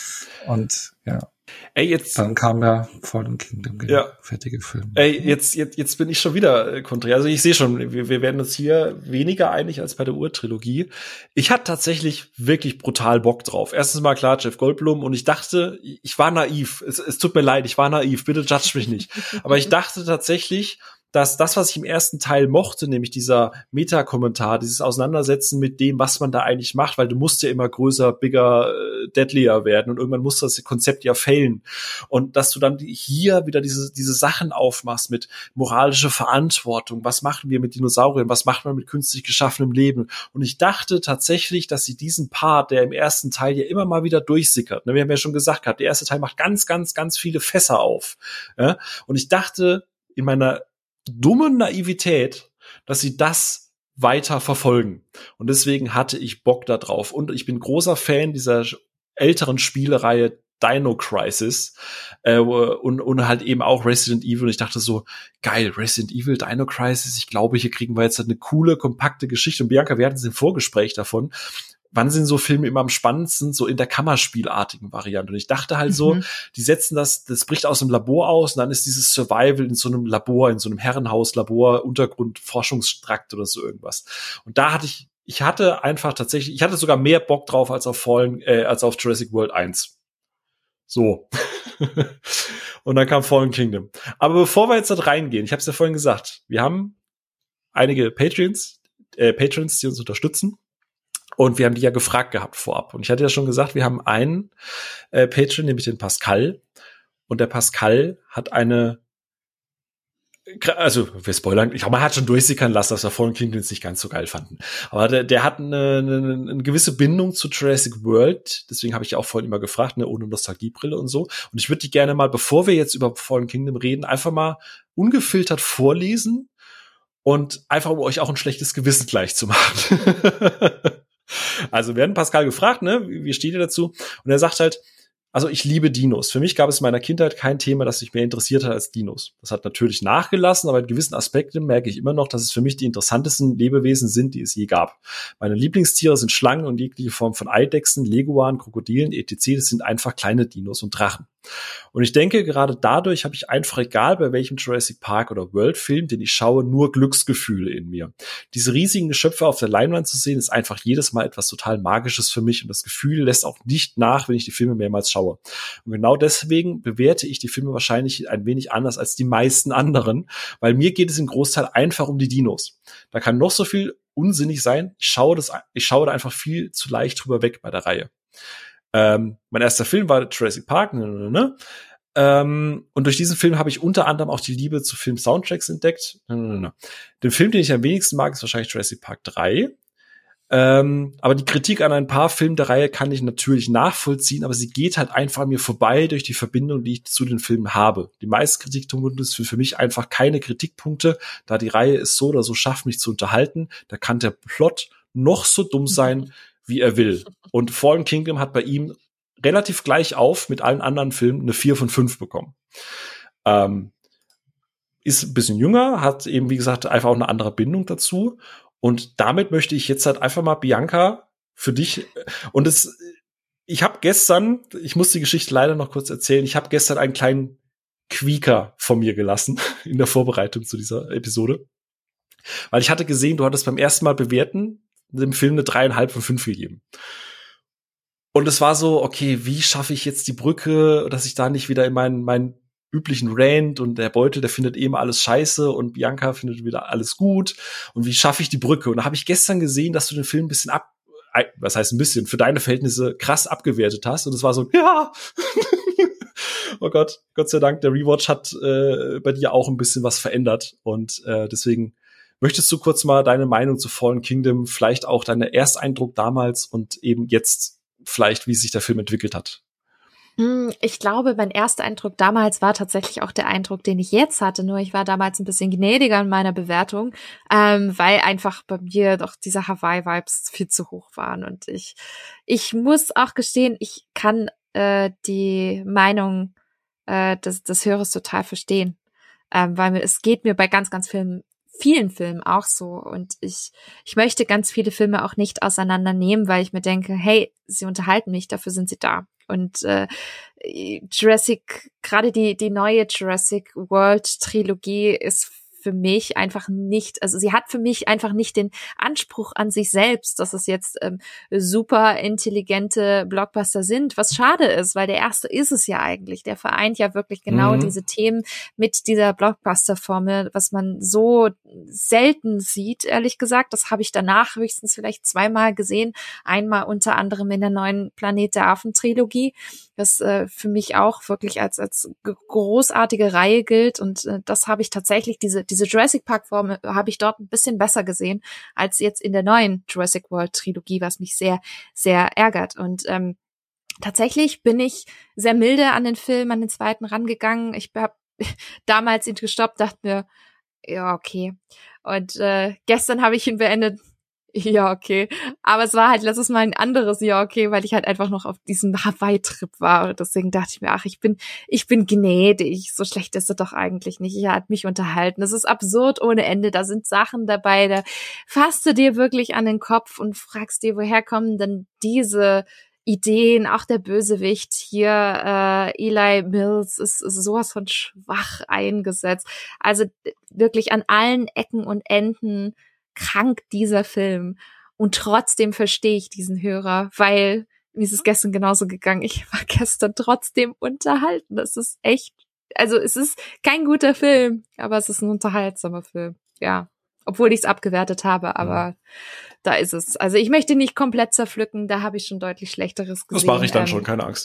Und ja. Dann kam ja Fallen Kingdom, genau, fertige Film. Jetzt bin ich schon wieder konträr. Also ich sehe schon, wir werden uns hier weniger einig als bei der Ur-Trilogie. Ich hatte tatsächlich wirklich brutal Bock drauf. Erstens mal klar, Jeff Goldblum, und ich dachte, ich war naiv. Es tut mir leid, ich war naiv, bitte judge mich nicht. Aber ich dachte tatsächlich, dass das, was ich im ersten Teil mochte, nämlich dieser Meta-Kommentar, dieses Auseinandersetzen mit dem, was man da eigentlich macht, weil du musst ja immer größer, bigger, deadlier werden und irgendwann muss das Konzept ja failen. Und dass du dann hier wieder diese Sachen aufmachst mit moralischer Verantwortung, was machen wir mit Dinosauriern, was macht man mit künstlich geschaffenem Leben? Und ich dachte tatsächlich, dass sie diesen Part, der im ersten Teil ja immer mal wieder durchsickert, wir haben ja schon gesagt gehabt, der erste Teil macht ganz, ganz, ganz viele Fässer auf. Ja? Und ich dachte in meiner dummen Naivität, dass sie das weiter verfolgen. Und deswegen hatte ich Bock da drauf. Und ich bin großer Fan dieser älteren Spielereihe Dino Crisis und halt eben auch Resident Evil. Und ich dachte so, geil, Resident Evil, Dino Crisis. Ich glaube, hier kriegen wir jetzt halt eine coole, kompakte Geschichte. Und Bianca, wir hatten es im Vorgespräch davon. Wann sind so Filme immer am spannendsten, so in der Kammerspielartigen Variante? Und ich dachte halt so, die setzen das bricht aus einem Labor aus und dann ist dieses Survival in so einem Labor, in so einem Herrenhaus-Labor, Untergrund, Forschungstrakt oder so irgendwas. Und da hatte ich hatte sogar mehr Bock drauf als auf Jurassic World 1. So. Und dann kam Fallen Kingdom. Aber bevor wir jetzt da reingehen, ich habe es ja vorhin gesagt, wir haben einige Patrons, die uns unterstützen. Und wir haben die ja gefragt gehabt vorab. Und ich hatte ja schon gesagt, wir haben einen Patreon, nämlich den Pascal. Und der Pascal hat wir spoilern, ich glaube, man hat schon durchsickern lassen, dass wir Fallen Kingdom nicht ganz so geil fanden. Aber der hat eine gewisse Bindung zu Jurassic World. Deswegen habe ich ja auch vorhin immer gefragt, ohne Nostalgiebrille und so. Und ich würde die gerne mal, bevor wir jetzt über Fallen Kingdom reden, einfach mal ungefiltert vorlesen. Und einfach, um euch auch ein schlechtes Gewissen gleich zu machen. Also wir hatten Pascal gefragt, wie steht ihr dazu? Und er sagt halt, also ich liebe Dinos. Für mich gab es in meiner Kindheit kein Thema, das mich mehr interessiert hat als Dinos. Das hat natürlich nachgelassen, aber in gewissen Aspekten merke ich immer noch, dass es für mich die interessantesten Lebewesen sind, die es je gab. Meine Lieblingstiere sind Schlangen und jegliche Form von Eidechsen, Leguanen, Krokodilen, etc. Das sind einfach kleine Dinos und Drachen. Und ich denke, gerade dadurch habe ich einfach, egal bei welchem Jurassic Park oder World Film, den ich schaue, nur Glücksgefühle in mir. Diese riesigen Geschöpfe auf der Leinwand zu sehen, ist einfach jedes Mal etwas total Magisches für mich und das Gefühl lässt auch nicht nach, wenn ich die Filme mehrmals schaue. Und genau deswegen bewerte ich die Filme wahrscheinlich ein wenig anders als die meisten anderen, weil mir geht es im Großteil einfach um die Dinos. Da kann noch so viel unsinnig sein, ich schaue da einfach viel zu leicht drüber weg bei der Reihe. Mein erster Film war Jurassic Park, und durch diesen Film habe ich unter anderem auch die Liebe zu Film-Soundtracks entdeckt. Den Film, den ich am wenigsten mag, ist wahrscheinlich Jurassic Park 3. Aber die Kritik an ein paar Filmen der Reihe kann ich natürlich nachvollziehen, aber sie geht halt einfach an mir vorbei durch die Verbindung, die ich zu den Filmen habe. Die meisten Kritikpunkte sind für mich einfach keine Kritikpunkte, da die Reihe es so oder so schafft, mich zu unterhalten. Da kann der Plot noch so dumm sein, wie er will. Und Fallen Kingdom hat bei ihm relativ gleich auf mit allen anderen Filmen eine 4 von 5 bekommen. Ist ein bisschen jünger, hat eben, wie gesagt, einfach auch eine andere Bindung dazu. Und damit möchte ich jetzt halt einfach mal, Bianca, für dich, ich muss die Geschichte leider noch kurz erzählen, ich habe gestern einen kleinen Quieker von mir gelassen in der Vorbereitung zu dieser Episode. Weil ich hatte gesehen, du hattest beim ersten Mal bewerten dem Film eine 3,5 von 5 gegeben. Und es war so, okay, wie schaffe ich jetzt die Brücke, dass ich da nicht wieder in meinen üblichen Rant und der Beutel, der findet eben alles scheiße und Bianca findet wieder alles gut. Und wie schaffe ich die Brücke? Und da habe ich gestern gesehen, dass du den Film ein bisschen für deine Verhältnisse krass abgewertet hast. Und es war so, ja. Oh Gott sei Dank, der Rewatch hat bei dir auch ein bisschen was verändert. Und deswegen Möchtest du kurz mal deine Meinung zu Fallen Kingdom, vielleicht auch deinen Ersteindruck damals und eben jetzt vielleicht, wie sich der Film entwickelt hat? Ich glaube, mein erster Eindruck damals war tatsächlich auch der Eindruck, den ich jetzt hatte. Nur ich war damals ein bisschen gnädiger in meiner Bewertung, weil einfach bei mir doch diese Hawaii-Vibes viel zu hoch waren. Und ich muss auch gestehen, ich kann die Meinung des Hörers total verstehen, weil es geht mir bei ganz, ganz vielen Filmen auch so. Und ich möchte ganz viele Filme auch nicht auseinandernehmen, weil ich mir denke, hey, sie unterhalten mich, dafür sind sie da. Und gerade die neue Jurassic World Trilogie ist für mich einfach nicht, also sie hat für mich einfach nicht den Anspruch an sich selbst, dass es jetzt super intelligente Blockbuster sind, was schade ist, weil der erste ist es ja eigentlich. Der vereint ja wirklich genau diese Themen mit dieser Blockbuster-Formel, was man so selten sieht, ehrlich gesagt. Das habe ich danach höchstens vielleicht zweimal gesehen. Einmal unter anderem in der neuen Planet der Affen-Trilogie, das für mich auch wirklich als großartige Reihe gilt. Und das habe ich tatsächlich, diese Jurassic Park-Form habe ich dort ein bisschen besser gesehen als jetzt in der neuen Jurassic World Trilogie, was mich sehr, sehr ärgert. Und tatsächlich bin ich sehr milde an den Film, an den zweiten rangegangen. Ich habe damals ihn gestoppt, dachte mir, ja, okay. Und gestern habe ich ihn beendet. Ja, okay. Aber es war halt letztes Mal ein anderes Ja, okay, weil ich halt einfach noch auf diesem Hawaii-Trip war. Und deswegen dachte ich mir, ach, ich bin gnädig. So schlecht ist er doch eigentlich nicht. Er hat mich unterhalten. Das ist absurd ohne Ende. Da sind Sachen dabei, da fasst du dir wirklich an den Kopf und fragst dir, woher kommen denn diese Ideen, auch der Bösewicht hier, Eli Mills ist sowas von schwach eingesetzt. Also wirklich an allen Ecken und Enden krank dieser Film. Und trotzdem verstehe ich diesen Hörer, weil mir ist es gestern genauso gegangen. Ich war gestern trotzdem unterhalten. Das ist echt, also es ist kein guter Film, aber es ist ein unterhaltsamer Film. Ja, obwohl ich es abgewertet habe, aber da ist es. Also ich möchte nicht komplett zerpflücken, da habe ich schon deutlich Schlechteres gesehen. Das mache ich dann schon, keine Angst.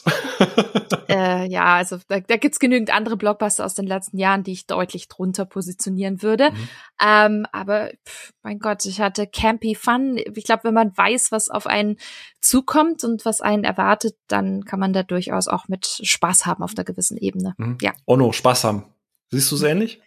Ja, also da gibt's genügend andere Blockbuster aus den letzten Jahren, die ich deutlich drunter positionieren würde. Aber mein Gott, ich hatte campy Fun. Ich glaube, wenn man weiß, was auf einen zukommt und was einen erwartet, dann kann man da durchaus auch mit Spaß haben auf einer gewissen Ebene. Ja. Onno, Spaß haben. Siehst du es ähnlich?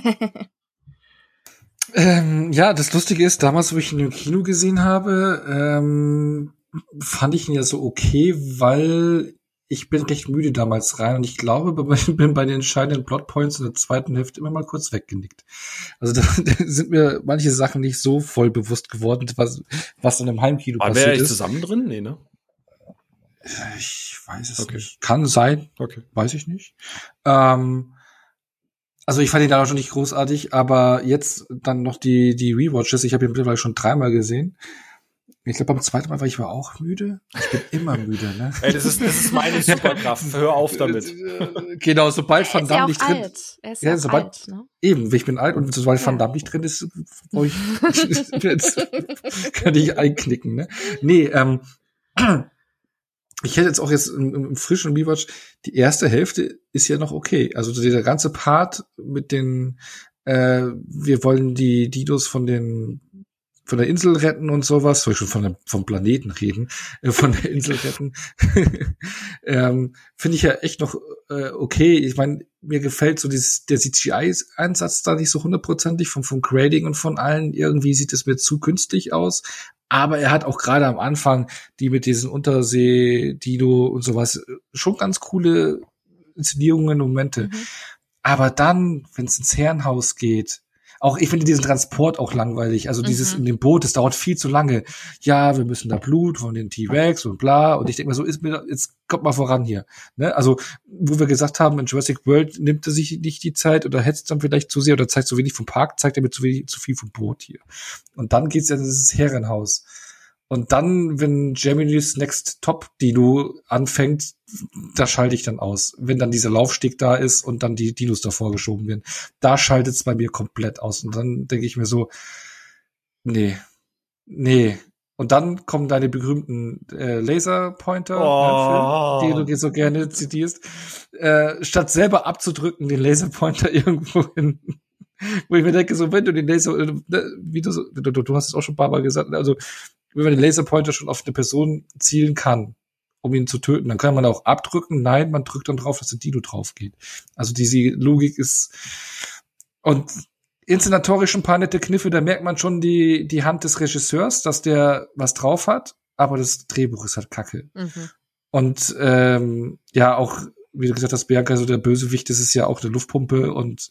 Ja, das Lustige ist, damals, wo ich ihn im Kino gesehen habe, fand ich ihn ja so okay, weil ich bin recht müde damals rein und ich glaube, bin bei den entscheidenden Plotpoints in der zweiten Hälfte immer mal kurz weggenickt. Also da sind mir manche Sachen nicht so voll bewusst geworden, was in einem Heimkino passiert ist. War der zusammen drin? Nee, ne? Ich weiß es nicht. Kann sein. Okay. Weiß ich nicht. Also ich fand ihn da schon nicht großartig, aber jetzt dann noch die Rewatches. Ich habe ihn mittlerweile schon 3-mal gesehen. Ich glaube, beim zweiten Mal war ich auch müde. Ich bin immer müde, ne? Ey, das ist meine Superkraft. Hör auf damit. Genau, sobald Van Damme nicht drin ist. Er ist ja sobald alt, ne? Eben, ich bin alt und sobald Van Damme nicht drin ist, kann ich einknicken, ne? Nee, ich hätte jetzt auch im frischen Rewatch, die erste Hälfte ist ja noch okay. Also dieser ganze Part mit den, wir wollen die Dinos von der Insel retten und sowas, soll ich schon vom Planeten reden, von der Insel retten, finde ich ja echt noch okay. Ich meine, mir gefällt so der CGI-Einsatz da nicht so hundertprozentig vom Grading und von allen. Irgendwie sieht es mir zu künstlich aus. Aber er hat auch gerade am Anfang die mit diesen Untersee-Dino und sowas schon ganz coole Inszenierungen und Momente. Aber dann, wenn es ins Herrenhaus geht, auch ich finde diesen Transport auch langweilig. Also dieses in dem Boot, das dauert viel zu lange. Ja, wir müssen da Blut von den T-Rex und bla. Und ich denke mir so, jetzt kommt mal voran hier. Ne? Also, wo wir gesagt haben, in Jurassic World nimmt er sich nicht die Zeit oder hetzt dann vielleicht zu sehr oder zeigt zu wenig vom Park, zeigt er mir zu viel vom Boot hier. Und dann geht's ja in dieses Herrenhaus. Und dann, wenn Gemini's Next Top Dino anfängt, da schalte ich dann aus. Wenn dann dieser Laufsteg da ist und dann die Dinos davor geschoben werden, da schaltet es bei mir komplett aus. Und dann denke ich mir so, nee. Und dann kommen deine berühmten Laserpointer, die du so gerne zitierst. Statt selber abzudrücken, den Laserpointer irgendwo hin, Wo ich mir denke, so, wenn du den Laser, wie du hast es auch schon ein paar Mal gesagt, also, wenn man den Laserpointer schon auf eine Person zielen kann, um ihn zu töten, dann kann man auch abdrücken. Nein, man drückt dann drauf, dass der Dino drauf geht. Also diese Logik ist, und inszenatorisch ein paar nette Kniffe, da merkt man schon die Hand des Regisseurs, dass der was drauf hat, aber das Drehbuch ist halt kacke. Mhm. Und ja, auch, wie du gesagt hast, Bianca, so der Bösewicht, das ist ja auch eine Luftpumpe und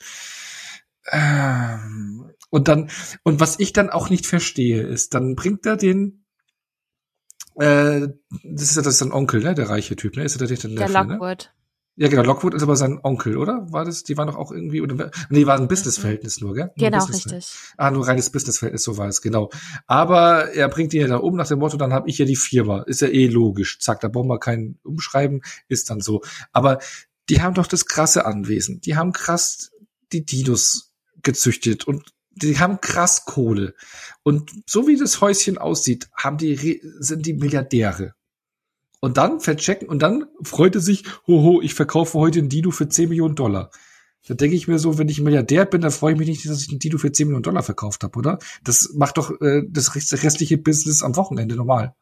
was ich dann auch nicht verstehe, ist, dann bringt er den, das ist sein Onkel, ne, der reiche Typ, ne, ist der nicht der Neffe, Der Lockwood. Ne? Ja, genau, Lockwood ist aber sein Onkel, oder? War das, die waren doch auch irgendwie, oder, nee, war ein Businessverhältnis nur, gell? Nur Genau, richtig. Nur reines Businessverhältnis, so war es, genau. Aber er bringt ihn ja da um nach dem Motto, dann habe ich ja die Firma. Ist ja eh logisch. Zack, da brauchen wir kein Umschreiben, ist dann so. Aber die haben doch das krasse Anwesen. Die haben krass die Dinos gezüchtet und die haben krass Kohle. Und so wie das Häuschen aussieht, sind die Milliardäre. Und dann verchecken und dann freut er sich, hoho, ich verkaufe heute einen Dino für $10 Millionen. Da denke ich mir so, wenn ich Milliardär bin, dann freue ich mich nicht, dass ich einen Dino für $10 Millionen verkauft habe, oder? Das macht doch das restliche Business am Wochenende normal.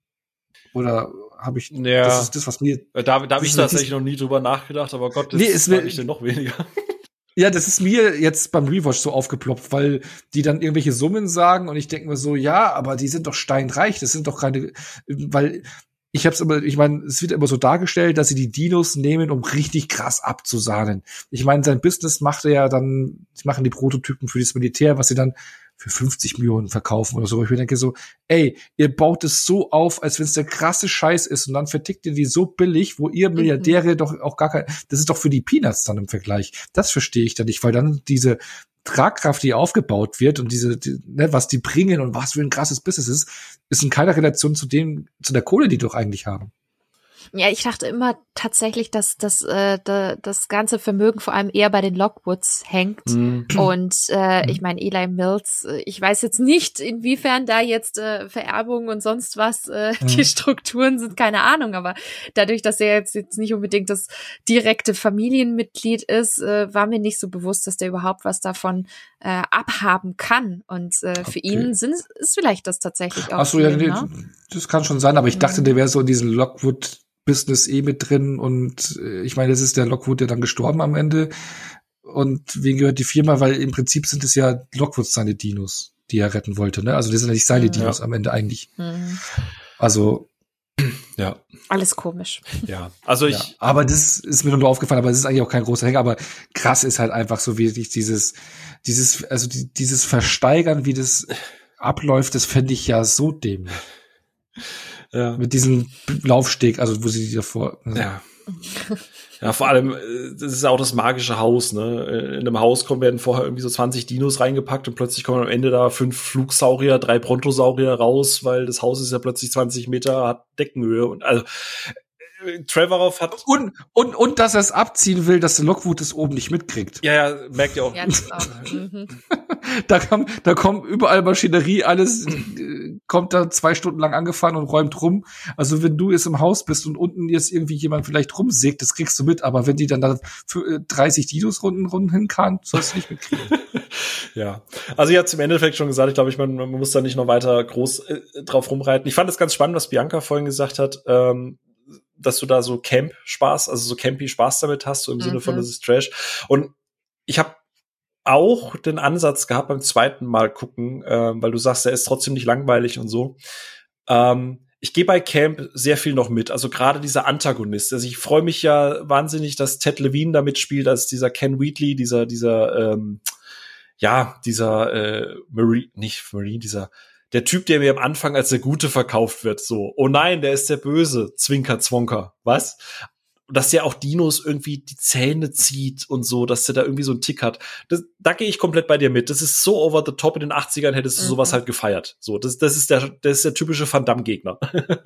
Oder habe ich, ja, das ist das, was mir... Da habe ich tatsächlich noch nie drüber nachgedacht, aber Gott, das mag ich denn noch weniger. Ja, das ist mir jetzt beim Rewatch so aufgeploppt, weil die dann irgendwelche Summen sagen und ich denke mir so, ja, aber die sind doch steinreich, das sind doch keine, weil ich meine, es wird immer so dargestellt, dass sie die Dinos nehmen, um richtig krass abzusahnen. Ich meine, sein Business macht er ja dann, sie machen die Prototypen für das Militär, was sie dann für 50 Millionen verkaufen oder so. Ich mir denke so, ey, ihr baut es so auf, als wenn es der krasse Scheiß ist und dann vertickt ihr die so billig, wo ihr Milliardäre doch auch gar kein, das ist doch für die Peanuts dann im Vergleich. Das verstehe ich dann nicht, weil dann diese Tragkraft, die aufgebaut wird und was die bringen und was für ein krasses Business ist in keiner Relation zu der Kohle, die die doch eigentlich haben. Ja, ich dachte immer tatsächlich, dass das ganze Vermögen vor allem eher bei den Lockwoods hängt. Und ich meine, Eli Mills, ich weiß jetzt nicht, inwiefern da jetzt Vererbung und sonst was die Strukturen sind, keine Ahnung. Aber dadurch, dass er jetzt nicht unbedingt das direkte Familienmitglied ist, war mir nicht so bewusst, dass der überhaupt was davon abhaben kann. Und für ihn ist vielleicht das tatsächlich auch. Ach so, ja, das kann schon sein. Aber ich dachte, der wäre so in diesen Lockwood Business mit drin und ich meine, das ist der Lockwood, der dann gestorben am Ende und wem gehört die Firma, weil im Prinzip sind es ja Lockwoods seine Dinos, die er retten wollte, ne? Also das sind ja nicht seine Dinos am Ende eigentlich. Also ja. Alles komisch. Ja, also aber das ist mir nur aufgefallen, aber es ist eigentlich auch kein großer Hänger, aber krass ist halt einfach so wirklich dieses Versteigern, wie das abläuft, das fände ich ja so dämlich. Ja. Mit diesem Laufsteg, also wo sie die davor. Ja. Ja, vor allem, das ist ja auch das magische Haus, ne? In einem Haus werden vorher irgendwie so 20 Dinos reingepackt und plötzlich kommen am Ende da 5 Flugsaurier, 3 Brontosaurier raus, weil das Haus ist ja plötzlich 20 Meter, hat Deckenhöhe und also Trevorrow hat und dass er es abziehen will, dass der Lockwood es oben nicht mitkriegt. Ja, merkt ihr auch. Ja, das auch. Da kommt überall Maschinerie, alles kommt da 2 Stunden lang angefahren und räumt rum. Also wenn du jetzt im Haus bist und unten jetzt irgendwie jemand vielleicht rumsägt, das kriegst du mit. Aber wenn die dann da für 30 Dinos runden hinkamen, sollst du nicht mitkriegen. Ja, also ihr habt im Endeffekt schon gesagt, ich glaube, man muss da nicht noch weiter groß drauf rumreiten. Ich fand es ganz spannend, was Bianca vorhin gesagt hat, dass du da so Camp-Spaß, also so Campy-Spaß damit hast, so im Sinne von, das ist Trash. Und ich habe auch den Ansatz gehabt beim zweiten Mal gucken, weil du sagst, er ist trotzdem nicht langweilig und so. Ich gehe bei Camp sehr viel noch mit, also gerade dieser Antagonist. Also ich freue mich ja wahnsinnig, dass Ted Levine da mitspielt, als dieser Ken Wheatley, dieser der Typ, der mir am Anfang als der Gute verkauft wird, so, oh nein, der ist der Böse, Zwinker, Zwonker, was? Dass der auch Dinos irgendwie die Zähne zieht und so, dass der da irgendwie so einen Tick hat. Da gehe ich komplett bei dir mit. Das ist so over the top. In den 80ern hättest du sowas halt gefeiert. So, das ist der typische Van Damme-Gegner.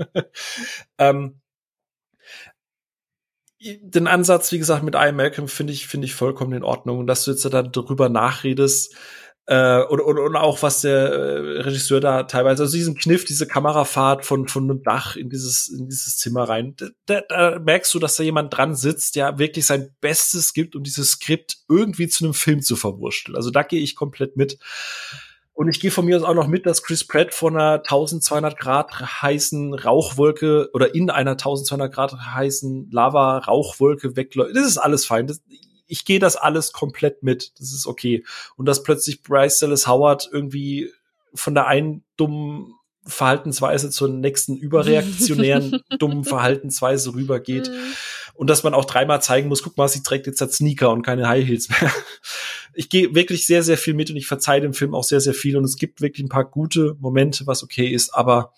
Den Ansatz, wie gesagt, mit Ian Malcolm finde ich vollkommen in Ordnung. Und dass du jetzt da drüber nachredest, Und auch was der Regisseur da teilweise, also diesen Kniff, diese Kamerafahrt von einem Dach in dieses Zimmer rein, da merkst du, dass da jemand dran sitzt, der wirklich sein Bestes gibt, um dieses Skript irgendwie zu einem Film zu verwurschteln. Also da gehe ich komplett mit. Und ich gehe von mir aus auch noch mit, dass Chris Pratt von einer 1200 Grad heißen Rauchwolke oder in einer 1200 Grad heißen Lava-Rauchwolke wegläuft. Das ist alles fein. Ich gehe das alles komplett mit. Das ist okay. Und dass plötzlich Bryce Dallas Howard irgendwie von der einen dummen Verhaltensweise zur nächsten überreaktionären dummen Verhaltensweise rübergeht. Und dass man auch dreimal zeigen muss, guck mal, sie trägt jetzt halt Sneaker und keine High Heels mehr. Ich gehe wirklich sehr, sehr viel mit und ich verzeihe dem Film auch sehr, sehr viel. Und es gibt wirklich ein paar gute Momente, was okay ist. Aber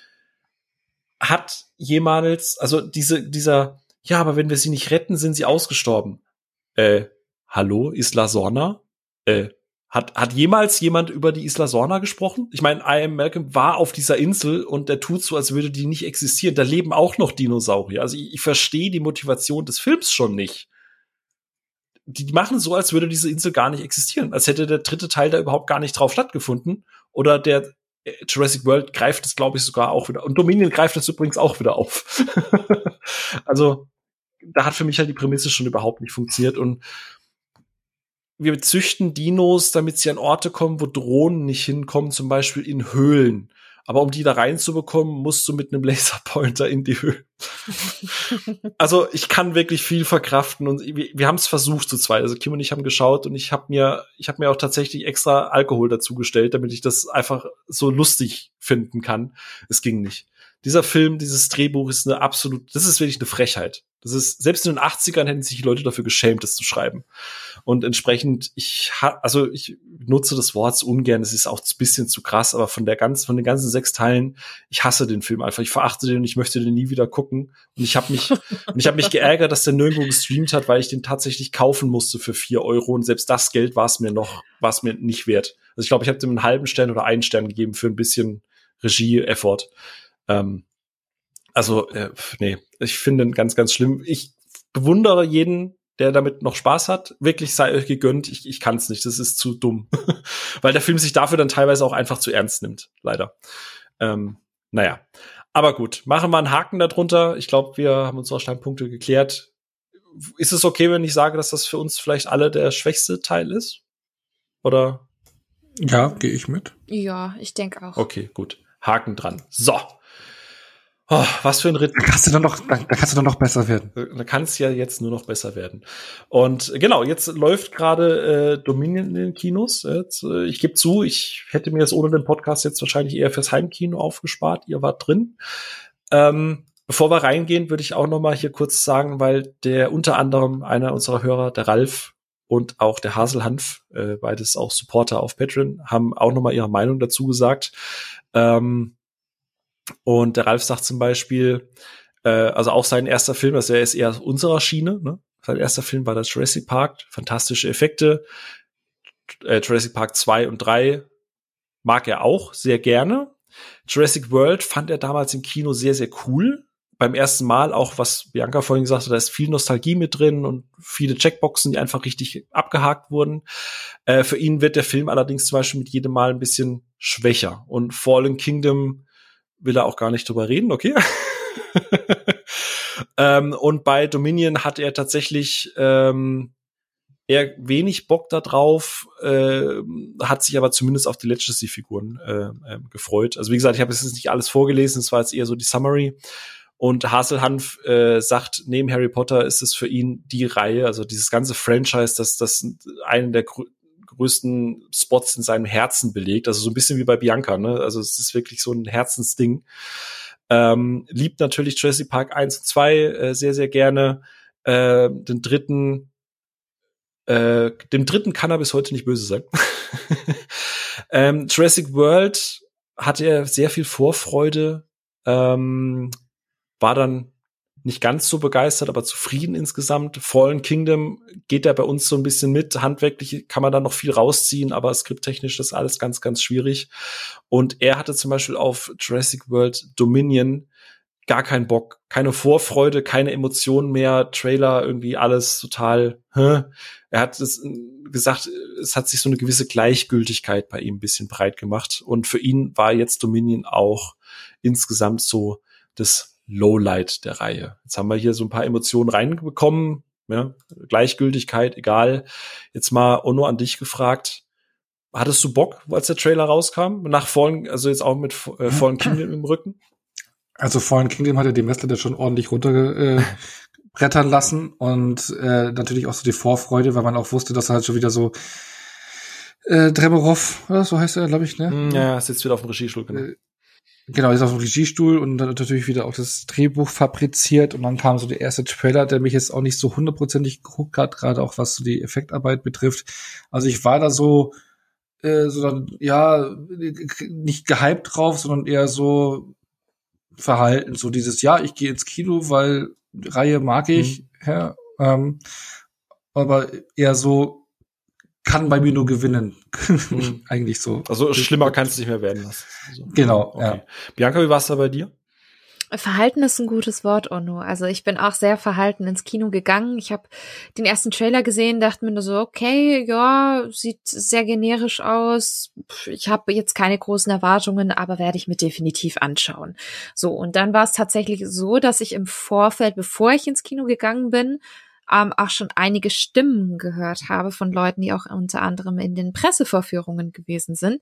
hat jemals, also dieser, ja, aber wenn wir sie nicht retten, sind sie ausgestorben. Hallo, Isla Sorna? Hat jemals jemand über die Isla Sorna gesprochen? Ich meine, I Am Malcolm war auf dieser Insel und der tut so, als würde die nicht existieren. Da leben auch noch Dinosaurier. Also ich verstehe die Motivation des Films schon nicht. Die machen so, als würde diese Insel gar nicht existieren. Als hätte der dritte Teil da überhaupt gar nicht drauf stattgefunden. Oder der Jurassic World greift es, glaube ich, sogar auch wieder. Und Dominion greift es übrigens auch wieder auf. Also da hat für mich halt die Prämisse schon überhaupt nicht funktioniert. Und wir züchten Dinos, damit sie an Orte kommen, wo Drohnen nicht hinkommen, zum Beispiel in Höhlen. Aber um die da reinzubekommen, musst du mit einem Laserpointer in die Höhle. Also ich kann wirklich viel verkraften und wir haben es versucht zu zweit. Also Kim und ich haben geschaut und ich habe mir auch tatsächlich extra Alkohol dazu gestellt, damit ich das einfach so lustig finden kann. Es ging nicht. Dieser Film, dieses Drehbuch ist das ist wirklich eine Frechheit. Das ist, selbst in den 80ern hätten sich die Leute dafür geschämt, das zu schreiben. Und entsprechend, ich nutze das Wort ungern, es ist auch ein bisschen zu krass, aber von den ganzen 6 Teilen, ich hasse den Film einfach, ich verachte den und ich möchte den nie wieder gucken. Und ich habe mich geärgert, dass der nirgendwo gestreamt hat, weil ich den tatsächlich kaufen musste für 4 Euro und selbst das Geld war es mir nicht wert. Also ich glaube, ich habe dem einen halben Stern oder 1 Stern gegeben für ein bisschen Regie-Effort. Nee, ich finde ihn ganz, ganz schlimm. Ich bewundere jeden, der damit noch Spaß hat. Wirklich, sei euch gegönnt. Ich kann es nicht, das ist zu dumm. Weil der Film sich dafür dann teilweise auch einfach zu ernst nimmt, leider. Naja, aber gut, machen wir einen Haken darunter. Ich glaube, wir haben unsere Standpunkte geklärt. Ist es okay, wenn ich sage, dass das für uns vielleicht alle der schwächste Teil ist? Oder? Ja, gehe ich mit. Ja, ich denke auch. Okay, gut. Haken dran. So. Oh, was für ein Ritt. Da kannst du dann noch besser werden. Da kann es ja jetzt nur noch besser werden. Und genau, jetzt läuft gerade Dominion in den Kinos. Ich gebe zu, ich hätte mir das ohne den Podcast jetzt wahrscheinlich eher fürs Heimkino aufgespart. Ihr wart drin. Bevor wir reingehen, würde ich auch noch mal hier kurz sagen, weil der unter anderem einer unserer Hörer, der Ralf und auch der Haselhanf, beides auch Supporter auf Patreon, haben auch noch mal ihre Meinung dazu gesagt. Und der Ralf sagt zum Beispiel, also auch sein erster Film, also er ist eher aus unserer Schiene, ne? Sein erster Film war der Jurassic Park, fantastische Effekte. Jurassic Park 2 und 3 mag er auch sehr gerne. Jurassic World fand er damals im Kino sehr, sehr cool. Beim ersten Mal auch, was Bianca vorhin gesagt hat, da ist viel Nostalgie mit drin und viele Checkboxen, die einfach richtig abgehakt wurden. Für ihn wird der Film allerdings zum Beispiel mit jedem Mal ein bisschen schwächer. Und Fallen Kingdom will er auch gar nicht drüber reden, okay. Und bei Dominion hat er tatsächlich eher wenig Bock da drauf, hat sich aber zumindest auf die Legacy-Figuren gefreut. Also wie gesagt, ich habe jetzt nicht alles vorgelesen, es war jetzt eher so die Summary. Und Haselhanf sagt, neben Harry Potter ist es für ihn die Reihe, also dieses ganze Franchise, das einen der größten Spots in seinem Herzen belegt, also so ein bisschen wie bei Bianca, ne? Also es ist wirklich so ein Herzensding. Liebt natürlich Jurassic Park 1 und 2 sehr, sehr gerne. Dem dritten kann er bis heute nicht böse sein. Jurassic World hatte er sehr viel Vorfreude, war dann nicht ganz so begeistert, aber zufrieden insgesamt. Fallen Kingdom geht da bei uns so ein bisschen mit. Handwerklich kann man da noch viel rausziehen, aber skripttechnisch ist alles ganz, ganz schwierig. Und er hatte zum Beispiel auf Jurassic World Dominion gar keinen Bock, keine Vorfreude, keine Emotionen mehr, Trailer, irgendwie alles total, Er hat es gesagt, es hat sich so eine gewisse Gleichgültigkeit bei ihm ein bisschen breit gemacht. Und für ihn war jetzt Dominion auch insgesamt so das Lowlight der Reihe. Jetzt haben wir hier so ein paar Emotionen reinbekommen, ja, Gleichgültigkeit, egal. Jetzt mal Onno an dich gefragt. Hattest du Bock, als der Trailer rauskam? Nach Fallen, also jetzt auch mit Fallen Kingdom im Rücken? Also Fallen Kingdom hatte die Messlatte schon ordentlich runterbrettern lassen und natürlich auch so die Vorfreude, weil man auch wusste, dass er halt schon wieder so Trevorrow, so heißt er, glaube ich, ne? Ja, sitzt wieder auf dem Regiestuhl, genau. Genau, ist auf dem Regiestuhl und dann natürlich wieder auch das Drehbuch fabriziert und dann kam so der erste Trailer, der mich jetzt auch nicht so hundertprozentig geguckt hat, gerade auch was so die Effektarbeit betrifft. Also ich war da so dann, ja, nicht gehypt drauf, sondern eher so verhalten, so dieses, ja, ich gehe ins Kino, weil die Reihe mag ich, ja, aber eher so, kann bei mir nur gewinnen. Eigentlich so. Also schlimmer kann es nicht mehr werden lassen. Also, genau, okay. Ja. Bianca, wie war es da bei dir? Verhalten ist ein gutes Wort, Onno. Also ich bin auch sehr verhalten ins Kino gegangen. Ich habe den ersten Trailer gesehen, dachte mir nur so, okay, ja, sieht sehr generisch aus. Ich habe jetzt keine großen Erwartungen, aber werde ich mir definitiv anschauen. So, und dann war es tatsächlich so, dass ich im Vorfeld, bevor ich ins Kino gegangen bin, auch schon einige Stimmen gehört habe von Leuten, die auch unter anderem in den Pressevorführungen gewesen sind,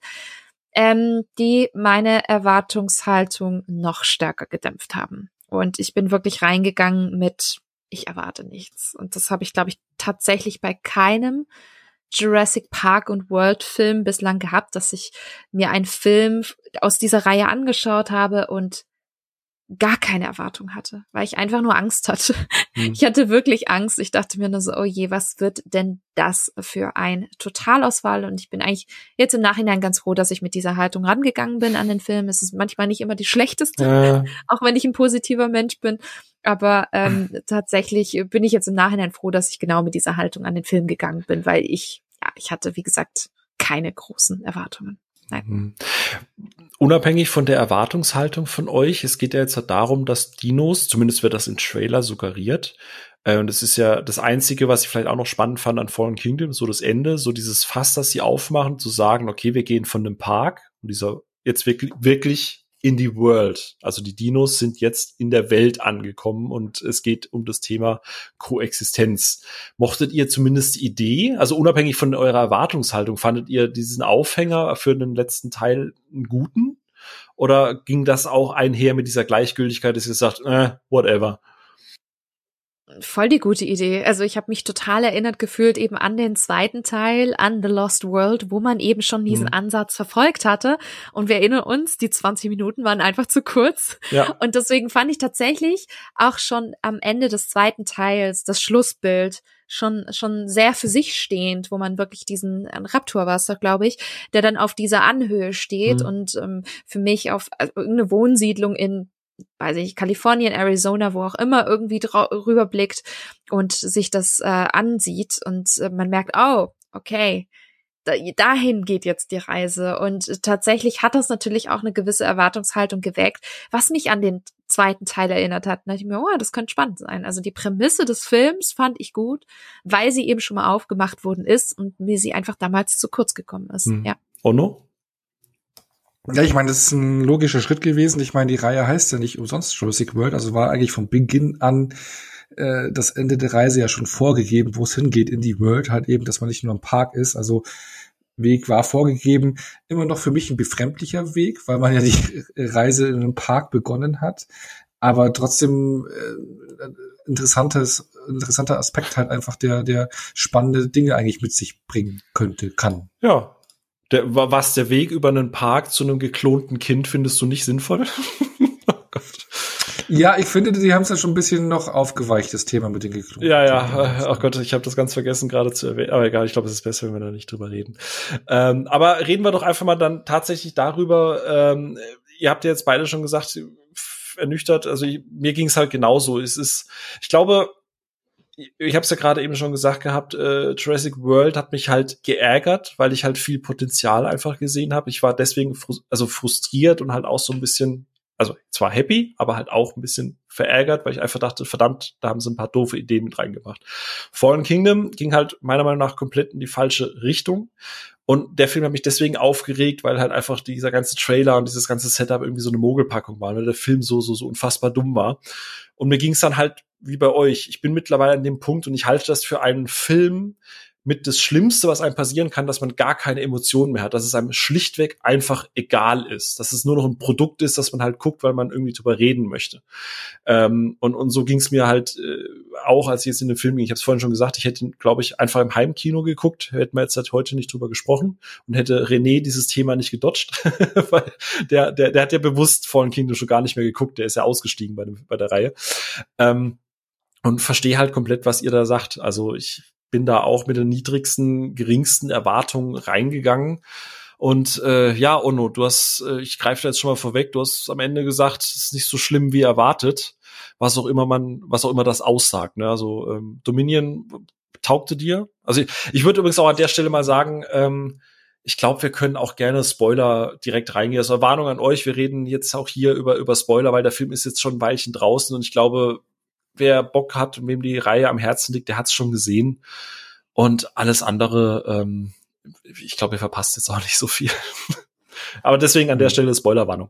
die meine Erwartungshaltung noch stärker gedämpft haben. Und ich bin wirklich reingegangen mit, ich erwarte nichts. Und das habe ich, glaube ich, tatsächlich bei keinem Jurassic Park und World Film bislang gehabt, dass ich mir einen Film aus dieser Reihe angeschaut habe und gar keine Erwartung hatte, weil ich einfach nur Angst hatte. Ich hatte wirklich Angst. Ich dachte mir nur so, oh je, was wird denn das für ein Totalauswahl? Und ich bin eigentlich jetzt im Nachhinein ganz froh, dass ich mit dieser Haltung rangegangen bin an den Film. Es ist manchmal nicht immer die schlechteste, auch wenn ich ein positiver Mensch bin. Aber tatsächlich bin ich jetzt im Nachhinein froh, dass ich genau mit dieser Haltung an den Film gegangen bin, weil ich hatte, wie gesagt, keine großen Erwartungen. Nein. Unabhängig von der Erwartungshaltung von euch, es geht ja jetzt darum, dass Dinos, zumindest wird das im Trailer suggeriert, und das ist ja das Einzige, was ich vielleicht auch noch spannend fand an Fallen Kingdom, so das Ende, so dieses Fass, das sie aufmachen, zu sagen, okay, wir gehen von einem Park und dieser jetzt wirklich in die World. Also die Dinos sind jetzt in der Welt angekommen und es geht um das Thema Koexistenz. Mochtet ihr zumindest die Idee, also unabhängig von eurer Erwartungshaltung, fandet ihr diesen Aufhänger für den letzten Teil einen guten? Oder ging das auch einher mit dieser Gleichgültigkeit, dass ihr sagt, whatever? Voll die gute Idee. Also ich habe mich total erinnert gefühlt eben an den zweiten Teil, an The Lost World, wo man eben schon diesen Ansatz verfolgt hatte. Und wir erinnern uns, die 20 Minuten waren einfach zu kurz. Ja. Und deswegen fand ich tatsächlich auch schon am Ende des zweiten Teils das Schlussbild schon sehr für sich stehend, wo man wirklich diesen Raptor war es doch, glaube ich, der dann auf dieser Anhöhe steht und für mich auf irgendeine Wohnsiedlung in, weiß ich, Kalifornien, Arizona, wo auch immer, irgendwie rüberblickt und sich das ansieht und man merkt, oh, okay, dahin geht jetzt die Reise. Und tatsächlich hat das natürlich auch eine gewisse Erwartungshaltung geweckt, was mich an den zweiten Teil erinnert hat. Da dachte ich mir, oh, das könnte spannend sein. Also die Prämisse des Films fand ich gut, weil sie eben schon mal aufgemacht worden ist und mir sie einfach damals zu kurz gekommen ist. Ja. Onno? Ja, ich meine, das ist ein logischer Schritt gewesen. Ich meine, die Reihe heißt ja nicht umsonst Jurassic World, also war eigentlich von Beginn an das Ende der Reise ja schon vorgegeben, wo es hingeht in die World, halt eben, dass man nicht nur im Park ist. Also Weg war vorgegeben, immer noch für mich ein befremdlicher Weg, weil man ja die Reise in einem Park begonnen hat, aber trotzdem interessanter Aspekt halt einfach, der spannende Dinge eigentlich mit sich bringen kann. Ja. Was der Weg über einen Park zu einem geklonten Kind findest du nicht sinnvoll? Oh Gott. Ja, ich finde, die haben es ja schon ein bisschen noch aufgeweicht, das Thema mit den geklonten. Ja, oh Gott, ich habe das ganz vergessen gerade zu erwähnen. Aber egal, ich glaube, es ist besser, wenn wir da nicht drüber reden. Aber reden wir doch einfach mal dann tatsächlich darüber. Ihr habt ja jetzt beide schon gesagt, ernüchtert. Also mir ging es halt genauso. Ich glaube, ich habe es ja gerade eben schon gesagt gehabt, Jurassic World hat mich halt geärgert, weil ich halt viel Potenzial einfach gesehen habe. Ich war deswegen frustriert und halt auch so ein bisschen also zwar happy, aber halt auch ein bisschen verärgert, weil ich einfach dachte, verdammt, da haben sie ein paar doofe Ideen mit reingebracht. Fallen Kingdom ging halt meiner Meinung nach komplett in die falsche Richtung. Und der Film hat mich deswegen aufgeregt, weil halt einfach dieser ganze Trailer und dieses ganze Setup irgendwie so eine Mogelpackung war, weil der Film so unfassbar dumm war. Und mir ging es dann halt wie bei euch. Ich bin mittlerweile an dem Punkt und ich halte das für einen Film mit das Schlimmste, was einem passieren kann, dass man gar keine Emotionen mehr hat, dass es einem schlichtweg einfach egal ist, dass es nur noch ein Produkt ist, dass man halt guckt, weil man irgendwie drüber reden möchte. Und so ging es mir halt auch, als ich jetzt in den Film ging. Ich habe es vorhin schon gesagt, ich hätte, glaube ich, einfach im Heimkino geguckt, hätten wir jetzt halt heute nicht drüber gesprochen und hätte René dieses Thema nicht gedodged, weil der hat ja bewusst Fallen Kingdom schon gar nicht mehr geguckt, der ist ja ausgestiegen bei der Reihe. Und verstehe halt komplett, was ihr da sagt. Also ich bin da auch mit den geringsten Erwartungen reingegangen. Und ja, Onno, du hast, ich greife da jetzt schon mal vorweg, du hast am Ende gesagt, es ist nicht so schlimm wie erwartet, was auch immer das aussagt. Ne? Also Dominion taugte dir. Also ich würde übrigens auch an der Stelle mal sagen, ich glaube, wir können auch gerne Spoiler direkt reingehen. Also Warnung an euch, wir reden jetzt auch hier über Spoiler, weil der Film ist jetzt schon ein Weilchen draußen und ich glaube, wer Bock hat und wem die Reihe am Herzen liegt, der hat es schon gesehen. Und alles andere, ich glaube, ihr verpasst jetzt auch nicht so viel. Aber deswegen an der Stelle Spoilerwarnung.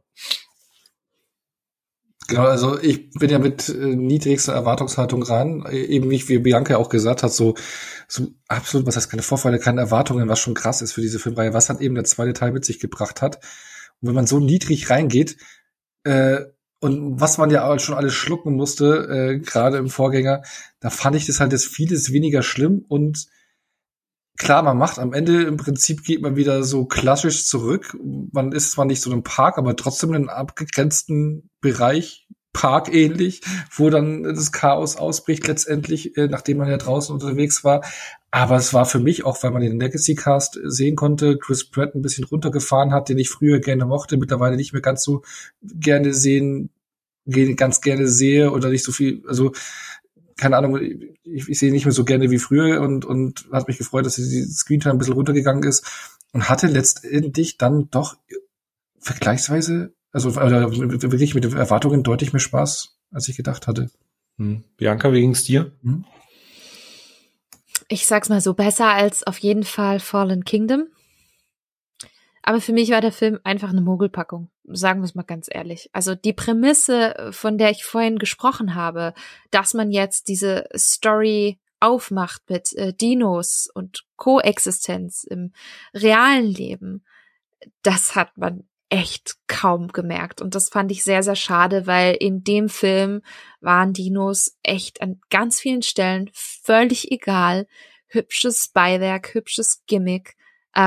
Genau, also ich bin ja mit niedrigster Erwartungshaltung rein, eben wie Bianca auch gesagt hat, so absolut, was heißt keine Vorfreude, keine Erwartungen, was schon krass ist für diese Filmreihe, was halt eben der zweite Teil mit sich gebracht hat. Und wenn man so niedrig reingeht, und was man ja auch schon alles schlucken musste, gerade im Vorgänger, da fand ich das halt das vieles weniger schlimm. Und klar, man macht am Ende im Prinzip geht man wieder so klassisch zurück. Man ist zwar nicht so im Park, aber trotzdem in einem abgegrenzten Bereich, parkähnlich, wo dann das Chaos ausbricht letztendlich, nachdem man ja draußen unterwegs war. Aber es war für mich, auch weil man den Legacy-Cast sehen konnte, Chris Pratt ein bisschen runtergefahren hat, den ich früher gerne mochte, mittlerweile nicht mehr ganz so ganz gerne sehe oder nicht so viel, also keine Ahnung, ich sehe nicht mehr so gerne wie früher und hat mich gefreut, dass die Screentime ein bisschen runtergegangen ist und hatte letztendlich dann doch vergleichsweise, also wirklich mit den Erwartungen deutlich mehr Spaß, als ich gedacht hatte. Bianca, wie ging's dir? Ich sag's mal so, besser als auf jeden Fall Fallen Kingdom. Aber für mich war der Film einfach eine Mogelpackung, sagen wir es mal ganz ehrlich. Also die Prämisse, von der ich vorhin gesprochen habe, dass man jetzt diese Story aufmacht mit Dinos und Koexistenz im realen Leben, das hat man echt kaum gemerkt. Und das fand ich sehr, sehr schade, weil in dem Film waren Dinos echt an ganz vielen Stellen völlig egal. Hübsches Beiwerk, hübsches Gimmick.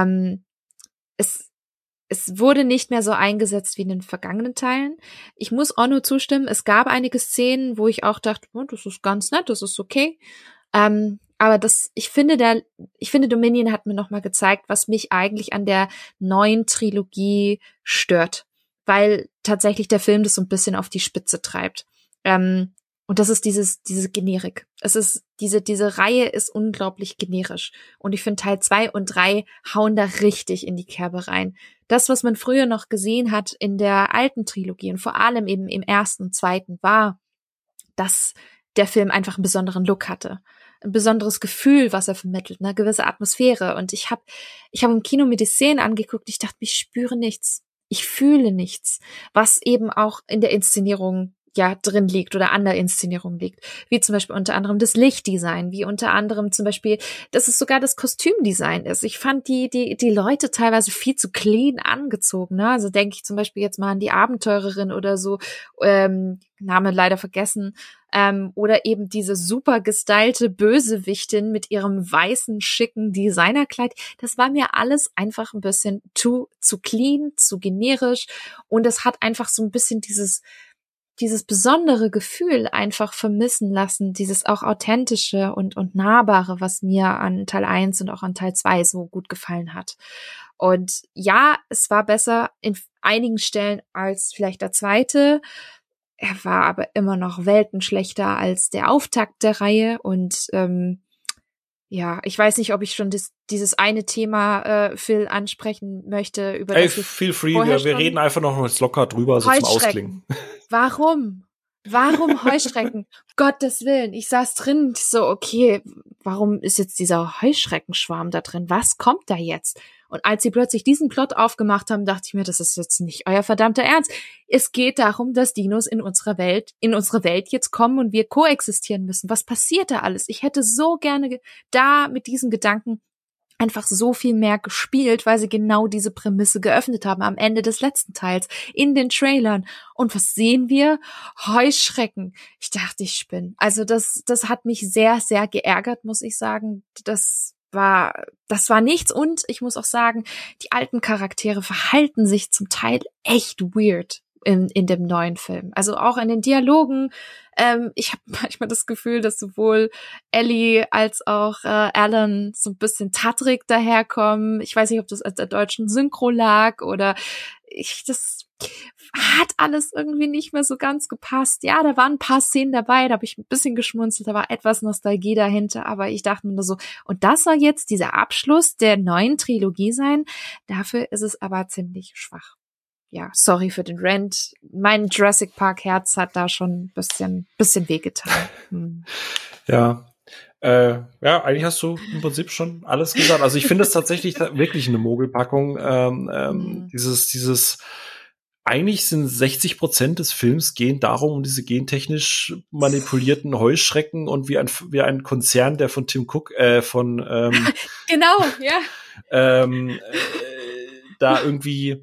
Es wurde nicht mehr so eingesetzt wie in den vergangenen Teilen. Ich muss Onno zustimmen, es gab einige Szenen, wo ich auch dachte, oh, das ist ganz nett, das ist okay. Aber ich finde, Dominion hat mir nochmal gezeigt, was mich eigentlich an der neuen Trilogie stört. Weil tatsächlich der Film das so ein bisschen auf die Spitze treibt. Und das ist diese Generik. Es ist, diese Reihe ist unglaublich generisch. Und ich finde Teil 2 und 3 hauen da richtig in die Kerbe rein. Das, was man früher noch gesehen hat in der alten Trilogie und vor allem eben im ersten und zweiten war, dass der Film einfach einen besonderen Look hatte. Ein besonderes Gefühl, was er vermittelt, eine gewisse Atmosphäre. Und ich hab im Kino mir die Szenen angeguckt, ich dachte, ich spüre nichts. Ich fühle nichts, was eben auch in der Inszenierung ja drin liegt oder an der Inszenierung liegt, wie zum Beispiel unter anderem das Lichtdesign, wie unter anderem zum Beispiel, dass es sogar das Kostümdesign ist. Ich fand die Leute teilweise viel zu clean angezogen, ne? Also denke ich zum Beispiel jetzt mal an die Abenteurerin oder so, Name leider vergessen, oder eben diese super gestylte Bösewichtin mit ihrem weißen, schicken Designerkleid. Das war mir alles einfach ein bisschen zu clean, zu generisch und es hat einfach so ein bisschen dieses besondere Gefühl einfach vermissen lassen, dieses auch authentische und nahbare, was mir an Teil 1 und auch an Teil 2 so gut gefallen hat. Und ja, es war besser in einigen Stellen als vielleicht der zweite. Er war aber immer noch weltenschlechter als der Auftakt der Reihe und Ja, ich weiß nicht, ob ich schon dieses eine Thema, Phil, ansprechen möchte. Über Ey, das feel free, wir reden einfach noch jetzt locker drüber, so zum Ausklingen. Warum? Warum Heuschrecken? Gottes Willen. Ich saß drin und so, okay, warum ist jetzt dieser Heuschreckenschwarm da drin? Was kommt da jetzt? Und als sie plötzlich diesen Plot aufgemacht haben, dachte ich mir, das ist jetzt nicht euer verdammter Ernst. Es geht darum, dass Dinos in unsere Welt jetzt kommen und wir koexistieren müssen. Was passiert da alles? Ich hätte so gerne da mit diesen Gedanken einfach so viel mehr gespielt, weil sie genau diese Prämisse geöffnet haben am Ende des letzten Teils in den Trailern. Und was sehen wir? Heuschrecken. Ich dachte, ich spinne. Also das hat mich sehr, sehr geärgert, muss ich sagen. Das war nichts. Und ich muss auch sagen, die alten Charaktere verhalten sich zum Teil echt weird in dem neuen Film. Also auch in den Dialogen. Ich habe manchmal das Gefühl, dass sowohl Ellie als auch Alan so ein bisschen tattrig daherkommen. Ich weiß nicht, ob das als der deutschen Synchro lag oder das hat alles irgendwie nicht mehr so ganz gepasst. Ja, da waren ein paar Szenen dabei, da habe ich ein bisschen geschmunzelt, da war etwas Nostalgie dahinter, aber ich dachte mir nur so, und das soll jetzt dieser Abschluss der neuen Trilogie sein? Dafür ist es aber ziemlich schwach. Ja, sorry für den Rant. Mein Jurassic Park Herz hat da schon ein bisschen wehgetan. Ja. Ja, eigentlich hast du im Prinzip schon alles gesagt. Also ich finde es tatsächlich wirklich eine Mogelpackung. Eigentlich sind 60% des Films gehen darum, um diese gentechnisch manipulierten Heuschrecken und wie ein Konzern, der von Tim Cook, genau, ja. Da irgendwie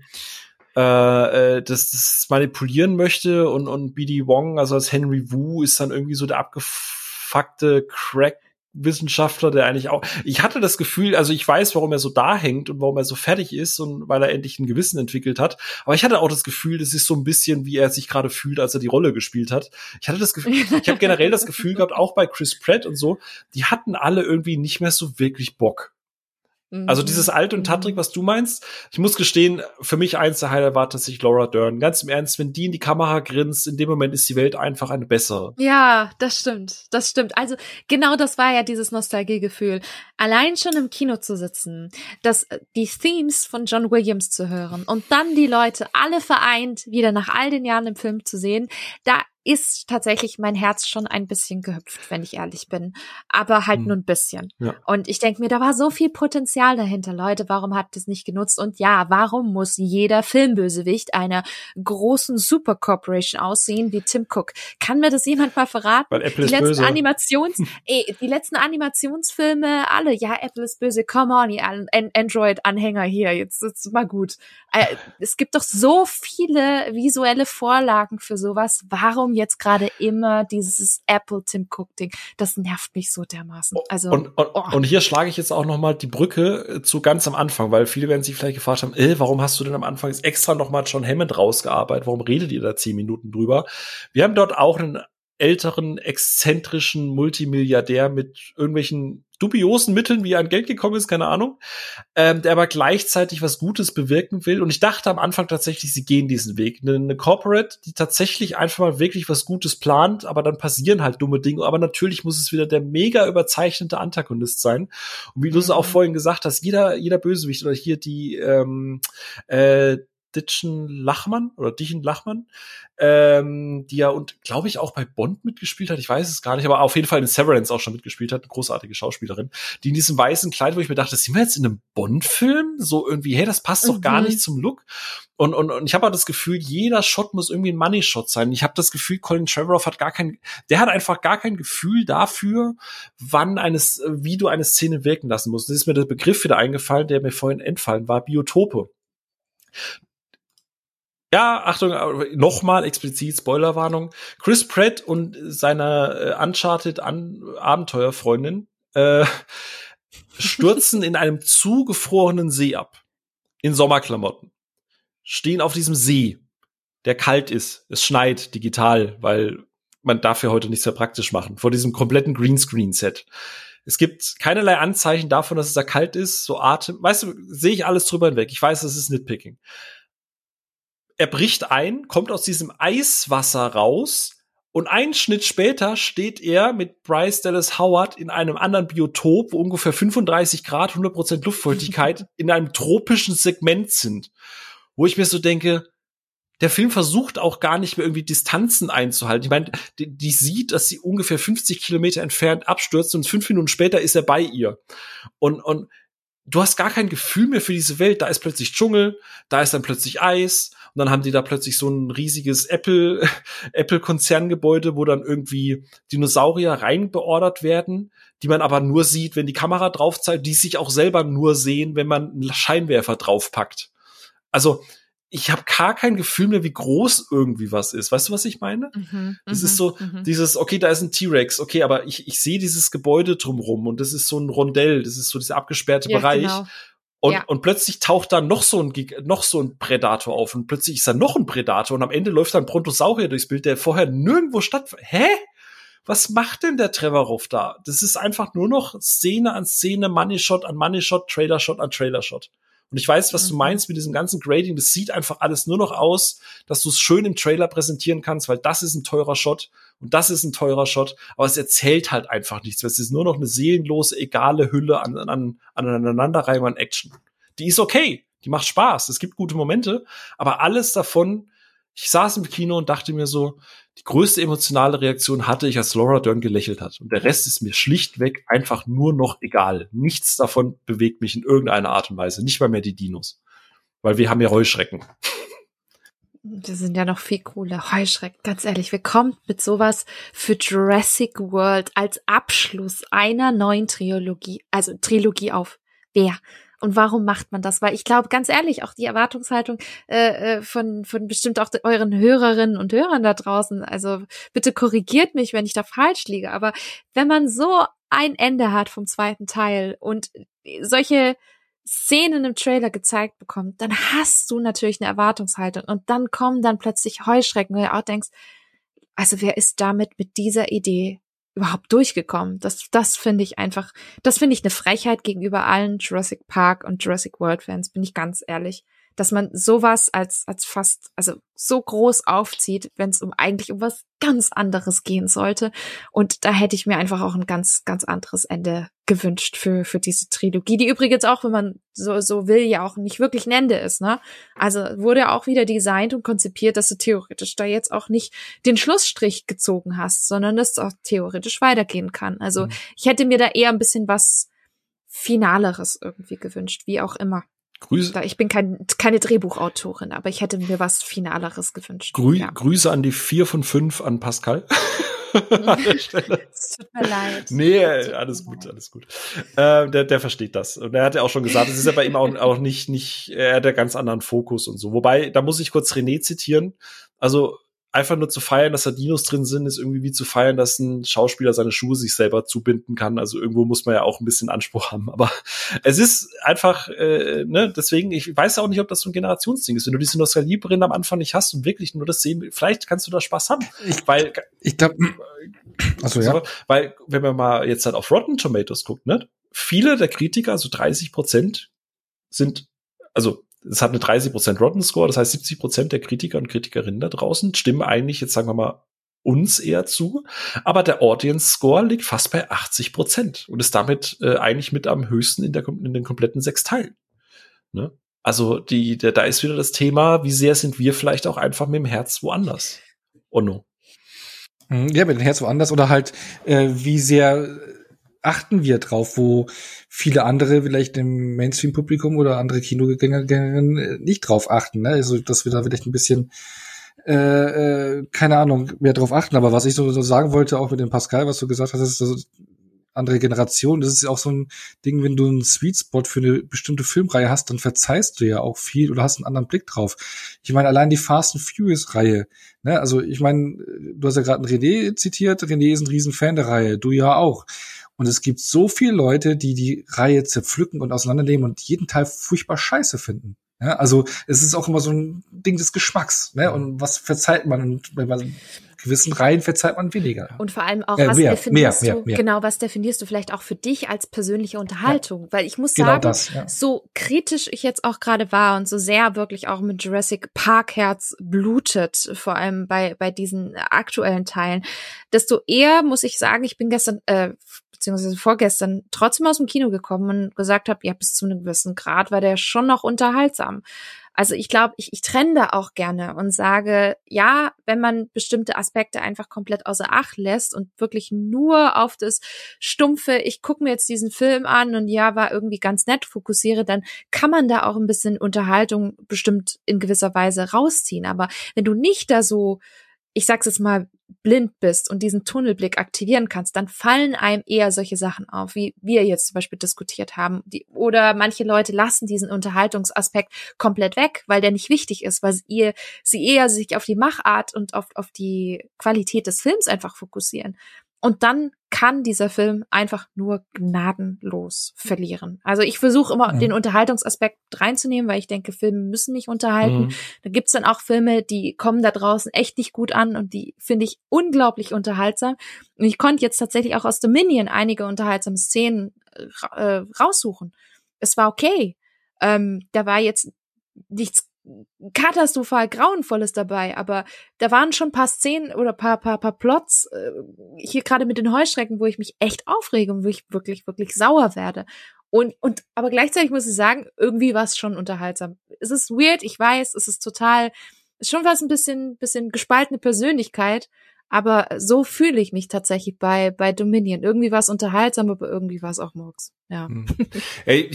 das manipulieren möchte und BD Wong, also als Henry Wu, ist dann irgendwie so der abgefuckte Crack-Wissenschaftler, der eigentlich auch, ich hatte das Gefühl, also ich weiß, warum er so da hängt und warum er so fertig ist und weil er endlich ein Gewissen entwickelt hat, aber ich hatte auch das Gefühl, das ist so ein bisschen, wie er sich gerade fühlt, als er die Rolle gespielt hat. Ich habe generell das Gefühl gehabt, auch bei Chris Pratt und so, die hatten alle irgendwie nicht mehr so wirklich Bock. Also dieses Alt und Tattrig, was du meinst, ich muss gestehen, für mich eins der Highlights war tatsächlich Laura Dern. Ganz im Ernst, wenn die in die Kamera grinst, in dem Moment ist die Welt einfach eine bessere. Ja, das stimmt. Also genau das war ja dieses Nostalgiegefühl. Allein schon im Kino zu sitzen, die Themes von John Williams zu hören und dann die Leute alle vereint wieder nach all den Jahren im Film zu sehen, da ist tatsächlich mein Herz schon ein bisschen gehüpft, wenn ich ehrlich bin. Aber halt nur ein bisschen. Ja. Und ich denke mir, da war so viel Potenzial dahinter. Leute, warum habt ihr es nicht genutzt? Und ja, warum muss jeder Filmbösewicht einer großen Supercorporation aussehen wie Tim Cook? Kann mir das jemand mal verraten? Weil Apple ist böse. Die letzten Animationsfilme, alle, ja, Apple ist böse, come on, ihr Android-Anhänger hier, jetzt ist mal gut. Es gibt doch so viele visuelle Vorlagen für sowas. Warum jetzt gerade immer dieses Apple Tim Cook Ding? Das nervt mich so dermaßen. Also und hier schlage ich jetzt auch noch mal die Brücke zu ganz am Anfang, weil viele werden sich vielleicht gefragt haben, warum hast du denn am Anfang jetzt extra noch mal John Hammond rausgearbeitet? Warum redet ihr da 10 Minuten drüber? Wir haben dort auch einen älteren, exzentrischen Multimilliardär mit irgendwelchen dubiosen Mitteln, wie er an Geld gekommen ist, keine Ahnung, der aber gleichzeitig was Gutes bewirken will. Und ich dachte am Anfang tatsächlich, sie gehen diesen Weg. Eine Corporate, die tatsächlich einfach mal wirklich was Gutes plant, aber dann passieren halt dumme Dinge. Aber natürlich muss es wieder der mega überzeichnete Antagonist sein. Und wie du es auch vorhin gesagt hast, jeder Bösewicht oder hier die Dichen Lachmann, die ja und glaube ich auch bei Bond mitgespielt hat, ich weiß es gar nicht, aber auf jeden Fall in Severance auch schon mitgespielt hat, eine großartige Schauspielerin, die in diesem weißen Kleid, wo ich mir dachte, sind wir jetzt in einem Bond-Film? So irgendwie, hey, das passt doch gar nicht zum Look. Und ich habe auch das Gefühl, jeder Shot muss irgendwie ein Money-Shot sein. Ich habe das Gefühl, Colin Trevorrow hat einfach gar kein Gefühl dafür, wie du eine Szene wirken lassen musst. Das ist mir der Begriff wieder eingefallen, der mir vorhin entfallen war, Biotope. Ja, Achtung, nochmal explizit Spoilerwarnung. Chris Pratt und seine Uncharted-Abenteuerfreundin stürzen in einem zugefrorenen See ab. In Sommerklamotten. Stehen auf diesem See, der kalt ist. Es schneit digital, weil man darf ja heute nichts mehr praktisch machen. Vor diesem kompletten Greenscreen-Set. Es gibt keinerlei Anzeichen davon, dass es da kalt ist. Weißt du, sehe ich alles drüber hinweg. Ich weiß, das ist Nitpicking. Er bricht ein, kommt aus diesem Eiswasser raus Und einen Schnitt später steht er mit Bryce Dallas Howard in einem anderen Biotop, wo ungefähr 35 Grad, 100% Luftfeuchtigkeit in einem tropischen Segment sind. Wo ich mir so denke, der Film versucht auch gar nicht mehr irgendwie Distanzen einzuhalten. Ich meine, die sieht, dass sie ungefähr 50 Kilometer entfernt abstürzt und 5 Minuten später ist er bei ihr. Und du hast gar kein Gefühl mehr für diese Welt. Da ist plötzlich Dschungel, da ist dann plötzlich Eis. Und dann haben die da plötzlich so ein riesiges Apple-Konzerngebäude, wo dann irgendwie Dinosaurier reinbeordert werden, die man aber nur sieht, wenn die Kamera drauf zeigt, die sich auch selber nur sehen, wenn man einen Scheinwerfer draufpackt. Also, ich habe gar kein Gefühl mehr, wie groß irgendwie was ist. Weißt du, was ich meine? Das ist so dieses, okay, da ist ein T-Rex, okay, aber ich sehe dieses Gebäude drumrum und das ist so ein Rondell, das ist so dieser abgesperrte Bereich. Genau. Und plötzlich taucht da noch so ein Predator auf und plötzlich ist da noch ein Predator und am Ende läuft da ein Brontosaurier durchs Bild, der vorher nirgendwo stattfand. Hä? Was macht denn der Trevorrow da? Das ist einfach nur noch Szene an Szene, Money-Shot an Money-Shot, Trailer-Shot an Trailer-Shot. Und ich weiß, was du meinst mit diesem ganzen Grading. Das sieht einfach alles nur noch aus, dass du es schön im Trailer präsentieren kannst, weil das ist ein teurer Shot und das ist ein teurer Shot. Aber es erzählt halt einfach nichts. Es ist nur noch eine seelenlose, egale Hülle an Aneinanderreihung an Action. Die ist okay. Die macht Spaß. Es gibt gute Momente. Aber alles davon, ich saß im Kino und dachte mir so, die größte emotionale Reaktion hatte ich, als Laura Dern gelächelt hat. Und der Rest ist mir schlichtweg einfach nur noch egal. Nichts davon bewegt mich in irgendeiner Art und Weise. Nicht mal mehr die Dinos. Weil wir haben ja Heuschrecken. Das sind ja noch viel cooler. Heuschrecken, ganz ehrlich. Wer kommt mit sowas für Jurassic World als Abschluss einer neuen Trilogie auf? Wer? Und warum macht man das? Weil ich glaube, ganz ehrlich, auch die Erwartungshaltung von bestimmt auch euren Hörerinnen und Hörern da draußen, also bitte korrigiert mich, wenn ich da falsch liege, aber wenn man so ein Ende hat vom zweiten Teil und solche Szenen im Trailer gezeigt bekommt, dann hast du natürlich eine Erwartungshaltung und dann kommen dann plötzlich Heuschrecken, wo du auch denkst, also wer ist damit mit dieser Idee überhaupt durchgekommen? Das finde ich einfach, das finde ich eine Frechheit gegenüber allen Jurassic Park und Jurassic World Fans, bin ich ganz ehrlich, dass man sowas als fast, also so groß aufzieht, wenn es eigentlich um was ganz anderes gehen sollte. Und da hätte ich mir einfach auch ein ganz, ganz anderes Ende gewünscht für diese Trilogie, die übrigens auch, wenn man so will, ja auch nicht wirklich ein Ende ist, ne? Also wurde auch wieder designt und konzipiert, dass du theoretisch da jetzt auch nicht den Schlussstrich gezogen hast, sondern dass es auch theoretisch weitergehen kann. Also ich hätte mir da eher ein bisschen was Finaleres irgendwie gewünscht, wie auch immer. Grüße. Ich bin keine Drehbuchautorin, aber ich hätte mir was Finaleres gewünscht. Grüße an die 4 von 5 an Pascal. An der Stelle. Es tut mir leid. Nee, alles gut. Der versteht das. Und er hat ja auch schon gesagt, es ist ja bei ihm auch nicht, er hat ja ganz anderen Fokus und so. Wobei, da muss ich kurz René zitieren. Also, einfach nur zu feiern, dass da Dinos drin sind, ist irgendwie wie zu feiern, dass ein Schauspieler seine Schuhe sich selber zubinden kann. Also irgendwo muss man ja auch ein bisschen Anspruch haben. Aber es ist einfach, deswegen, ich weiß ja auch nicht, ob das so ein Generationsding ist. Wenn du diese Nostalgie-Brille am Anfang nicht hast und wirklich nur das sehen, vielleicht kannst du da Spaß haben. Ich glaube, ja. Weil, wenn man mal jetzt halt auf Rotten Tomatoes guckt, ne, viele der Kritiker, also 30% sind, also es hat eine 30% Rotten Score, das heißt 70% der Kritiker und Kritikerinnen da draußen stimmen eigentlich, jetzt sagen wir mal, uns eher zu. Aber der Audience Score liegt fast bei 80% und ist damit eigentlich mit am höchsten in den kompletten 6 Teilen. Ne? Also da ist wieder das Thema, wie sehr sind wir vielleicht auch einfach mit dem Herz woanders? Oh no. Ja, mit dem Herz woanders oder halt, wie sehr achten wir drauf, wo viele andere vielleicht im Mainstream-Publikum oder andere Kinogängerinnen nicht drauf achten, ne? Also, dass wir da vielleicht ein bisschen, keine Ahnung, mehr drauf achten. Aber was ich so sagen wollte, auch mit dem Pascal, was du gesagt hast, ist so andere Generation. Das ist auch so ein Ding, wenn du einen Sweet Spot für eine bestimmte Filmreihe hast, dann verzeihst du ja auch viel oder hast einen anderen Blick drauf. Ich meine, allein die Fast and Furious Reihe, ne? Also, ich meine, du hast ja gerade einen René zitiert. René ist ein Riesenfan der Reihe. Du ja auch. Und es gibt so viele Leute, die die Reihe zerpflücken und auseinandernehmen und jeden Teil furchtbar scheiße finden. Ja, also es ist auch immer so ein Ding des Geschmacks, ne? Und was verzeiht man? Und bei gewissen Reihen verzeiht man weniger. Und vor allem auch, was definierst du, mehr. genau, was definierst du vielleicht auch für dich als persönliche Unterhaltung? Ja. Weil ich muss genau sagen, das, ja. so kritisch ich jetzt auch gerade war und so sehr wirklich auch mit Jurassic Park Herz blutet, vor allem bei diesen aktuellen Teilen, desto eher muss ich sagen, ich bin gestern, beziehungsweise vorgestern trotzdem aus dem Kino gekommen und gesagt habe, ja, bis zu einem gewissen Grad war der schon noch unterhaltsam. Also ich glaube, ich trenne da auch gerne und sage, ja, wenn man bestimmte Aspekte einfach komplett außer Acht lässt und wirklich nur auf das stumpfe, ich gucke mir jetzt diesen Film an und ja, war irgendwie ganz nett, fokussiere, dann kann man da auch ein bisschen Unterhaltung bestimmt in gewisser Weise rausziehen. Aber wenn du nicht da so, ich sag's jetzt mal, blind bist und diesen Tunnelblick aktivieren kannst, dann fallen einem eher solche Sachen auf, wie wir jetzt zum Beispiel diskutiert haben. Oder manche Leute lassen diesen Unterhaltungsaspekt komplett weg, weil der nicht wichtig ist, weil sie eher sich auf die Machart und auf die Qualität des Films einfach fokussieren. Und dann kann dieser Film einfach nur gnadenlos verlieren. Also ich versuche immer den Unterhaltungsaspekt reinzunehmen, weil ich denke, Filme müssen mich unterhalten. Da gibt's dann auch Filme, die kommen da draußen echt nicht gut an und die finde ich unglaublich unterhaltsam. Und ich konnte jetzt tatsächlich auch aus Dominion einige unterhaltsame Szenen raussuchen. Es war okay. Da war jetzt nichts katastrophal Grauenvolles dabei, aber da waren schon ein paar Szenen oder paar Plots hier gerade mit den Heuschrecken, wo ich mich echt aufrege und wo ich wirklich, wirklich sauer werde. Und aber gleichzeitig muss ich sagen, irgendwie war es schon unterhaltsam. Es ist weird, ich weiß, es ist schon fast ein bisschen gespaltene Persönlichkeit, aber so fühle ich mich tatsächlich bei Dominion. Irgendwie war es unterhaltsam, aber irgendwie war es auch Murks. Ja. Ey,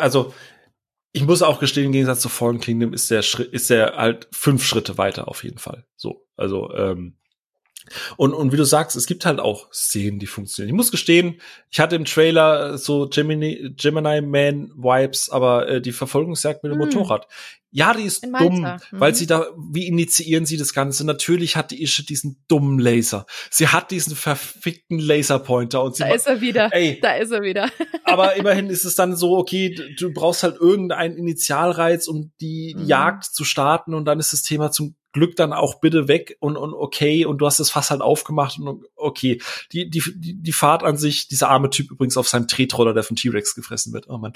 ich muss auch gestehen, im Gegensatz zu Fallen Kingdom ist der halt 5 Schritte weiter auf jeden Fall. So, also und wie du sagst, es gibt halt auch Szenen, die funktionieren. Ich muss gestehen, ich hatte im Trailer so Gemini Man Vibes, aber die Verfolgungsjagd mit dem Motorrad, ja, die ist dumm, weil wie initiieren sie das Ganze? Natürlich hat die Ische diesen dummen Laser. Sie hat diesen verfickten Laserpointer und da ist er wieder. Aber immerhin ist es dann so, okay, du brauchst halt irgendeinen Initialreiz, um die Jagd zu starten und dann ist das Thema zum Glück dann auch bitte weg und okay und du hast das Fass halt aufgemacht und okay. Die Fahrt an sich, dieser arme Typ übrigens auf seinem Tretroller, der von T-Rex gefressen wird, oh Mann.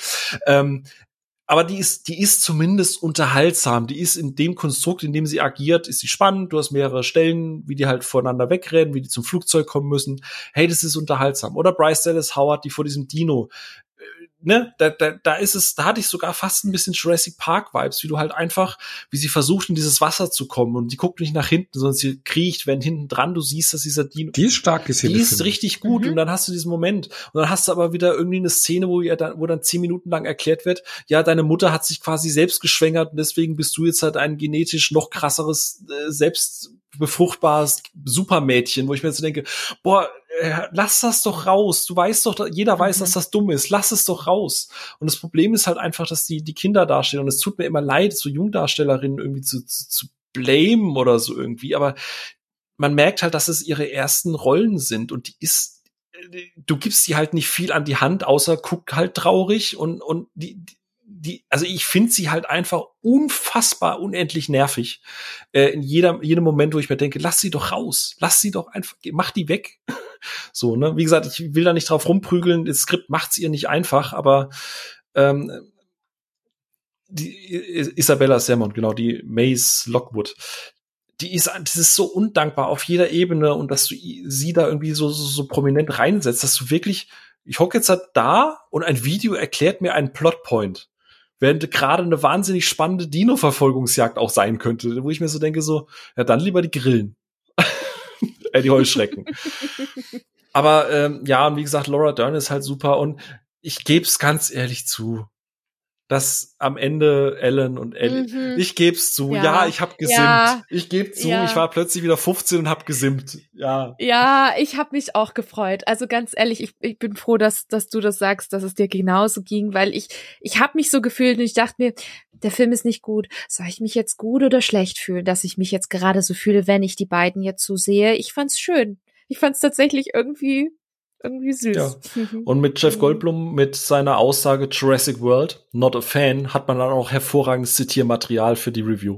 Aber die ist zumindest unterhaltsam. Die ist in dem Konstrukt, in dem sie agiert, ist sie spannend. Du hast mehrere Stellen, wie die halt voneinander wegrennen, wie die zum Flugzeug kommen müssen. Hey, das ist unterhaltsam. Oder Bryce Dallas Howard, die vor diesem Dino, ne, da hatte ich sogar fast ein bisschen Jurassic Park Vibes, wie du halt einfach, wie sie versucht, in dieses Wasser zu kommen und die guckt nicht nach hinten, sondern sie kriecht, wenn hinten dran du siehst, dass dieser Dino, die ist stark, die ist richtig gut und dann hast du diesen Moment und dann hast du aber wieder irgendwie eine Szene, wo dann 10 Minuten lang erklärt wird, ja, deine Mutter hat sich quasi selbst geschwängert und deswegen bist du jetzt halt ein genetisch noch krasseres, selbst befruchtbares Supermädchen, wo ich mir so denke, boah, lass das doch raus. Du weißt doch, jeder weiß, dass das dumm ist. Lass es doch raus. Und das Problem ist halt einfach, dass die Kinder darstellen. Und es tut mir immer leid, so Jungdarstellerinnen irgendwie zu blamen oder so irgendwie. Aber man merkt halt, dass es ihre ersten Rollen sind. Und du gibst sie halt nicht viel an die Hand, außer guckt halt traurig und also ich finde sie halt einfach unfassbar unendlich nervig. In jedem Moment, wo ich mir denke, lass sie doch raus. Lass sie doch einfach, mach die weg. So, ne? Wie gesagt, ich will da nicht drauf rumprügeln. Das Skript macht's ihr nicht einfach, aber die Isabella Sermon, genau, die Mace Lockwood, das ist so undankbar auf jeder Ebene und dass du sie da irgendwie so prominent reinsetzt, dass du wirklich, ich hocke jetzt halt da und ein Video erklärt mir einen Plotpoint, während gerade eine wahnsinnig spannende Dino-Verfolgungsjagd auch sein könnte, wo ich mir so denke, so, ja, dann lieber die Grillen. Die Heuschrecken. Aber ja, und wie gesagt, Laura Dern ist halt super und ich geb's ganz ehrlich zu, dass am Ende Ellen und Ellie, ich geb's zu, ja ich hab gesimmt. Ja. Ich geb zu, ich war plötzlich wieder 15 und hab gesimmt. Ja. Ja, ich hab mich auch gefreut. Also ganz ehrlich, ich bin froh, dass du das sagst, dass es dir genauso ging, weil ich hab mich so gefühlt und ich dachte mir, der Film ist nicht gut. Soll ich mich jetzt gut oder schlecht fühlen, dass ich mich jetzt gerade so fühle, wenn ich die beiden jetzt so sehe? Ich fand's schön. Ich fand's tatsächlich irgendwie irgendwie süß. Ja. Und mit Jeff Goldblum, mit seiner Aussage Jurassic World, not a fan, hat man dann auch hervorragendes Zitiermaterial für die Review.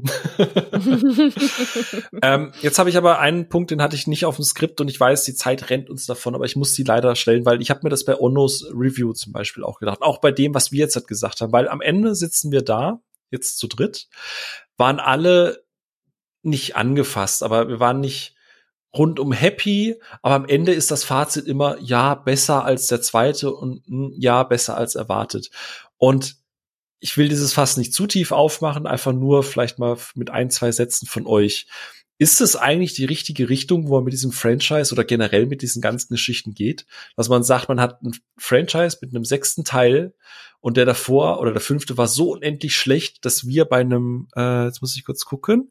Jetzt habe ich aber einen Punkt, den hatte ich nicht auf dem Skript und ich weiß, die Zeit rennt uns davon, aber ich muss die leider stellen, weil ich habe mir das bei Onnos Review zum Beispiel auch gedacht, auch bei dem, was wir jetzt halt gesagt haben, weil am Ende sitzen wir da, jetzt zu dritt, waren alle nicht angefasst, aber wir waren nicht rundum happy, aber am Ende ist das Fazit immer, ja, besser als der zweite und ja, besser als erwartet. Und ich will dieses Fass nicht zu tief aufmachen, einfach nur vielleicht mal mit 1, 2 Sätzen von euch. Ist es eigentlich die richtige Richtung, wo man mit diesem Franchise oder generell mit diesen ganzen Geschichten geht? Dass man sagt, man hat ein Franchise mit einem 6. Teil und der davor oder der 5. war so unendlich schlecht, dass wir bei einem, jetzt muss ich kurz gucken,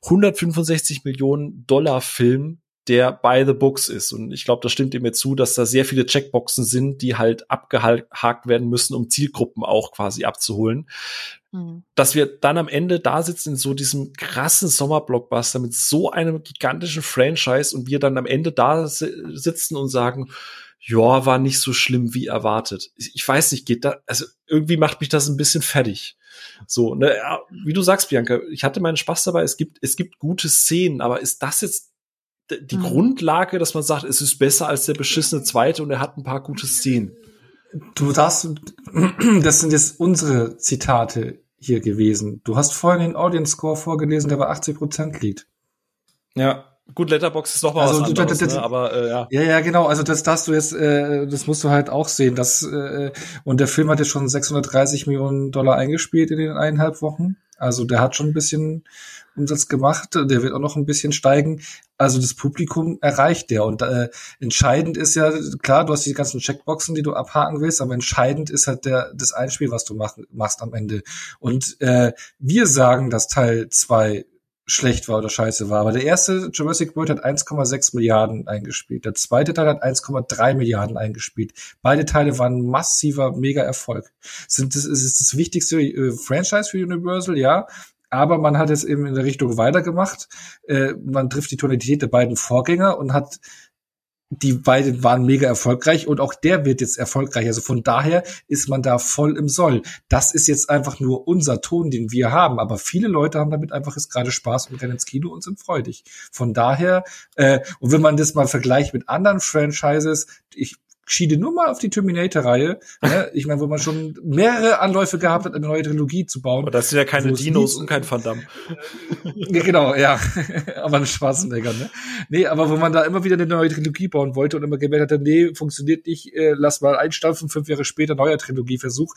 165 Millionen Dollar Film, der by the books ist. Und ich glaube, das stimmt ihm zu, dass da sehr viele Checkboxen sind, die halt abgehakt werden müssen, um Zielgruppen auch quasi abzuholen. Dass wir dann am Ende da sitzen in so diesem krassen Sommerblockbuster mit so einem gigantischen Franchise und wir dann am Ende da sitzen und sagen, ja, war nicht so schlimm wie erwartet. Ich weiß nicht, geht da, also irgendwie macht mich das ein bisschen fertig. So, ne, wie du sagst, Bianca, ich hatte meinen Spaß dabei, es gibt gute Szenen, aber ist das jetzt die Grundlage, dass man sagt, es ist besser als der beschissene zweite und er hat ein paar gute Szenen? Das sind jetzt unsere Zitate hier gewesen. Du hast vorhin den Audience Score vorgelesen, der bei 80% liegt. Ja, gut, Letterboxd ist noch mal was anderes, ne? Aber ja. Ja, genau. Also das darfst du jetzt, das musst du halt auch sehen. Und der Film hat jetzt schon 630 Millionen Dollar eingespielt in den 1,5 Wochen. Also der hat schon ein bisschen Umsatz gemacht. Der wird auch noch ein bisschen steigen. Also das Publikum erreicht der. Und entscheidend ist ja, klar, du hast die ganzen Checkboxen, die du abhaken willst, aber entscheidend ist halt das Einspiel, was du machst am Ende. Und wir sagen, dass Teil 2 schlecht war oder scheiße war. Aber der erste Jurassic World hat 1,6 Milliarden eingespielt. Der zweite Teil hat 1,3 Milliarden eingespielt. Beide Teile waren ein massiver Mega-Erfolg. Es ist das wichtigste Franchise für Universal, ja. Aber man hat es eben in der Richtung weitergemacht. Man trifft die Tonalität der beiden Vorgänger und die beiden waren mega erfolgreich und auch der wird jetzt erfolgreich. Also von daher ist man da voll im Soll. Das ist jetzt einfach nur unser Ton, den wir haben. Aber viele Leute haben damit einfach jetzt gerade Spaß und rennen ins Kino und sind freudig. Von daher, und wenn man das mal vergleicht mit anderen Franchises, ich schiede nur mal auf die Terminator-Reihe. Ne? Ich meine, wo man schon mehrere Anläufe gehabt hat, eine neue Trilogie zu bauen. Aber das sind ja keine Dinos und kein Van Damme. Genau, ja. Aber ein Schwarzenegger, ne? Nee, aber wo man da immer wieder eine neue Trilogie bauen wollte und immer gemerkt hat, nee, funktioniert nicht, lass mal einstampfen, 5 Jahre später neuer Trilogieversuch,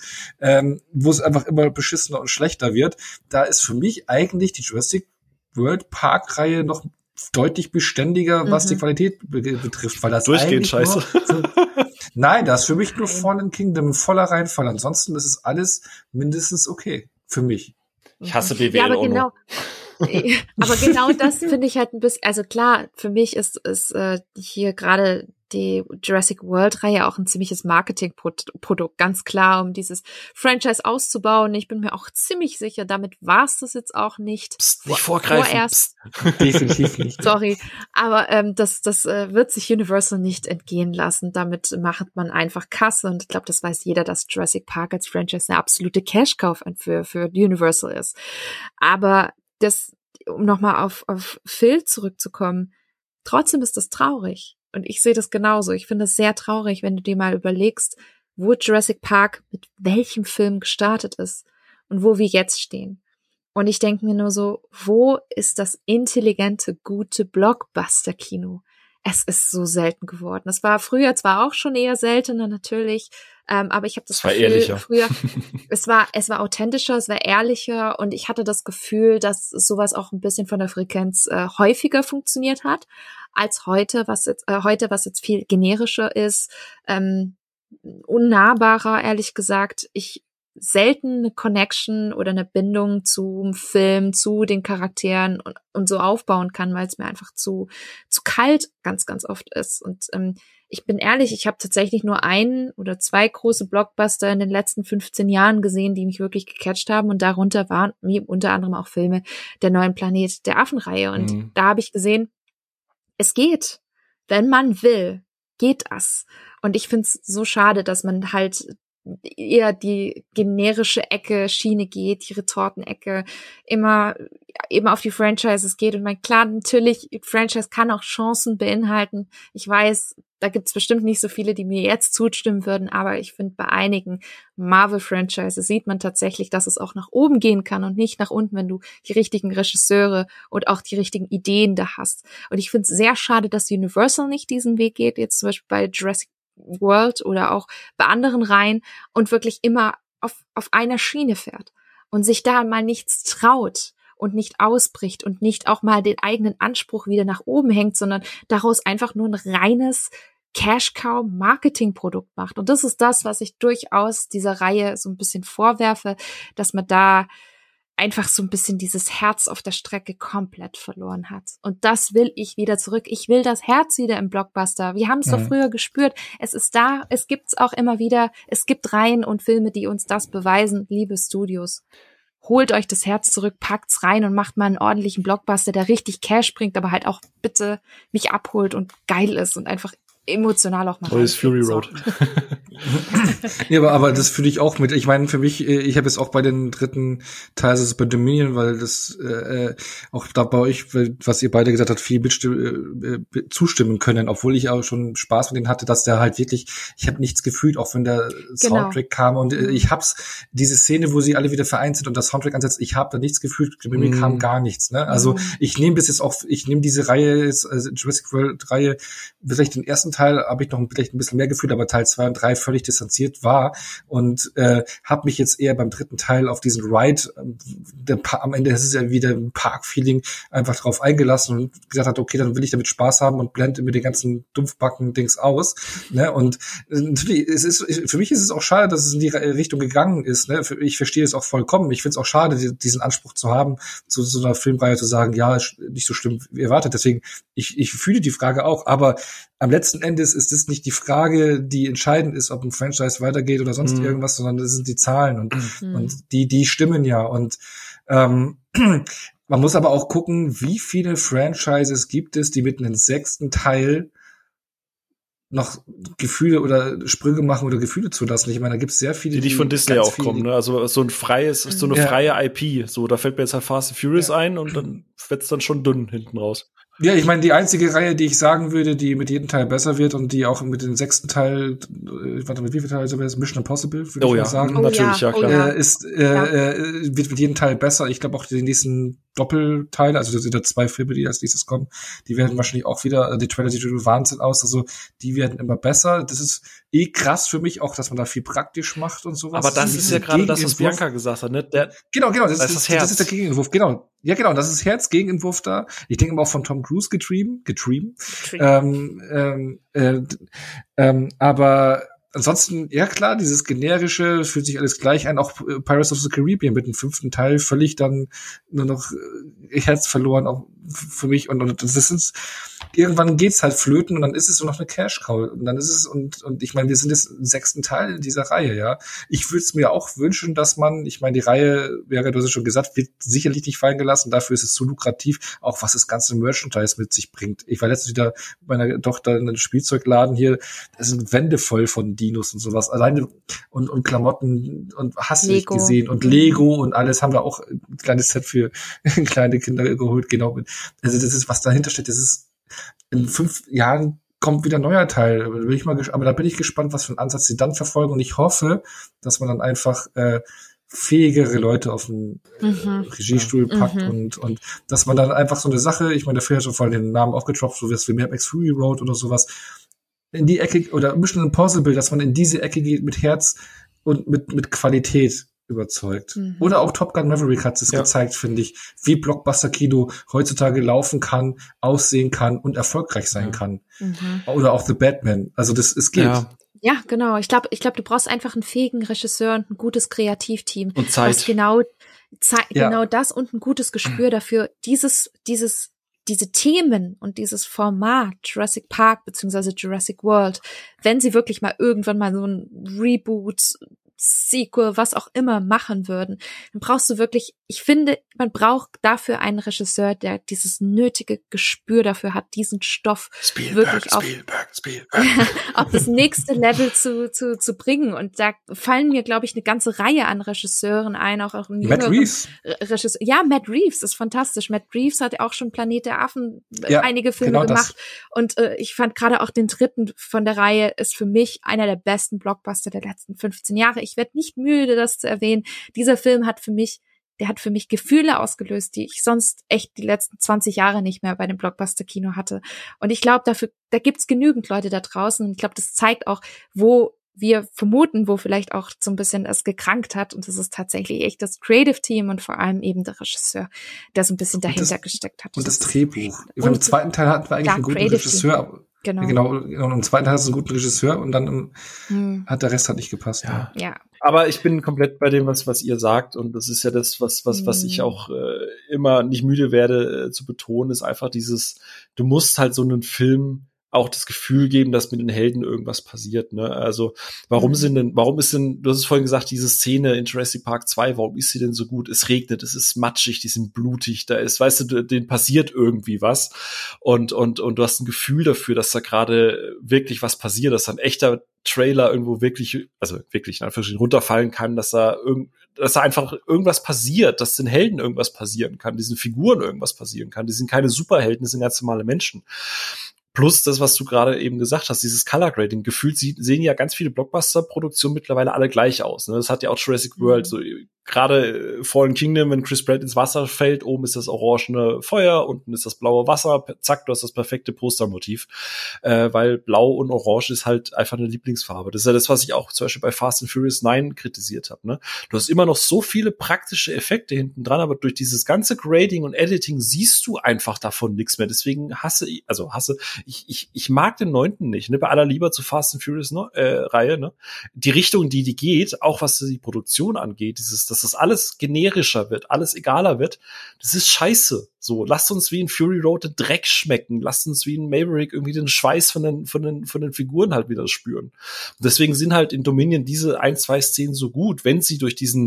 wo es einfach immer beschissener und schlechter wird. Da ist für mich eigentlich die Jurassic World Park-Reihe noch deutlich beständiger, was die Qualität betrifft, weil das durchgehend scheiße. Nein, das ist für mich nur Fallen Kingdom voller Reinfall. Ansonsten ist es alles mindestens okay für mich. Ich hasse BWL. Ja, aber genau. Aber genau das finde ich halt ein bisschen, also klar, für mich ist hier gerade die Jurassic World-Reihe auch ein ziemliches Marketingprodukt, ganz klar, um dieses Franchise auszubauen. Ich bin mir auch ziemlich sicher, damit war es das jetzt auch nicht. Psst, nicht vorgreifen. Vorerst. Definitiv nicht. Sorry, aber das wird sich Universal nicht entgehen lassen. Damit macht man einfach Kasse und ich glaube, das weiß jeder, dass Jurassic Park als Franchise eine absolute Cash-Cow für Universal ist. Aber um nochmal auf Phil zurückzukommen, trotzdem ist das traurig. Und ich sehe das genauso. Ich finde es sehr traurig, wenn du dir mal überlegst, wo Jurassic Park mit welchem Film gestartet ist und wo wir jetzt stehen. Und ich denke mir nur so, wo ist das intelligente, gute Blockbuster-Kino? Es ist so selten geworden. Es war früher zwar auch schon eher seltener, natürlich, aber ich habe das Gefühl, ehrlicher. Früher, es war authentischer, es war ehrlicher und ich hatte das Gefühl, dass sowas auch ein bisschen von der Frequenz häufiger funktioniert hat als heute, was jetzt viel generischer ist, unnahbarer, ehrlich gesagt. Ich selten eine Connection oder eine Bindung zum Film, zu den Charakteren und so aufbauen kann, weil es mir einfach zu kalt ganz, ganz oft ist. Und ich bin ehrlich, ich habe tatsächlich nur 1 oder 2 große Blockbuster in den letzten 15 Jahren gesehen, die mich wirklich gecatcht haben. Und darunter waren unter anderem auch Filme der neuen Planet der Affen-Reihe. Und da habe ich gesehen, es geht, wenn man will. geht das. Und ich find's so schade, dass man halt eher die generische Schiene geht, die Retortenecke, immer eben auf die Franchises geht. Und klar, natürlich, Franchise kann auch Chancen beinhalten. Ich weiß, da gibt's bestimmt nicht so viele, die mir jetzt zustimmen würden, aber ich finde, bei einigen Marvel-Franchises sieht man tatsächlich, dass es auch nach oben gehen kann und nicht nach unten, wenn du die richtigen Regisseure und auch die richtigen Ideen da hast. Und ich finde es sehr schade, dass Universal nicht diesen Weg geht, jetzt zum Beispiel bei Jurassic World oder auch bei anderen Reihen und wirklich immer auf einer Schiene fährt und sich da mal nichts traut und nicht ausbricht und nicht auch mal den eigenen Anspruch wieder nach oben hängt, sondern daraus einfach nur ein reines Cash-Cow-Marketing-Produkt macht. Und das ist das, was ich durchaus dieser Reihe so ein bisschen vorwerfe, dass man da einfach so ein bisschen dieses Herz auf der Strecke komplett verloren hat. Und das will ich wieder zurück. Ich will das Herz wieder im Blockbuster. Wir haben es doch früher gespürt. Es ist da, es gibt's auch immer wieder. Es gibt Reihen und Filme, die uns das beweisen. Liebe Studios, holt euch das Herz zurück, packt's rein und macht mal einen ordentlichen Blockbuster, der richtig Cash bringt, aber halt auch bitte mich abholt und geil ist und einfach emotional auch mal. Ist Fury Road. Ja, aber das fühle ich auch mit. Ich meine, für mich, ich habe jetzt auch bei den dritten Teil, das ist bei Dominion, weil das auch da bei euch, was ihr beide gesagt habt, viel zustimmen können, obwohl ich auch schon Spaß mit denen hatte, dass der halt wirklich, ich habe nichts gefühlt, auch wenn der Soundtrack kam und ich hab's, diese Szene, wo sie alle wieder vereint sind und das Soundtrack ansetzt, ich habe da nichts gefühlt, bei mir kam gar nichts, ne? Also ich nehme diese Reihe, Jurassic World Reihe, vielleicht den ersten Teil habe ich noch vielleicht ein bisschen mehr gefühlt, aber Teil 2 und 3 völlig distanziert war und habe mich jetzt eher beim dritten Teil auf diesen Ride, am Ende ist es ja wieder ein Park-Feeling, einfach drauf eingelassen und gesagt hat, okay, dann will ich damit Spaß haben und blende mir die ganzen Dumpfbacken-Dings aus. Ne? Und natürlich, für mich ist es auch schade, dass es in die Richtung gegangen ist. Ne? Ich verstehe es auch vollkommen. Ich finde es auch schade, diesen Anspruch zu haben, zu so einer Filmreihe zu sagen, ja, ist nicht so schlimm wie erwartet. Deswegen, ich fühle die Frage auch, aber am letzten Endes ist es nicht die Frage, die entscheidend ist, ob ein Franchise weitergeht oder sonst irgendwas, sondern das sind die Zahlen und die stimmen ja. Und man muss aber auch gucken, wie viele Franchises gibt es, die mit einem 6. Teil noch Gefühle oder Sprünge machen oder Gefühle zulassen. Ich meine, da gibt es sehr viele, die nicht von Disney auch kommen, ne? Also so ein freies, so eine freie IP. So, da fällt mir jetzt halt Fast and Furious ein und dann wird's dann schon dünn hinten raus. Ja, ich meine, die einzige Reihe, die ich sagen würde, die mit jedem Teil besser wird und die auch mit dem 6. Teil, mit wie viel Teil ist Mission Impossible, würde ich mal sagen. Natürlich, ja, klar. Wird mit jedem Teil besser. Ich glaube auch die nächsten Doppelteile, also das sind ja 2 Filme, die als nächstes kommen, die werden wahrscheinlich auch wieder, die Trailer sieht Wahnsinn aus, also die werden immer besser. Das ist krass für mich auch, dass man da viel praktisch macht und sowas. Aber das ist ja gerade das, was Bianca gesagt hat, ne? Genau, das ist das Herz. Das ist der Gegenentwurf, genau. Ja, genau, das ist Herz-Gegenentwurf da. Ich denke mal auch von Tom Cruise getrieben. Aber ansonsten, ja klar, dieses generische, fühlt sich alles gleich an. Auch Pirates of the Caribbean mit dem 5. Teil völlig dann nur noch Herz verloren, auch für mich. Und das ist, irgendwann geht's halt flöten und dann ist es nur noch eine Cash-Cow. Und dann ist es, und ich meine, wir sind jetzt im 6. Teil in dieser Reihe, ja. Ich würde es mir auch wünschen, dass man, ich meine, die Reihe, du hast es schon gesagt, wird sicherlich nicht fallen gelassen. Dafür ist es zu lukrativ, auch was das ganze Merchandise mit sich bringt. Ich war letztens wieder bei meiner Tochter in einem Spielzeugladen hier, da sind Wände voll von Dinos und sowas. Alleine und Klamotten und hast du nicht gesehen. Und Lego und alles haben wir auch ein kleines Set für kleine Kinder geholt, genau. Also das ist, was dahinter steht, das ist in 5 Jahren kommt wieder ein neuer Teil. Aber da bin ich gespannt, was für einen Ansatz sie dann verfolgen. Und ich hoffe, dass man dann einfach fähigere Leute auf den Regiestuhl packt und dass man dann einfach so eine Sache, ich meine, dafür hat schon vor allem den Namen aufgetropft, so wie Mad Max Fury Road oder sowas, in die Ecke, oder Mission Impossible, dass man in diese Ecke geht mit Herz und mit Qualität überzeugt. Oder auch Top Gun Maverick hat es gezeigt, finde ich, wie Blockbuster-Kino heutzutage laufen kann, aussehen kann und erfolgreich sein kann. Oder auch The Batman. Also es geht. Ja, genau. Ich glaube, du brauchst einfach einen fähigen Regisseur und ein gutes Kreativteam. Und Zeit. Was genau das und ein gutes Gespür dafür, diese Themen und dieses Format Jurassic Park beziehungsweise Jurassic World, wenn sie wirklich mal irgendwann mal so ein Reboot Sequel, was auch immer machen würden, dann brauchst du wirklich, ich finde, man braucht dafür einen Regisseur, der dieses nötige Gespür dafür hat, diesen Stoff wirklich auf das nächste Level zu bringen. Und da fallen mir, glaube ich, eine ganze Reihe an Regisseuren ein, auch ein Matt Reeves. Regisseur. Ja, Matt Reeves ist fantastisch. Matt Reeves hat auch schon Planet der Affen einige Filme gemacht. Und ich fand gerade auch den dritten von der Reihe ist für mich einer der besten Blockbuster der letzten 15 Jahre. Ich werde nicht müde, das zu erwähnen. Dieser Film hat für mich Gefühle ausgelöst, die ich sonst echt die letzten 20 Jahre nicht mehr bei dem Blockbuster-Kino hatte. Und ich glaube, da gibt's genügend Leute da draußen. Und ich glaube, das zeigt auch, wo wir vermuten, wo vielleicht auch so ein bisschen es gekrankt hat. Und das ist tatsächlich echt das Creative Team und vor allem eben der Regisseur, der so ein bisschen dahinter gesteckt hat. Und das Drehbuch. Im zweiten Teil hatten wir eigentlich einen guten Regisseur. Genau. Und im zweiten Teil hast du einen guten Regisseur und dann hat der Rest halt nicht gepasst. Ja. Aber ich bin komplett bei dem, was ihr sagt. Und das ist ja das, was ich auch immer nicht müde werde zu betonen, ist einfach du musst halt so einen Film auch das Gefühl geben, dass mit den Helden irgendwas passiert, ne? Also, warum ist denn, du hast es vorhin gesagt, diese Szene in Jurassic Park 2, warum ist sie denn so gut? Es regnet, es ist matschig, die sind blutig, da ist, weißt du, denen passiert irgendwie was. Und du hast ein Gefühl dafür, dass da gerade wirklich was passiert, dass da ein echter Trailer irgendwo wirklich in Anführungsstrichen runterfallen kann, dass da einfach irgendwas passiert, dass den Helden irgendwas passieren kann, diesen Figuren irgendwas passieren kann. Die sind keine Superhelden, die sind ganz normale Menschen. Plus das, was du gerade eben gesagt hast, dieses Color Grading. Gefühlt sehen ja ganz viele Blockbuster-Produktionen mittlerweile alle gleich aus. Ne? Das hat ja auch Jurassic World. So gerade Fallen Kingdom, wenn Chris Pratt ins Wasser fällt, oben ist das orangene Feuer, unten ist das blaue Wasser. Zack, du hast das perfekte Postermotiv. Weil Blau und Orange ist halt einfach eine Lieblingsfarbe. Das ist ja das, was ich auch zum Beispiel bei Fast and Furious 9 kritisiert habe. Ne? Du hast immer noch so viele praktische Effekte hinten dran, aber durch dieses ganze Grading und Editing siehst du einfach davon nichts mehr. Deswegen ich mag den 9. nicht, ne? Bei aller Liebe zu Fast and Furious Reihe, ne? Die Richtung, die geht, auch was die Produktion angeht, dass das alles generischer wird, alles egaler wird, das ist scheiße. So, lasst uns wie in Fury Road den Dreck schmecken, lasst uns wie in Maverick irgendwie den Schweiß von den Figuren halt wieder spüren. Und deswegen sind halt in Dominion diese 1-2 Szenen so gut, wenn sie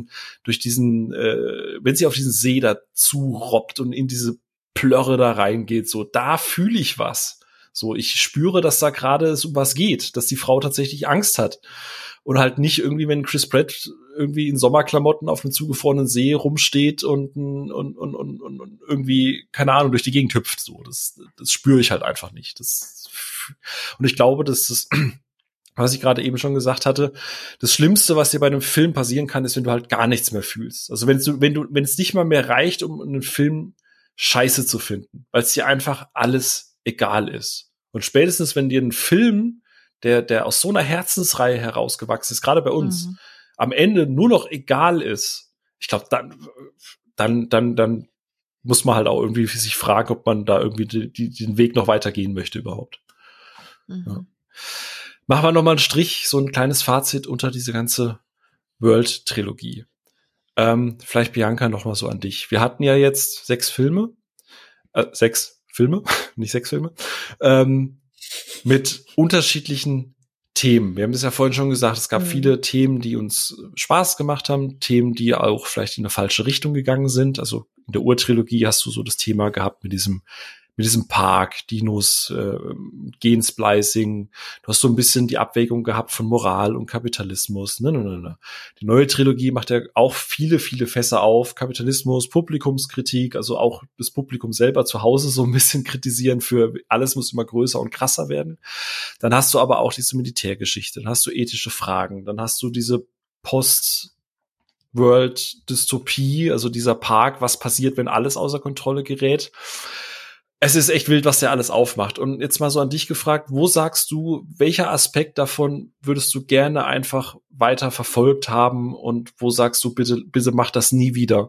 wenn sie auf diesen See dazu robbt und in diese Plörre da reingeht, so, da fühle ich was. So, ich spüre, dass da gerade so was geht, dass die Frau tatsächlich Angst hat. Und halt nicht irgendwie, wenn Chris Pratt irgendwie in Sommerklamotten auf einem zugefrorenen See rumsteht und irgendwie, keine Ahnung, durch die Gegend hüpft. So, das spüre ich halt einfach nicht. Und ich glaube, dass das, was ich gerade eben schon gesagt hatte, das Schlimmste, was dir bei einem Film passieren kann, ist, wenn du halt gar nichts mehr fühlst. Also wenn es nicht mal mehr reicht, um einen Film scheiße zu finden, weil es dir einfach alles egal ist. Und spätestens, wenn dir ein Film, der aus so einer Herzensreihe herausgewachsen ist, gerade bei uns, am Ende nur noch egal ist, ich glaube, dann muss man halt auch irgendwie sich fragen, ob man da irgendwie den Weg noch weitergehen möchte überhaupt. Ja. Machen wir noch mal einen Strich, so ein kleines Fazit unter diese ganze World-Trilogie. Vielleicht, Bianca, noch mal so an dich. Wir hatten ja jetzt 6 Filme, nicht 6 Filme, mit unterschiedlichen Themen. Wir haben es ja vorhin schon gesagt, es gab viele Themen, die uns Spaß gemacht haben, Themen, die auch vielleicht in eine falsche Richtung gegangen sind. Also in der Urtrilogie hast du so das Thema gehabt mit diesem Park, Dinos, Gensplicing. Du hast so ein bisschen die Abwägung gehabt von Moral und Kapitalismus. Die neue Trilogie macht ja auch viele, viele Fässer auf. Kapitalismus, Publikumskritik, also auch das Publikum selber zu Hause so ein bisschen kritisieren für alles muss immer größer und krasser werden. Dann hast du aber auch diese Militärgeschichte, dann hast du ethische Fragen, dann hast du diese Post-World-Dystopie, also dieser Park, was passiert, wenn alles außer Kontrolle gerät. Es ist echt wild, was der alles aufmacht. Und jetzt mal so an dich gefragt, wo sagst du, welcher Aspekt davon würdest du gerne einfach weiter verfolgt haben und wo sagst du, bitte mach das nie wieder?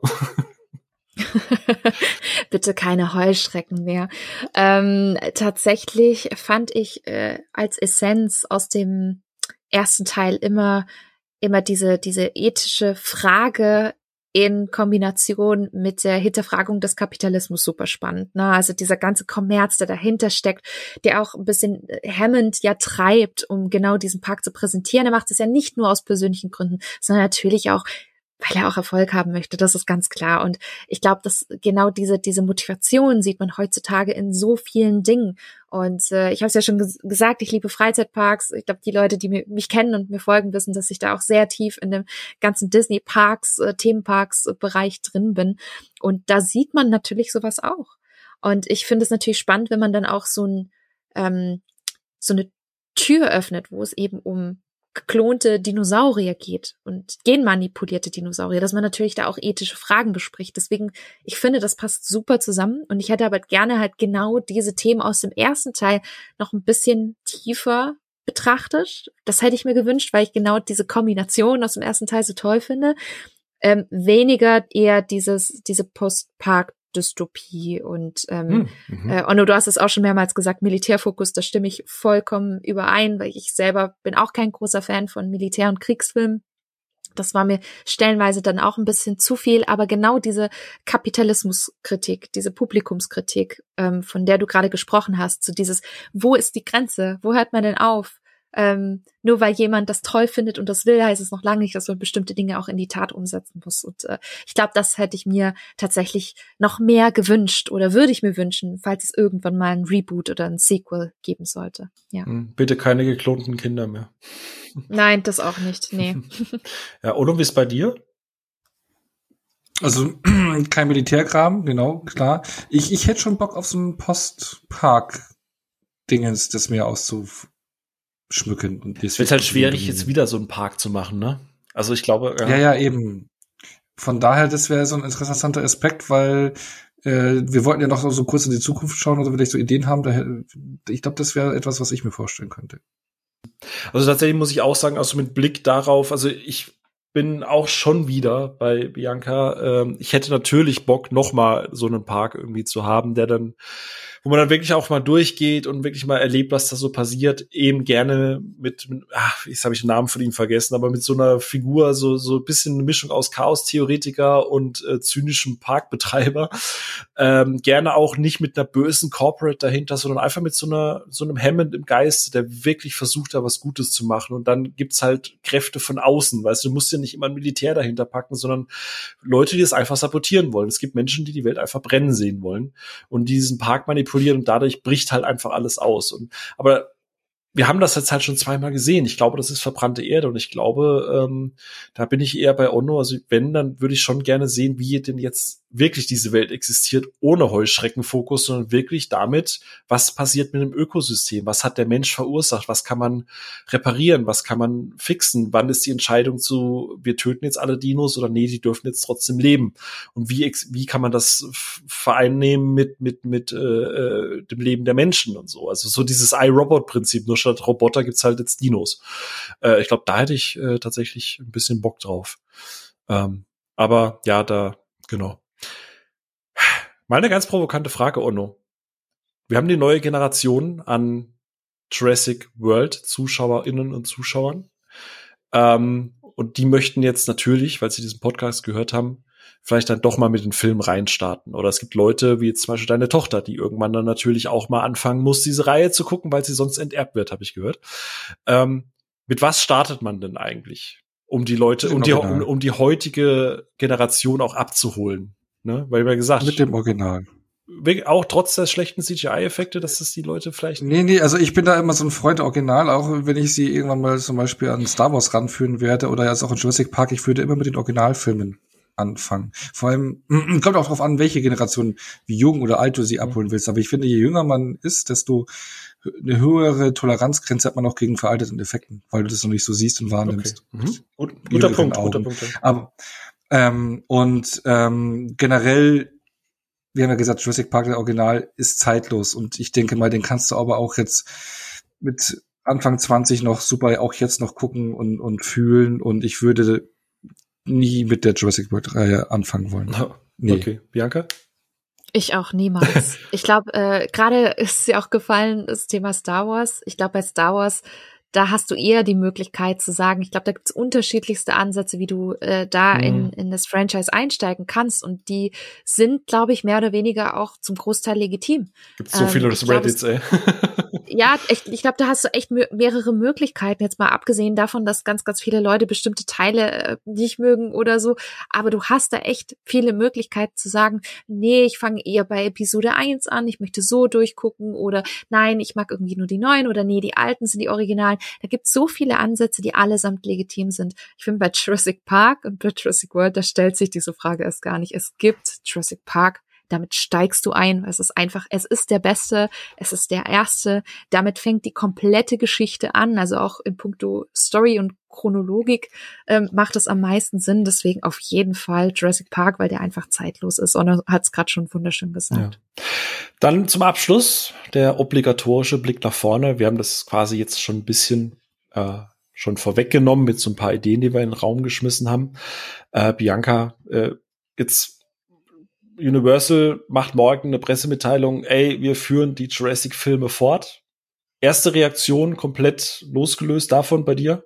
Bitte keine Heuschrecken mehr. Tatsächlich fand ich als Essenz aus dem ersten Teil immer diese ethische Frage in Kombination mit der Hinterfragung des Kapitalismus super spannend. Ne? Also dieser ganze Kommerz, der dahinter steckt, der auch ein bisschen Hammond ja treibt, um genau diesen Park zu präsentieren. Er macht es ja nicht nur aus persönlichen Gründen, sondern natürlich auch, weil er auch Erfolg haben möchte. Das ist ganz klar. Und ich glaube, dass genau diese Motivation sieht man heutzutage in so vielen Dingen. Und ich habe es ja schon gesagt, ich liebe Freizeitparks. Ich glaube, die Leute, die mich kennen und mir folgen, wissen, dass ich da auch sehr tief in dem ganzen Disney-Parks, Themenparks-Bereich drin bin. Und da sieht man natürlich sowas auch. Und ich finde es natürlich spannend, wenn man dann auch so eine Tür öffnet, wo es eben um geklonte Dinosaurier geht und genmanipulierte Dinosaurier, dass man natürlich da auch ethische Fragen bespricht. Deswegen, ich finde, das passt super zusammen und ich hätte aber gerne halt genau diese Themen aus dem ersten Teil noch ein bisschen tiefer betrachtet. Das hätte ich mir gewünscht, weil ich genau diese Kombination aus dem ersten Teil so toll finde. Weniger eher diese Post-Park-Dystopie und Onno, du hast es auch schon mehrmals gesagt, Militärfokus, da stimme ich vollkommen überein, weil ich selber bin auch kein großer Fan von Militär- und Kriegsfilmen. Das war mir stellenweise dann auch ein bisschen zu viel, aber genau diese Kapitalismuskritik, diese Publikumskritik, von der du gerade gesprochen hast, so dieses, wo ist die Grenze, wo hört man denn auf? Nur weil jemand das toll findet und das will, heißt es noch lange nicht, dass man bestimmte Dinge auch in die Tat umsetzen muss. Und ich glaube, das hätte ich mir tatsächlich noch mehr gewünscht oder würde ich mir wünschen, falls es irgendwann mal ein Reboot oder ein Sequel geben sollte. Ja. Bitte keine geklonten Kinder mehr. Nein, das auch nicht. Nee. Ja, oder wie ist bei dir? Also kein Militärkram, genau, klar. Ich hätte schon Bock auf so einen Postpark-Dingens, das mir auszuschmücken. Und es wird halt schwierig, jetzt wieder so einen Park zu machen, ne? Also ich glaube... Ja, eben. Von daher, das wäre so ein interessanter Aspekt, weil wir wollten ja noch so kurz in die Zukunft schauen oder vielleicht so Ideen haben. Ich glaube, das wäre etwas, was ich mir vorstellen könnte. Also tatsächlich muss ich auch sagen, also mit Blick darauf, also ich bin auch schon wieder bei Bianca. Ich hätte natürlich Bock, noch mal so einen Park irgendwie zu haben, der dann, wo man dann wirklich auch mal durchgeht und wirklich mal erlebt, was da so passiert. Eben gerne jetzt habe ich den Namen von ihm vergessen, aber mit so einer Figur, so ein bisschen eine Mischung aus Chaos-Theoretiker und zynischem Parkbetreiber. Gerne auch nicht mit einer bösen Corporate dahinter, sondern einfach mit so einem Hammond im Geist, der wirklich versucht, da was Gutes zu machen. Und dann gibt's halt Kräfte von außen, weißt du, musst ja nicht immer ein Militär dahinter packen, sondern Leute, die es einfach sabotieren wollen. Es gibt Menschen, die die Welt einfach brennen sehen wollen und die diesen Park manipulieren und dadurch bricht halt einfach alles aus. Aber wir haben das jetzt halt schon zweimal gesehen. Ich glaube, das ist verbrannte Erde und ich glaube, da bin ich eher bei Onno. Also wenn, dann würde ich schon gerne sehen, wie denn jetzt wirklich diese Welt existiert, ohne Heuschreckenfokus, sondern wirklich damit, was passiert mit dem Ökosystem? Was hat der Mensch verursacht? Was kann man reparieren? Was kann man fixen? Wann ist die Entscheidung zu, wir töten jetzt alle Dinos oder nee, die dürfen jetzt trotzdem leben? Und wie kann man das vereinnehmen mit dem Leben der Menschen und so? Also so dieses iRobot-Prinzip, nur statt Roboter gibt's halt jetzt Dinos. Ich glaube, da hätte ich tatsächlich ein bisschen Bock drauf. Aber ja, genau. Mal eine ganz provokante Frage, Onno. Wir haben die neue Generation an Jurassic World ZuschauerInnen und Zuschauern. Und die möchten jetzt natürlich, weil sie diesen Podcast gehört haben, vielleicht dann doch mal mit den Film reinstarten. Oder es gibt Leute, wie jetzt zum Beispiel deine Tochter, die irgendwann dann natürlich auch mal anfangen muss, diese Reihe zu gucken, weil sie sonst enterbt wird, habe ich gehört. Mit was startet man denn eigentlich? Um die Leute, um die heutige Generation auch abzuholen. Ne? Weil wir gesagt, mit dem Original. Auch trotz der schlechten CGI-Effekte, dass das die Leute vielleicht... Nee, also ich bin da immer so ein Freund der Original, auch wenn ich sie irgendwann mal zum Beispiel an Star Wars ranführen werde oder jetzt auch in Jurassic Park, ich würde immer mit den Originalfilmen anfangen. Vor allem, kommt auch darauf an, welche Generation, wie jung oder alt du sie abholen willst. Aber ich finde, je jünger man ist, desto eine höhere Toleranzgrenze hat man auch gegen veralteten Effekten, weil du das noch nicht so siehst und wahrnimmst. Okay. Guter Punkt. Aber generell, wir haben ja gesagt, Jurassic Park, der Original, ist zeitlos. Und ich denke mal, den kannst du aber auch jetzt mit Anfang 20 noch super auch jetzt noch gucken und fühlen. Und ich würde nie mit der Jurassic World-Reihe anfangen wollen. Nee. Okay. Bianca? Ich auch niemals. Ich glaube, gerade ist ja auch gefallen, das Thema Star Wars. Ich glaube, bei Star Wars, da hast du eher die Möglichkeit zu sagen, ich glaube, da gibt's unterschiedlichste Ansätze, wie du da in das Franchise einsteigen kannst. Und die sind, glaube ich, mehr oder weniger auch zum Großteil legitim. Gibt's so viele Reddits, ey. Ja, ich glaube, da hast du echt mehrere Möglichkeiten, jetzt mal abgesehen davon, dass ganz, ganz viele Leute bestimmte Teile nicht mögen oder so. Aber du hast da echt viele Möglichkeiten zu sagen, nee, ich fange eher bei Episode 1 an, ich möchte so durchgucken oder nein, ich mag irgendwie nur die neuen oder nee, die alten sind die Originalen. Da gibt es so viele Ansätze, die allesamt legitim sind. Ich finde, bei Jurassic Park und bei Jurassic World, da stellt sich diese Frage erst gar nicht. Es gibt Jurassic Park, damit steigst du ein. Es ist einfach, es ist der Beste, es ist der Erste. Damit fängt die komplette Geschichte an. Also auch in puncto Story und Chronologik macht es am meisten Sinn. Deswegen auf jeden Fall Jurassic Park, weil der einfach zeitlos ist. Und er hat es gerade schon wunderschön gesagt. Ja. Dann zum Abschluss der obligatorische Blick nach vorne. Wir haben das quasi jetzt schon ein bisschen schon vorweggenommen mit so ein paar Ideen, die wir in den Raum geschmissen haben. Bianca, jetzt Universal macht morgen eine Pressemitteilung, ey, wir führen die Jurassic-Filme fort. Erste Reaktion komplett losgelöst davon bei dir?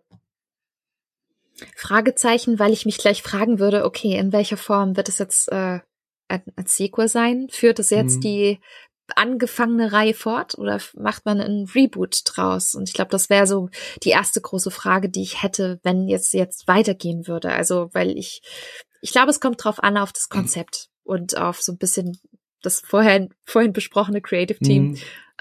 Fragezeichen, weil ich mich gleich fragen würde, okay, in welcher Form wird es jetzt ein Sequel sein? Führt es jetzt die angefangene Reihe fort oder macht man einen Reboot draus? Und ich glaube, das wäre so die erste große Frage, die ich hätte, wenn jetzt weitergehen würde. Also, weil ich glaube, es kommt drauf an, auf das Konzept und auf so ein bisschen das vorhin besprochene Creative Team.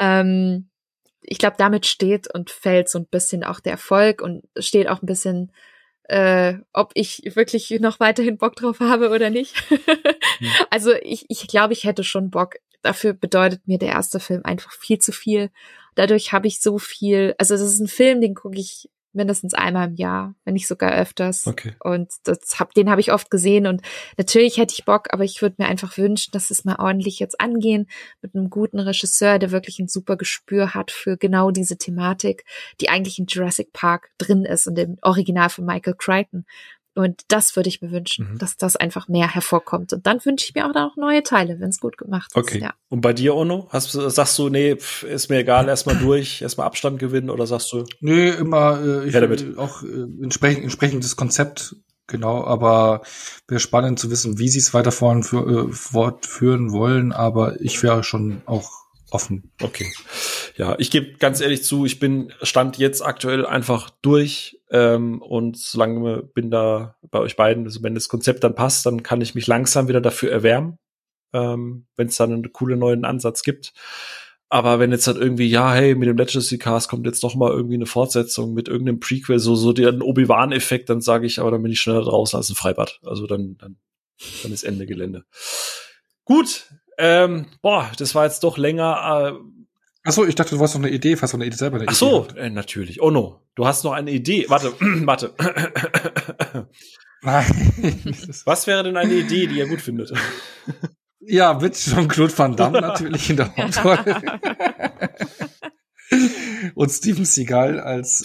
Ich glaube, damit steht und fällt so ein bisschen auch der Erfolg und steht auch ein bisschen, ob ich wirklich noch weiterhin Bock drauf habe oder nicht. Also ich glaube, ich hätte schon Bock. Dafür bedeutet mir der erste Film einfach viel zu viel. Dadurch habe ich so viel, also das ist ein Film, den gucke ich mindestens einmal im Jahr, wenn nicht sogar öfters. Okay. Und den habe ich oft gesehen und natürlich hätte ich Bock, aber ich würde mir einfach wünschen, dass es mal ordentlich jetzt angehen mit einem guten Regisseur, der wirklich ein super Gespür hat für genau diese Thematik, die eigentlich in Jurassic Park drin ist und im Original von Michael Crichton. Und das würde ich mir wünschen, dass das einfach mehr hervorkommt. Und dann wünsche ich mir auch noch neue Teile, wenn es gut gemacht ist. Okay. Ja. Und bei dir, Ono? Sagst du, nee, ist mir egal, erstmal durch, erstmal Abstand gewinnen oder sagst du? Nee, immer ich damit. auch entsprechend das Konzept, genau, aber wäre spannend zu wissen, wie sie es weiter fortführen wollen, aber ich wäre schon auch offen. Okay. Ja, ich gebe ganz ehrlich zu, ich stand jetzt aktuell einfach durch und solange bin da bei euch beiden, also wenn das Konzept dann passt, dann kann ich mich langsam wieder dafür erwärmen, wenn es dann einen coolen neuen Ansatz gibt. Aber wenn jetzt halt irgendwie, ja, hey, mit dem Legacy Cast kommt jetzt noch mal irgendwie eine Fortsetzung mit irgendeinem Prequel, so den Obi-Wan-Effekt, dann sage ich, aber dann bin ich schneller draußen als ein Freibad. Also dann ist Ende Gelände. Gut. Das war jetzt doch länger. Achso, ich dachte, du hast noch eine Idee, fast noch eine Idee selber. Ach so, natürlich. Oh no, du hast noch eine Idee. Warte. Nein. Was wäre denn eine Idee, die ihr gut findet? Ja, mit Jean-Claude Van Damme natürlich in der Hauptrolle. Und Steven Seagal als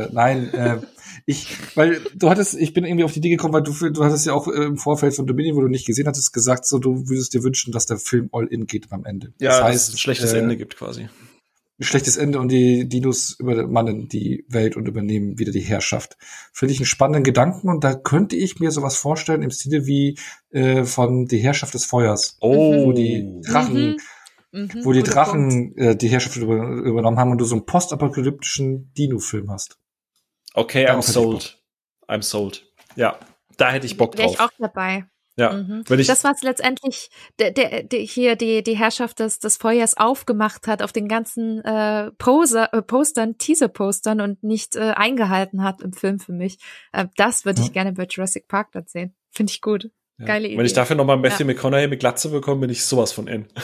weil ich bin irgendwie auf die Idee gekommen, weil du hattest ja auch im Vorfeld von Dominion, wo du nicht gesehen hattest, gesagt, so du würdest dir wünschen, dass der Film all in geht am Ende. Ja, das heißt, heißt, dass es ein schlechtes Ende gibt quasi. Ein schlechtes Ende und die Dinos übermannen die Welt und übernehmen wieder die Herrschaft. Finde ich einen spannenden Gedanken und da könnte ich mir sowas vorstellen im Stile wie von Die Herrschaft des Feuers. Oh. Wo die Drachen die Herrschaft übernommen haben und du so einen postapokalyptischen Dino-Film hast. Okay, I'm sold. Ja, da hätte ich Bock drauf. Wäre ich auch dabei. Ja, das, was letztendlich die Herrschaft des Feuers aufgemacht hat auf den ganzen Postern, Teaser-Postern und nicht eingehalten hat im Film für mich. Das würde ich gerne bei Jurassic Park dann sehen. Finde ich gut. Ja. Geile Idee. Wenn ich dafür nochmal Matthew McConaughey mit Glatze bekomme, bin ich sowas von in.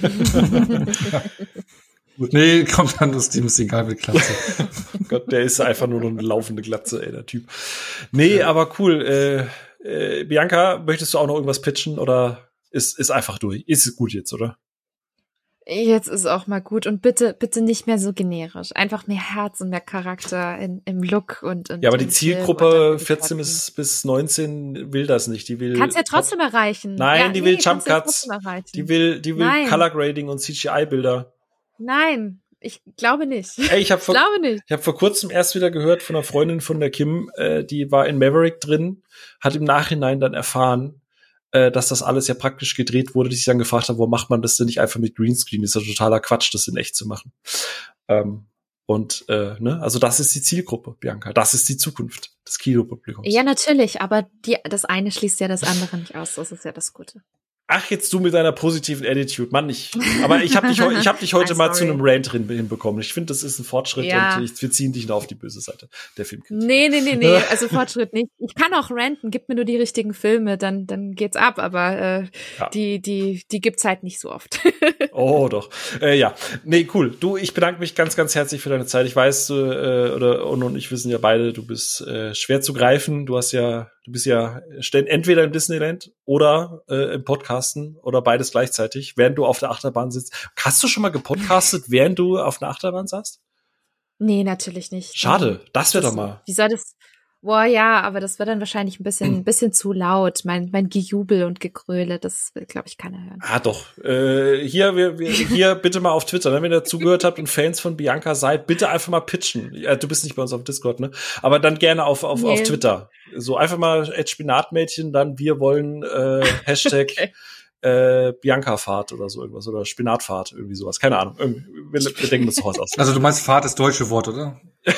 Nee, kommt dann nur Steven Seagal mit Glatze. Gott, der ist einfach nur noch eine laufende Glatze, ey, der Typ. Nee, ja. Aber cool. Bianca, möchtest du auch noch irgendwas pitchen oder ist einfach durch? Ist gut jetzt, oder? Jetzt ist auch mal gut und bitte nicht mehr so generisch. Einfach mehr Herz und mehr Charakter im Look und ja, aber die Zielgruppe 14 bis 19 will das nicht. Die will. Kannst ja trotzdem erreichen. Nein, ja, die will Jump Cuts. Die will Color Grading und CGI-Bilder. Nein, Ich glaube nicht. Ey, ich habe vor kurzem erst wieder gehört von einer Freundin von der Kim, die war in Maverick drin, hat im Nachhinein dann erfahren, dass das alles ja praktisch gedreht wurde, die sich dann gefragt haben, warum macht man das denn nicht einfach mit Greenscreen? Das ist ja totaler Quatsch, das in echt zu machen. Also das ist die Zielgruppe, Bianca. Das ist die Zukunft des Kinopublikums. Ja, natürlich, aber das eine schließt ja das andere nicht aus. Das ist ja das Gute. Ach, jetzt du mit deiner positiven Attitude, Mann, aber ich habe dich heute mal zu einem Rant hinbekommen. Ich finde, das ist ein Fortschritt und wir ziehen dich noch auf die böse Seite der Filmkritik. Nee, also Fortschritt nicht. Ich kann auch ranten, gib mir nur die richtigen Filme, dann geht's ab, aber die gibt's halt nicht so oft. Oh, doch. Ja. Nee, cool. Du, ich bedanke mich ganz, ganz herzlich für deine Zeit. Ich weiß, Onno und ich wissen ja beide, du bist schwer zu greifen. Du bist ja entweder im Disneyland oder im Podcasten oder beides gleichzeitig, während du auf der Achterbahn sitzt. Hast du schon mal gepodcastet, während du auf einer Achterbahn saßt? Nee, natürlich nicht. Schade, das wäre doch mal. Wie soll das? Boah, ja, aber das wird dann wahrscheinlich ein bisschen zu laut. Mein Gejubel und Gegröle, das will, glaube ich, keiner hören. Ah, doch. Hier bitte mal auf Twitter, ne? Wenn ihr zugehört habt und Fans von Bianca seid, bitte einfach mal pitchen. Ja, du bist nicht bei uns auf Discord, ne? Aber dann gerne auf Twitter. So einfach mal @Spinatmädchen, dann wir wollen Hashtag Bianca-Fahrt oder so irgendwas oder Spinatfahrt, irgendwie sowas. Keine Ahnung. Wir denken das Haus aus. Also du meinst Fahrt ist deutsche Wort, oder?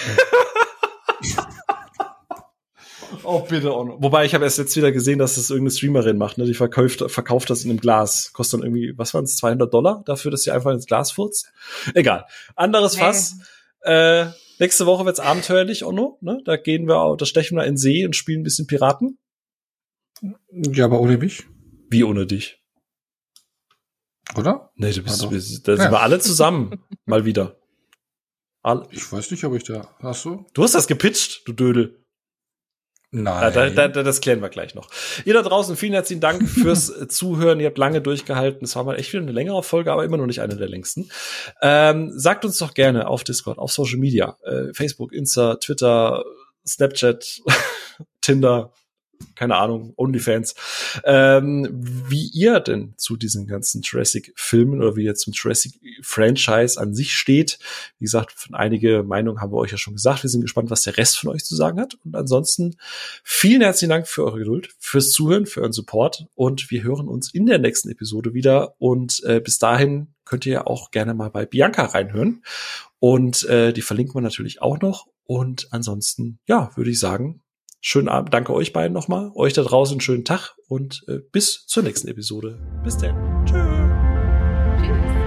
Oh, bitte auch noch. Wobei, ich habe erst jetzt wieder gesehen, dass das irgendeine Streamerin macht, ne? Die verkauft das in einem Glas. Kostet dann irgendwie, was waren es, $200 dafür, dass sie einfach ins Glas furzt? Egal. Anderes Fass. Nächste Woche wird's abenteuerlich, Onno, ne? Da stechen wir in den See und spielen ein bisschen Piraten. Ja, aber ohne mich. Wie ohne dich? Oder? Nee, da sind wir alle zusammen. Mal wieder. Ich weiß nicht, ob ich da. Hast du? Du hast das gepitcht, du Dödel. Nein. Das klären wir gleich noch. Ihr da draußen, vielen herzlichen Dank fürs Zuhören. Ihr habt lange durchgehalten. Es war mal echt wieder eine längere Folge, aber immer noch nicht eine der längsten. Sagt uns doch gerne auf Discord, auf Social Media, Facebook, Insta, Twitter, Snapchat, Tinder, keine Ahnung, OnlyFans, wie ihr denn zu diesen ganzen Jurassic-Filmen oder wie ihr zum Jurassic-Franchise an sich steht. Wie gesagt, einige Meinungen haben wir euch ja schon gesagt. Wir sind gespannt, was der Rest von euch zu sagen hat. Und ansonsten vielen herzlichen Dank für eure Geduld, fürs Zuhören, für euren Support. Und wir hören uns in der nächsten Episode wieder. Und bis dahin könnt ihr ja auch gerne mal bei Bianca reinhören. Und die verlinken wir natürlich auch noch. Und ansonsten, ja, würde ich sagen, schönen Abend, danke euch beiden nochmal, euch da draußen einen schönen Tag und bis zur nächsten Episode. Bis dann. Tschüss.